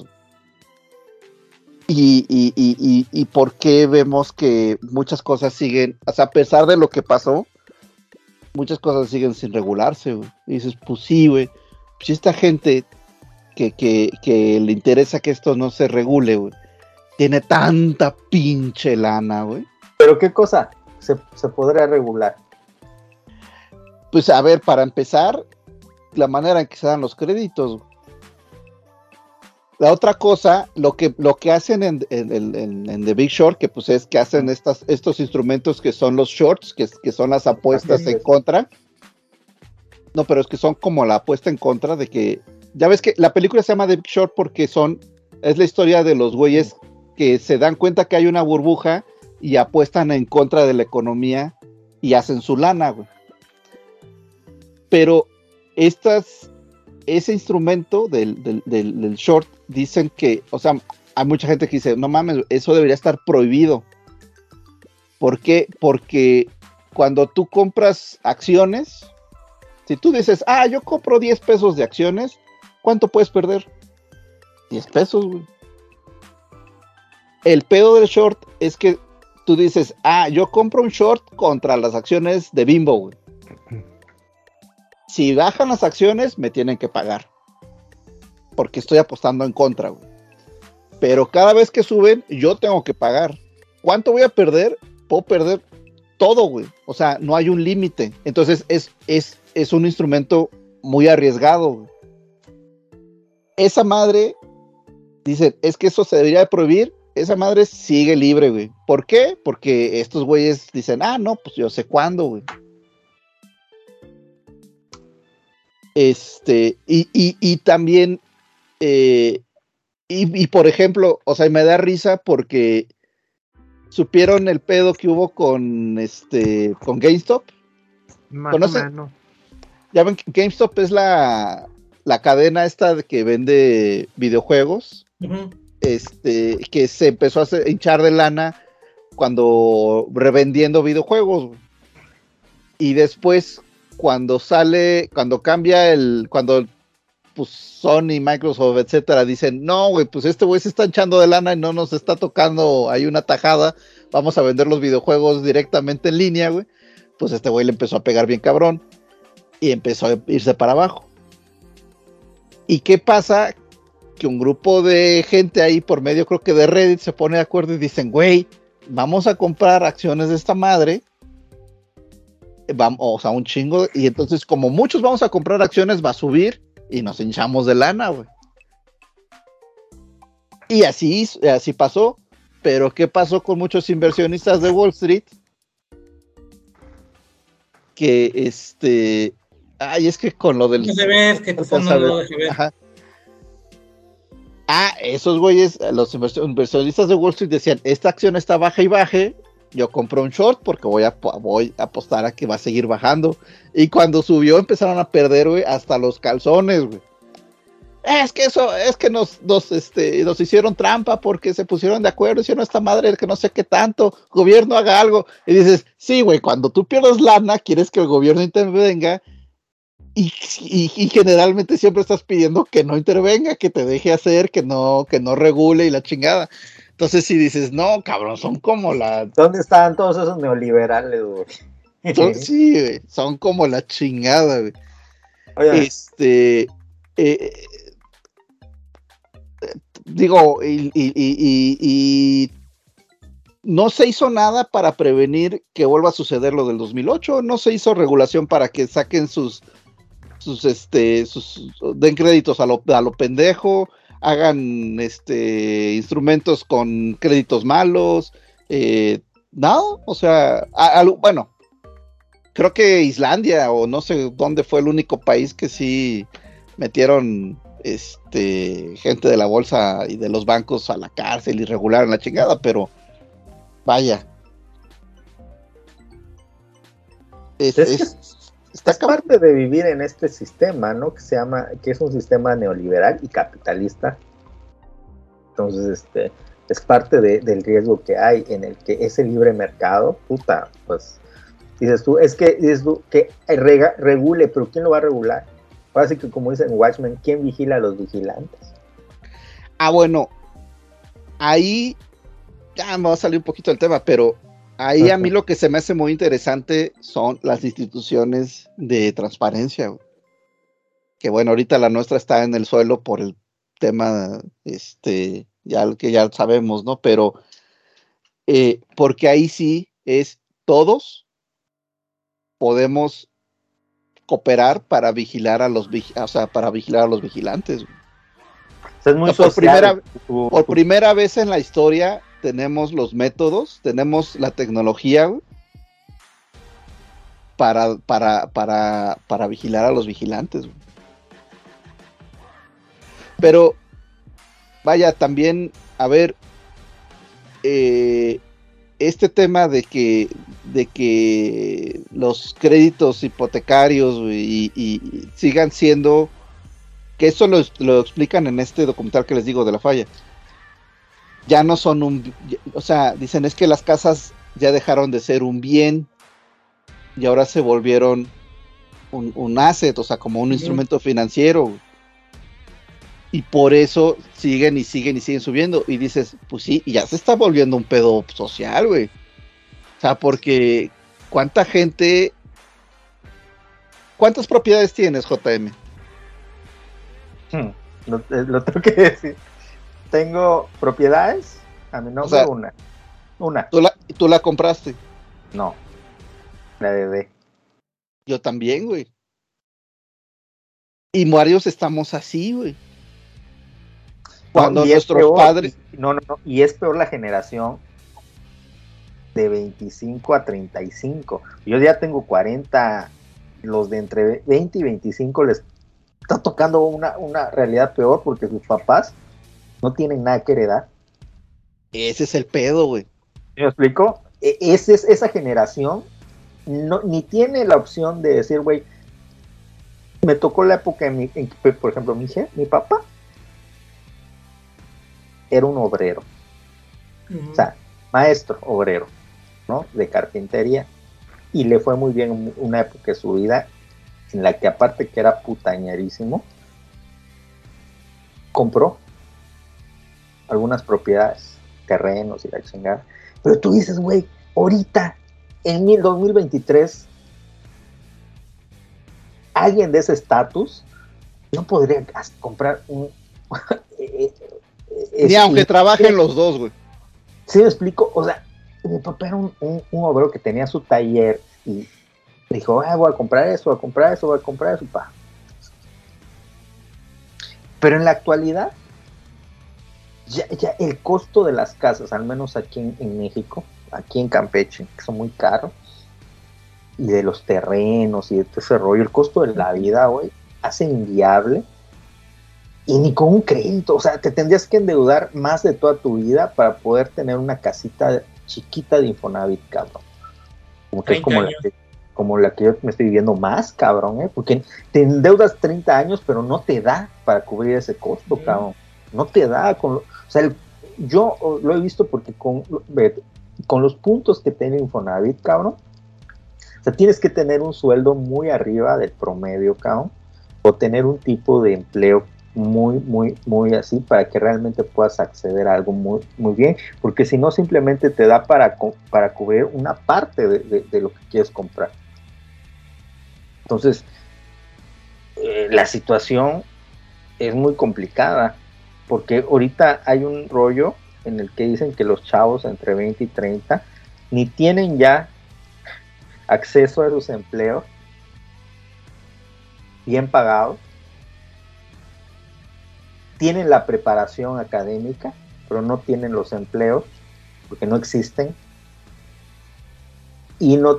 Y por qué vemos que muchas cosas siguen, o sea, a pesar de lo que pasó, muchas cosas siguen sin regularse, güey. Y dices, pues sí, güey, si esta gente que le interesa que esto no se regule, güey, tiene tanta pinche lana, güey. ¿Pero qué cosa se podría regular? Pues a ver, para empezar, la manera en que se dan los créditos. La otra cosa, lo que hacen en The Big Short, que pues es que hacen estos instrumentos que son los shorts, que son las apuestas en contra. No, pero es que son como la apuesta en contra de que, ya ves que la película se llama The Big Short porque es la historia de los güeyes que se dan cuenta que hay una burbuja y apuestan en contra de la economía y hacen su lana, güey. Pero ese instrumento del short, dicen que, o sea, hay mucha gente que dice, no mames, eso debería estar prohibido. ¿Por qué? Porque cuando tú compras acciones, si tú dices, yo compro 10 pesos de acciones, ¿cuánto puedes perder? 10 pesos, güey. El pedo del short es que tú dices, yo compro un short contra las acciones de Bimbo, güey. Si bajan las acciones, me tienen que pagar. Porque estoy apostando en contra, güey. Pero cada vez que suben, yo tengo que pagar. ¿Cuánto voy a perder? Puedo perder todo, güey. O sea, no hay un límite. Entonces, es un instrumento muy arriesgado, güey. Esa madre, dicen, es que eso se debería de prohibir. Esa madre sigue libre, güey. ¿Por qué? Porque estos güeyes dicen, no, pues yo sé cuándo, güey. Y también, y por ejemplo, o sea, me da risa porque supieron el pedo que hubo con GameStop. Más o menos. Ya ven que GameStop es la cadena esta que vende videojuegos, uh-huh. Que se empezó a hinchar de lana cuando revendiendo videojuegos, y después cuando pues Sony, Microsoft, etcétera, dicen, no, güey, pues este güey se está echando de lana y no nos está tocando ahí una tajada, vamos a vender los videojuegos directamente en línea, güey, pues este güey le empezó a pegar bien cabrón y empezó a irse para abajo. ¿Y qué pasa? Que un grupo de gente ahí por medio, creo que de Reddit, se pone de acuerdo y dicen, güey, vamos a comprar acciones de esta madre, vamos, o sea, un chingo, y entonces como muchos vamos a comprar acciones, va a subir y nos hinchamos de lana, güey. Y así pasó. Pero ¿qué pasó con muchos inversionistas de Wall Street? Que es que con lo del... No se ve, es que tu fondo no lo deja ver. Ajá. Esos güeyes, los inversionistas de Wall Street decían, esta acción está baja y baje, yo compro un short porque voy a apostar a que va a seguir bajando. Y cuando subió empezaron a perder, güey, hasta los calzones, güey. Es que nos hicieron trampa porque se pusieron de acuerdo, hicieron esta madre que no sé qué tanto, gobierno haga algo. Y dices, sí, güey, cuando tú pierdes lana, quieres que el gobierno intervenga y generalmente siempre estás pidiendo que no intervenga, que te deje hacer, que no regule y la chingada. Entonces si dices, no, cabrón, son como ¿Dónde están todos esos neoliberales, güey? Sí, güey, son como la chingada, güey. Oye, digo, y no se hizo nada para prevenir que vuelva a suceder lo del 2008, no se hizo regulación para que saquen den créditos a lo pendejo, hagan instrumentos con créditos malos, nada, o sea, bueno, creo que Islandia o no sé dónde fue el único país que sí metieron gente de la bolsa y de los bancos a la cárcel y regularon la chingada, pero vaya. Es parte de vivir en este sistema, ¿no? Que es un sistema neoliberal y capitalista. Entonces, es parte del riesgo que hay en el que ese libre mercado, puta, pues, dices tú que regule, pero ¿quién lo va a regular? Así que como dicen Watchmen, ¿quién vigila a los vigilantes? Bueno, ahí ya me va a salir un poquito del tema, pero ahí a mí lo que se me hace muy interesante son las instituciones de transparencia, güey. Que bueno, ahorita la nuestra está en el suelo por el tema, ya sabemos, ¿no? Pero porque ahí sí todos podemos cooperar para vigilar a los vigilantes. Es muy social, por primera vez en la historia tenemos los métodos, tenemos la tecnología, güey, para vigilar a los vigilantes, güey. Pero vaya, también, a ver, este tema de que los créditos hipotecarios y sigan siendo, que eso lo explican en este documental que les digo de La Falla, ya no son o sea, dicen es que las casas ya dejaron de ser un bien y ahora se volvieron un asset, o sea, como un instrumento financiero, y por eso siguen subiendo, y dices, pues sí, y ya se está volviendo un pedo social, güey. O sea, porque ¿cuántas propiedades tienes, JM? Lo tengo que decir. Tengo propiedades a mi nombre, o sea, una. ¿Tú la compraste? No, la heredé. Yo también, güey. Y varios estamos así, güey. Cuando nuestros padres... No, y es peor la generación de 25 a 35. Yo ya tengo 40, los de entre 20 y 25 les está tocando una realidad peor porque sus papás no tienen nada que heredar. Ese es el pedo, güey. ¿Me explico? Esa generación ni tiene la opción de decir, güey, me tocó la época en que, por ejemplo, mi papá era un obrero, o sea, maestro obrero, ¿no? De carpintería, y le fue muy bien una época de su vida en la que, aparte que era putañerísimo, compró algunas propiedades, terrenos y la chingada. Pero tú dices, güey, ahorita en 2023, alguien de ese estatus no podría comprar un... Ni aunque trabajen los dos, güey. ¿Sí me explico? O sea, mi papá era un obrero que tenía su taller y dijo, voy a comprar eso, voy a comprar eso, voy a comprar eso, pa. Pero en la actualidad, ya el costo de las casas, al menos aquí en México, aquí en Campeche, que son muy caros, y de los terrenos y de todo ese rollo, el costo de la vida, güey, hace inviable. Y ni con un crédito, o sea, te tendrías que endeudar más de toda tu vida para poder tener una casita chiquita de Infonavit, cabrón. Como que es como la que yo me estoy viviendo más, cabrón, porque te endeudas 30 años, pero no te da para cubrir ese costo, cabrón. No te da. O sea, yo lo he visto porque con los puntos que tiene Infonavit, cabrón, o sea, tienes que tener un sueldo muy arriba del promedio, cabrón, o tener un tipo de empleo muy, muy, muy así para que realmente puedas acceder a algo muy, muy bien, porque si no simplemente te da para cubrir una parte de lo que quieres comprar. Entonces, la situación es muy complicada, porque ahorita hay un rollo en el que dicen que los chavos entre 20 y 30 ni tienen ya acceso a esos empleos bien pagados, tienen la preparación académica, pero no tienen los empleos, porque no existen, y no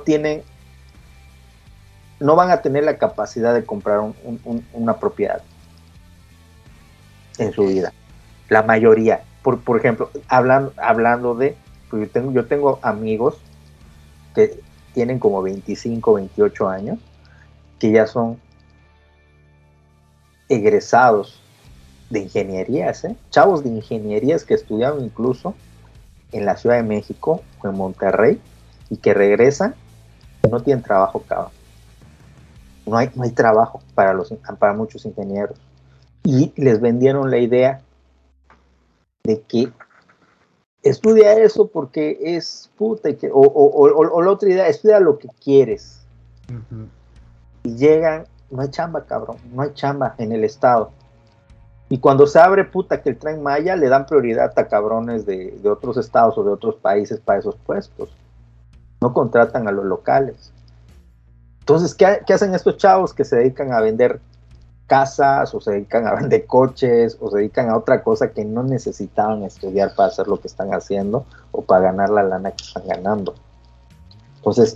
van a tener la capacidad de comprar una propiedad en su vida. La mayoría, por ejemplo, hablando de, pues yo tengo amigos que tienen como 25, 28 años, que ya son egresados de ingenierías, chavos de ingenierías que estudiaron incluso en la Ciudad de México o en Monterrey y que regresan y no tienen trabajo, cabrón. No hay trabajo para muchos ingenieros y les vendieron la idea de que estudia eso porque es puta o la otra idea, estudia lo que quieres. Uh-huh. Y llegan, no hay chamba, cabrón, no hay chamba en el estado. Y cuando se abre puta que el Tren Maya, le dan prioridad a cabrones de otros estados o de otros países para esos puestos. No contratan a los locales. Entonces, ¿qué hacen estos chavos que se dedican a vender casas o se dedican a vender coches o se dedican a otra cosa que no necesitaban estudiar para hacer lo que están haciendo o para ganar la lana que están ganando? Entonces,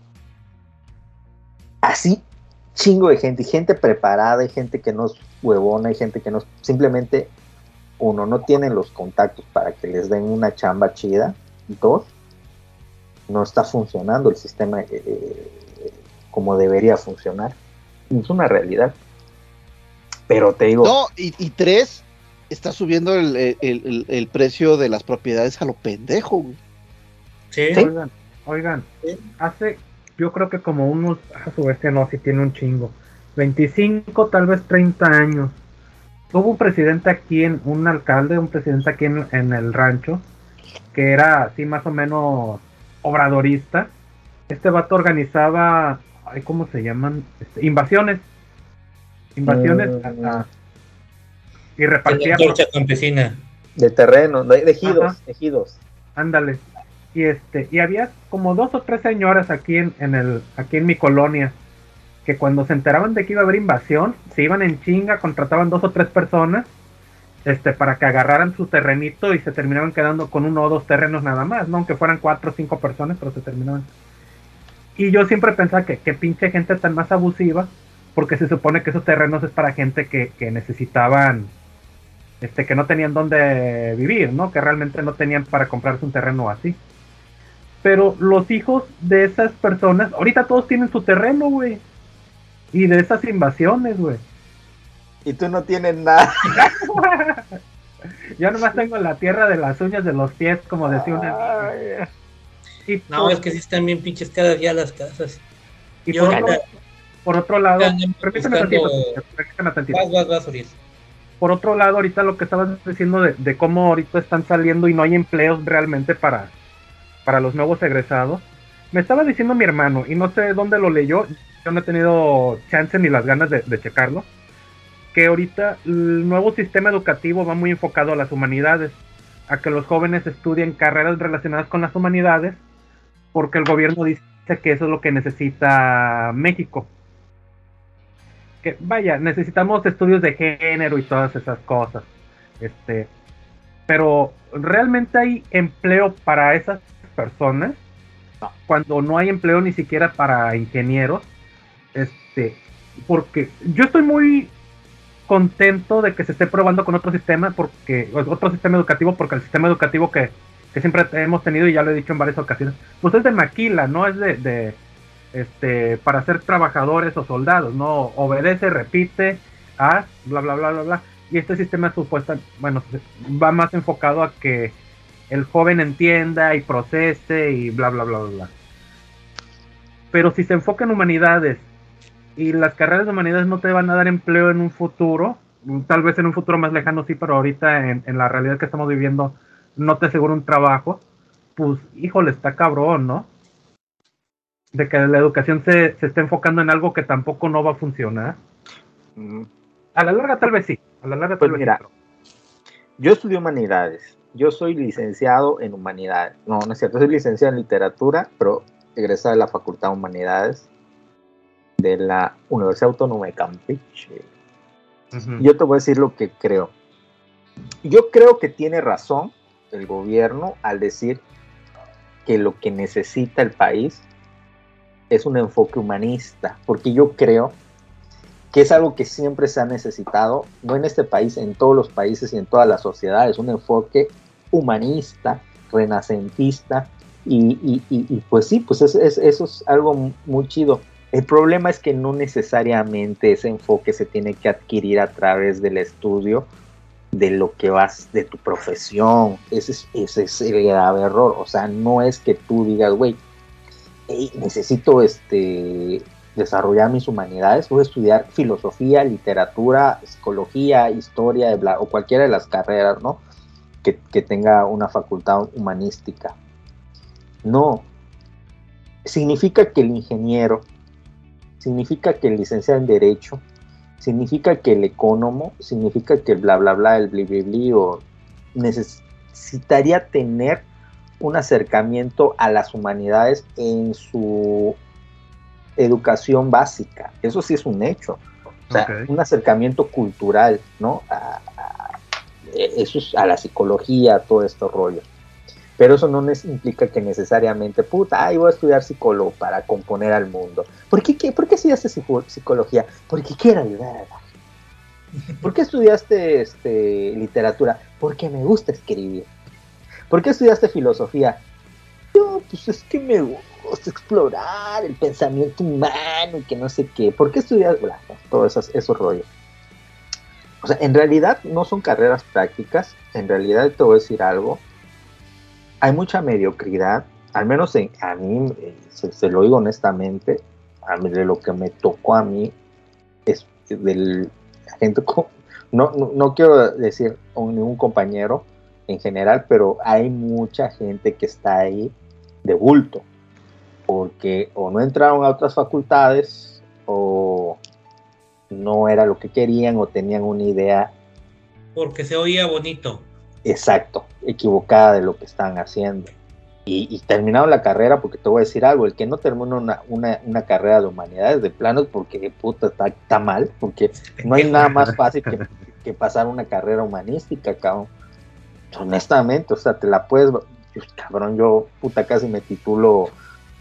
así chingo de gente preparada, hay gente que no es huevona, hay gente que no, simplemente, uno, no tienen los contactos para que les den una chamba chida, y dos, no está funcionando el sistema como debería funcionar. Es una realidad. Pero te digo... No, y tres, está subiendo el precio de las propiedades a lo pendejo, güey. Sí. Oigan, ¿sí? Hace... Yo creo que como unos, a su vez que no, si tiene un chingo, 25, tal vez 30 años. Hubo un presidente aquí, un presidente aquí en el rancho, que era así más o menos obradorista. Este vato organizaba, ¿cómo se llaman? Invasiones. Y repartía... La torcha campesina. De terreno, de ejidos. Ándale. Y había como 2 o 3 señoras aquí en mi colonia que cuando se enteraban de que iba a haber invasión se iban en chinga, contrataban 2 o 3 personas para que agarraran su terrenito y se terminaban quedando con 1 o 2 terrenos nada más, ¿no? Aunque fueran 4 o 5 personas, pero se terminaban. Y yo siempre pensaba que pinche gente tan más abusiva, porque se supone que esos terrenos es para gente que necesitaban, que no tenían dónde vivir, ¿no? Que realmente no tenían para comprarse un terreno así. Pero los hijos de esas personas, ahorita todos tienen su terreno, güey. Y de esas invasiones, güey. Y tú no tienes nada. Yo nomás tengo la tierra de las uñas de los pies, como decía una amiga. Y no, es que sí están bien pinches caras ya las casas. Y por otro lado, permíteme tantito. Vas, Uriel. Por otro lado, ahorita lo que estabas diciendo de cómo ahorita están saliendo y no hay empleos realmente para los nuevos egresados. Me estaba diciendo mi hermano, y no sé dónde lo leyó, yo no he tenido chance ni las ganas de checarlo, que ahorita el nuevo sistema educativo va muy enfocado a las humanidades, a que los jóvenes estudien carreras relacionadas con las humanidades, porque el gobierno dice que eso es lo que necesita México. Que vaya, necesitamos estudios de género y todas esas cosas. Pero ¿realmente hay empleo para esas personas? Cuando no hay empleo ni siquiera para ingenieros. Porque yo estoy muy contento de que se esté probando con otro sistema educativo, porque el sistema educativo que siempre hemos tenido, y ya lo he dicho en varias ocasiones, pues es de maquila, no es para ser trabajadores o soldados, no obedece, repite, haz, bla bla bla bla bla. Y este sistema va más enfocado a que el joven entienda y procese y bla bla bla bla bla. Pero si se enfoca en humanidades y las carreras de humanidades no te van a dar empleo en un futuro, tal vez en un futuro más lejano sí, pero ahorita en la realidad que estamos viviendo no te asegura un trabajo, pues híjole, está cabrón, ¿no? De que la educación se esté enfocando en algo que tampoco no va a funcionar. A la larga tal vez sí, mira, yo estudié humanidades, yo soy licenciado en humanidades, no es cierto, soy licenciado en literatura, pero egresado de la Facultad de Humanidades de la Universidad Autónoma de Campeche. Yo te voy a decir lo que creo. Yo creo que tiene razón el gobierno al decir que lo que necesita el país es un enfoque humanista, porque yo creo que es algo que siempre se ha necesitado, no en este país, en todos los países y en todas las sociedades, un enfoque humanista, renacentista, y pues sí, pues eso es algo muy chido. El problema es que no necesariamente ese enfoque se tiene que adquirir a través del estudio de lo que vas, de tu profesión. Ese es el grave error. O sea, no es que tú digas, güey, necesito desarrollar mis humanidades, voy a estudiar filosofía, literatura, psicología, historia, o cualquiera de las carreras, ¿no? Que tenga una facultad humanística. No. Significa que el ingeniero, significa que el licenciado en Derecho, significa que el economo, significa que el bla bla bla, el bli bli bli, o necesitaría tener un acercamiento a las humanidades en su educación básica. Eso sí es un hecho. O sea, un acercamiento cultural, ¿no? Eso es a la psicología, a todo este rollo. Pero eso no implica que necesariamente, voy a estudiar psicólogo para componer al mundo. ¿Por qué estudiaste psicología? Porque quiero ayudar a la gente. ¿Por qué estudiaste literatura? Porque me gusta escribir. ¿Por qué estudiaste filosofía? Yo, pues es que me gusta explorar el pensamiento humano y que no sé qué. ¿Por qué estudias? Bueno, todos esos rollos. O sea, en realidad no son carreras prácticas. En realidad te voy a decir algo. Hay mucha mediocridad, al menos a mí, se lo digo honestamente, de lo que me tocó a mí, es de la gente, no quiero decir ningún compañero en general, pero hay mucha gente que está ahí de bulto, porque o no entraron a otras facultades, o no era lo que querían, o tenían una idea. Porque se oía bonito. Exacto, equivocada de lo que están haciendo. Y terminaron la carrera, porque te voy a decir algo, el que no termina una carrera de humanidades de plano es porque puta está mal, porque no hay nada más fácil que pasar una carrera humanística, cabrón. Honestamente, o sea, te la puedes, cabrón, yo puta casi me titulo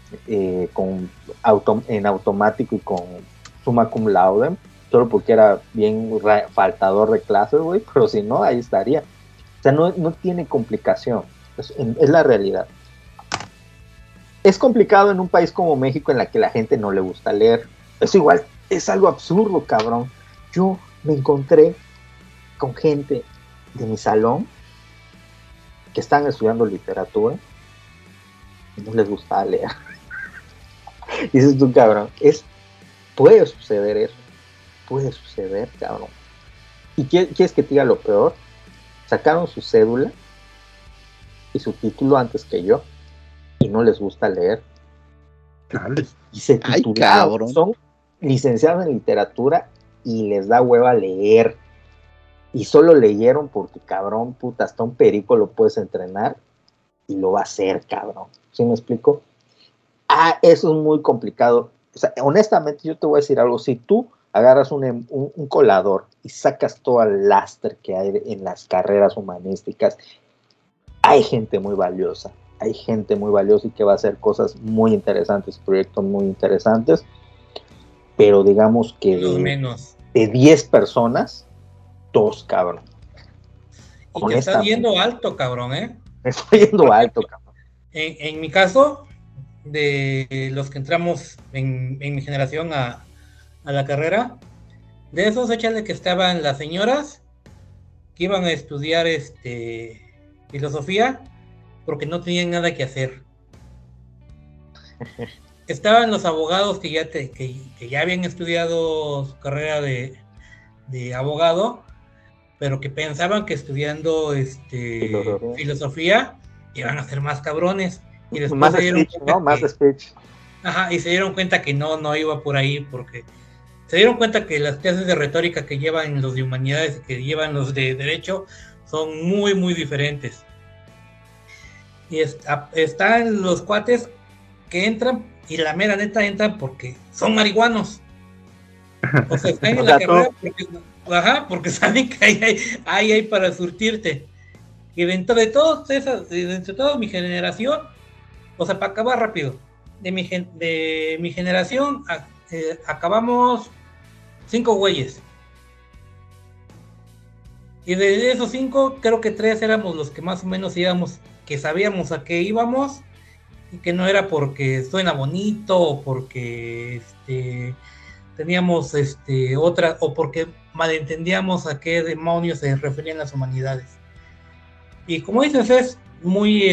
en automático y con summa cum laude, solo porque era bien faltador de clases, güey, pero si no, ahí estaría. O sea, no tiene complicación, es la realidad. Es complicado en un país como México en la que la gente no le gusta leer. Es igual, es algo absurdo, cabrón. Yo me encontré con gente de mi salón que están estudiando literatura y no les gusta leer. Y dices tú, cabrón, puede suceder eso. Puede suceder, cabrón. ¿Y quieres que te diga lo peor? Sacaron su cédula y su título antes que yo y no les gusta leer. y se Ay, titularon, cabrón. son licenciados en literatura y les da hueva leer. Y solo leyeron porque, cabrón, puta, hasta un perico lo puedes entrenar y lo va a hacer, cabrón. ¿Sí me explico? Eso es muy complicado. O sea, honestamente, yo te voy a decir algo. Si tú agarras un colador y sacas todo el lastre que hay en las carreras humanísticas, hay gente muy valiosa. Hay gente muy valiosa y que va a hacer cosas muy interesantes, proyectos muy interesantes. Pero digamos que menos. de 10 personas, 2, cabrón. Y te estás yendo alto, cabrón, ¿eh? Me estoy yendo alto, cabrón. En mi caso, de los que entramos en mi generación a la carrera, de esos, échale que estaban las señoras que iban a estudiar filosofía porque no tenían nada que hacer. Estaban los abogados que ya habían estudiado su carrera de abogado, pero que pensaban que estudiando filosofía iban a ser más cabrones. Y después más se dieron speech, ¿no? Más speech. Ajá, y se dieron cuenta que no iba por ahí, porque se dieron cuenta que las clases de retórica que llevan los de humanidades y que llevan los de derecho son muy, muy diferentes. Y están los cuates que entran, y la mera neta entran porque son marihuanos. O sea, están en la carrera porque saben que hay para surtirte. Y dentro de toda mi generación, o sea, para acabar rápido, de mi generación acabamos 5 güeyes. Y de esos 5, creo que 3 éramos los que más o menos íbamos, que sabíamos a qué íbamos, y que no era porque suena bonito o porque teníamos otra, o porque malentendíamos a qué demonios se referían las humanidades. Y como dices, es muy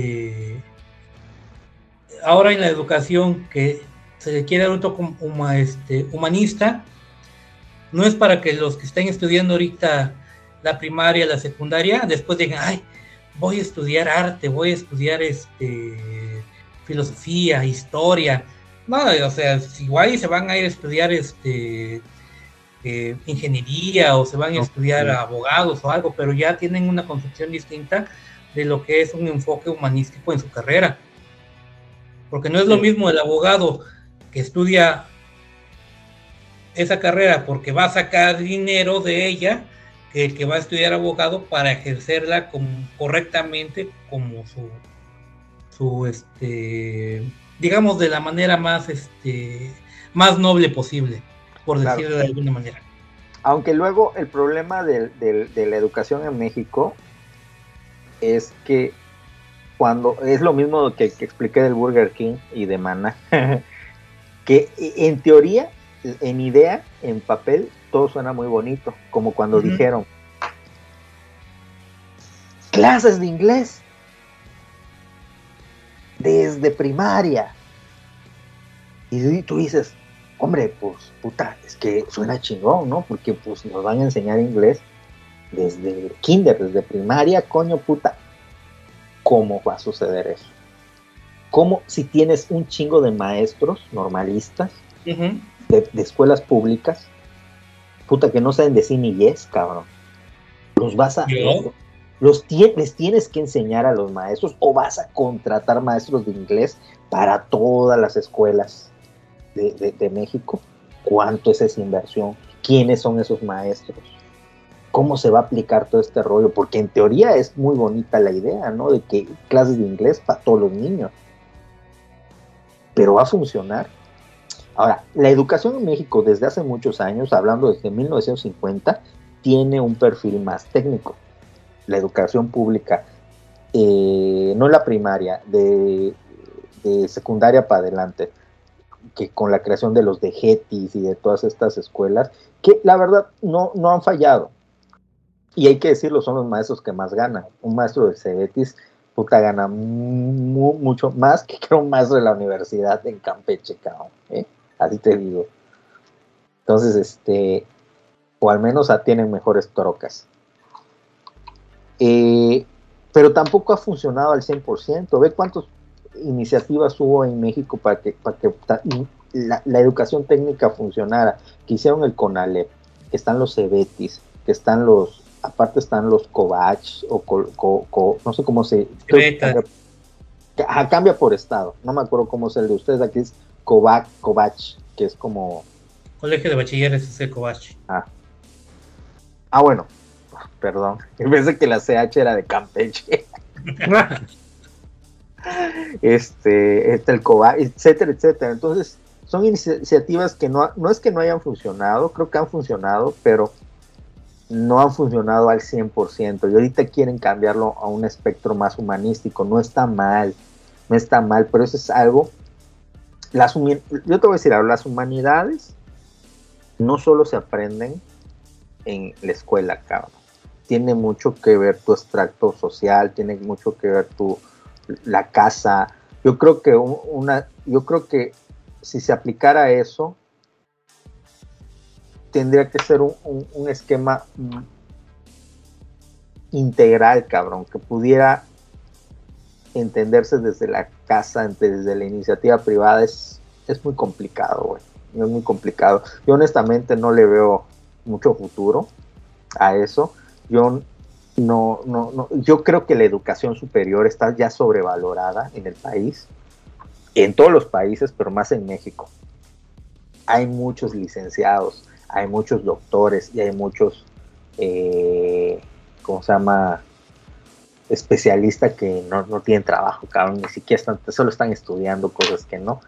ahora en la educación que se le quiere dar un toque humanista, no es para que los que estén estudiando ahorita la primaria, la secundaria, después digan, ay, voy a estudiar arte, voy a estudiar filosofía, historia. No, o sea, igual se van a ir a estudiar ingeniería, o se van a estudiar abogados o algo, pero ya tienen una concepción distinta de lo que es un enfoque humanístico en su carrera. Porque no es lo mismo el abogado que estudia esa carrera porque va a sacar dinero de ella, que el que va a estudiar abogado para ejercerla correctamente como su digamos, de la manera más noble posible, por decirlo de alguna manera. Aunque luego el problema de la educación en México es que cuando es lo mismo que expliqué del Burger King y de Mana, que en teoría, en idea, en papel, todo suena muy bonito, como cuando dijeron clases de inglés desde primaria, y tú dices, hombre, pues puta, es que suena chingón, ¿no? Porque pues nos van a enseñar inglés desde kinder, desde primaria, coño puta. ¿Cómo va a suceder eso? ¿Cómo si tienes un chingo de maestros normalistas de escuelas públicas, puta, que no saben decir ni yes, cabrón? Los vas a... les tienes que enseñar a los maestros, o vas a contratar maestros de inglés para todas las escuelas de México. ¿Cuánto es esa inversión? ¿Quiénes son esos maestros? ¿Cómo se va a aplicar todo este rollo? Porque en teoría es muy bonita la idea, ¿no? De que clases de inglés para todos los niños. ¿Pero va a funcionar? Ahora, la educación en México desde hace muchos años, hablando desde 1950, tiene un perfil más técnico. La educación pública, no la primaria, de secundaria para adelante, que con la creación de los DGETIS y de todas estas escuelas, que la verdad no han fallado. Y hay que decirlo, son los maestros que más ganan. Un maestro de CETIS, puta, gana mucho más que un maestro de la universidad en Campeche, cabrón, así te digo. Entonces, o al menos tienen mejores trocas. Pero tampoco ha funcionado al 100%. Ve cuántos iniciativas hubo en México para que la educación técnica funcionara? Que hicieron el CONALEP, que están los CEBETIS, que están aparte están los COVACH, no sé cómo se... Cambia por estado, no me acuerdo cómo es el de ustedes, aquí es COVACH, que es como... Colegio de Bachilleres es el COVACH. Bueno, perdón, pensé que la CH era de Campeche. El COVACH, etcétera, etcétera. Entonces, son iniciativas que no es que no hayan funcionado, creo que han funcionado, pero no han funcionado al 100%, y ahorita quieren cambiarlo a un espectro más humanístico. No está mal, pero eso es algo, yo te voy a decir algo, las humanidades no solo se aprenden en la escuela, cabrón. Tiene mucho que ver tu extracto social, tiene mucho que ver la casa. Yo creo que si se aplicara eso, tendría que ser un esquema integral, cabrón, que pudiera entenderse desde la casa, desde la iniciativa privada. Es muy complicado, güey. Es muy complicado. Yo honestamente no le veo mucho futuro a eso. Yo creo que la educación superior está ya sobrevalorada en el país, en todos los países, pero más en México. Hay muchos licenciados, hay muchos doctores y hay muchos, especialistas que no tienen trabajo, cabrón, ni siquiera solo están estudiando cosas que no.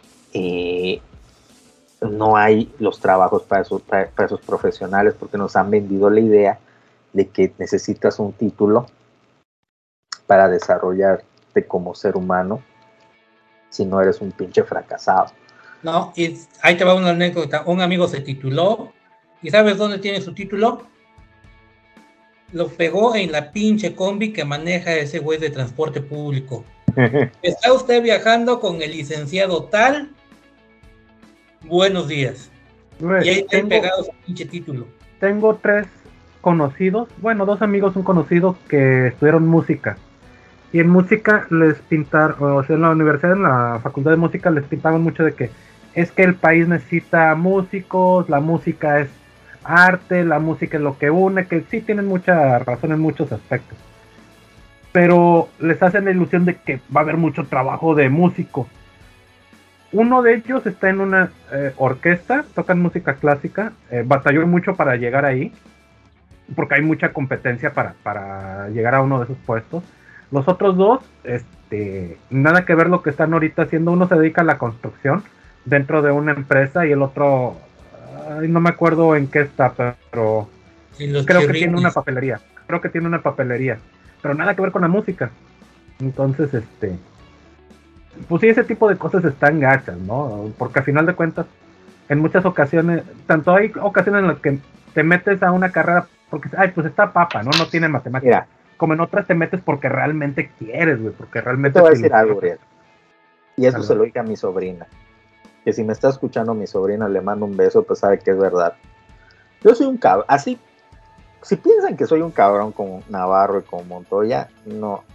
No hay los trabajos para esos profesionales, porque nos han vendido la idea de que necesitas un título para desarrollarte como ser humano, si no eres un pinche fracasado. No, y ahí te va una anécdota. Un amigo se tituló, ¿y sabes dónde tiene su título? Lo pegó en la pinche combi que maneja ese güey de transporte público. ¿Está usted viajando con el licenciado tal? Buenos días. Y ahí está pegado su pinche título. Tengo 3 conocidos, 2 amigos, un conocido, que estudiaron música. Y en música les pintaron, o sea, en la universidad, en la facultad de música, les pintaban mucho de que es que el país necesita músicos, la música es arte, la música es lo que une, que sí tienen mucha razón en muchos aspectos. Pero les hacen la ilusión de que va a haber mucho trabajo de músico. Uno de ellos está en una orquesta, tocan música clásica, batalló mucho para llegar ahí, porque hay mucha competencia para llegar a uno de esos puestos. Los otros 2, nada que ver lo que están ahorita haciendo. Uno se dedica a la construcción dentro de una empresa y el otro, no me acuerdo en qué está, pero creo que tiene una papelería. Pero nada que ver con la música. Entonces, pues sí, ese tipo de cosas están gachas, ¿no? Porque a final de cuentas, en muchas ocasiones, tanto hay ocasiones en las que te metes a una carrera porque, pues está papa, ¿no? No tiene matemáticas. Mira, como en otras te metes porque realmente quieres, güey, porque realmente... Te voy a decir algo, Uriel. Y eso se lo dije a mi sobrina. Que si me está escuchando mi sobrina, le mando un beso, pues sabe que es verdad. Yo soy un cabrón, así, si piensan que soy un cabrón como Navarro y como Montoya, no.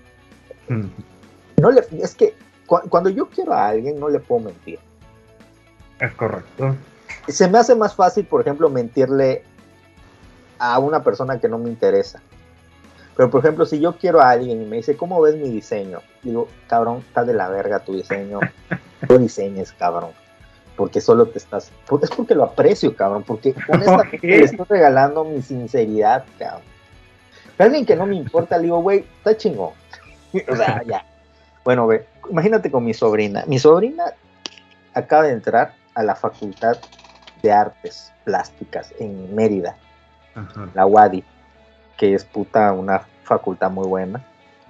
Es que cuando yo quiero a alguien, no le puedo mentir. Es correcto. Se me hace más fácil, por ejemplo, mentirle a una persona que no me interesa. Pero, por ejemplo, si yo quiero a alguien y me dice, ¿cómo ves mi diseño? Digo, cabrón, está de la verga tu diseño. No diseñes, cabrón. Porque solo te estás... Es porque lo aprecio, cabrón. Porque honestamente le estoy regalando mi sinceridad, cabrón. A alguien que no me importa, le digo, güey, está chingón. O sea, ya. Bueno, ve, imagínate con mi sobrina. Mi sobrina acaba de entrar a la Facultad de Artes Plásticas en Mérida. Ajá. La UADY, que es una facultad muy buena.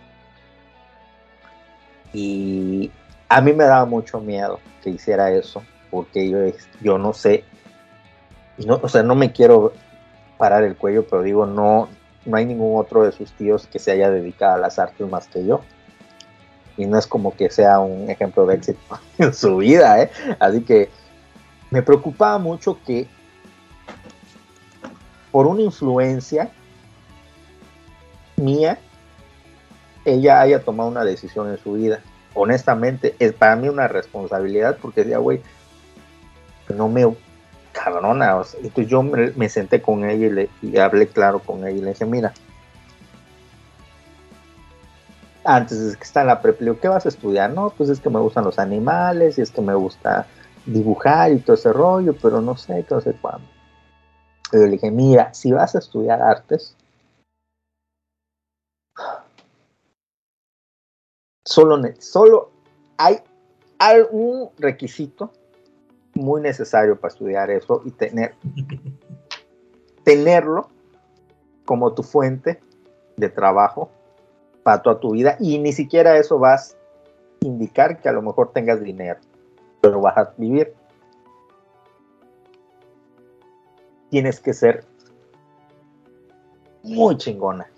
Y a mí me daba mucho miedo que hiciera eso, porque yo no sé, o sea, no me quiero parar el cuello, pero digo, no hay ningún otro de sus tíos que se haya dedicado a las artes más que yo. Y no es como que sea un ejemplo de éxito en su vida, ¿eh? Así que me preocupaba mucho que por una influencia mía, ella haya tomado una decisión en su vida. honestamente, es para mí una responsabilidad, porque decía, güey, no me cabrona, o sea, entonces yo me senté con ella y hablé claro con ella y le dije, mira, antes de que está en la prepa, le digo, ¿qué vas a estudiar? No, pues es que me gustan los animales y es que me gusta dibujar y todo ese rollo, pero no sé, no sé cuándo. Y yo le dije, mira, si vas a estudiar artes, solo hay un requisito muy necesario para estudiar eso y tenerlo como tu fuente de trabajo para toda tu vida, y ni siquiera eso vas a indicar que a lo mejor tengas dinero, pero vas a vivir. Tienes que ser muy chingona.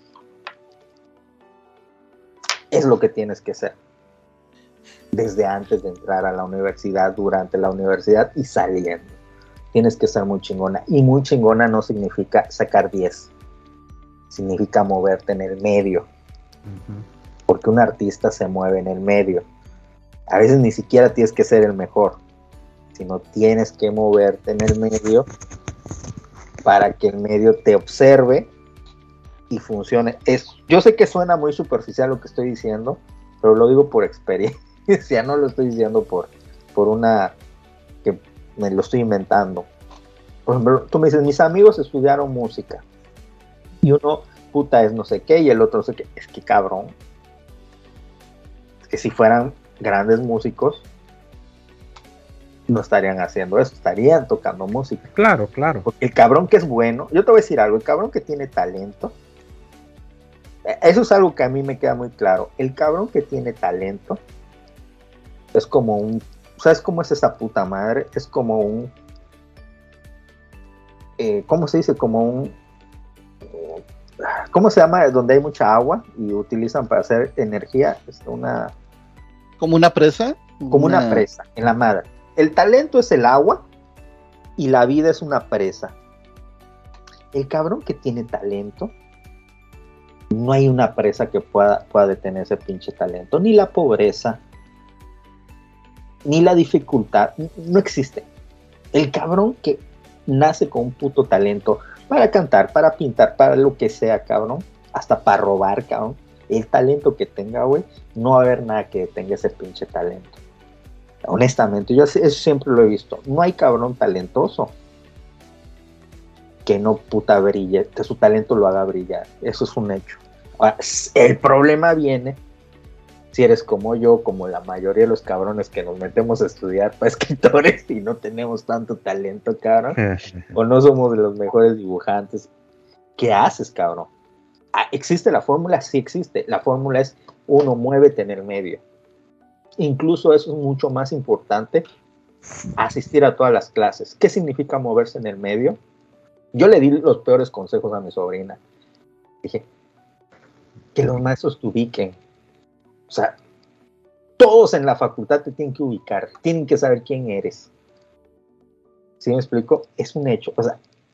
Es lo que tienes que ser. Desde antes de entrar a la universidad, durante la universidad y saliendo. Tienes que ser muy chingona. Y muy chingona no significa sacar 10. Significa moverte en el medio. Porque un artista se mueve en el medio. A veces ni siquiera tienes que ser el mejor, sino tienes que moverte en el medio para que el medio te observe y funcione. Yo sé que suena muy superficial lo que estoy diciendo, pero lo digo por experiencia, no lo estoy diciendo por una que me lo estoy inventando. Por ejemplo, tú me dices, mis amigos estudiaron música y uno, puta, es no sé qué, y el otro no sé qué. Es que cabrón, es que si fueran grandes músicos no estarían haciendo eso, estarían tocando música. Claro, claro. Porque el cabrón que es bueno, yo te voy a decir algo, el cabrón que tiene talento, eso es algo que a mí me queda muy claro, el cabrón que tiene talento es como ¿sabes cómo es esa puta madre? Es como ¿cómo se dice? ¿Cómo se llama? Donde hay mucha agua y utilizan para hacer energía, ¿Como una presa? Como una presa, en la madre. El talento es el agua y la vida es una presa. El cabrón que tiene talento, no hay una presa que pueda detener ese pinche talento, ni la pobreza, ni la dificultad, no existe. El cabrón que nace con un puto talento para cantar, para pintar, para lo que sea, cabrón, hasta para robar, cabrón, el talento que tenga, güey, no va a haber nada que detenga ese pinche talento. Honestamente, yo eso siempre lo he visto. No hay cabrón talentoso que no puta brille, que su talento lo haga brillar. Eso es un hecho. Ahora, el problema viene si eres como yo, como la mayoría de los cabrones que nos metemos a estudiar para escritores y no tenemos tanto talento, cabrón, o no somos de los mejores dibujantes. ¿Qué haces, cabrón? ¿Existe la fórmula? Sí existe. La fórmula es uno, muévete en el medio. Incluso eso es mucho más importante, asistir a todas las clases. ¿Qué significa moverse en el medio? Yo le di los peores consejos a mi sobrina. Dije, que los maestros te ubiquen. O sea, todos en la facultad te tienen que ubicar, tienen que saber quién eres. ¿Sí me explico? Es un hecho. O sea,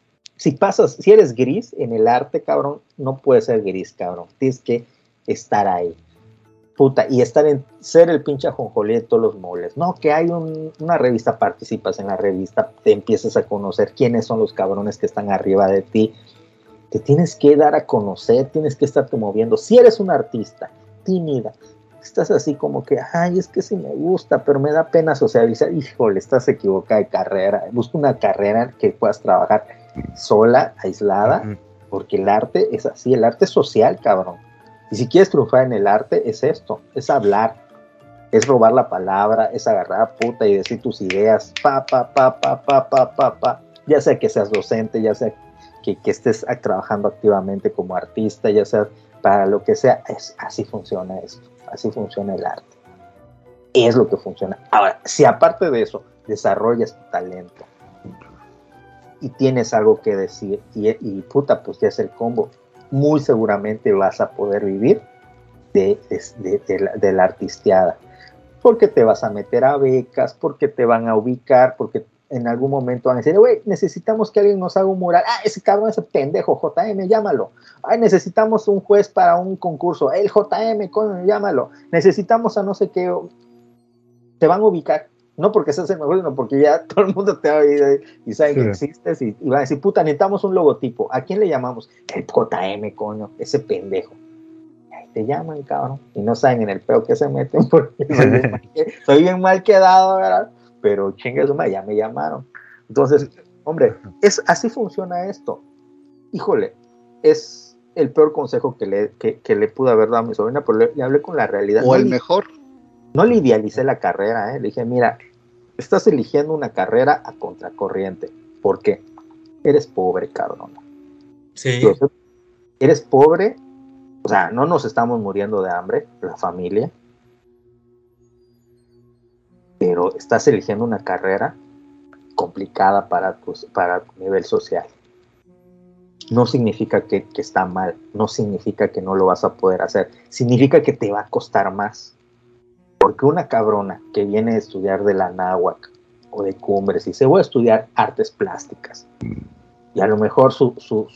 si eres gris en el arte, cabrón, no puedes ser gris, cabrón. Tienes que estar ahí. Puta, y ser el pinche ajonjolí de todos los moles. No, que hay una revista, participas en la revista, te empiezas a conocer quiénes son los cabrones que están arriba de ti. Te tienes que dar a conocer, tienes que estarte moviendo. Si eres un artista tímida, estás así como que, ay, es que sí me gusta, pero me da pena socializar. Híjole, estás equivocada de carrera. Busca una carrera que puedas trabajar sola, aislada, porque el arte es así, el arte es social, cabrón. Y si quieres triunfar en el arte, es esto, es hablar, es robar la palabra, es agarrar a puta y decir tus ideas, ya sea que seas docente, ya sea que estés trabajando activamente como artista, ya sea para lo que sea, así funciona esto, así funciona el arte. Es lo que funciona. Ahora, si aparte de eso desarrollas tu talento y tienes algo que decir y puta, pues ya es el combo, muy seguramente vas a poder vivir de la artisteada, porque te vas a meter a becas, porque te van a ubicar, porque en algún momento van a decir, güey, necesitamos que alguien nos haga un mural. Ah, ese cabrón, ese pendejo, JM, llámalo. Ay, necesitamos un juez para un concurso. El JM, coño, llámalo. Necesitamos a no sé qué. Te van a ubicar. No porque seas el mejor, sino porque ya todo el mundo te va a oír y saben que existes y van a decir, puta, necesitamos un logotipo. ¿A quién le llamamos? El JM, coño, ese pendejo. Ahí te llaman, cabrón. Y no saben en el peo que se meten porque soy bien mal quedado, ¿verdad? Pero chingue su madre, ya me llamaron. Entonces, hombre, así funciona esto. Híjole, es el peor consejo que le pude haber dado a mi sobrina, pero le hablé con la realidad. O el mejor. No le idealicé la carrera, le dije, mira, estás eligiendo una carrera a contracorriente. ¿Por qué? Eres pobre, cabrón. Sí. Eres pobre, o sea, no nos estamos muriendo de hambre, la familia, pero estás eligiendo una carrera complicada para tu nivel social. No significa que está mal, no significa que no lo vas a poder hacer, significa que te va a costar más. Porque una cabrona que viene a estudiar de la náhuac o de Cumbres y se va a estudiar artes plásticas y a lo mejor su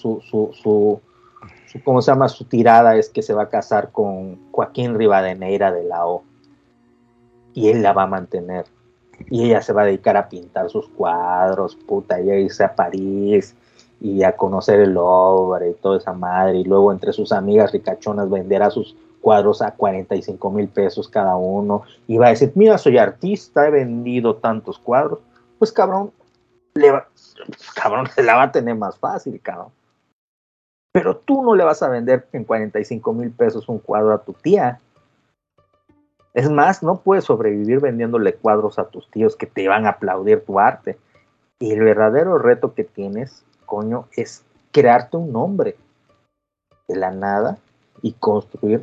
¿cómo se llama? Su tirada es que se va a casar con Joaquín Rivadeneira de la O y él la va a mantener y ella se va a dedicar a pintar sus cuadros, puta, y a irse a París y a conocer el Louvre y toda esa madre, y luego entre sus amigas ricachonas venderá sus cuadros a 45,000 pesos cada uno, y va a decir, mira, soy artista, he vendido tantos cuadros. Pues cabrón, se la va a tener más fácil, cabrón. Pero tú no le vas a vender en 45,000 pesos un cuadro a tu tía. Es más, no puedes sobrevivir vendiéndole cuadros a tus tíos que te van a aplaudir tu arte. Y el verdadero reto que tienes, coño, es crearte un nombre de la nada y construir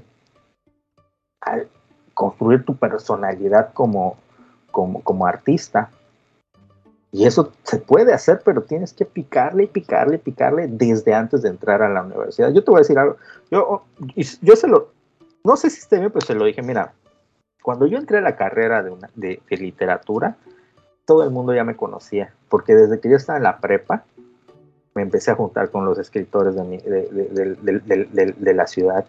tu personalidad como artista. Y eso se puede hacer, pero tienes que picarle y picarle y picarle desde antes de entrar a la universidad. Yo te voy a decir algo. Yo no sé si esté bien, pero se lo dije, mira, cuando yo entré a la carrera de literatura, todo el mundo ya me conocía, porque desde que yo estaba en la prepa, me empecé a juntar con los escritores de la ciudad.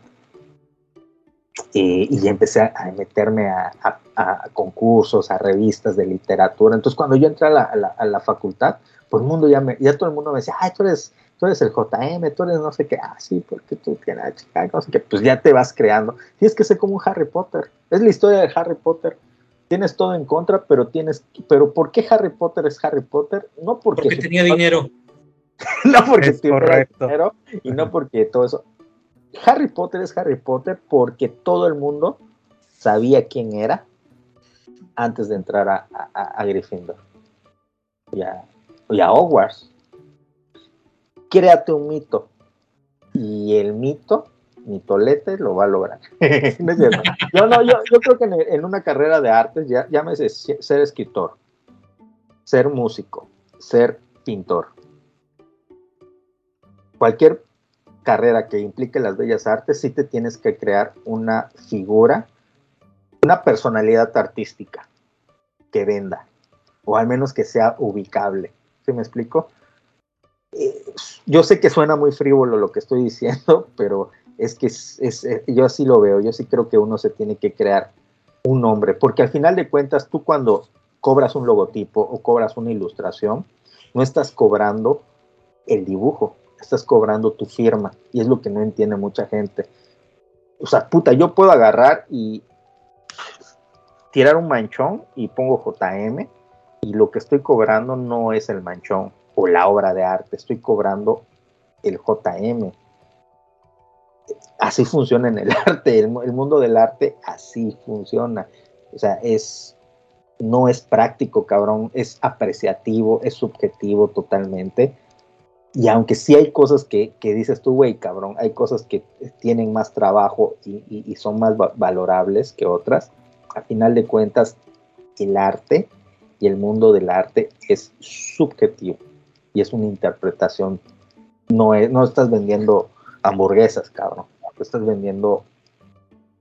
Y empecé a meterme a concursos, a revistas de literatura. Entonces, cuando yo entré a la facultad, pues el mundo ya todo el mundo me decía, ay, tú eres el JM, tú eres no sé qué, sí, porque tú tienes, no sé qué, pues ya te vas creando. Tienes que ser como un Harry Potter. Es la historia de Harry Potter. Tienes todo en contra, pero ¿por qué Harry Potter es Harry Potter? No porque tenía dinero. No porque tuviera dinero y no porque todo eso. Harry Potter es Harry Potter porque todo el mundo sabía quién era antes de entrar a Gryffindor y a Hogwarts. Créate un mito y el mitolete lo va a lograr. No es cierto. Yo creo que en una carrera de artes, llámese ser escritor, ser músico, ser pintor, cualquier carrera que implique las bellas artes, sí te tienes que crear una figura, una personalidad artística que venda, o al menos que sea ubicable. ¿Sí me explico? Yo sé que suena muy frívolo lo que estoy diciendo, pero es que yo así lo veo. Yo sí creo que uno se tiene que crear un nombre, porque al final de cuentas, tú cuando cobras un logotipo o cobras una ilustración, no estás cobrando el dibujo, estás cobrando tu firma, y es lo que no entiende mucha gente. O sea, puta, yo puedo agarrar y tirar un manchón y pongo JM, y lo que estoy cobrando no es el manchón o la obra de arte, estoy cobrando el JM. Así funciona en el arte, el mundo del arte así funciona. O sea, no es práctico, cabrón, es apreciativo, es subjetivo totalmente. Y aunque sí hay cosas que dices tú, güey, cabrón, hay cosas que tienen más trabajo y son más valorables que otras, a final de cuentas, el arte y el mundo del arte es subjetivo y es una interpretación. No estás vendiendo hamburguesas, cabrón, estás vendiendo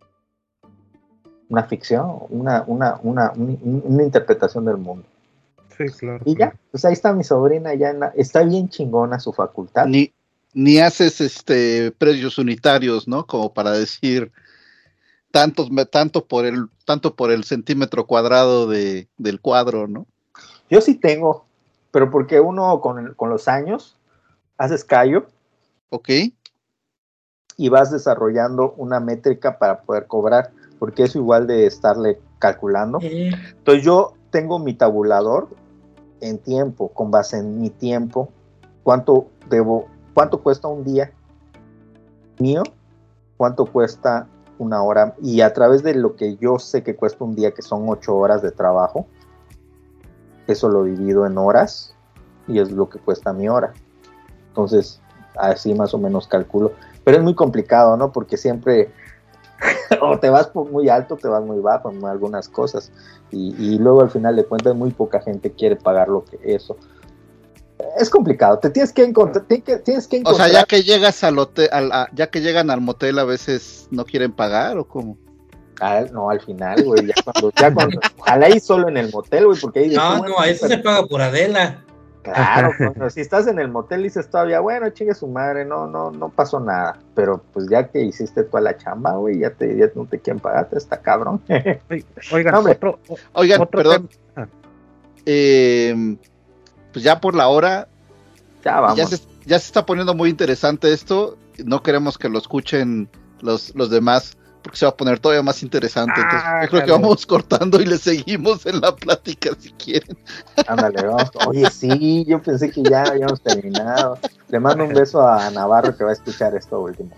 una ficción, una interpretación del mundo. Sí, claro. Y ya, pues ahí está mi sobrina, está bien chingona su facultad. Ni haces precios unitarios, ¿no? Como para decir tanto por el centímetro cuadrado del cuadro, ¿no? Yo sí tengo, pero porque uno con los años haces callo. Ok. Y vas desarrollando una métrica para poder cobrar, porque eso igual de estarle calculando. Entonces yo tengo mi tabulador en tiempo, con base en mi tiempo, cuánto cuesta un día mío, cuánto cuesta una hora, y a través de lo que yo sé que cuesta un día, que son 8 horas de trabajo, eso lo divido en horas, y es lo que cuesta mi hora. Entonces, así más o menos calculo. Pero es muy complicado, ¿no? Porque siempre o te vas muy alto, te vas muy bajo en algunas cosas. Y luego al final de cuentas muy poca gente quiere pagar lo que eso. Es complicado, te tienes que encontrar. O sea, ya que llegas al hotel, ya que llegan al motel, a veces no quieren pagar, ¿o cómo? No, al final, güey, ya cuando ojalá y solo en el motel, güey, porque ahí No, a eso se paga por Adela. Claro, cuando, si estás en el motel dices todavía, bueno, chingue su madre, no pasó nada, pero pues ya que hiciste toda la chamba, güey, ya no te quieren pagar, está cabrón. Oigan, no, oigan, otro perdón, pues ya por la hora, ya vamos. Ya se está poniendo muy interesante esto, no queremos que lo escuchen los demás, porque se va a poner todavía más interesante. Entonces, yo creo que vamos cortando y le seguimos en la plática si quieren. Ándale, vamos. Oye, sí, yo pensé que ya habíamos terminado. Le mando un beso a Navarro que va a escuchar esto último.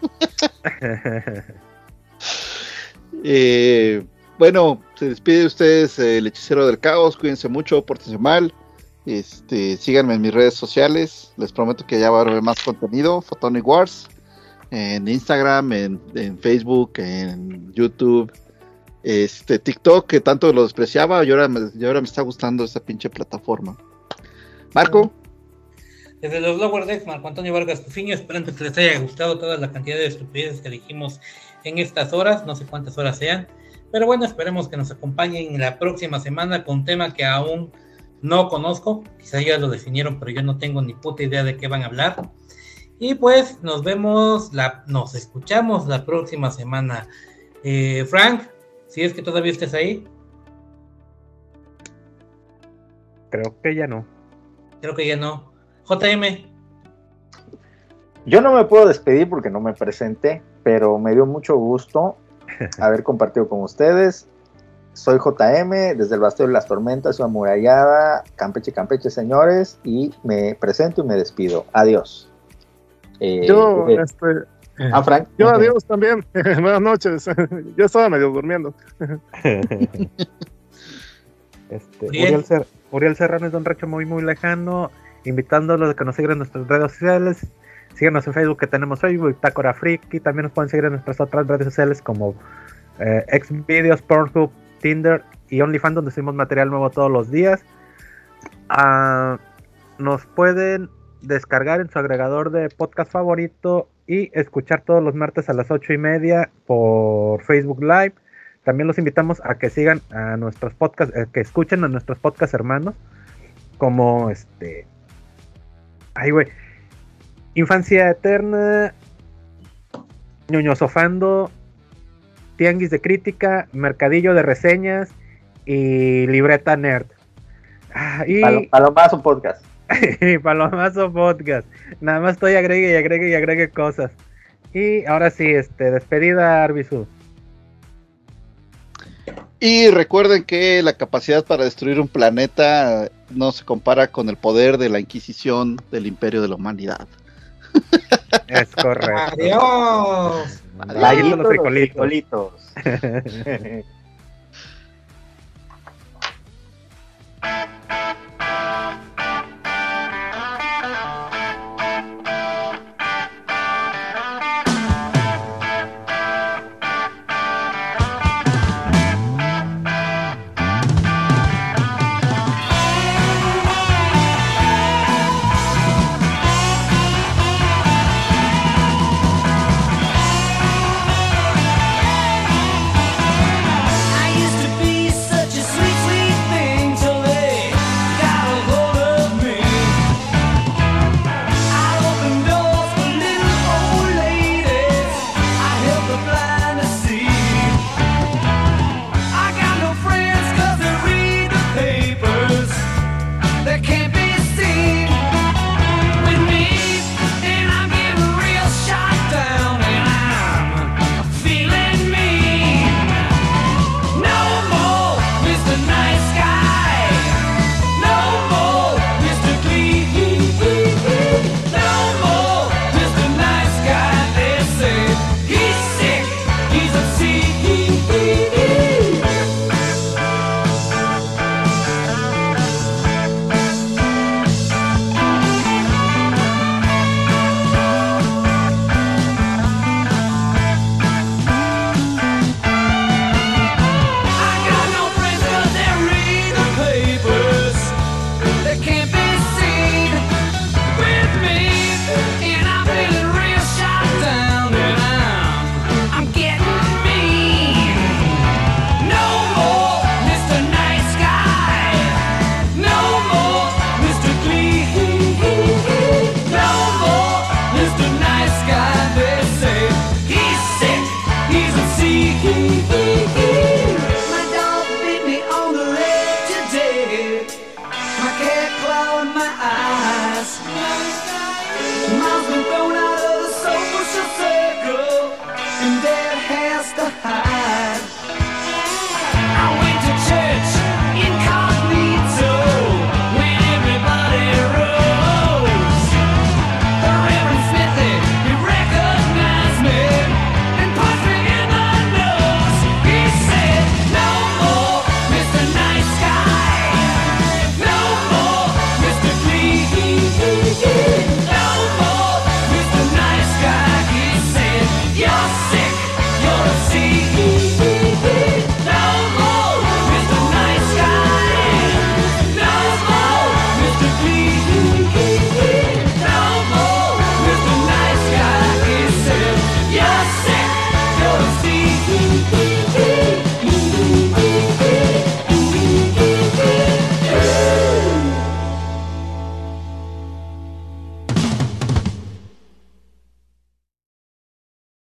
Bueno, se despide de ustedes el hechicero del caos. Cuídense mucho, pórtense mal. Síganme en mis redes sociales. Les prometo que ya va a haber más contenido. Photonic Wars. En Instagram, en Facebook, en YouTube, TikTok, que tanto lo despreciaba, y ahora me está gustando esa pinche plataforma. Marco. Desde los Lower Decks, Marco Antonio Vargas Tufiño, esperando que les haya gustado toda la cantidad de estupideces que dijimos en estas horas, no sé cuántas horas sean, pero bueno, esperemos que nos acompañen la próxima semana con un tema que aún no conozco, quizá ya lo definieron, pero yo no tengo ni puta idea de qué van a hablar. Y pues nos escuchamos la próxima semana. Frank, si es que todavía estés ahí. Creo que ya no. JM. Yo no me puedo despedir porque no me presenté, pero me dio mucho gusto haber compartido con ustedes. Soy JM, desde el Bastión de las Tormentas, soy amurallada, Campeche, señores, y me presento y me despido. Adiós. Frank. Yo adiós también. Buenas noches. Yo estaba medio durmiendo. Uriel Serrano es de un rancho muy muy lejano, invitándolos a que nos sigan en nuestras redes sociales. Síganos en Facebook, que tenemos Facebook, Tácora Friki. También nos pueden seguir en nuestras otras redes sociales como Xvideos, Pornhub, Tinder y OnlyFans, donde subimos material nuevo todos los días. Nos pueden descargar en su agregador de podcast favorito y escuchar todos los martes a las 8:30 por Facebook Live. También los invitamos a que sigan a nuestros podcasts, que escuchen a nuestros podcasts hermanos, como Infancia Eterna, Ñoño Sofando, Tianguis de Crítica, Mercadillo de Reseñas y Libreta Nerd. Palomazo Podcast. Palomazo Podcast. Nada más estoy agregue cosas. Y ahora sí, despedida, Arbizu. Y recuerden que la capacidad para destruir un planeta no se compara con el poder de la Inquisición del Imperio de la Humanidad. Es correcto. Adiós. Adiós. Los frijolitos.